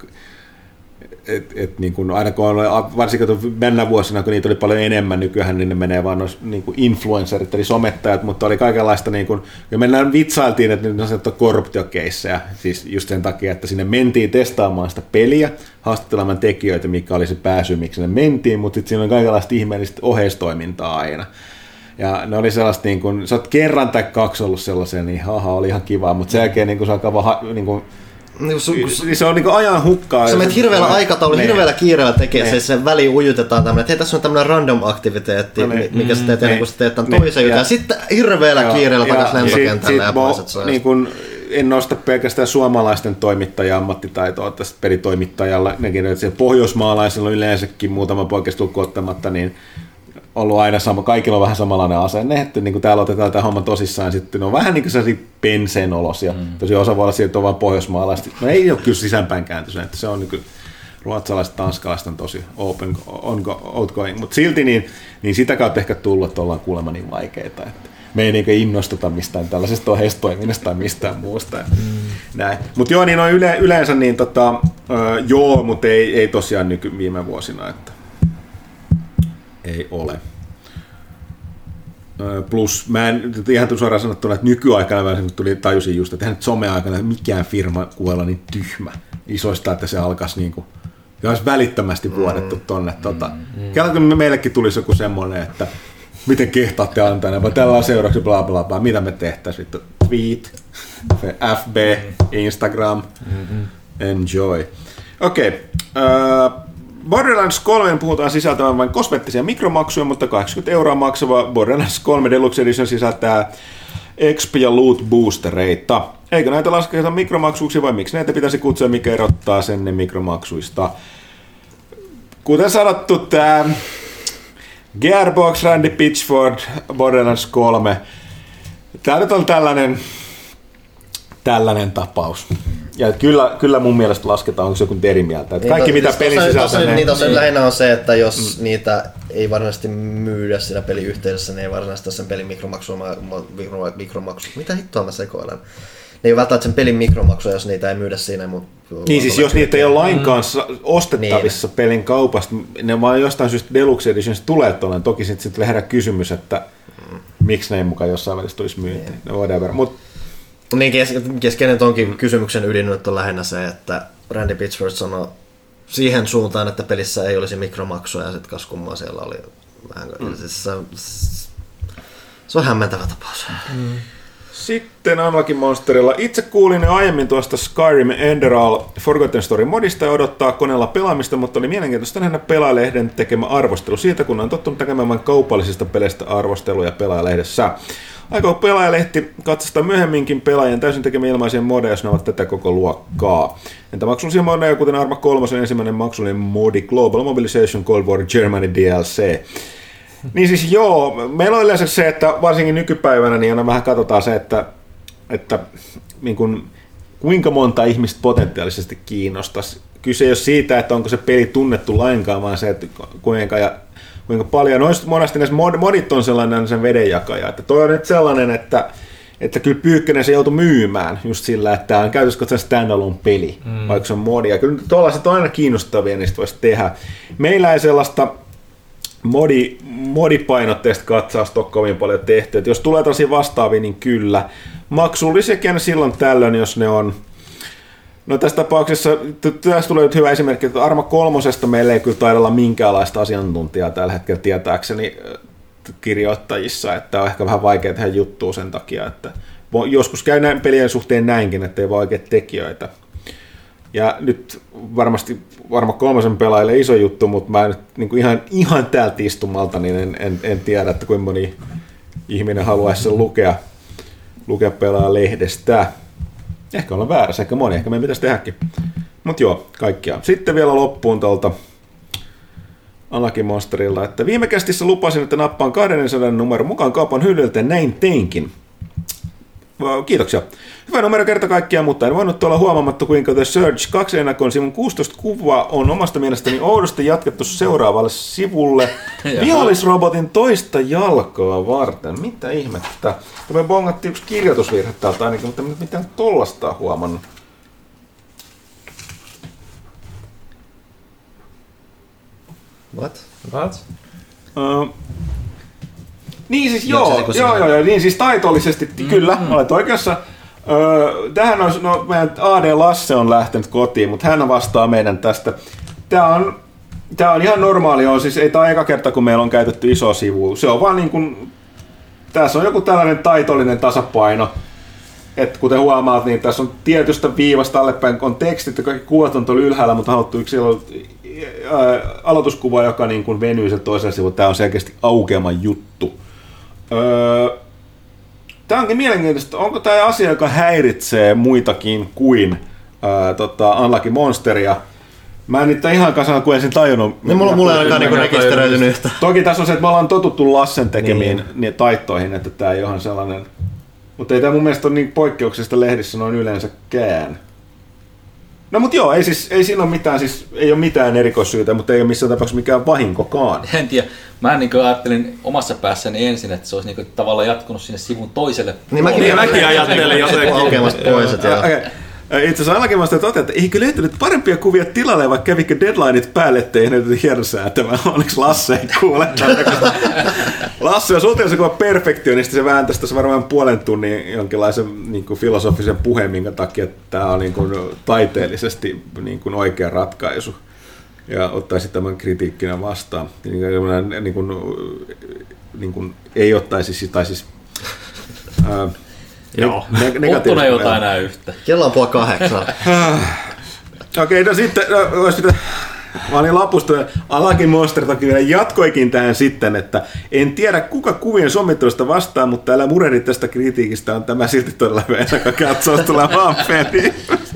Speaker 1: niin kuin aina kun varsinkin mennä vuosina, kun niitä oli paljon enemmän, nykyään niin ne menee vaan niin kuin influencerit eli somettajat, mutta oli kaikenlaista, niin kuin, ja mennään vitsailtiin, että nyt on sanottu korruptiokeissejä, siis just sen takia, että sinne mentiin testaamaan sitä peliä, haastattelemaan tekijöitä, mikä oli se pääsy, miksi sinne mentiin, mutta sitten siinä oli kaikenlaista ihmeellistä oheistoimintaa aina. Ja ne oli sellaista, niin kuin, sä oot kerran tai kaksi ollut sellaisia, niin oli ihan kivaa, mutta sen jälkeen niin se alkaa niin kuin, se on niinku ajan hukkaa.
Speaker 3: Sä menet hirveällä aikataululla, hirveällä kiireellä tekee se väliin ujutetaan tämmönen, että hei, tässä on tämmönen random aktiviteetti, mikä sä teet ennen kuin sä teet tämän toisen jutun, ja sitten hirveällä kiireellä takaisin lentokentälle ja pois.
Speaker 1: En nosta pelkästään suomalaisten toimittaja-ammattitaitoa tästä pelitoimittajalla, nekin, että se pohjoismaalaisilla on yleensäkin muutama poikkeus lukuun ottamatta, niin ollut aina sama, kaikilla on vähän samanlainen asenne, että niin kuin täällä otetaan tämä homma tosissaan, sitten ne on vähän niin kuin sellaisia penseen olosia. Tosi osa voi olla siitä, että on vaan pohjoismaalaiset. No ei ole kyllä sisäänpäin kääntynyt, että se on niin kuin ruotsalaiset, tanskalaiset on tosi outgoing, mutta silti niin sitä kautta ehkä tullut, että ollaan kuulemma niin vaikeita, että me ei niin innostuta mistään tällaisesta oheistoiminnasta tai mistään muusta. Mutta joo, niin on yleensä niin joo, mutta ei tosiaan viime vuosina, että ei ole. Plus, mä en ihan suoraan sanottuna, että nykyaikana tajusin just, että nyt someaikana mikään firma kuuella niin tyhmä isoista, että se alkaisi niin kuin, ja olisi välittömästi vuodettu tonne. Kun meillekin tulisi joku semmoinen, että miten kehtaatte antaa, vaan tällä on seuraavaksi bla bla bla, mitä me tehtäisiin, tweet, FB, Instagram, enjoy. Okei. Borderlands 3 puhutaan sisältävän vain kosmeettisia mikromaksuja, mutta 80 € maksava Borderlands 3 Deluxe Edition sisältää exp- ja loot boostereita. Eikö näitä lasketa mikromaksuiksi vai miksi näitä pitäisi kutsua, mikä erottaa sen ne mikromaksuista? Kuten sanottu, tämä Gearbox, Randy Pitchford, Borderlands 3. Tämä nyt on tällainen tapaus. Ja kyllä mun mielestä lasketaan, onko se joku eri mieltä. Että kaikki mitä pelin sisältää...
Speaker 3: Niin lähinnä on se, että jos niitä ei varsinaisesti myydä siinä peliyhteydessä, niin ei varsinaisesti sen pelin mikromaksu. Mitä hittoa mä sekoilen? ei ole välttämättä sen pelin mikromaksuja, jos niitä ei myydä siinä.
Speaker 1: Niin siis jos niitä ei ole lainkaan ostettavissa pelin kaupasta, ne vaan jostain syystä Deluxe Editionista tulee tuollainen. Toki sitten herää kysymys, että miksi ne ei mukaan jossain välissä tulisi myyntiin. Whatever.
Speaker 3: Niin keskeinen tonkin kysymyksen ydin nyt on lähinnä se, että Randy Pitchford sanoi siihen suuntaan, että pelissä ei olisi mikromaksuja ja sitten kas kummaa siellä oli vähän. Se on hämmentävä tapaus.
Speaker 1: Sitten Unlucky Monsterilla. Itse kuulin jo aiemmin tuosta Skyrim Enderal Forgotten Story modista ja odottaa koneella pelaamista, mutta oli mielenkiintoista nähdä Pelaajalehden tekemä arvostelu siitä, kun on tottunut tekemään vain kaupallisista peleistä arvosteluja Pelaajalehdessä. Aikoo Pelaajalehti katsastaa myöhemminkin pelaajien täysin tekemiä ilmaisia modeja, jos ne ovat tätä koko luokkaa. Entä maksullisia modeja, kuten Arma 3 ensimmäinen maksullinen modi Global Mobilization Cold War Germany DLC. Niin siis joo, meillä on yleensä se, että varsinkin nykypäivänä niin aina vähän katsotaan se, että niin kuin, kuinka monta ihmistä potentiaalisesti kiinnostaisi. Kyse ei ole siitä, että onko se peli tunnettu lainkaan, vaan se, että kuinka paljon. Monesti näissä modit on sellainen sen vedenjakaja. Että toi on nyt sellainen, että kyllä Pyykkönen se joutui myymään just sillä, että tämä on käytössä standalone peli, vaikka se on modia. Kyllä tuollaiset on aina kiinnostavia, niistä voisi tehdä. Meillä ei sellaista modipainotteista katsausta ole kovin paljon tehty. Et jos tulee tosi vastaavia, niin kyllä. Maksullisiakin silloin tällöin, jos ne on. No tässä tapauksessa, tässä tulee nyt hyvä esimerkki, että Arma 3 meillä ei kyllä taida olla minkäänlaista asiantuntijaa tällä hetkellä tietääkseni kirjoittajissa, että on ehkä vähän vaikea tehdä juttua sen takia, että joskus käy näin pelien suhteen näinkin, että ei ole oikein tekijöitä. Ja nyt varmasti Arma 3 pelaajille iso juttu, mutta mä nyt niin ihan täältä istumalta niin en tiedä, että kuinka moni ihminen haluaisi sen lukea Pelaajalehdestä. Ehkä ollaan väärässä, ehkä moni, ehkä meidän pitäisi tehdäkin. Mutta joo, kaikkia. Sitten vielä loppuun tuolta Unlucky Monsterilla, että viime kästissä lupasin, että nappaan 200 numeron mukaan kaupan hyllyltä ja näin teinkin. Kiitoksia. Hyvä numero kerta kaikkiaan, mutta en voinut olla huomaamatta, kuinka The Surge 2 ennakon sivun 16 kuva on omasta mielestäni oudosti jatkettu seuraavalle sivulle vihollisrobotin toista jalkaa varten. Mitä ihmettä? Me bongattiin yksi kirjoitusvirhe täältä ainakin, mutta mitään tollasta on huomannut.
Speaker 3: What?
Speaker 1: Niin siis joo, niin siis taitollisesti, kyllä, olet oikeassa. Tähän on, no meidän AD Lasse on lähtenyt kotiin, mutta hän vastaa meidän tästä. Tää on ihan normaali, siis ei tämä eka kerta, kun meillä on käytetty iso sivu. Se on vaan niin kuin, tässä on joku tällainen taitollinen tasapaino. Et kuten huomaat, niin tässä on tietystä viivasta allepäin on tekstit ja kaikki kuvat on tuolla ylhäällä, mutta haluttu yksi aloituskuva, joka niin kuin venyy sen toisella sivulla. Tämä on selkeästi aukeama juttu. Tämä onkin mielenkiintoista. Onko tämä asia, joka häiritsee muitakin kuin Unlucky Monsteria? Mä en nyt ihan kanssa kuin ensin tajunnut.
Speaker 3: Mulla ei ainakaan niinku rekisteröitynyt yhtä.
Speaker 1: Toki tässä on se, että me ollaan totuttu Lassen tekemiin niin taittoihin, että tämä ei ole sellainen. Mutta ei tämä mun mielestä ole niin poikkeuksesta lehdissä noin yleensäkään. No mut joo, ei siinä ole mitään, siis ei ole mitään erikoissyytä, mutta ei ole missään tapauksessa mikään vahinkokaan.
Speaker 4: En tiedä. Mä niin ajattelin omassa päässäni ensin, että se olisi niin tavallaan jatkunut sinne sivun toiselle.
Speaker 3: Niin mäkin ajattelin jotenkin.
Speaker 1: Itse asiassa ainakin mä sitä totean, että eikö löytynyt parempia kuvia tilalle, vaikka kävikö deadlineit päälle, ettei ehdotettu hienosäätämään. Onneksi Lasse ei kuule. Lasse on sulta se kuva perfektionisti, se vääntäisi tässä varmaan puolen tunnin jonkinlaisen niin kuin filosofisen puheen, minkä takia tämä on niin kuin taiteellisesti niin kuin oikea ratkaisu. Ja ottaisi tämän kritiikkinä vastaan. Niin kuin ei ottaisi, tai siis...
Speaker 4: Joo, Ottonen ei ota enää yhtä.
Speaker 3: Kello on 7:30.
Speaker 1: Okei, no sitten, mä olin lapusta, Unlucky Monster toki vielä jatkoikin tähän sitten, että en tiedä kuka kuvien sommittelusta vastaa, mutta älä murehdi tästä kritiikistä, on tämä silti todella hyvä katsoa tulemaan peliin.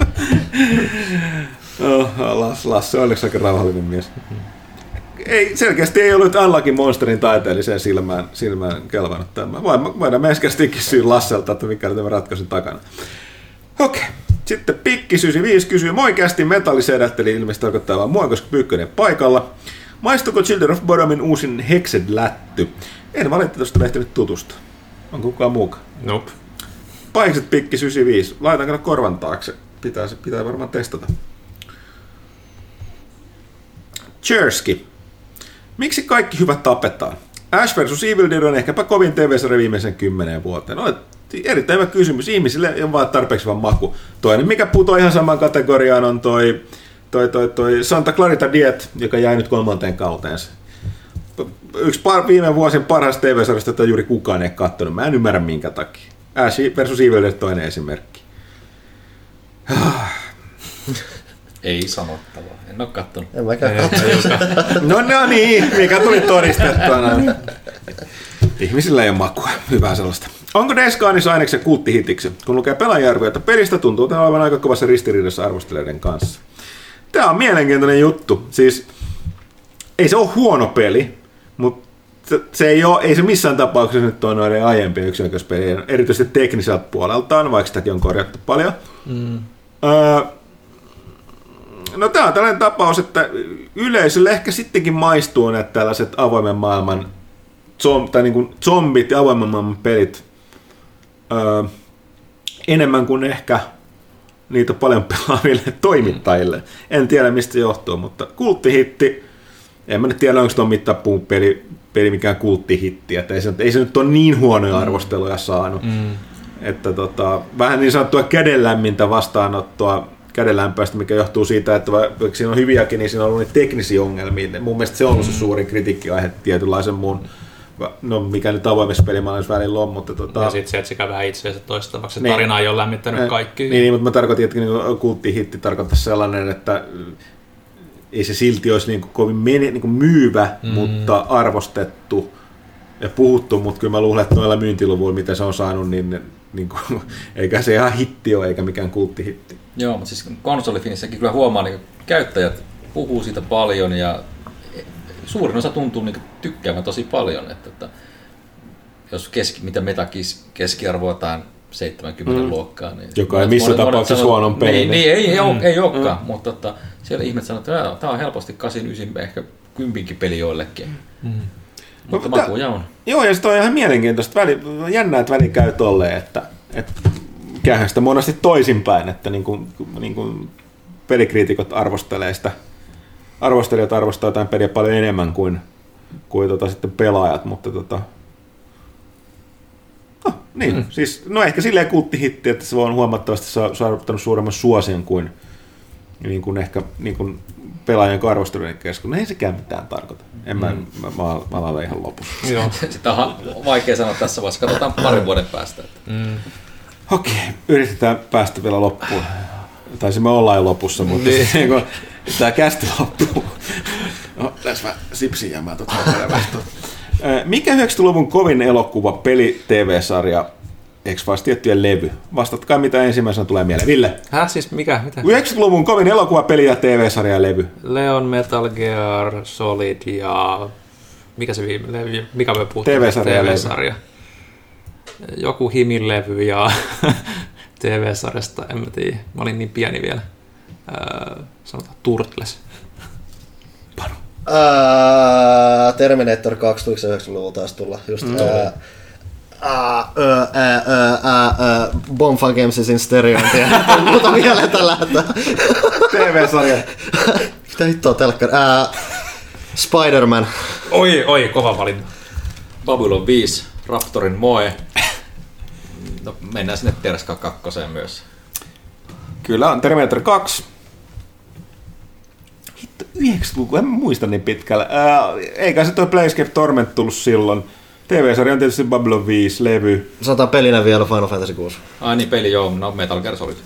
Speaker 1: Lasse on onneksi aika rauhallinen mies. Ei, selkeästi ei ollut Unlucky Monsterin taiteelliseen silmään kelvannut tämä. Voidaan meskästi kysyä Lasselta, että mikä oli tämä ratkaisun takana. Okei. Sitten Pikki95 kysyy, moi kästi metallisedät, eli ilmeisesti tarkoittaa vaan mua, koska Pyykkönen paikalla. Maistuuko Children of Bodomin uusin Hexed-lätty? En valitettavasti lähtenyt tutustua. Onko kukaan muukaan?
Speaker 2: Nope.
Speaker 1: Pahikset pikkis 95. Laitan korvan taakse. Pitää varmaan testata. Chersky. Miksi kaikki hyvät tapetaan? Ash vs. Evil Dead on ehkäpä kovin TV-sarja viimeisen 10 vuoteen. No, erittäin hyvä kysymys. Ihmisille ei ole vaan tarpeeksi vaan maku. Toinen, mikä putoaa ihan samaan kategoriaan, on toi Santa Clarita Diet, joka jäi nyt 3. kauteensa. Yksi viime vuosien parhaista TV-sarjasta, jota juuri kukaan ei katsonut. Mä en ymmärrä minkä takia. Ash vs. Evil Dead toinen esimerkki.
Speaker 4: Ei sanottavaa. En ole kattonut.
Speaker 3: En mäkään katsonut.
Speaker 1: No niin, mikä tuli todistettua. Ihmisillä ei ole makua. Hyvää sellaista. Onko Days Goneissa aineksen kulttihitiksi? Kun lukee pelaajia-arvioita pelistä, tuntuu tämän olevan aika kovassa ristiriidassa arvostelijoiden kanssa. Tämä on mielenkiintoinen juttu. Siis ei se ole huono peli, mutta ei se missään tapauksessa nyt ole noiden aiempien yksinäköispelien, erityisesti tekniseltä puoleltaan, vaikka sitäkin on korjattu paljon. No tämä on tällainen tapaus, että yleisölle ehkä sittenkin maistuu näitä tällaiset avoimen maailman tai niin kuin zombit ja avoimen maailman pelit enemmän kuin ehkä niitä paljon pelaaville toimittajille. En tiedä mistä se johtuu, mutta kulttihitti, en mä nyt tiedä onko tuon mittapuun peli mikään kulttihitti, että ei se nyt ole niin huonoja arvosteluja saanut. Että vähän niin sanottua kädenlämmintä vastaanottoa kädenlämpöistä, mikä johtuu siitä, että vaikka siinä on hyviäkin, niin siinä on ollut niitä teknisiä ongelmia. Mun mielestä se on ollut se suurin kritiikkiaihe tietynlaisen muun, no mikä nyt avoimessa pelimaailmassa välillä on, mutta
Speaker 2: ja sitten se, että se käy vähän itseänsä toistavaksi, se tarina ei ole lämmittänyt kaikki.
Speaker 1: Niin, mutta mä tarkoitin, että kulttihitti tarkoittaa sellainen, että ei se silti olisi niin kovin myyvä, mutta arvostettu ja puhuttu, mutta kyllä mä luulen, että noilla myyntiluvuilla, mitä se on saanut, niin eikä se ihan hitti ole, eikä mikään kulttihitti.
Speaker 4: Joo, mutta siis konsolifinissäkin kyllä huomaa, niin käyttäjät puhuu siitä paljon ja suurin osa tuntuu niin tykkäämään tosi paljon. Että jos mitä metakis keskiarvoa jotain 70 luokkaa. Niin
Speaker 1: joka ei missä tapauksessa huonon peli.
Speaker 4: Niin, ei olekaan, mutta siellä ihmiset sanoo, että tämä on helposti 8-9, ehkä 10 peli joillekin. Mutta makuja on.
Speaker 1: Joo, ja sitten on ihan mielenkiintoista. Jännää, että väli käy tolleen, että käyhän sitä monesti toisinpäin, että niin kuin pelikriitikot arvostelee sitä. Arvostelijat arvostaa jotain peliä paljon enemmän kuin sitten pelaajat, mutta siis, ehkä silleen kulttihitti, että se on huomattavasti saavuttanut suuremman suosion kuin niin kuin ehkä niin kuin pelaajan kuin arvostelijoiden kesken. No ei sekään mitään tarkoita. Mä olen ihan lopussa.
Speaker 4: Sitä on vaikea sanoa tässä vaiheessa. Katsotaan parin vuoden päästä.
Speaker 1: Okei, yritetään päästä vielä loppuun. Taisimme olla jo lopussa, mutta tämä kästi loppuu. No, tässä mä sipsin ja mä mikä 90-luvun kovin elokuva, peli, TV-sarja, eikö vaan tiettyjä levy? Vastatkaa mitä ensimmäisenä tulee mieleen. Ville?
Speaker 2: Siis mikä? Mitä?
Speaker 1: 90-luvun kovin elokuva, peli ja TV-sarja levy.
Speaker 2: Leon, Metal Gear, Solid ja mikä se viime levy? Mikä me puhuttiin? TV-sarja. Joku Himin levy ja TV-sarjasta, en mä tiedä. Mä olin niin pieni vielä. Sanotaan Turtles.
Speaker 1: Panu.
Speaker 3: Terminator 2 tuliko se 90-luvulla taas tulla? Just Bonfire Gamesin in stereo, en tiedä. Muuta vielä tällä hetkellä.
Speaker 1: TV-sarja.
Speaker 3: Mitä hittoa telkkari? Spider-Man.
Speaker 2: Oi, kova valinta.
Speaker 4: Babylon 5, Raptorin Moe. No, mennään sinne Terska 2 myös.
Speaker 1: Kyllä on Terminator 2. Hitto, 90-luku, en muista niin pitkälle. Eikä se toi Planescape Torment tullut silloin. TV-sarja on tietysti Babylon 5, levy.
Speaker 3: Sanotaan pelinä vielä Final Fantasy 6.
Speaker 4: Ai niin, peli joo, no Metal Gear Solid.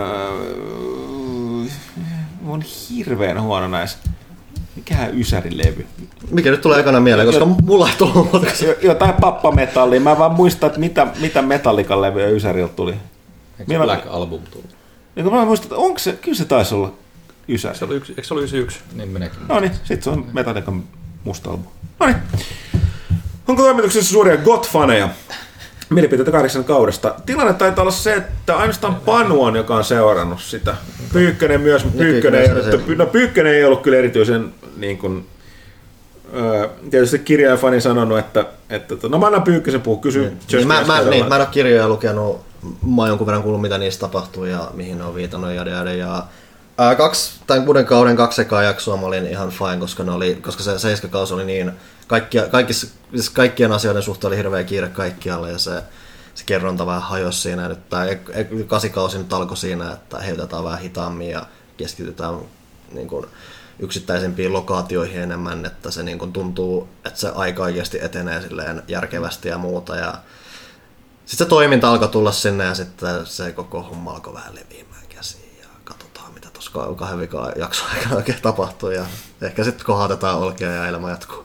Speaker 1: On hirveän huono näissä. Mikähän Ysäri-levy?
Speaker 3: Mikä nyt tulee ekana mieleen, koska mulla ei tullut muuta.
Speaker 1: Jotain pappametallia. Mä vaan muistan, että mitä Metallican levyä Ysäriltä tuli.
Speaker 4: Eikö Black Album tullut?
Speaker 1: Eikö mä muistan, että onko se, kyllä se taisi olla Ysäri.
Speaker 2: Eikö se ollut 91?
Speaker 4: Niin menekin.
Speaker 1: No niin, sit se on Metallican musta album. No niin. Onko toimituksessa suuria GOT-faneja? Mielipiteitä 8 kaudesta. Tilanne taitaa olla se, että ainoastaan Panu on, joka on seurannut sitä. Pyykkönen myös, mutta Pyykkönen ei ollut kyllä erityisen niin kuin, tietysti kirjaaja fani sanonut, että no mä annan Pyykkösen puhua, kysy.
Speaker 3: Mä en ole kirjoja lukenut mä oon jonkun verran kuullut, mitä niistä tapahtuu ja mihin ne on viitannut ja 6 kauden 2 ekaa jaksoa mä olin ihan fine, koska se 7 kausi oli niin, kaikkien asioiden suhteen oli hirveä kiire kaikkialle ja se kerronta vähän hajosi siinä. Nyt tämä 8 kausi nyt alkoi siinä, että heitetään vähän hitaammin ja keskitytään niin kuin yksittäisempiin lokaatioihin enemmän, että se niin kuin tuntuu, että se aika oikeasti etenee silleen järkevästi ja muuta. Ja sitten se toiminta alkoi tulla sinne ja sitten se koko homma alkoi vähän leviämään käsiin ja katsotaan mitä tuossa 2 viikon jakson aikana oikein tapahtuu ja ehkä sitten kohdatetaan olkia ja elämä jatkuu.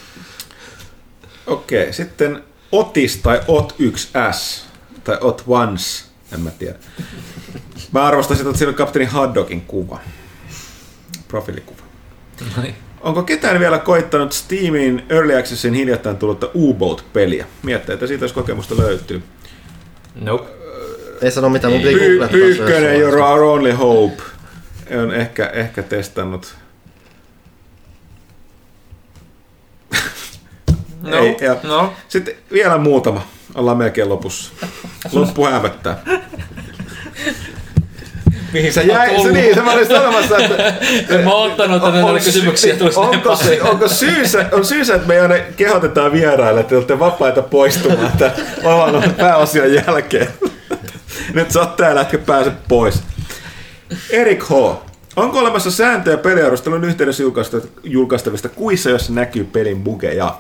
Speaker 1: Okei, sitten Otis tai Ot1S tai Ot1s, en mä tiedä. Mä arvostaisin, että siinä on kapteeni Haddockin kuva, profiilikuva.
Speaker 2: Noin.
Speaker 1: Onko ketään vielä koittanut Steamin Early Accessin hiljattain tullutta U-Boat-peliä? Miettii, että siitä jos kokemusta löytyy.
Speaker 2: Nope.
Speaker 3: Ei sano mitään, mun piti googlettaa.
Speaker 1: Pyykkönen, You're Our Only Hope. On ehkä testannut.
Speaker 2: No.
Speaker 1: Sitten vielä muutama. Ollaan melkein lopussa. Loppu hämättää.
Speaker 2: Mihin
Speaker 1: se jäi? Se mä olin sanomassa, että...
Speaker 2: Mä oon ottanut, että näitä kysymyksiä tulisi näin paljon.
Speaker 1: Onko syysä, että me aina kehotetaan vieraille, että te olette vapaita poistumaan tämän oman pääosion jälkeen. Nyt sä oot täällä, etkä pääse pois. Erik H. Onko olemassa sääntöjä peliarvostelun yhteydessä julkaistavista kuissa, jossa näkyy pelin bugeja?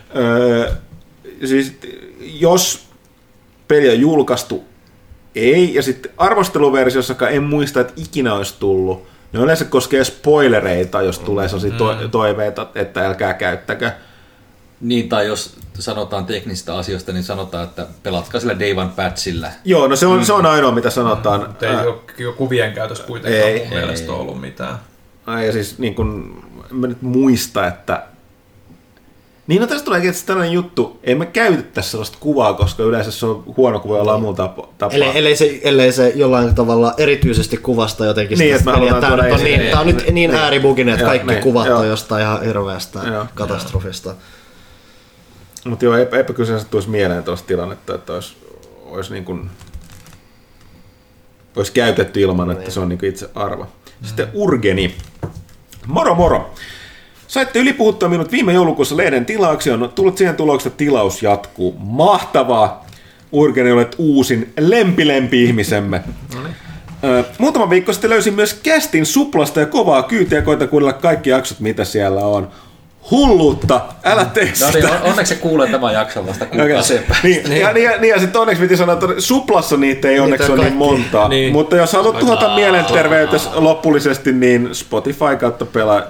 Speaker 1: Siis jos peli on julkaistu, ei, ja sitten arvosteluversiossakaan en muista, että ikinä olisi tullut. Ne yleensä koskee spoilereita, jos tulee sellaisia toiveita, että älkää käyttäkö.
Speaker 4: Niin, tai jos sanotaan teknisistä asioista, niin sanotaan, että pelatkaa sillä Day One patchillä.
Speaker 1: Joo, no se on ainoa, mitä sanotaan.
Speaker 5: Ei ole kuvien käytössä kuitenkaan mun mielestä ollut mitään.
Speaker 1: Ja siis niin kun, mä nyt muista, että... Niin, no tästä tulee tietysti tällainen juttu. Ei me käytettäisi sellaista kuvaa, koska yleensä se on huono kuva jollain muulla tapaa.
Speaker 3: Ellei se jollain tavalla erityisesti kuvasta jotenkin
Speaker 1: niin,
Speaker 3: sitä peliä. Tämä on nyt niin ääribuginen, että kaikki kuvat on jostain ihan hirveästä katastrofista.
Speaker 1: Mutta joo, eipä kyllä se tulisi mieleen tuosta tilannetta, että olisi niin kuin, olisi käytetty ilman, että se on niin kuin itse arvo. Sitten Urgeni. Moro! Saitte ylipuhuttua minut viime joulukuussa lehden tilauksi, on tullut siihen tulokseen, että tilaus jatkuu. Mahtavaa! Urgeni, olet uusin lempi-ihmisemme. Muutama viikko sitten löysin myös Kästin suplasta ja kovaa kyytiä, koita kuunnella kaikki jaksot, mitä siellä on. Hulluutta, älä tee sitä.
Speaker 4: No niin, onneksi se kuulee tämän jakson vasta kuukausia
Speaker 1: niin, ja sitten onneksi piti sanoa, että suplassa niitä ei onneksi ole niin montaa. Niin. Mutta jos haluat tuhota mielenterveytesi lopullisesti, niin Spotify kautta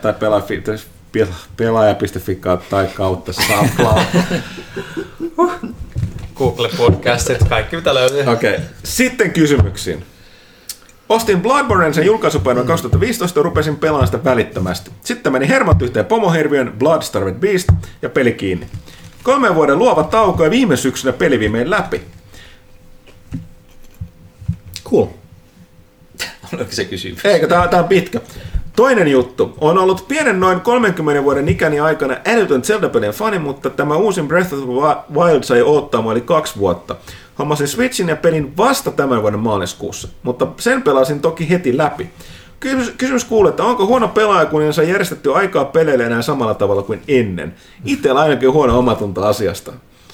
Speaker 1: pelaaja.fi kautta SoundCloud.
Speaker 5: Google Podcastit, kaikki mitä löytyy.
Speaker 1: Okei. Sitten kysymyksiin. Ostin Bloodbornen sen julkaisupäivänä 2015 ja rupesin pelaamaan sitä välittömästi. Sitten meni hermot yhteen pomohirviön, Bloodstarved Beast ja peli kiinni. 3 vuoden luova tauko ja viime syksynä peli viimein läpi.
Speaker 3: Cool.
Speaker 4: Oliko se kysymys?
Speaker 1: Eikö, tää on pitkä. Toinen juttu. On ollut pienen noin 30 vuoden ikäni aikana älytön Zelda-pelien fani, mutta tämä uusin Breath of the Wild sai odottaa mua 2 vuotta. Hommasin Switchin ja pelin vasta tämän vuoden maaliskuussa, mutta sen pelasin toki heti läpi. Kysymys kuuluu, että onko huono pelaaja, kun ei saa järjestettyä aikaa peleille enää samalla tavalla kuin ennen? Itsellä ainakin huono omatunto asiasta.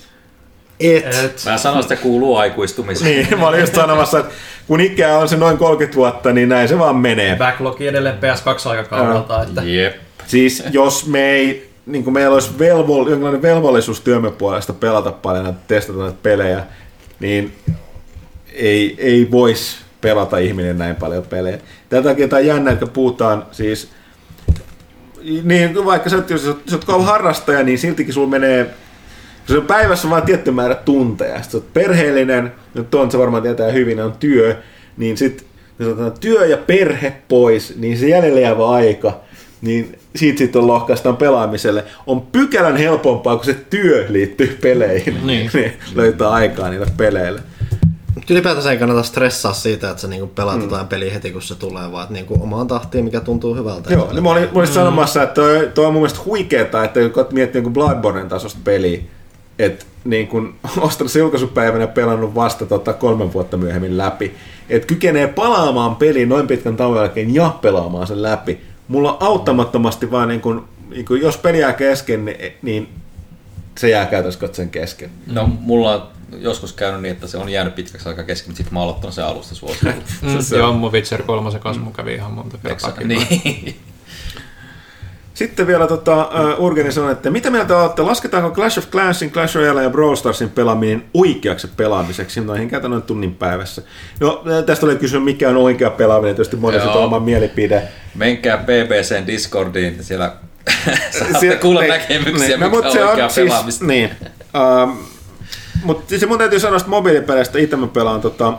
Speaker 4: Mä sanoin, että se kuuluu aikuistumiseen.
Speaker 1: Niin, mä olin just sanomassa, että kun ikää on se noin 30 vuotta, niin näin se vaan menee.
Speaker 5: Backlogi edelleen PS2-aikakaudelta. Että...
Speaker 4: Jep.
Speaker 1: Siis jos me ei, niin kuin meillä olisi jonkinlainen velvollisuus työmme puolesta pelata paljon ja testata näitä pelejä, niin ei voisi pelata ihminen näin paljon pelejä. Tätä takia tämä jännä, että puhutaan siis, niin vaikka sä oot kova harrastaja, niin siltikin sulla menee, se on päivässä vain tietty määrä tunteja. Sitten sä oot perheellinen, nyt on se varmaan tietää hyvin, on työ, niin sitten jos otetaan työ ja perhe pois, niin se jäljellä jäävä aika, niin siitä sitten on lohkaistaan pelaamiselle. On pykälän helpompaa, kun se työ liittyy peleihin, niin löytää aikaa niille peleille.
Speaker 3: Ylipäätänsä ei kannata stressaa siitä, että sä niinku pelaat jotain peliä heti, kun se tulee, vaan niinku omaan tahtiin, mikä tuntuu hyvältä.
Speaker 1: Joo, niin mä olin sanomassa, että toi on mun mielestä huikeeta, että kun miettii joku Bloodbornen tasosta peliä, että niin kun ostanut se julkaisupäivänä pelannut vasta 3 vuotta myöhemmin läpi, että kykenee palaamaan peliin noin pitkän tauon jälkeen ja pelaamaan sen läpi. Mulla on auttamattomasti vaan, niin kun jos peli jää kesken, niin se jää käytössä katsoen kesken.
Speaker 4: No, mulla on joskus käynyt niin, että se on jäänyt pitkäksi aikaa kesken, mutta sitten mä oon aloittanut sen alusta suosilla.
Speaker 2: Joo, mun Witcher 3 kanssa mun kävi ihan monta kertaa.
Speaker 4: Niin.
Speaker 1: Sitten vielä Urgeni sanoi, että mitä mieltä olette, lasketaanko Clash of Clansin, Clash Royale ja Brawl Starsin pelaaminen oikeaksi pelaamiseksi, noihin käytän noin tunnin päivässä? No, tästä oli kysymys, mikä on oikea pelaaminen, tietysti moni sitä oma mielipide.
Speaker 4: Menkää BBCn Discordiin, siellä saatte kuulla näkemyksiä, mikä on oikea pelaamista.
Speaker 1: Niin. Mutta se mun täytyy sanoa, että mobiilipeleistä itse mä pelaan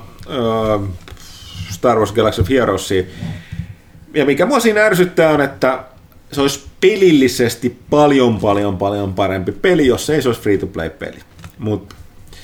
Speaker 1: Star Wars Galaxy of Heroesia. Ja mikä mua siinä ärsyttää on, että se olisi pelillisesti paljon parempi peli, jos se ei olisi free-to-play-peli. Mutta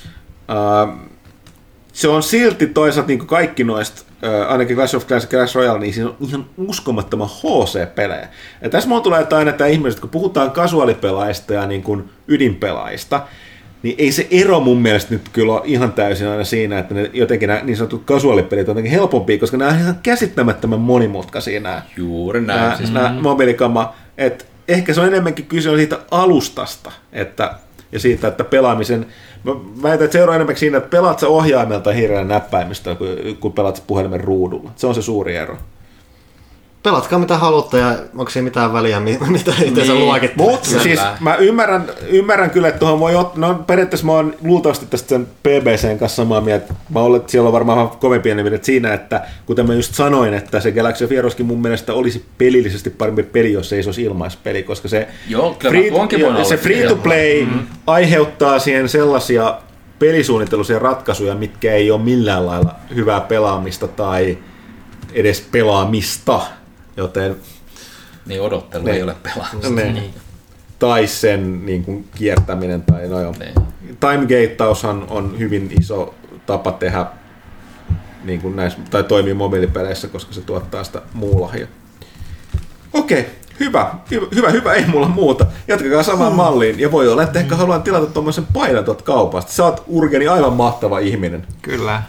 Speaker 1: se on silti toisaalta niin kuin kaikki noista, ainakin Clash of Clans ja Clash Royale, niin siinä on ihan uskomattoman HC-pelejä. Ja tässä mulla tulee aina tämä ihmiset, kun puhutaan kasuaalipelaajista ja niin kuin ydinpelaajista, niin ei se ero mun mielestä nyt kyllä ole ihan täysin aina siinä, että ne jotenkin nämä niin sanotut kasuaalipelit on jotenkin helpompia, koska nämä on ihan käsittämättömän monimutkaisia nämä.
Speaker 4: Juuri näin.
Speaker 1: Nämä mobiilikama. Että ehkä se on enemmänkin kyse siitä alustasta ja siitä, että pelaamisen. Mä väitän, että se ero enemmänkin siinä, että pelaat sä ohjaimelta hirveän näppäimistöä, kun pelaat puhelimen ruudulla. Se on se suuri ero.
Speaker 3: Pelatkaa mitä haluatte ja onko siinä mitään väliä, mitä itse sä luokittelet.
Speaker 1: Mutta siis mä ymmärrän kyllä, että tuohon voi ottaa, no periaatteessa mä oon luultavasti tästä sen BBCn kanssa samaa mieltä. Mä olen, että siellä on varmaan kovin pieni mieltä siinä, että kuten mä just sanoin, että se Galaxy of Heroeskin mun mielestä olisi pelillisesti parempi peli, jos se ei olisi ilmaispeli, koska se free-to-play aiheuttaa siihen sellaisia pelisuunnitteluisia ratkaisuja, mitkä ei ole millään lailla hyvää pelaamista tai edes pelaamista. Joten,
Speaker 4: niin odottelu ei ole pelaamista.
Speaker 1: Niin. Tai sen niin kuin, kiertäminen. Tai, Time-geittaushan on hyvin iso tapa tehdä niin kuin näissä, tai toimii mobiilipeleissä, koska se tuottaa sitä muulahia. Okei, hyvä, ei mulla muuta. Jatkakaa samaan malliin. Ja voi olla, että ehkä haluan tilata tuommoisen paidan tuolta kaupasta. Sä oot Urgeni aivan mahtava ihminen.
Speaker 2: Kyllä.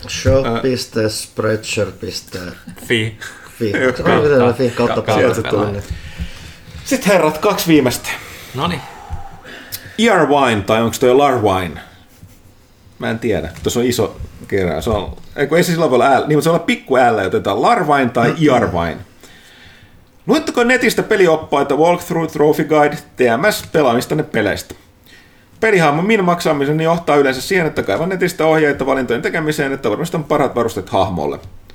Speaker 3: Shop.spreadshirt.fi
Speaker 1: Sitten herrat, 2 viimeistä.
Speaker 2: Noniin.
Speaker 1: Earwine, tai onko toi Larwine? Mä en tiedä. Tuossa on iso kirja. Se on, ei se silloin voi olla L, niin se on pikku L, joten Larwine tai Earwine. Luetteko netistä pelioppaita, walkthrough, trophy guide, TMS, pelaamistanne peleistä. Pelihahmon min-maksaamisen johtaa yleensä siihen, että kaivan netistä ohjeita valintojen tekemiseen, että varmistan parhaat varusteet hahmolle.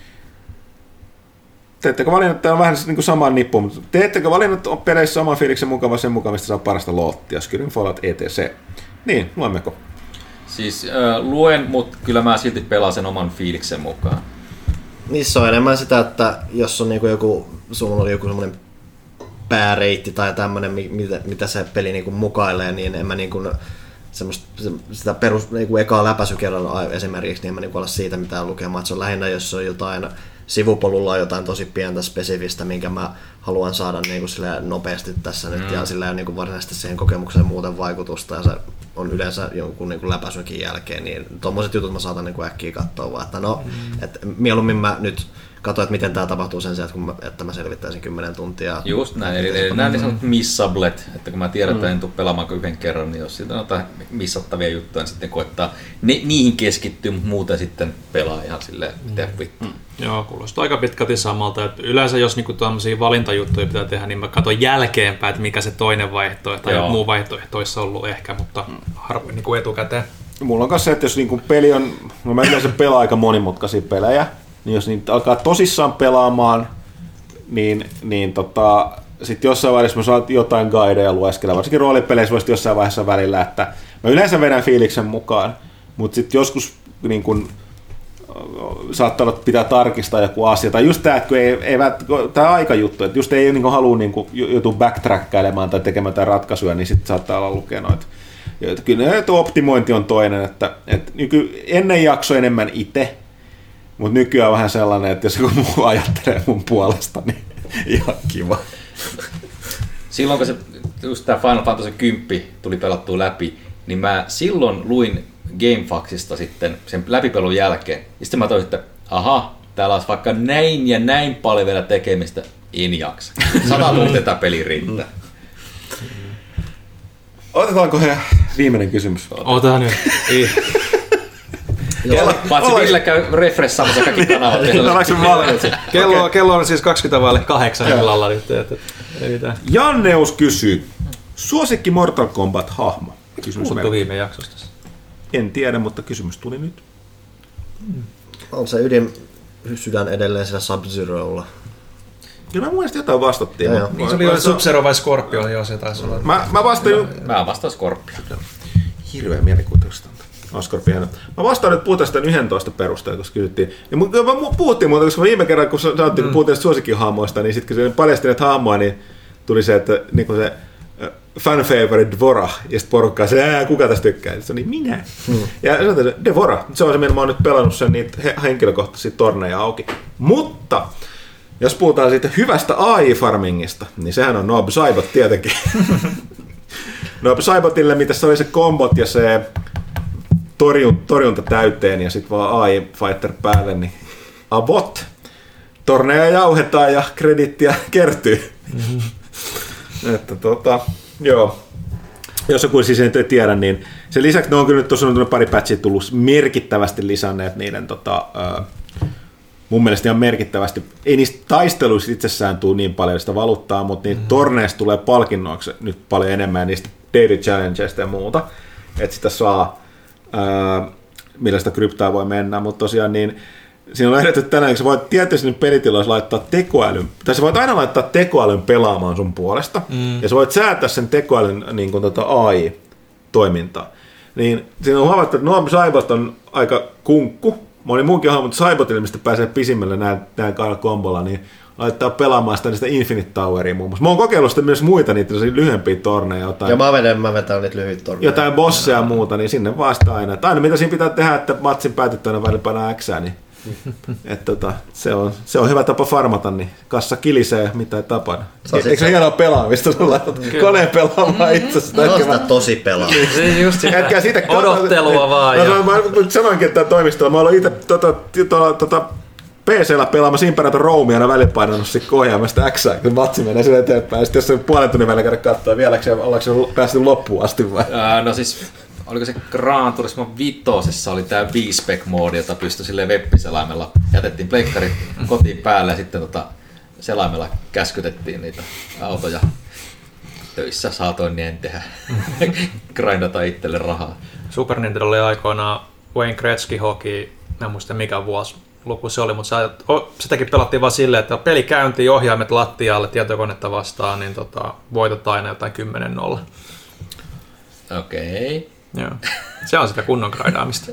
Speaker 1: Teettekö valinnat, tämä on vähän niin kuin samaan nippuun, mutta teettekö valinnat peleissä oman fiiliksen mukaan sen mukaan, mistä saa parasta loottia, Skyrim, Fallout, etc. Niin, luemmeko?
Speaker 4: Siis luen, mutta kyllä mä silti pelaan sen oman fiiliksen mukaan.
Speaker 3: Niissä on enemmän sitä, että jos on niinku sulla oli joku semmoinen pääreitti tai tämmöinen, mitä se peli niinku mukailee, niin en mä niinku sitä perus niinku ekaa läpäisykerralla esimerkiksi, niin en mä niinku ala siitä mitään lukemaan. Se on lähinnä, jos on jotain sivupolulla on jotain tosi pientä spesifistä, minkä mä haluan saada niinku nopeasti tässä nyt, ja sillä ei ole niinku varsinaisesti siihen kokemukseen muuten vaikutusta, ja se on yleensä jonkun niinku läpäisynkin jälkeen, niin tommoset jutut mä saatan niinku äkkiä katsoa vaan, että et mieluummin mä nyt katsoin, että miten tämä tapahtuu sen sijaan, että mä selvittäisin 10 tuntia.
Speaker 4: Just näin, eli nämä niin sanotut missablet, että kun mä tiedän, että en tule pelaamaan yhden kerran, niin jos siitä on jotain missattavia juttuja, niin sitten koettaa niihin keskittyä, mutta muuten sitten pelaa ihan silleen vittu.
Speaker 2: Joo, kuulostaa aika pitkälti samalta. Että yleensä jos niinku tämmöisiä valintajuttuja pitää tehdä, niin mä katson jälkeenpäin, että mikä se toinen vaihtoehto tai muu vaihtoehto olisi ollut ehkä, mutta harvoin niinku etukäteen.
Speaker 1: Mulla on myös se, että jos niinku peli on, mä yleensä pelaan aika monimutkaisia pelejä, niin jos niitä alkaa tosissaan pelaamaan, niin sitten jossain vaiheessa mä saan jotain guideja lueskella, varsinkin roolipeleissä voisi jossain vaiheessa välillä, että mä yleensä vedän fiiliksen mukaan, mutta sitten joskus niin kun, saattaa olla, että pitää tarkistaa joku asia, tai just tämä, että tämä aikajuttu, että just ei niin halua niin joutua backtrackkailemaan tai tekemään jotain ratkaisuja, niin sitten saattaa olla lukea noita. Kyllä optimointi on toinen, että ennen jakso enemmän itse, mutta nykyään on vähän sellainen, että jos joku muu ajattelee mun puolesta, niin ihan kiva.
Speaker 4: Silloin kun just tämä Final Fantasy 10 tuli pelattua läpi, niin mä silloin luin GameFAQsista sitten sen läpipelun jälkeen. Ja sitten mä toisin, että täällä olisi vaikka näin ja näin paljon vielä tekemistä. En jaksa. 100 tuntia tätä peli riittää.
Speaker 1: Otetaanko viimeinen kysymys?
Speaker 2: Otetaan nyt.
Speaker 4: Paitsi Ville käy refressaamassa kaikki kanavat.
Speaker 5: Kello on siis 7:20 illalla nyt.
Speaker 1: Janneus kysyy, suosikki Mortal Kombat-hahmo?
Speaker 5: Puhuttu viime jaksosta.
Speaker 1: En tiedä, mutta kysymys tuli nyt.
Speaker 3: On se sydän edelleen siellä Sub-Zerolla.
Speaker 1: Kyllä mä mielestä jotain vastattiin.
Speaker 5: Se oli Sub-Zero vai Scorpion, joo se taisi olla.
Speaker 4: Mä vastaan Scorpion.
Speaker 1: Hirveä mielikuvitusta. Mä vastaan nyt puhutaan sitä 11 perusteella, koska kysyttiin. Ja puhuttiin muuta, koska viime kerran, kun sanottiin, kun puhuttiin suosikkihahmoista, niin sitten kun se paljasti näitä hahmoja, niin tuli se, että niin se fan favorite Dvora, ja sitten porukka kuka tästä tykkää? Se oli minä. Ja sanotaan, että Dvora, se on se, millä mä oon nyt pelannut sen niitä henkilökohtaisia torneja auki. Mutta jos puhutaan siitä hyvästä AI-farmingista, niin sehän on Noob Saibot tietenkin. Noob Saibotille, mitä se oli se kombot ja se torjunta täyteen ja sitten vaan AI-fighter päälle, niin abot. Torneja jauhetaan ja kredittiä kertyy. Että joo. Jos joku siis ei tiedä, niin sen lisäksi ne on kyllä nyt tosiaan pari patchia tullut merkittävästi lisänneet niiden mun mielestä ihan merkittävästi. Ei niistä taisteluista itsessään tule niin paljon sitä valuuttaa, mutta niitä torneista tulee palkinnoiksi nyt paljon enemmän niistä daily challengeista ja muuta. Että sitä saa, millä sitä kryptaa voi mennä, mutta tosiaan niin siinä on ehdetty tänään, että sä voit tietysti pelitiloissa laittaa tekoälyn, tai sä voit aina laittaa tekoälyn pelaamaan sun puolesta, ja sä voit säätää sen tekoälyn niin kuin AI-toimintaa. Niin siinä on havaittu, että Noob Saibot on aika kunkku, moni muunkin hahmo, mutta Saibotille, mistä pääsee pisimmälle näin kahdella kombolla, niin laittaa pelaamaan sitä Infinite Toweria muun muassa. Mä oon kokeillut sitä myös muita niitä lyhyempiä torneja. Jotain,
Speaker 3: ja mä vetän niitä lyhyitä torneja.
Speaker 1: Jotain bosseja ja muuta, niin sinne vasta aina. Että aina mitä siinä pitää tehdä, että matsin päätyttöönä välillä painaa Xää, niin se on hyvä tapa farmata, niin kassa kilisee, mitä ei tapana. Eikö se hienoa pelaamista? Sulla laitat koneen pelaamaan itsesi.
Speaker 3: Se on sitä tosi pelaamista.
Speaker 2: Odottelua vaan.
Speaker 1: Mä sanoinkin, että toimistolla mä oon itse PC-llä pelaamassa Imperator Roomia aina välipainannut sitten ohjaamasta Xää, kun matsi menee sille eteenpäin. Sitten jos se puolen tunnin välillä käydä katsoa, vieläkö ollaanko se päästy loppuun asti vai?
Speaker 4: No siis, oliko se Gran Turismo 5 oli tää V-Spec-moodi, jota pystyi silleen web-selaimella. Jätettiin pleikkarit kotiin päälle ja sitten selaimella käskytettiin niitä autoja. Töissä saatoin niin tehdä. Grindata itselle rahaa.
Speaker 2: Super Nintendo oli aikoinaan Wayne Gretzky Hockey, mä en muista mikä vuosi luku se oli, mutta sitäkin pelattiin vaan silleen, että peli käyntiin, ohjaimet lattialle, tietokonetta vastaan, niin voitat aina jotain 10-0.
Speaker 4: Okei.
Speaker 2: Joo. Se on sitä kunnon grindaamista.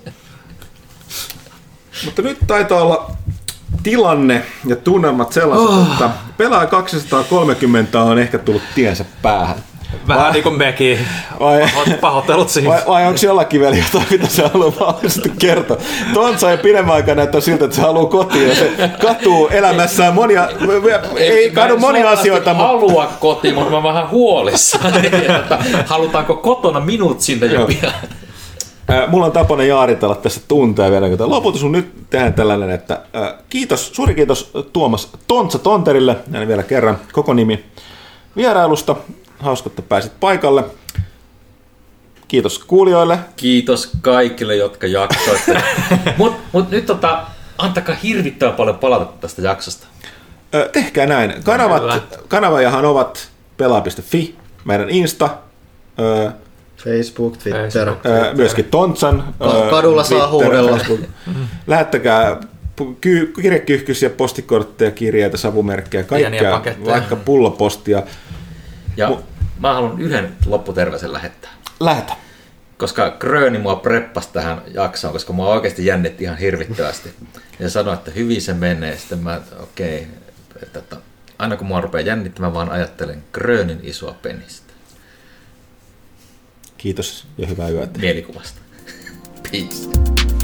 Speaker 1: Mutta nyt taitaa olla tilanne ja tunnelmat sellaiset, että pelaaja 230 on ehkä tullut tiensä päähän.
Speaker 2: Vähän niin kuin mekin. Pahoittelut siihen.
Speaker 1: Vai onko jollakin vielä jotain, mitä se haluaa mahdollisesti kertoa? Tontsa ei pidemmän aikaa näyttää siltä, että se haluaa kotiin ja se katuu elämässään monia, ei kadu monia asioita.
Speaker 4: Halua kotiin, mutta mä oon vähän huolissaan. Halutaanko kotona minut sinne jo pian?
Speaker 1: Mulla on tapana jaaritella tässä tunteja vielä. Loputus on nyt tehdään tällainen, että suuri kiitos Tuomas Tontsa Tonterille, näin vielä kerran koko nimi vierailusta. Hauska, että pääsit paikalle. Kiitos kuulijoille.
Speaker 4: Kiitos kaikille, jotka jaksoitte. Mut nyt antakaa hirvittävän paljon palautetta tästä jaksosta.
Speaker 1: Tehkää näin. Kanavajahan ovat pelaa.fi, meidän Insta,
Speaker 3: Facebook, Twitter.
Speaker 1: Myöskin Tontsan.
Speaker 3: Kadulla saa huudella.
Speaker 1: Lähettäkää kirjekyyhkysiä, postikortteja, kirjeitä, savumerkkejä, kaikkea, vaikka pullopostia.
Speaker 4: Ja mä haluan yhden lopputerveisen lähettää.
Speaker 1: Lähetä.
Speaker 4: Koska Gröni mua preppasi tähän jaksoon, koska mua oikeasti jännitti ihan hirvittävästi. Ja sanoi, että hyvin se menee. Sitten mä, että aina kun mua rupeaa jännittämään, vaan ajattelen Grönin isoa penistä.
Speaker 1: Kiitos ja hyvää yötä.
Speaker 4: Mielikuvasta. Peace.